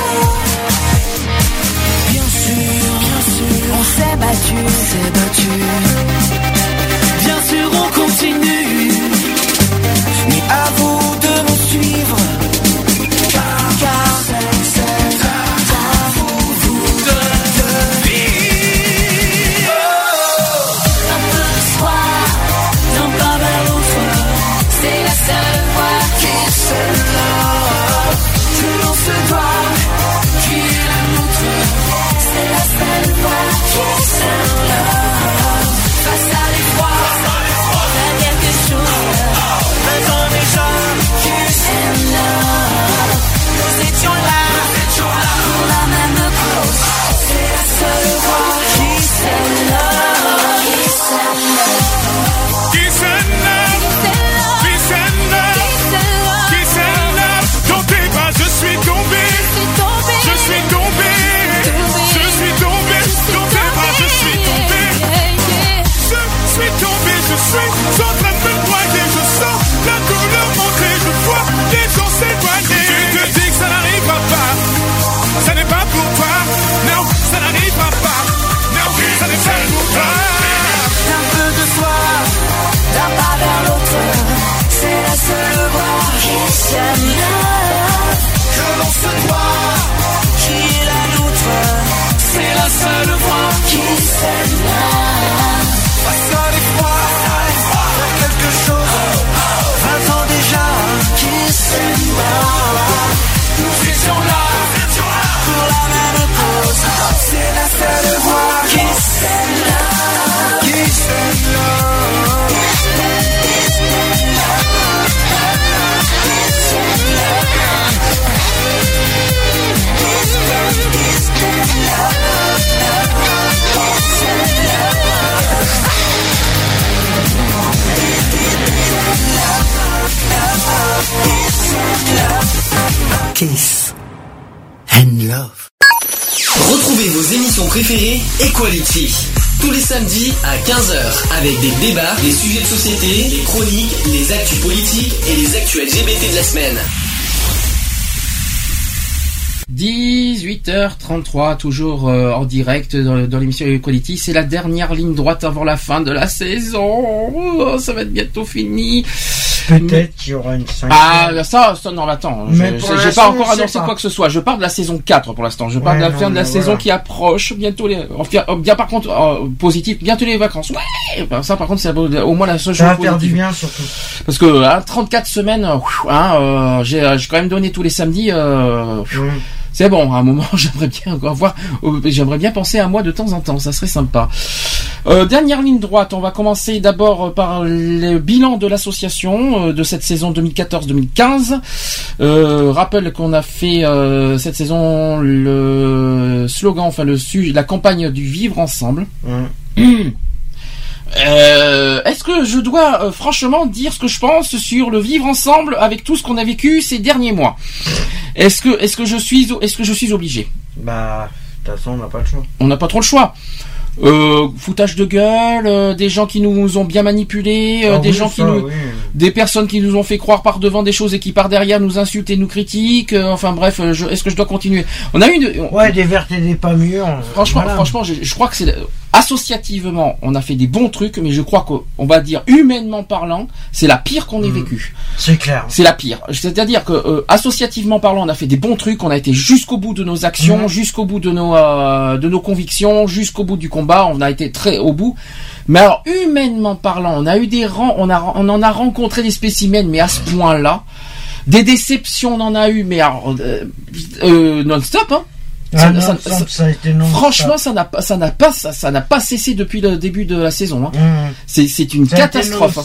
Bien sûr, On s'est battu. bien sûr on continue, mais à vous de nous suivre, car c'est à vous de vivre. Un peu de soi, d'un pas vers l'autre, c'est la seule voie qui s'aime là. Que l'on se doit, qui est la nôtre, C'est la seule voie qui s'aime là. face à l'effroi, Faire quelque chose. 20 ans déjà, Qui s'aime là. nous étions là, Pour la même cause. C'est la seule voie qui s'aime là. Qui s'aime là. Peace and love, peace and love, peace and love. Dans tes bras, je suis tombé. Je suis tombé. Je suis tombé. Dans tes bras, je suis tombé. Je suis tombé. Je suis en train de me noyer. Je sens la douleur monter. Je vois les gens s'éloigner. Tu te dis que ça n'arrivera pas. Ça n'est pas pour toi. Non, ça n'arrivera pas. Non, ça n'est pas pour toi. d'un peu de soi, D'un pas vers l'autre, c'est la seule voie qui s'aime là. que l'on se doit, qui est la nôtre, c'est la seule voie Qui s'aime là. face à l'effroi, faire quelque chose, 20 ans déjà, Qui s'aime là. nous étions là, pour la même cause, c'est la seule voie Qui s'aime là. qui s'aime là. Kiss and Love. Retrouvez vos émissions préférées Equality tous les samedis à 15h avec des débats, des sujets de société, des chroniques, les actus politiques et les actus LGBT de la semaine. 18h33, toujours en direct dans l'émission Equality. C'est la dernière ligne droite avant la fin de la saison. Oh, ça va être bientôt fini. Peut-être qu'il y aura une 5. Ah, ça, non, attends. Mais J'ai pas encore annoncé quoi que ce soit. Je parle de la saison 4 pour l'instant. Je parle de la fin de la saison qui approche. Bientôt bien par contre, positif, bientôt les vacances. Ouais! Ça, par contre, c'est au moins la seule chose. Ça va faire du bien, surtout. Parce que, 34 semaines, j'ai quand même donné tous les samedis, c'est bon, à un moment, j'aimerais bien encore j'aimerais bien penser à moi de temps en temps, ça serait sympa. Dernière ligne droite, on va commencer d'abord par le bilan de l'association de cette saison 2014-2015. Rappelle qu'on a fait cette saison le slogan, la campagne du vivre ensemble. Est-ce que je dois franchement dire ce que je pense sur le vivre ensemble avec tout ce qu'on a vécu ces derniers mois? Est-ce que je suis obligé? Bah, de toute façon, on n'a pas le choix. On n'a pas trop le choix. Foutage de gueule, des gens qui nous ont bien manipulés, des personnes qui nous ont fait croire par devant des choses et qui par derrière nous insultent et nous critiquent. Enfin bref, est-ce que je dois continuer? On a eu des vertes et des pas mûres. Franchement, je crois que c'est associativement, on a fait des bons trucs, mais je crois qu'on va dire humainement parlant, c'est la pire qu'on ait vécu. C'est clair. C'est la pire. C'est-à-dire que associativement parlant, on a fait des bons trucs, on a été jusqu'au bout de nos actions, jusqu'au bout de nos convictions, jusqu'au bout du combat. On a été très au bout. Mais alors humainement parlant, on a eu des rangs, on en a rencontré des spécimens, mais à ce point-là, des déceptions, on en a eu, mais alors non-stop, hein. Ça a été franchement, ça n'a pas cessé depuis le début de la saison. Hein. C'est une catastrophe.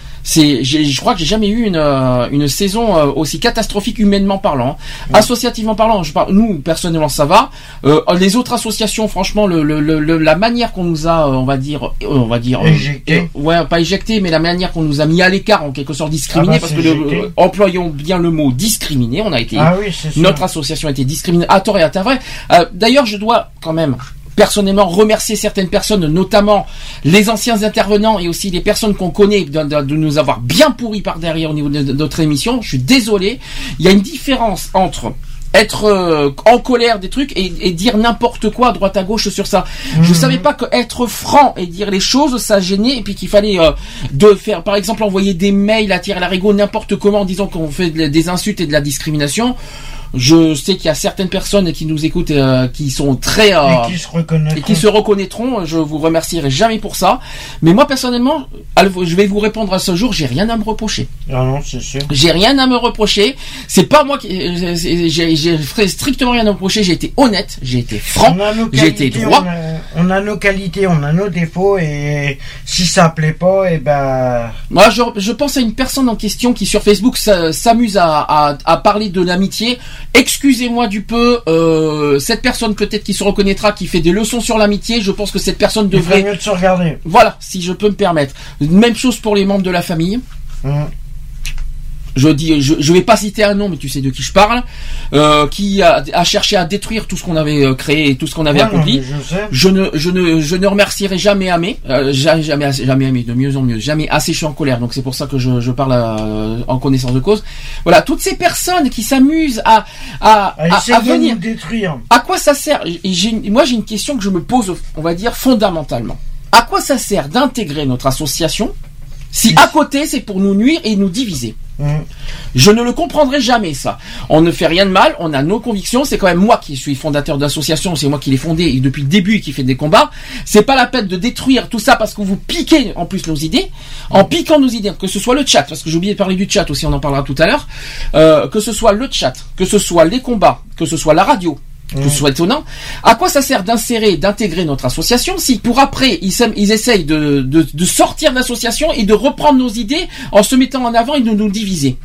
Je crois que j'ai jamais eu une saison aussi catastrophique humainement parlant. Associativement parlant, nous personnellement ça va. Les autres associations, franchement, la manière qu'on nous a, on va dire, éjecté. Pas éjecté, mais la manière qu'on nous a mis à l'écart, en quelque sorte discriminé, parce que employons bien le mot discriminé. On a été, notre association a été discriminée à tort et à travers. D'ailleurs, je dois quand même personnellement remercier certaines personnes, notamment les anciens intervenants et aussi les personnes qu'on connaît de nous avoir bien pourris par derrière au niveau de notre émission. Je suis désolé. Il y a une différence entre être en colère des trucs et dire n'importe quoi à droite à gauche sur ça. Je savais pas que être franc et dire les choses ça gênait, et puis qu'il fallait de faire, par exemple, envoyer des mails à tirer l'arigot n'importe comment en disant qu'on fait des insultes et de la discrimination. Je sais qu'il y a certaines personnes qui nous écoutent, qui sont très et qui se reconnaîtront. Je vous remercierai jamais pour ça. Mais moi personnellement, je vais vous répondre à ce jour. J'ai rien à me reprocher. Ah non, c'est sûr. J'ai rien à me reprocher. C'est pas moi qui. J'ai strictement rien à me reprocher. J'ai été honnête. J'ai été franc. J'ai été droit. On a nos qualités, on a nos défauts, et si ça plaît pas, et ben. Moi, je pense à une personne en question qui sur Facebook s'amuse à parler de l'amitié. Excusez-moi du peu, cette personne peut-être qui se reconnaîtra, qui fait des leçons sur l'amitié, je pense que cette personne devrait... Il mieux de se regarder. Voilà, si je peux me permettre. Même chose pour les membres de la famille. Je vais pas citer un nom, mais tu sais de qui je parle, qui a cherché à détruire tout ce qu'on avait créé et tout ce qu'on avait accompli. Je ne remercierai jamais Amé, jamais Amé, de mieux en mieux, jamais assez je suis en colère. Donc c'est pour ça que je parle en connaissance de cause. Voilà, toutes ces personnes qui s'amusent à venir nous détruire. À quoi ça sert? Moi j'ai une question que je me pose, on va dire fondamentalement. À quoi ça sert d'intégrer notre association si à côté c'est pour nous nuire et nous diviser? Je ne le comprendrai jamais, ça. On ne fait rien de mal, on a nos convictions, c'est quand même moi qui suis fondateur d'association, c'est moi qui l'ai fondé et depuis le début qui fait des combats. C'est pas la peine de détruire tout ça parce que vous piquez en plus nos idées, en piquant nos idées, que ce soit le chat, parce que j'ai oublié de parler du chat aussi, on en parlera tout à l'heure, que ce soit le chat, que ce soit les combats, que ce soit la radio, que ce soit étonnant. À quoi ça sert d'intégrer notre association si pour après ils essayent de sortir de l'association et de reprendre nos idées en se mettant en avant et de nous diviser?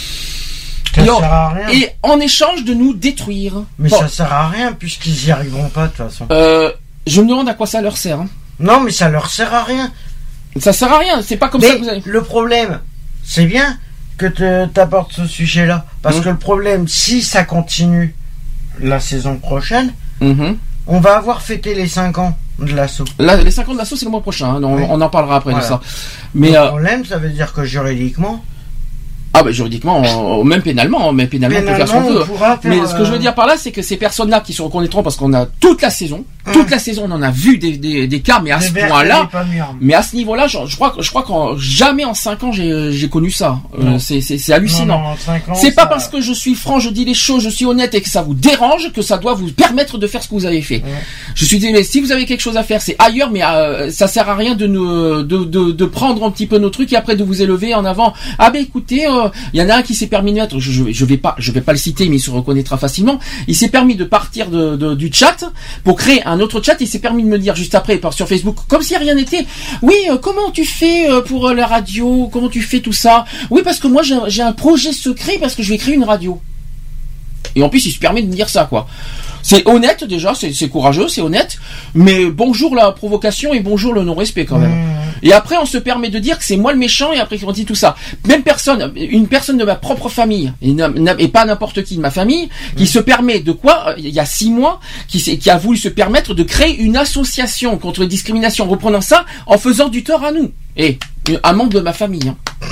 Ça sert à rien. Et en échange de nous détruire. Mais ça sert à rien puisqu'ils y arriveront pas de toute façon. Je me demande à quoi ça leur sert. Hein. Non, mais ça leur sert à rien. Ça sert à rien, c'est pas comme ça que vous avez... Le problème, c'est bien que t'apportes ce sujet-là, parce que le problème, si ça continue la saison prochaine, on va avoir fêté les 5 ans de l'assaut. Les 5 ans de l'assaut, c'est le mois prochain. Hein. On en parlera après de ça. Mais le problème, ça veut dire que juridiquement... Ah bah juridiquement, même pénalement, on peut faire ce qu'on veut. Mais ce que je veux dire par là, c'est que ces personnes-là qui se reconnaîtront, parce qu'on a toute la saison, on en a vu des cas, mais à ce point-là, mais à ce niveau-là, je crois qu'en jamais en 5 ans j'ai connu ça. C'est hallucinant. Non, 5 ans, c'est pas parce que je suis franc, je dis les choses, je suis honnête et que ça vous dérange que ça doit vous permettre de faire ce que vous avez fait. Je suis désolé, si vous avez quelque chose à faire, c'est ailleurs, mais ça sert à rien de prendre un petit peu nos trucs et après de vous élever en avant. Ah ben écoutez, il y en a un qui s'est permis de mettre, je vais pas le citer, mais il se reconnaîtra facilement. Il s'est permis de partir du chat pour créer un autre chat. Il s'est permis de me dire juste après sur Facebook, comme si rien n'était. Oui, comment tu fais pour la radio? Comment tu fais tout ça? Oui, parce que moi j'ai un projet secret parce que je vais créer une radio. Et en plus, il se permet de me dire ça, quoi. C'est honnête déjà, c'est courageux, c'est honnête. Mais bonjour la provocation et bonjour le non-respect quand même. Et après, on se permet de dire que c'est moi le méchant et après on dit tout ça. Même personne, une personne de ma propre famille et pas n'importe qui de ma famille, qui se permet de quoi, il y a 6 mois, qui a voulu se permettre de créer une association contre les discriminations, reprenant ça en faisant du tort à nous. Et un membre de ma famille. Hein.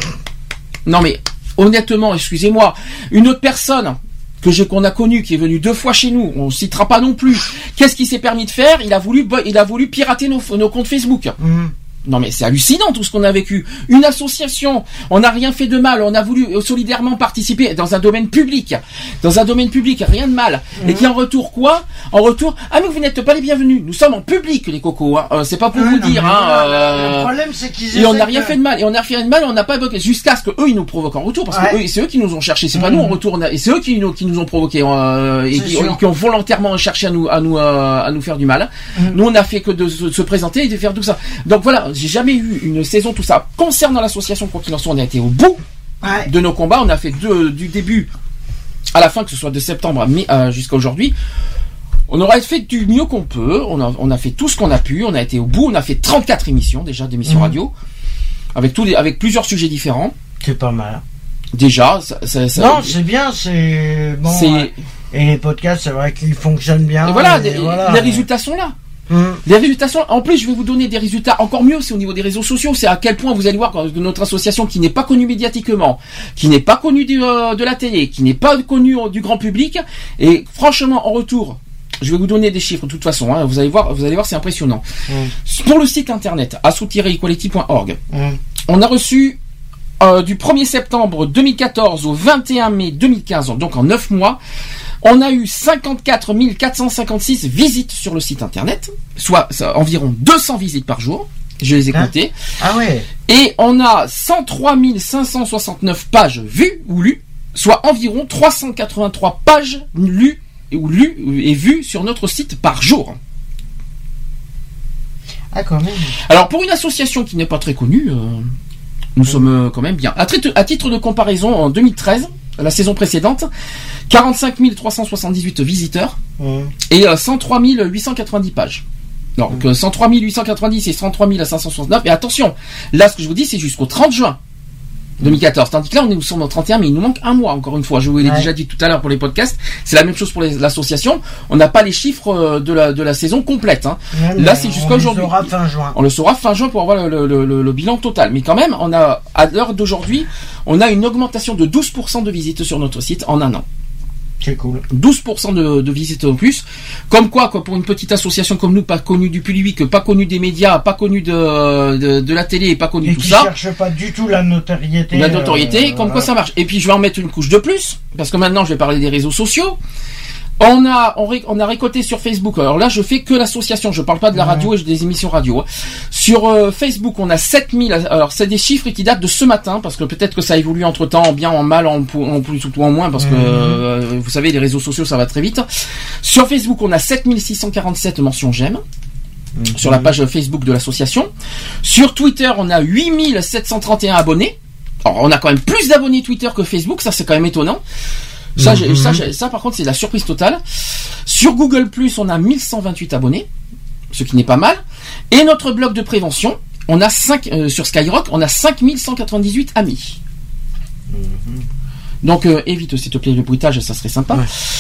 Non mais honnêtement, excusez-moi, une autre personne qu'on a connu, qui est venu 2 fois chez nous, on citera pas non plus. Qu'est-ce qu'il s'est permis de faire? Il a voulu pirater nos comptes Facebook. Non mais c'est hallucinant tout ce qu'on a vécu. Une association, on n'a rien fait de mal, on a voulu solidairement participer dans un domaine public. Rien de mal. Et qui en retour quoi? En retour, ah mais vous n'êtes pas les bienvenus. Nous sommes en public les cocos. Hein. C'est pas pour vous dire. Le problème c'est qu'ils et on n'a rien fait de mal. Et on n'a rien fait de mal. On n'a pas évoqué jusqu'à ce que eux ils nous provoquent en retour parce que c'est eux qui nous ont cherché. C'est pas nous en retour. Et c'est eux qui nous ont provoqué et qui ont volontairement cherché à nous faire du mal. Nous on n'a fait que de se présenter et de faire tout ça. Donc voilà. J'ai jamais eu une saison tout ça. Concernant l'association, quoi qu'il en soit, on a été au bout de nos combats. On a fait du début à la fin, que ce soit de septembre jusqu'à aujourd'hui. On aurait fait du mieux qu'on peut. On a fait tout ce qu'on a pu. On a été au bout. On a fait 34 émissions déjà d'émissions radio avec plusieurs sujets différents. C'est pas mal. Déjà, non, c'est bien. C'est bon. Et les podcasts, c'est vrai qu'ils fonctionnent bien. Et voilà, les résultats sont là. Les résultats sont... En plus, je vais vous donner des résultats encore mieux, c'est au niveau des réseaux sociaux, c'est à quel point vous allez voir que notre association qui n'est pas connue médiatiquement, qui n'est pas connue de la télé, qui n'est pas connue du grand public, et franchement, en retour, je vais vous donner des chiffres de toute façon, hein, vous allez voir, c'est impressionnant. Pour le site internet, asso-equality.org, on a reçu du 1er septembre 2014 au 21 mai 2015, donc en 9 mois, on a eu 54 456 visites sur le site internet, soit environ 200 visites par jour. Je les ai comptées. Ah ouais. Et on a 103 569 pages vues ou lues, soit environ 383 pages lues et vues sur notre site par jour. Ah quand même. Alors pour une association qui n'est pas très connue, nous sommes quand même bien. À titre de comparaison, en 2013, la saison précédente, 45 378 visiteurs et 103 890 pages. Donc 103 890 et 103 569. Et attention, là ce que je vous dis c'est jusqu'au 30 juin 2014. Tandis que là nous sommes au 31, mais il nous manque un mois encore une fois. Je vous l'ai déjà dit tout à l'heure pour les podcasts. C'est la même chose pour l'association. On n'a pas les chiffres de la saison complète. Hein. Là c'est jusqu'à aujourd'hui. On le saura fin juin. On le saura fin juin pour avoir le bilan total. Mais quand même, à l'heure d'aujourd'hui, on a une augmentation de 12% de visites sur notre site en un an. C'est cool. 12% de visites en plus. Comme quoi, pour une petite association comme nous, pas connue du public, pas connue des médias, pas connue de la télé et pas connue de tout ça. Et qui cherche pas du tout la notoriété. Comme quoi ça marche. Et puis je vais en mettre une couche de plus, parce que maintenant je vais parler des réseaux sociaux. On a récolté sur Facebook. Alors là, je fais que l'association. Je parle pas de la radio et des émissions radio. Sur Facebook, on a 7000. Alors, c'est des chiffres qui datent de ce matin, parce que peut-être que ça évolue entre temps, en bien, en mal, en plus ou en moins, parce que vous savez, les réseaux sociaux, ça va très vite. Sur Facebook, on a 7647 mentions j'aime. Sur la page Facebook de l'association. Sur Twitter, on a 8731 abonnés. Alors, on a quand même plus d'abonnés Twitter que Facebook. Ça, c'est quand même étonnant. Ça, par contre, c'est la surprise totale. Sur Google+, on a 1128 abonnés, ce qui n'est pas mal. Et notre blog de prévention, on a sur Skyrock, on a 5198 amis. Donc, évite s'il te plaît le bruitage, ça serait sympa.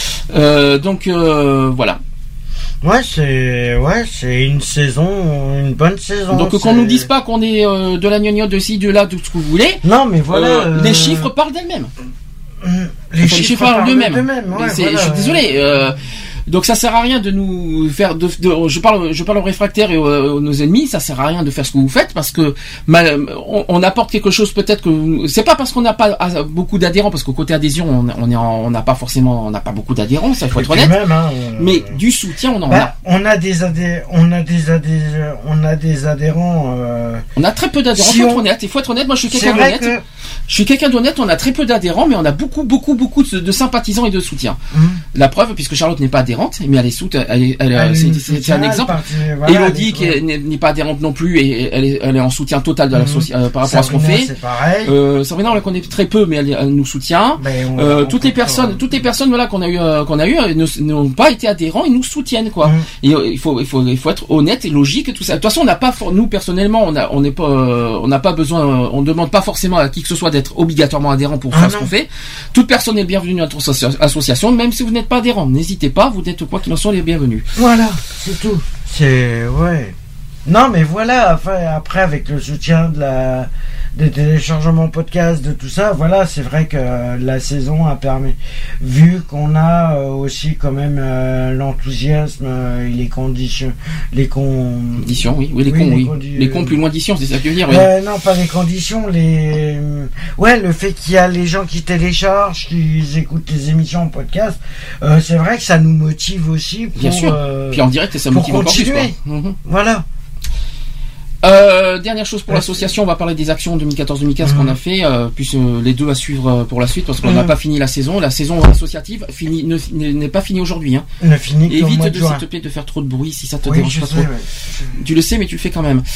Voilà. Ouais, c'est une saison, une bonne saison. Donc qu'on nous dise pas qu'on est de la gnognotte de ci, de là, tout ce que vous voulez. Non, mais voilà. Les chiffres parlent d'elles-mêmes. Les chiffres parlent d'eux-mêmes. Ouais, je suis désolé. Donc ça sert à rien de nous faire je parle aux réfractaires et aux nos ennemis, ça sert à rien de faire ce que vous faites parce que on apporte quelque chose peut-être que c'est pas parce qu'on n'a pas beaucoup d'adhérents, parce qu'au côté adhésion on n'a pas beaucoup d'adhérents, ça il faut être honnête. Même, mais du soutien on en a. On a des adhérents. On a très peu d'adhérents. Il faut être honnête. Moi je suis quelqu'un d'honnête. Je suis quelqu'un d'honnête. On a très peu d'adhérents, mais on a beaucoup de sympathisants et de soutien. La preuve, puisque Charlotte n'est pas adhérente, mais elle est c'est un exemple. Elodie qui n'est pas adhérente non plus, et elle est en soutien total de par rapport à ce qu'on fait. C'est pareil. Sabrina, on la connaît très peu, mais elle nous soutient. Toutes les personnes voilà qu'on a eu n'ont pas été adhérents, ils nous soutiennent quoi. Et il faut être honnête et logique et tout ça. De toute façon, nous personnellement, on n'a pas besoin, on demande pas forcément à qui que ce soit d'être obligatoirement adhérent pour faire ce qu'on fait. Toute personne est bienvenue à notre association, même si vous n'êtes pas adhérent. N'hésitez pas, vous êtes quoi qu'il en soit les bienvenus. Voilà, c'est tout. Non, mais voilà, après avec le soutien des téléchargements podcast, de tout ça, voilà, c'est vrai que la saison a permis, vu qu'on a aussi quand même l'enthousiasme et les conditions, les conditions plus loin d'édition, c'est ça que tu veux dire. Non, pas les conditions, le fait qu'il y a les gens qui téléchargent, qui écoutent les émissions en podcast, c'est vrai que ça nous motive aussi pour, bien sûr. Puis en direct, ça motive encore plus, quoi. Voilà. Dernière chose pour l'association, on va parler des actions 2014-2015 qu'on a fait, puis les deux à suivre pour la suite, parce qu'on n'a pas fini la saison. La saison associative n'est pas finie aujourd'hui. Évite s'il te plaît de faire trop de bruit si ça te dérange pas trop. Tu le sais, mais tu le fais quand même.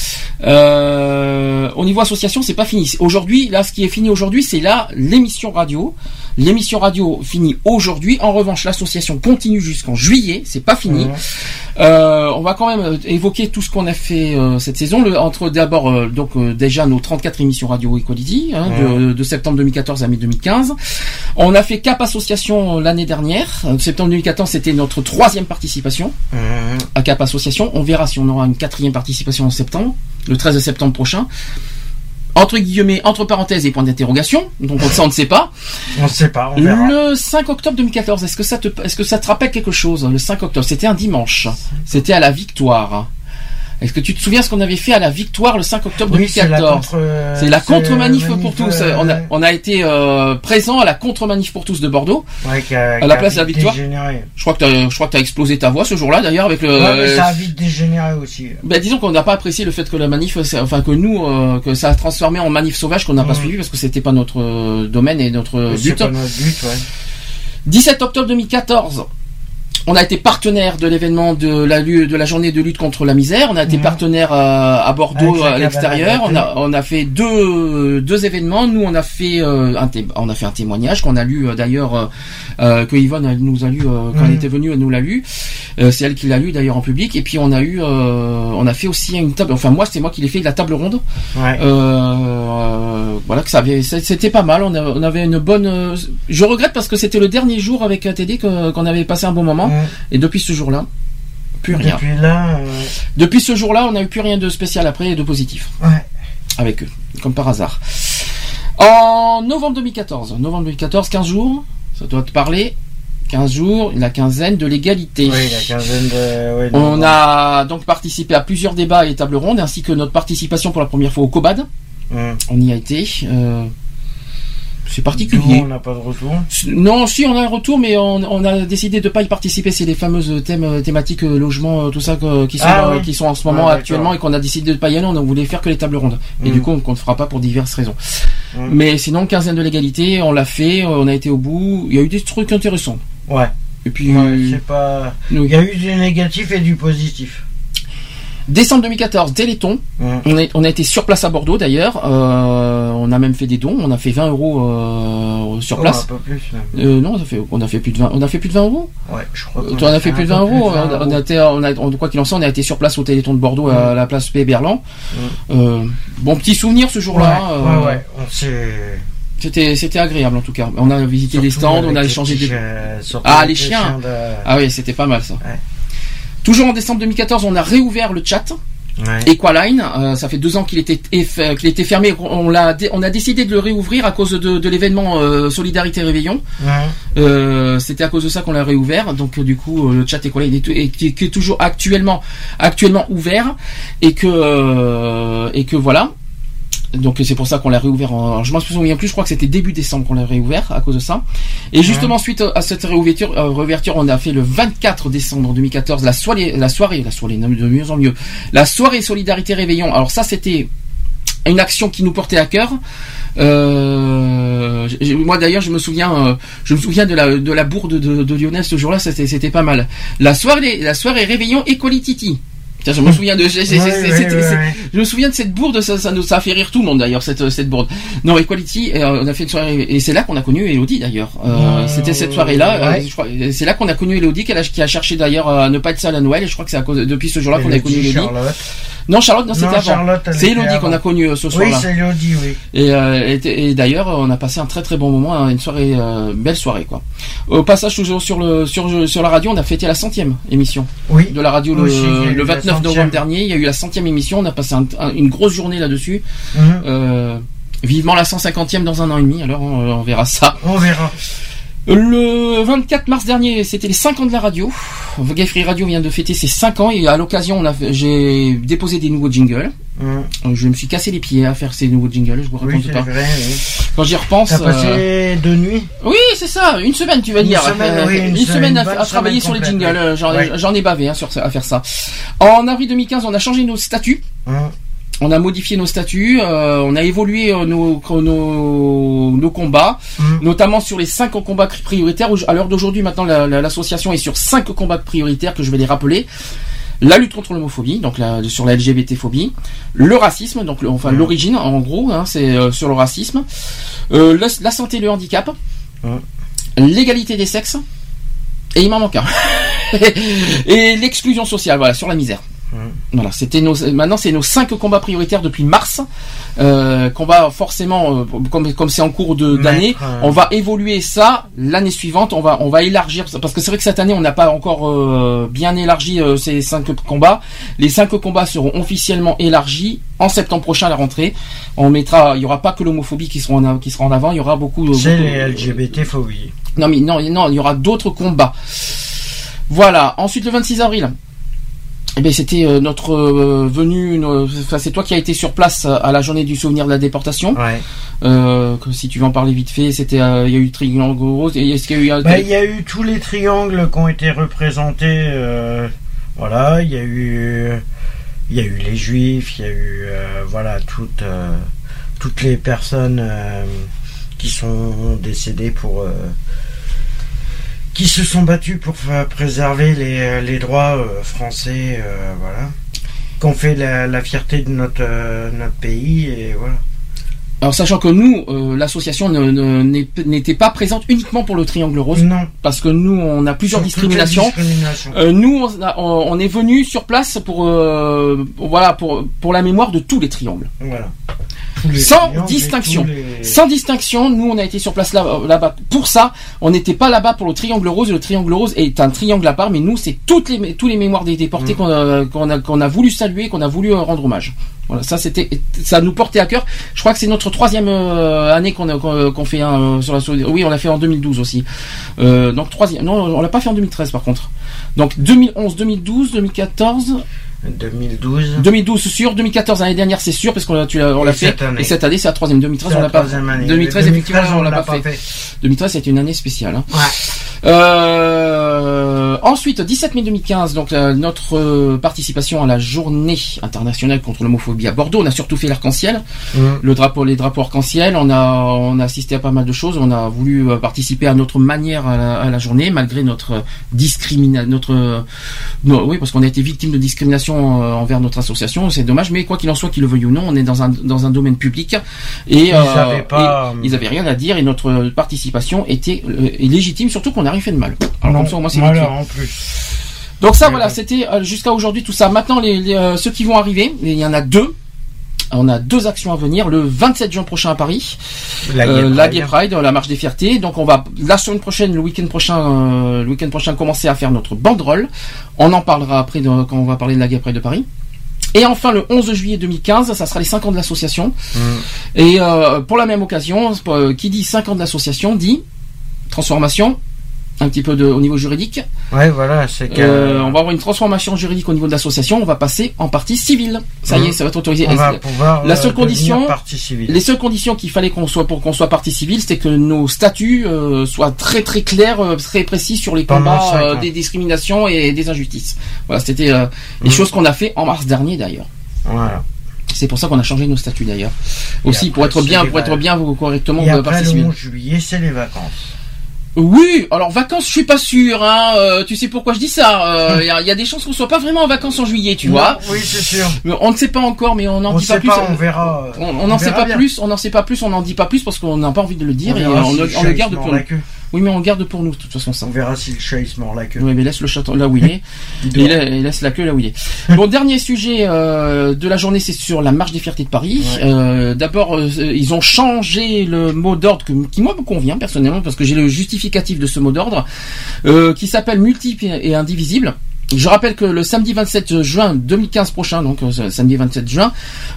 Au niveau association, c'est pas fini. Aujourd'hui, là, ce qui est fini aujourd'hui, c'est l'émission radio. L'émission radio finit aujourd'hui. En revanche, l'association continue jusqu'en juillet. C'est pas fini. On va quand même évoquer tout ce qu'on a fait cette saison. Entre d'abord déjà nos 34 émissions Radio Equality de septembre 2014 à mai 2015. On a fait Cap Association l'année dernière. Septembre 2014, c'était notre 3e participation à Cap Association. On verra si on aura une 4e participation en septembre, le 13 septembre prochain. Entre guillemets, entre parenthèses et points d'interrogation. Donc ça, on ne sait pas. On ne sait pas, on verra. Le 5 octobre 2014, est-ce que ça te rappelle quelque chose? Le 5 octobre, c'était un dimanche. C'était à la Victoire. Est-ce que tu te souviens ce qu'on avait fait à la Victoire le 5 octobre 2014? C'est la contre-manif pour tous. On a été présent à la contre-manif pour tous de Bordeaux, à la place de la Victoire. Je crois que t'as explosé ta voix ce jour-là d'ailleurs avec le. Ouais, mais ça a vite dégénéré aussi. Disons qu'on n'a pas apprécié le fait que la manif, que ça a transformé en manif sauvage qu'on n'a pas suivi parce que c'était pas notre domaine et notre but. C'est pas notre but, 17 octobre 2014. On a été partenaire de l'événement de la journée de lutte contre la misère. On a été partenaire à Bordeaux à l'extérieur. On a fait deux événements. Nous, on a fait un témoignage qu'on a lu d'ailleurs, que Yvonne nous a lu quand elle était venue, elle nous l'a lu. C'est elle qui l'a lu d'ailleurs en public. Et puis on a fait aussi une table. Enfin moi, c'est moi qui l'ai fait, de la table ronde. Voilà, c'était pas mal. On avait une bonne. Je regrette parce que c'était le dernier jour avec TD qu'on avait passé un bon moment. Et depuis ce jour-là, plus rien. Depuis ce jour-là, on n'a eu plus rien de spécial après et de positif. Avec eux, comme par hasard. En novembre 2014, 15 jours, ça doit te parler. 15 jours, la quinzaine de l'égalité. Oui, la quinzaine de... on a donc participé à plusieurs débats et tables rondes, ainsi que notre participation pour la première fois au COBAD. On y a été. C'est particulier. Nous, on n'a pas de retour. Non, si, on a un retour, mais on a décidé de ne pas y participer. C'est les fameuses thématiques logement, tout ça, qui sont en ce moment actuellement, et qu'on a décidé de ne pas y aller. On voulait faire que les tables rondes. Et du coup, on ne fera pas pour diverses raisons. Mais sinon, quinzaine de l'égalité, on l'a fait, on a été au bout. Il y a eu des trucs intéressants. Et puis, c'est pas... Il y a eu du négatif et du positif. Décembre 2014, Téléthon. On a été sur place à Bordeaux d'ailleurs. On a même fait des dons. On a fait 20 € sur place. Un peu plus. Non, on a fait plus de 20. On a fait plus de 20 €. Ouais, je crois. On a fait plus de 20 €. Quoi qu'il en soit, on a été sur place au Téléthon de Bordeaux à la place P. Berland. Bon petit souvenir ce jour-là. C'était agréable en tout cas. On a visité les stands, on a échangé des. Les chiens. Ah oui, c'était pas mal ça. Toujours en décembre 2014, on a réouvert le chat. Equaline, ça fait 2 ans qu'il était fermé. On a décidé de le réouvrir à cause de l'événement Solidarité Réveillon. C'était à cause de ça qu'on l'a réouvert. Donc du coup, le chat Equaline est toujours actuellement ouvert et que voilà. Donc c'est pour ça qu'on l'a réouvert. Je m'en souviens plus. Je crois que c'était début décembre qu'on l'a réouvert à cause de ça. Et justement suite à cette réouverture, on a fait le 24 décembre 2014 la soirée de mieux en mieux. La soirée Solidarité Réveillon. Alors ça c'était une action qui nous portait à cœur. Moi d'ailleurs je me souviens de la bourde de Lionel ce jour-là, c'était pas mal. La soirée réveillon Equality. Tiens, je me souviens je me souviens de cette bourde, ça a fait rire tout le monde d'ailleurs, cette bourde. Non, Equality, on a fait une soirée, et c'est là qu'on a connu Elodie d'ailleurs. C'était cette soirée-là, je crois, c'est là qu'on a connu Elodie, qui a cherché d'ailleurs à ne pas être seule à Noël, et je crois que c'est depuis ce jour-là qu'on a connu Elodie. Non, Charlotte, non, c'était avant. Charlotte, c'est Elodie qu'on a connu ce soir-là. Oui, c'est Elodie, oui. Et d'ailleurs, on a passé un très très bon moment, une soirée, belle soirée, quoi. Au passage, toujours sur la radio, on a fêté la 100e émission. Oui. De la radio le 29 novembre dernier. Il y a eu la 100e émission. On a passé une grosse journée là-dessus. Vivement la 150e dans un an et demi. Alors, on verra ça. On verra. Le 24 mars dernier, c'était les 5 ans de la radio. Gay Free Radio vient de fêter ses 5 ans et à l'occasion, j'ai déposé des nouveaux jingles. Je me suis cassé les pieds à faire ces nouveaux jingles, je vous raconte pas. Vrai, oui. Quand j'y repense. T'as passé 2 nuits? Oui, c'est ça, une semaine, tu vas dire. Une semaine à travailler sur les jingles. J'en ai bavé à faire ça. En avril 2015, on a changé nos statuts. On a modifié nos statuts, on a évolué nos combats, notamment sur les 5 combats prioritaires. À l'heure d'aujourd'hui, maintenant, l'association est sur 5 combats prioritaires que je vais les rappeler. La lutte contre l'homophobie, donc sur la LGBT-phobie, le racisme, donc l'origine, en gros, c'est sur le racisme, la santé et le handicap, l'égalité des sexes, et il m'en manque un, et l'exclusion sociale, voilà, sur la misère. Voilà, maintenant c'est nos 5 combats prioritaires depuis mars, qu'on va forcément, comme c'est en cours d'année, on va évoluer ça l'année suivante, on va élargir, parce que c'est vrai que cette année on n'a pas encore bien élargi ces 5 combats. Les 5 combats seront officiellement élargis en septembre prochain à la rentrée. Il y aura pas que l'homophobie qui sera en avant, il y aura beaucoup. C'est les LGBT-phobies. Non, il y aura d'autres combats. Voilà. Ensuite, le 26 avril. Eh bien, c'était notre venue. C'est toi qui as été sur place à la journée du souvenir de la déportation. Ouais. Si tu veux en parler vite fait, il y a eu Triangle Rose. Est-ce qu'il y a eu il y a eu tous les triangles qui ont été représentés. Voilà, il y a eu les Juifs, il y a eu toutes les personnes qui sont décédées qui se sont battus pour préserver les droits français, voilà, qu'on fait la fierté de notre pays, et voilà. Alors sachant que nous, l'association n'était pas présente uniquement pour le Triangle Rose, non, parce que nous on a plusieurs discriminations. Nous on est venu sur place pour la mémoire de tous les triangles. Voilà. Sans distinction. Sans distinction, nous on a été sur place là-bas. Pour ça, on n'était pas là-bas pour le Triangle Rose. Le Triangle Rose est un triangle à part, mais nous c'est tous les mémoires des déportés qu'on a voulu saluer, qu'on a voulu rendre hommage. Voilà, ça nous portait à cœur. Je crois que c'est notre 3e année qu'on fait sur la solidarité. Oui, on l'a fait en 2012 aussi. Donc 3e. Non, on l'a pas fait en 2013 par contre. Donc 2011, 2012, 2014. 2012 sûr, 2014 l'année dernière c'est sûr parce qu'on l'a fait, et cette année c'est la 3e. 2013 on l'a pas fait. 2013 effectivement on l'a pas fait. 2013 c'était une année spéciale. Ouais. Ensuite 17 mai 2015, donc notre participation à la journée internationale contre l'homophobie à Bordeaux. On a surtout fait l'arc-en-ciel, les drapeaux arc-en-ciel. On a assisté à pas mal de choses. On a voulu participer à notre manière à la journée malgré notre discrimination, oui, parce qu'on a été victime de discrimination envers notre association. C'est dommage, mais quoi qu'il en soit, qu'il le veuille ou non, on est dans un domaine public et ils avaient rien à dire, et notre participation était légitime, surtout qu'on n'a rien fait de mal. Alors comme ça au moins c'est nickel. En plus. Donc ça voilà, c'était jusqu'à aujourd'hui tout ça. Maintenant ceux qui vont arriver, il y en a 2. On a 2 actions à venir. Le 27 juin prochain à Paris, la Gay Pride, la marche des fiertés. Donc on va la semaine prochaine, le week-end prochain, commencer à faire notre banderole. On en parlera après quand on va parler de la Gay Pride de Paris. Et enfin le 11 juillet 2015, ça sera les 5 ans de l'association. Et pour la même occasion, qui dit 5 ans de l'association dit transformation. Un petit peu au niveau juridique. Ouais, voilà, c'est que on va avoir une transformation juridique au niveau de l'association. On va passer en partie civile. Ça y est, ça va être autorisé. On va pouvoir la seule condition, partie civile. Les seules conditions qu'il fallait pour qu'on soit partie civile, c'était que nos statuts soient très très clairs, très précis sur les combats des discriminations et des injustices. Voilà, c'était les choses qu'on a fait en mars dernier d'ailleurs. Voilà. C'est pour ça qu'on a changé nos statuts d'ailleurs. Aussi après, pour être bien correctement et après participer. le 11 juillet, c'est les vacances. Oui, alors vacances, je suis pas sûr. Tu sais pourquoi je dis ça. Il y a des chances qu'on soit pas vraiment en vacances en juillet, tu vois. Oui, c'est sûr. Mais on ne sait pas encore, mais on n'en dit pas plus. On verra. On n'en sait pas plus. On n'en sait pas plus. On n'en dit pas plus parce qu'on n'a pas envie de le dire et on le garde pour nous. Oui, mais on garde pour nous, de toute façon, ça. On verra si le chat, il se mord la queue. Oui, mais laisse le chat là où il est. Et laisse la queue là où il est. Bon, dernier sujet de la journée, c'est sur la marche des fiertés de Paris. Ouais. D'abord, ils ont changé le mot d'ordre qui, moi, me convient, personnellement, parce que j'ai le justificatif de ce mot d'ordre, qui s'appelle multiple et indivisible. Je rappelle que le samedi 27 juin 2015 prochain, donc samedi 27 juin,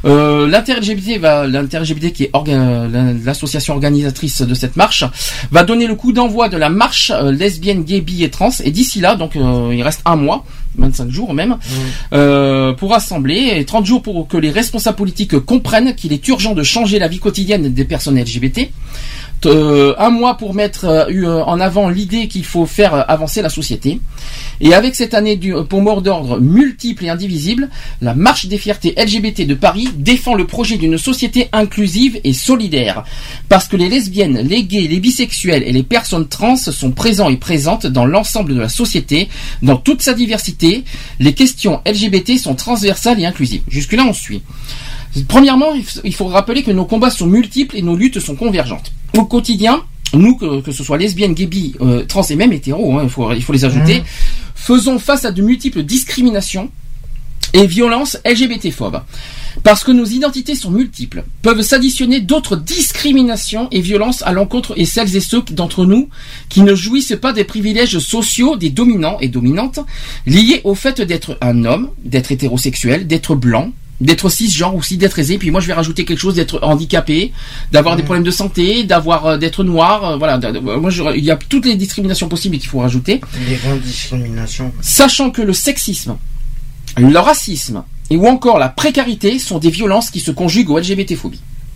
l'Inter-LGBT qui est l'association organisatrice de cette marche, va donner le coup d'envoi de la marche lesbienne, gay, bi et trans. Et d'ici là, donc il reste un mois, 25 jours même, pour rassembler, et 30 jours pour que les responsables politiques comprennent qu'il est urgent de changer la vie quotidienne des personnes LGBT. Un mois pour mettre en avant l'idée qu'il faut faire avancer la société. Et avec cette année pour mot d'ordre multiple et indivisible, la marche des fiertés LGBT de Paris défend le projet d'une société inclusive et solidaire. Parce que les lesbiennes, les gays, les bisexuels et les personnes trans sont présents et présentes dans l'ensemble de la société, dans toute sa diversité. Les questions LGBT sont transversales et inclusives. Jusque-là, on suit. Premièrement, il faut rappeler que nos combats sont multiples et nos luttes sont convergentes. Au quotidien, nous, que ce soit lesbiennes, gays, bi, trans et même hétéros, il faut les ajouter, faisons face à de multiples discriminations et violences LGBT-phobes. Parce que nos identités sont multiples, peuvent s'additionner d'autres discriminations et violences à l'encontre et celles et ceux d'entre nous qui ne jouissent pas des privilèges sociaux des dominants et dominantes liés au fait d'être un homme, d'être hétérosexuel, d'être blanc, d'être cisgenre aussi, d'être aisé. Puis moi je vais rajouter quelque chose, d'être handicapé, d'avoir des problèmes de santé, d'être noir, voilà. Moi il y a toutes les discriminations possibles qu'il faut rajouter. Les grandes discriminations. Sachant que le sexisme, le racisme et ou encore la précarité sont des violences qui se conjuguent aux LGBT-phobies.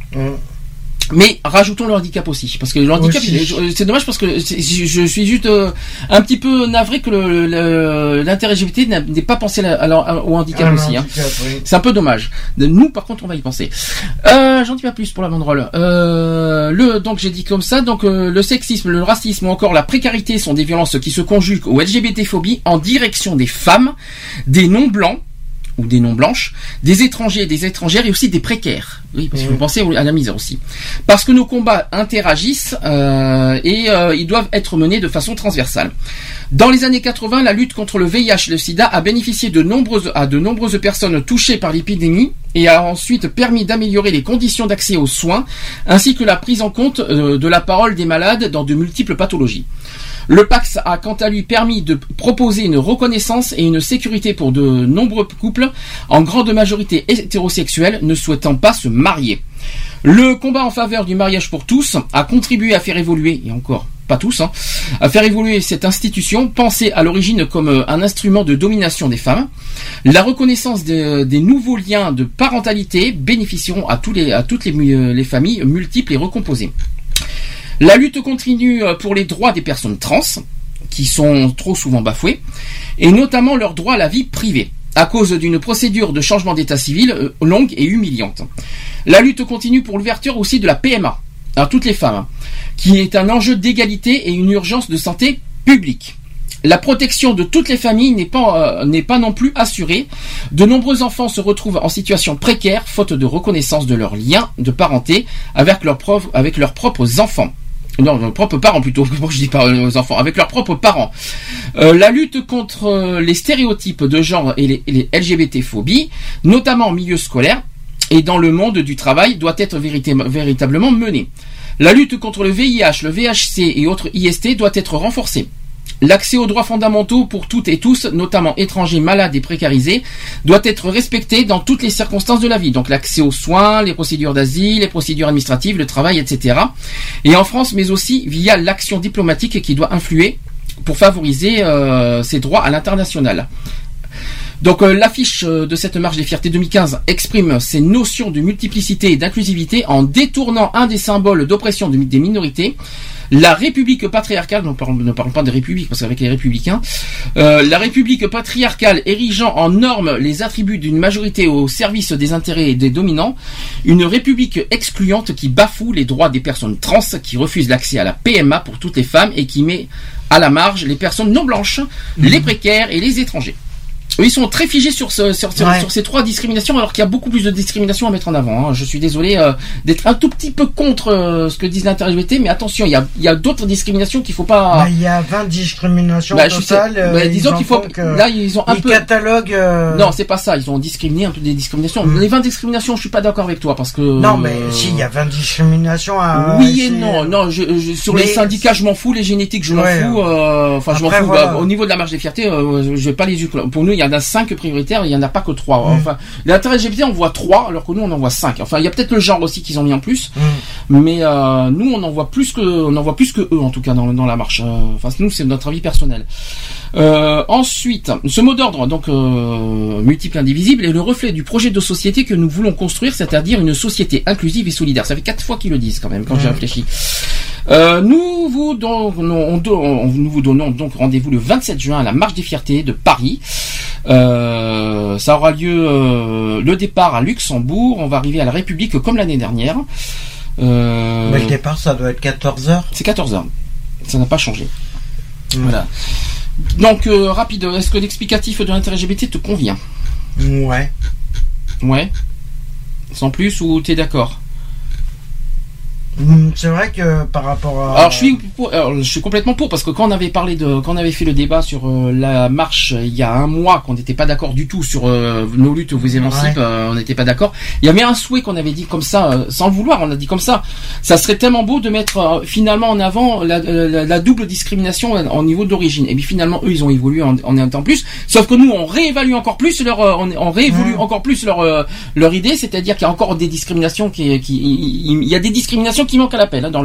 Mais rajoutons le handicap aussi, parce que le handicap, c'est dommage parce que je suis juste un petit peu navré que l'inter-LGBT n'ait pas pensé au handicap aussi. Handicap, oui. C'est un peu dommage. Nous, par contre, on va y penser. J'en dis pas plus pour la banderole. Donc j'ai dit comme ça. Donc le sexisme, le racisme ou encore la précarité sont des violences qui se conjuguent aux LGBT-phobies en direction des femmes, des non-blancs ou des non-blanches, des étrangers et des étrangères et aussi des précaires. Oui, parce que vous pensez à la misère aussi. Parce que nos combats interagissent et ils doivent être menés de façon transversale. Dans les années 80, la lutte contre le VIH et le sida a bénéficié à de nombreuses personnes touchées par l'épidémie et a ensuite permis d'améliorer les conditions d'accès aux soins ainsi que la prise en compte de la parole des malades dans de multiples pathologies. Le Pacs a quant à lui permis de proposer une reconnaissance et une sécurité pour de nombreux couples, en grande majorité hétérosexuels, ne souhaitant pas se marier. Le combat en faveur du mariage pour tous a contribué à faire évoluer, et encore pas tous, à faire évoluer cette institution, pensée à l'origine comme un instrument de domination des femmes. La reconnaissance des nouveaux liens de parentalité bénéficieront à toutes les familles multiples et recomposées. La lutte continue pour les droits des personnes trans, qui sont trop souvent bafoués, et notamment leur droit à la vie privée, à cause d'une procédure de changement d'état civil longue et humiliante. La lutte continue pour l'ouverture aussi de la PMA à toutes les femmes, qui est un enjeu d'égalité et une urgence de santé publique. La protection de toutes les familles n'est pas non plus assurée. De nombreux enfants se retrouvent en situation précaire, faute de reconnaissance de leur lien de parenté avec leurs propres enfants. Non, leurs propres parents plutôt, je dis pas aux enfants, avec leurs propres parents. La lutte contre les stéréotypes de genre et les LGBT-phobies, notamment en milieu scolaire et dans le monde du travail, doit être véritablement menée. La lutte contre le VIH, le VHC et autres IST doit être renforcée. L'accès aux droits fondamentaux pour toutes et tous, notamment étrangers, malades et précarisés, doit être respecté dans toutes les circonstances de la vie. Donc l'accès aux soins, les procédures d'asile, les procédures administratives, le travail, etc. Et en France, mais aussi via l'action diplomatique qui doit influer pour favoriser ces droits à l'international. Donc l'affiche de cette marche des fiertés 2015 exprime ces notions de multiplicité et d'inclusivité en détournant un des symboles d'oppression des minorités. La République patriarcale, ne parlons pas des républiques, parce qu'avec les républicains, la République patriarcale érigeant en norme les attributs d'une majorité au service des intérêts des dominants, une République excluante qui bafoue les droits des personnes trans, qui refuse l'accès à la PMA pour toutes les femmes et qui met à la marge les personnes non blanches, les précaires et les étrangers. Ils sont très figés sur ces trois discriminations, alors qu'il y a beaucoup plus de discriminations à mettre en avant. Je suis désolé d'être un tout petit peu contre ce que disent l'inter-LGBT, mais attention, il y a d'autres discriminations qu'il faut pas. Il y a 20 discriminations totales. Disons qu'il faut. Là, ils ont un peu. Catalogue. Non, c'est pas ça. Ils ont discriminé un peu des discriminations. Les 20 discriminations, je suis pas d'accord avec toi parce que. Non, mais si il y a 20 discriminations. Oui et non. Non, sur les syndicats, je m'en fous. Les génétiques, je m'en fous. Je m'en fous. Voilà. Au niveau de la marge des fiertés, je vais pas les. Pour nous, il y en a 5 prioritaires, il n'y en a pas que 3. Enfin, l'intérêt LGBT, on voit 3, alors que nous, on en voit 5. Enfin, il y a peut-être le genre aussi qu'ils ont mis en plus, mais nous, on en voit plus que eux, en tout cas, dans la marche. Enfin, nous, c'est notre avis personnel. Ensuite, ce mot d'ordre, donc multiple, indivisible, est le reflet du projet de société que nous voulons construire, c'est-à-dire une société inclusive et solidaire. Ça fait 4 fois qu'ils le disent, quand même, quand j'ai réfléchi. Nous vous donnons donc rendez-vous le 27 juin à la Marche des Fiertés de Paris. Ça aura lieu le départ à Luxembourg. On va arriver à la République comme l'année dernière. Mais le départ, ça doit être 14h. C'est 14h. Ça n'a pas changé. Voilà. Donc, rapide, est-ce que l'explicatif de l'inter-LGBT te convient? Ouais. Ouais. Sans plus, ou t'es d'accord? C'est vrai que par rapport à. Alors je suis complètement pour, parce que quand on avait fait le débat sur la marche il y a un mois, qu'on n'était pas d'accord du tout sur nos luttes vous émancipe, on n'était pas d'accord. Il y avait un souhait qu'on avait dit comme ça, sans le vouloir, on a dit comme ça. Ça serait tellement beau de mettre finalement en avant la double discrimination au niveau d'origine. Et puis finalement eux ils ont évolué en un temps plus. Sauf que nous on réévalue encore plus on réévolue encore plus leur idée, c'est-à-dire qu'il y a encore des discriminations il y a des discriminations qui manquent à l'appel dans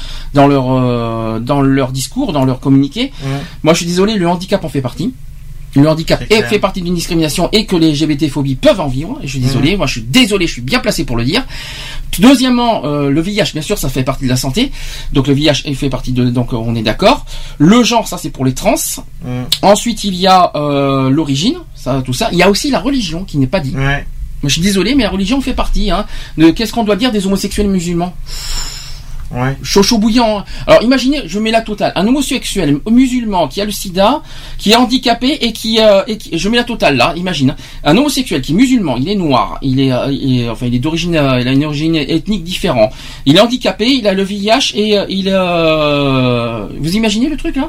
leur discours, dans leur communiqué. Moi je suis désolé, le handicap en fait partie. Le handicap fait partie d'une discrimination et que les LGBT-phobies peuvent en vivre. Et je suis désolé, moi je suis bien placé pour le dire. Deuxièmement, le VIH, bien sûr, ça fait partie de la santé. Donc le VIH fait partie donc on est d'accord. Le genre, ça c'est pour les trans. Ensuite il y a l'origine, ça, tout ça. Il y a aussi la religion qui n'est pas dit. Moi je suis désolé, mais la religion fait partie. Qu'est-ce qu'on doit dire des homosexuels musulmans? Chaud bouillant. Alors imaginez, je mets la totale. Un homosexuel musulman qui a le sida, qui est handicapé et qui je mets la totale là. Imagine un homosexuel qui est musulman, il est noir, il est d'origine, il a une origine ethnique différente. Il est handicapé, il a le VIH et vous imaginez le truc là?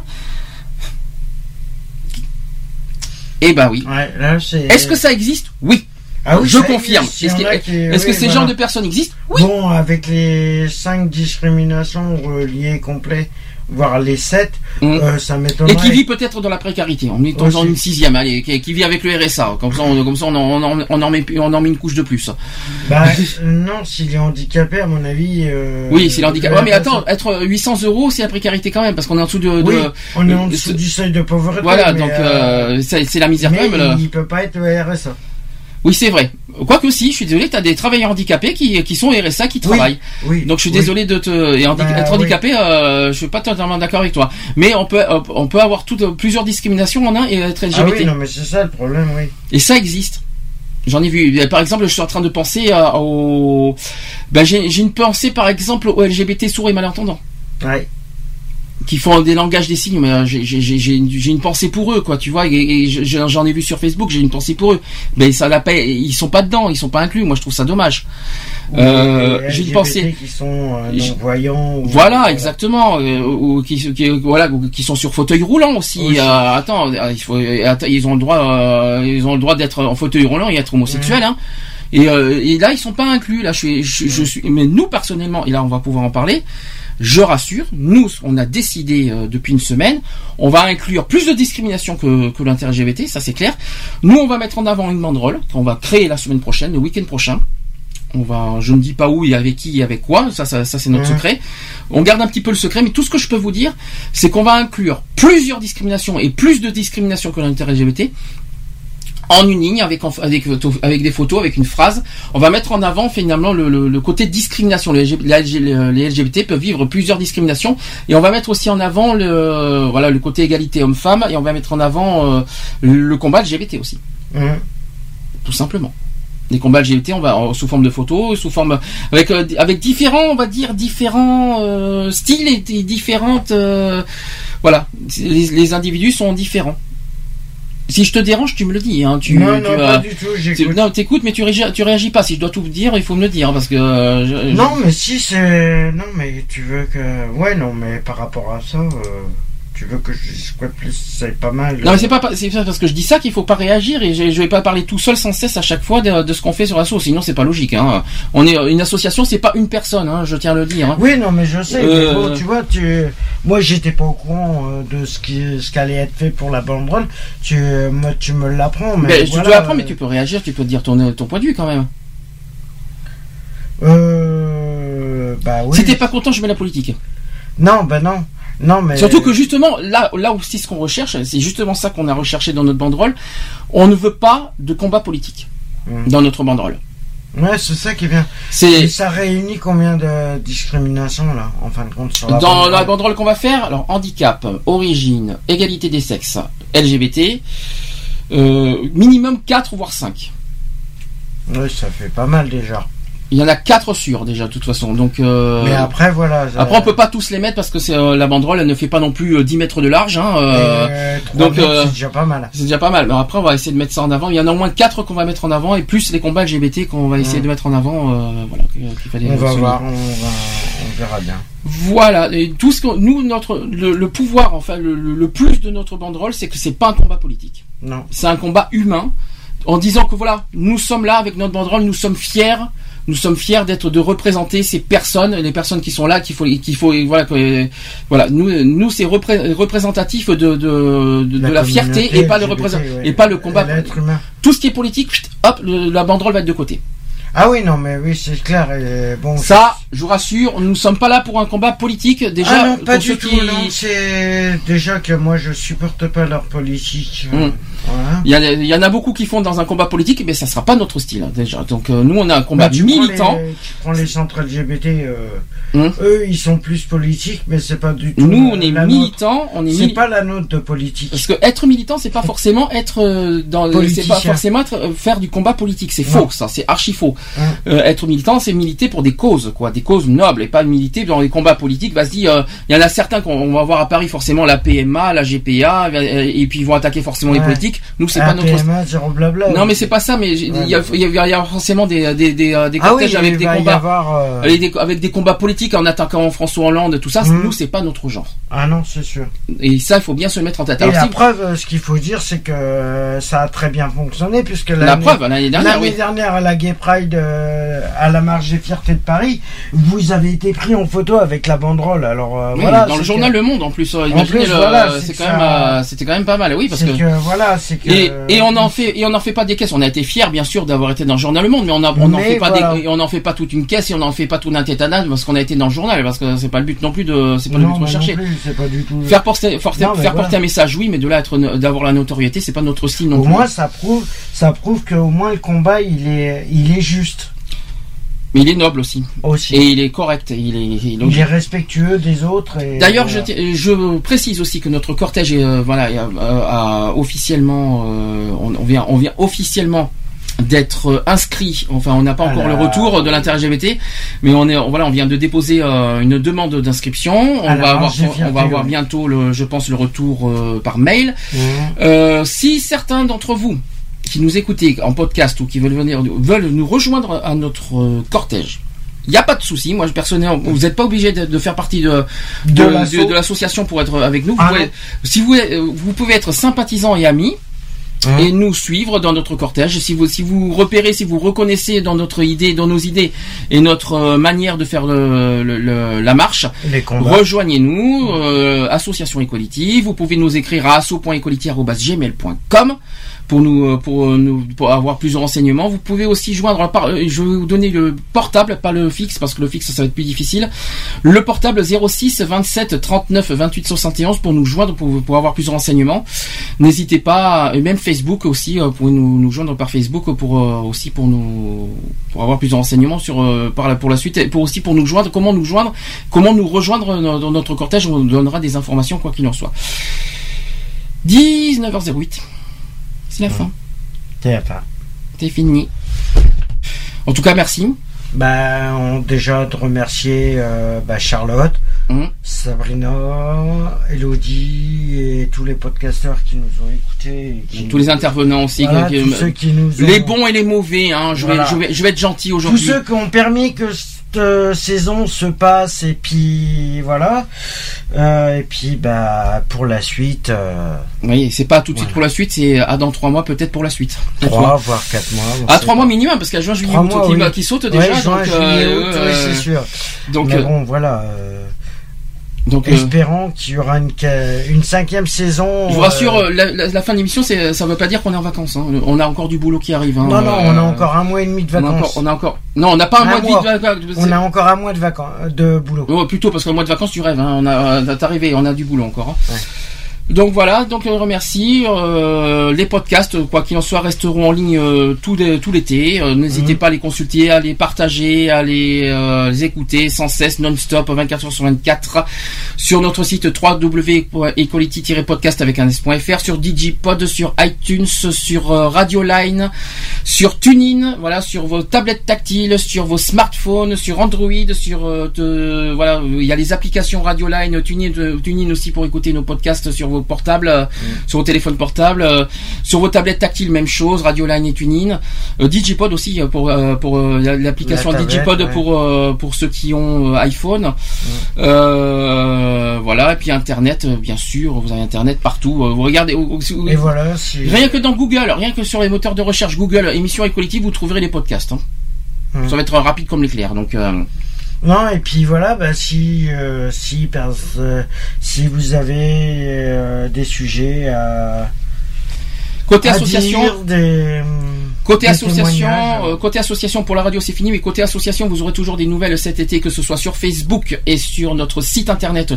Eh ben oui. Là, est-ce que ça existe? Oui. Ah oui, je confirme. Est-ce que ces genres de personnes existent? Oui. Bon, avec les 5 discriminations reliées complets, voire les 7, ça m'étonnerait. Et qui vit peut-être dans la précarité, en étant dans une 6e, allez, qui vit avec le RSA. Comme ça, on en met une couche de plus. Non, s'il est handicapé, à mon avis. Oui, s'il est handicapé. Ouais, mais attends, être 800 €, c'est la précarité quand même, parce qu'on est en dessous on est en dessous du seuil de pauvreté. Voilà, donc c'est la misère quand même. Il peut pas être RSA. Oui, c'est vrai. Quoique si, je suis désolé, tu as des travailleurs handicapés qui sont RSA, qui travaillent. Donc je suis désolé de être handicapé, je suis pas totalement d'accord avec toi. Mais on peut avoir plusieurs discriminations en un et être LGBT. Ah oui, non, mais c'est ça le problème, oui. Et ça existe. J'en ai vu. Par exemple, je suis en train de penser j'ai une pensée, par exemple, aux LGBT sourds et malentendants. Ouais. Qui font des langages des signes, mais j'ai une pensée pour eux, quoi, tu vois, et j'en ai vu sur Facebook, j'ai une pensée pour eux, mais ils sont pas dedans, ils sont pas inclus, moi je trouve ça dommage. J'ai une pensée qui sont non-voyants, voilà, exactement, ou qui sont sur fauteuil roulant aussi. Ils ont le droit d'être en fauteuil roulant et être homosexuels, et là ils sont pas inclus, là je suis, mais nous personnellement, et là on va pouvoir en parler. Je rassure, nous, on a décidé depuis une semaine, on va inclure plus de discrimination que l'inter-LGBT, ça c'est clair. Nous, on va mettre en avant une banderole qu'on va créer la semaine prochaine, le week-end prochain. Je ne dis pas où et avec qui et avec quoi, ça c'est notre secret. On garde un petit peu le secret, mais tout ce que je peux vous dire, c'est qu'on va inclure plusieurs discriminations et plus de discriminations que l'inter-LGBT. en une ligne avec des photos, avec une phrase. On va mettre en avant finalement le côté discrimination. Les LGBT peuvent vivre plusieurs discriminations et on va mettre aussi en avant le côté égalité homme-femme et on va mettre en avant le combat LGBT aussi. Tout simplement. Les combats LGBT, on va sous forme de photos, sous forme avec différents, on va dire différents styles et différentes voilà. Les individus sont différents. Si je te dérange, tu me le dis. Hein. Non, pas du tout. J'écoute. Non, t'écoutes, mais tu réagis pas. Si je dois tout dire, il faut me le dire parce que. Non, mais si c'est. Non, mais tu veux que. Ouais, non, mais par rapport à ça, tu veux que je dise quoi de plus? C'est pas mal. Non, mais c'est parce que je dis ça qu'il faut pas réagir et je vais pas parler tout seul sans cesse à chaque fois de ce qu'on fait sur l'asso. Sinon, c'est pas logique. Hein. On est une association, c'est pas une personne. Hein, je tiens à le dire. Hein. Oui, non, mais je sais. Mais bon, tu vois, moi, j'étais pas au courant de ce qu'allait être fait pour la banderole. Moi, tu me l'apprends. Mais voilà, tu l'apprends, mais tu peux réagir, tu peux dire ton point de vue quand même. Bah oui. Si t'es pas content, je mets la politique. Non, bah non. Non, mais... Surtout que justement, là aussi ce qu'on recherche, c'est justement ça qu'on a recherché dans notre banderole. On ne veut pas de combat politique dans notre banderole. Ouais, c'est ça qui est bien. Et ça réunit combien de discriminations là, en fin de compte, sur la banderole. La banderole qu'on va faire, alors handicap, origine, égalité des sexes, LGBT, minimum 4 voire 5. Oui, ça fait pas mal déjà. Il y en a 4 sûrs déjà de toute façon. Donc mais après voilà. Après on peut pas tous les mettre parce que c'est la banderole elle ne fait pas non plus 10 mètres de large. Donc c'est déjà pas mal. C'est déjà pas mal. Mais après on va essayer de mettre ça en avant. Il y en a au moins 4 qu'on va mettre en avant et plus les combats LGBT qu'on va essayer de mettre en avant. Voilà. Qu'il fallait on va voir. On verra bien. Voilà. Et tout ce que nous le pouvoir enfin le plus de notre banderole c'est que c'est pas un combat politique. Non. C'est un combat humain. En disant que voilà nous sommes là avec notre banderole, nous sommes fiers. Nous sommes fiers de représenter ces personnes, les personnes qui sont là, qu'il faut voilà, nous c'est représentatif de la fierté et pas et pas le combat. Tout ce qui est politique, hop, la banderole va être de côté. Ah oui, non, mais oui, c'est clair. Et bon, ça, je vous rassure, nous ne sommes pas là pour un combat politique. Déjà, ah non, pas du tout. Non, c'est déjà que moi, je supporte pas leur politique. Voilà. Il y en a beaucoup qui font dans un combat politique, mais ça sera pas notre style hein, déjà. Donc nous, on a un combat militant. Tu prends les centres LGBT, eux, ils sont plus politiques, mais c'est pas du tout. Nous, on est militants. C'est pas la nôtre de politique. Parce que être militant, c'est pas forcément être c'est pas forcément faire du combat politique. C'est faux, ça. C'est archi faux. Être militant, c'est militer pour des causes, quoi, des causes nobles, et pas militer dans les combats politiques. Vas-y, il y en a certains qu'on va voir à Paris forcément la PMA, la GPA, et puis ils vont attaquer forcément les politiques. Nous, c'est pas notre. PMA, zéro blabla. Non, mais c'est pas ça. Mais il y a forcément des cortèges avec des combats, avec des combats politiques en attaquant François Hollande, tout ça. Nous, c'est pas notre genre. Ah non, c'est sûr. Et ça, il faut bien se le mettre en tête. Et la preuve, ce qu'il faut dire, c'est que ça a très bien fonctionné, puisque l'année dernière, à la Gay Pride, à la marche des fiertés de Paris, vous avez été pris en photo avec la banderole. Alors voilà. Dans le journal Le Monde en plus. C'était quand même pas mal. Oui, parce que voilà, c'est que. Et on en fait pas des caisses. On a été fiers, bien sûr, d'avoir été dans le journal Le Monde, mais on en fait pas toute une caisse et on en fait pas tout un tétanade parce qu'on a été dans le journal, parce que c'est pas le but non plus c'est pas le but recherché. C'est pas du tout. Faire porter un message, oui, mais de là d'avoir la notoriété, c'est pas notre style non plus. Au moins, ça prouve que au moins le combat, il est juste. Mais il est noble aussi. Et il est correct. Il est respectueux des autres. D'ailleurs, je précise aussi que notre cortège a officiellement, on vient officiellement d'être inscrit. Enfin, on n'a pas encore le retour de l'inter-LGBT, mais on vient de déposer une demande d'inscription. On va avoir bientôt je pense le retour par mail. Si certains d'entre vous qui nous écoutez en podcast ou qui veulent nous rejoindre à notre cortège, il n'y a pas de souci. Moi, personnellement, vous n'êtes pas obligé de faire partie de l'association pour être avec nous. Vous pouvez être sympathisant et ami et nous suivre dans notre cortège. Si vous repérez, si vous reconnaissez dans nos idées et notre manière de faire la marche, rejoignez-nous, Association Equality. Vous pouvez nous écrire à asso.equality@gmail.com. pour avoir plus de renseignements. Vous pouvez aussi joindre je vais vous donner le portable, pas le fixe, parce que le fixe ça va être plus difficile. Le portable 06 27 39 28 71 pour nous joindre, pour avoir plus de renseignements. N'hésitez pas, et même Facebook aussi, vous pouvez nous joindre par Facebook pour avoir plus de renseignements pour la suite, et pour nous joindre, comment nous rejoindre dans notre cortège. On vous donnera des informations quoi qu'il en soit. 19h08. C'est la fin. C'est la fin. C'est fini. En tout cas, merci. Déjà de remercier Charlotte, Sabrina, Elodie et tous les podcasteurs qui nous ont écoutés. Tous les intervenants aussi. Voilà, tous ceux qui nous ont... Les bons et les mauvais. Je vais être gentil aujourd'hui. Tous ceux qui ont permis que cette saison se passe, et puis voilà. Et puis pour la suite... Oui, c'est pas tout de suite pour la suite, c'est dans 3 mois peut-être pour la suite. 3 voire 4 mois. 3 mois minimum, parce qu'il y a juin, juillet, août qui saute déjà. Ouais, juin, juillet, août, c'est sûr. Donc, mais bon, voilà. Donc, espérons qu'il y aura une 5e saison. Je vous rassure, la fin de l'émission, ça veut pas dire qu'on est en vacances. Hein. On a encore du boulot qui arrive. Hein. Non, on a encore 1 mois et demi de vacances. Non, on n'a pas un mois de vacances. On a encore 1 mois de vacances, de boulot. Oh, plutôt, parce que le mois de vacances, tu rêves. Hein. T'es arrivé, on a du boulot encore. Hein. Ouais. Donc voilà, on remercie. Les podcasts, quoi qu'il en soit, resteront en ligne tout l'été. N'hésitez pas à les consulter, à les partager, à les écouter sans cesse, non-stop, 24h/24, sur notre site www.equality-podcast avec un s.fr, sur Digipod, sur iTunes, sur Radioline, sur TuneIn, voilà, sur vos tablettes tactiles, sur vos smartphones, sur Android, voilà, il y a les applications Radioline, TuneIn aussi pour écouter nos podcasts sur vos portables, sur vos téléphones portables, sur vos tablettes tactiles, même chose, Radioline et TuneIn, Digipod aussi pour l'application Digipod pour ceux qui ont iPhone, voilà, et puis Internet, bien sûr, vous avez Internet partout, vous regardez, et voilà, rien que dans Google, rien que sur les moteurs de recherche Google, émission Equality, vous trouverez les podcasts. Hein. Ça va être rapide comme l'éclair, donc. Non, et puis voilà, si vous avez des sujets à côté association, côté association pour la radio c'est fini, mais côté association vous aurez toujours des nouvelles cet été, que ce soit sur Facebook et sur notre site internet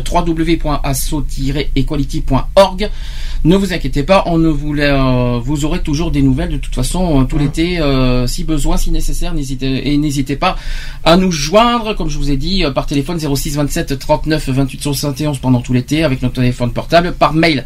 www.asso-equality.org. Ne vous inquiétez pas, vous aurez toujours des nouvelles de toute façon tout l'été, si besoin, si nécessaire. N'hésitez pas à nous joindre, comme je vous ai dit, par téléphone 06 27 39 28 71 pendant tout l'été, avec notre téléphone portable, par mail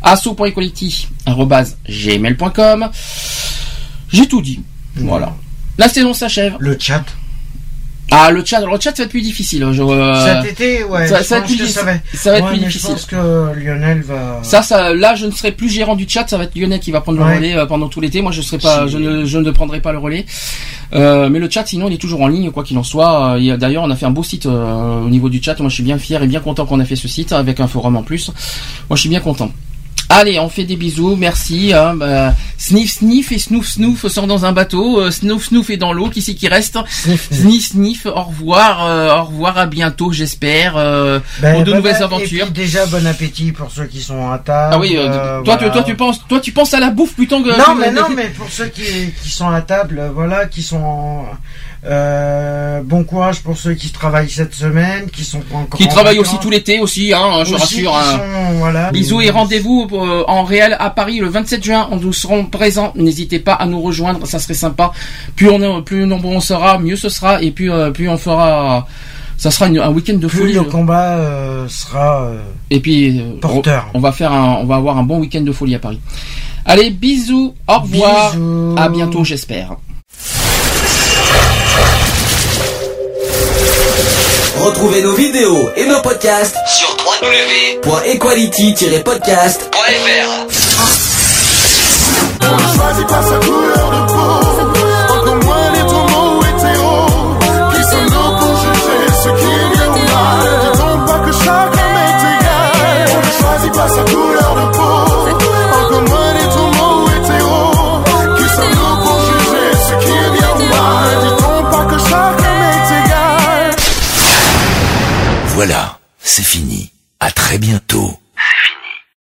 asso.equality@gmail.com. J'ai tout dit. Voilà. La saison s'achève. Le chat. Le chat ça va être plus difficile. Cet été, ouais. Ça va être plus difficile. Ça va être plus difficile. Je pense que Lionel va. Là, je ne serai plus gérant du chat. Ça va être Lionel qui va prendre le relais pendant tout l'été. Moi, je ne prendrai pas le relais. Mais le chat, sinon, il est toujours en ligne, quoi qu'il en soit. D'ailleurs, on a fait un beau site au niveau du chat. Moi, je suis bien fier et bien content qu'on a fait ce site avec un forum en plus. Moi, je suis bien content. Allez, on fait des bisous, merci. Sniff Sniff et Snoof Snoof sort dans un bateau. Snoof Snoof est dans l'eau. Qui c'est qui reste? Sniff Sniff. Au revoir, à bientôt, j'espère. Pour de nouvelles aventures. Et puis déjà, bon appétit pour ceux qui sont à table. Ah oui, toi tu penses à la bouffe plutôt que. Non, mais pour ceux qui sont à table, voilà, qui sont. Bon courage pour ceux qui travaillent cette semaine, qui sont encore. Qui travaillent aussi tout l'été aussi, je rassure. Voilà, bisous et rendez-vous en réel à Paris le 27 juin. Nous serons présents. N'hésitez pas à nous rejoindre, ça serait sympa. Plus nombreux on sera, mieux ce sera, et plus on fera. Ça sera un week-end de folie. Plus le combat sera. Et puis porteur. On va avoir un bon week-end de folie à Paris. Allez, bisous, au revoir, bisous. À bientôt, j'espère. Retrouvez nos vidéos et nos podcasts sur www.equality-podcast.fr. On ne choisit pas sa couleur de peau, encore moins les homo hétéros. Qui sommes-nous pour juger ce qui est bien ou mal? Dit-on pas que chacun est égal? On ne choisit pas sa couleur de peau, encore moins les homo hétéros. Qui sommes-nous pour juger ce qui est bien ou mal? Dit-on pas que chacun est égal? Voilà, c'est fini. À très bientôt.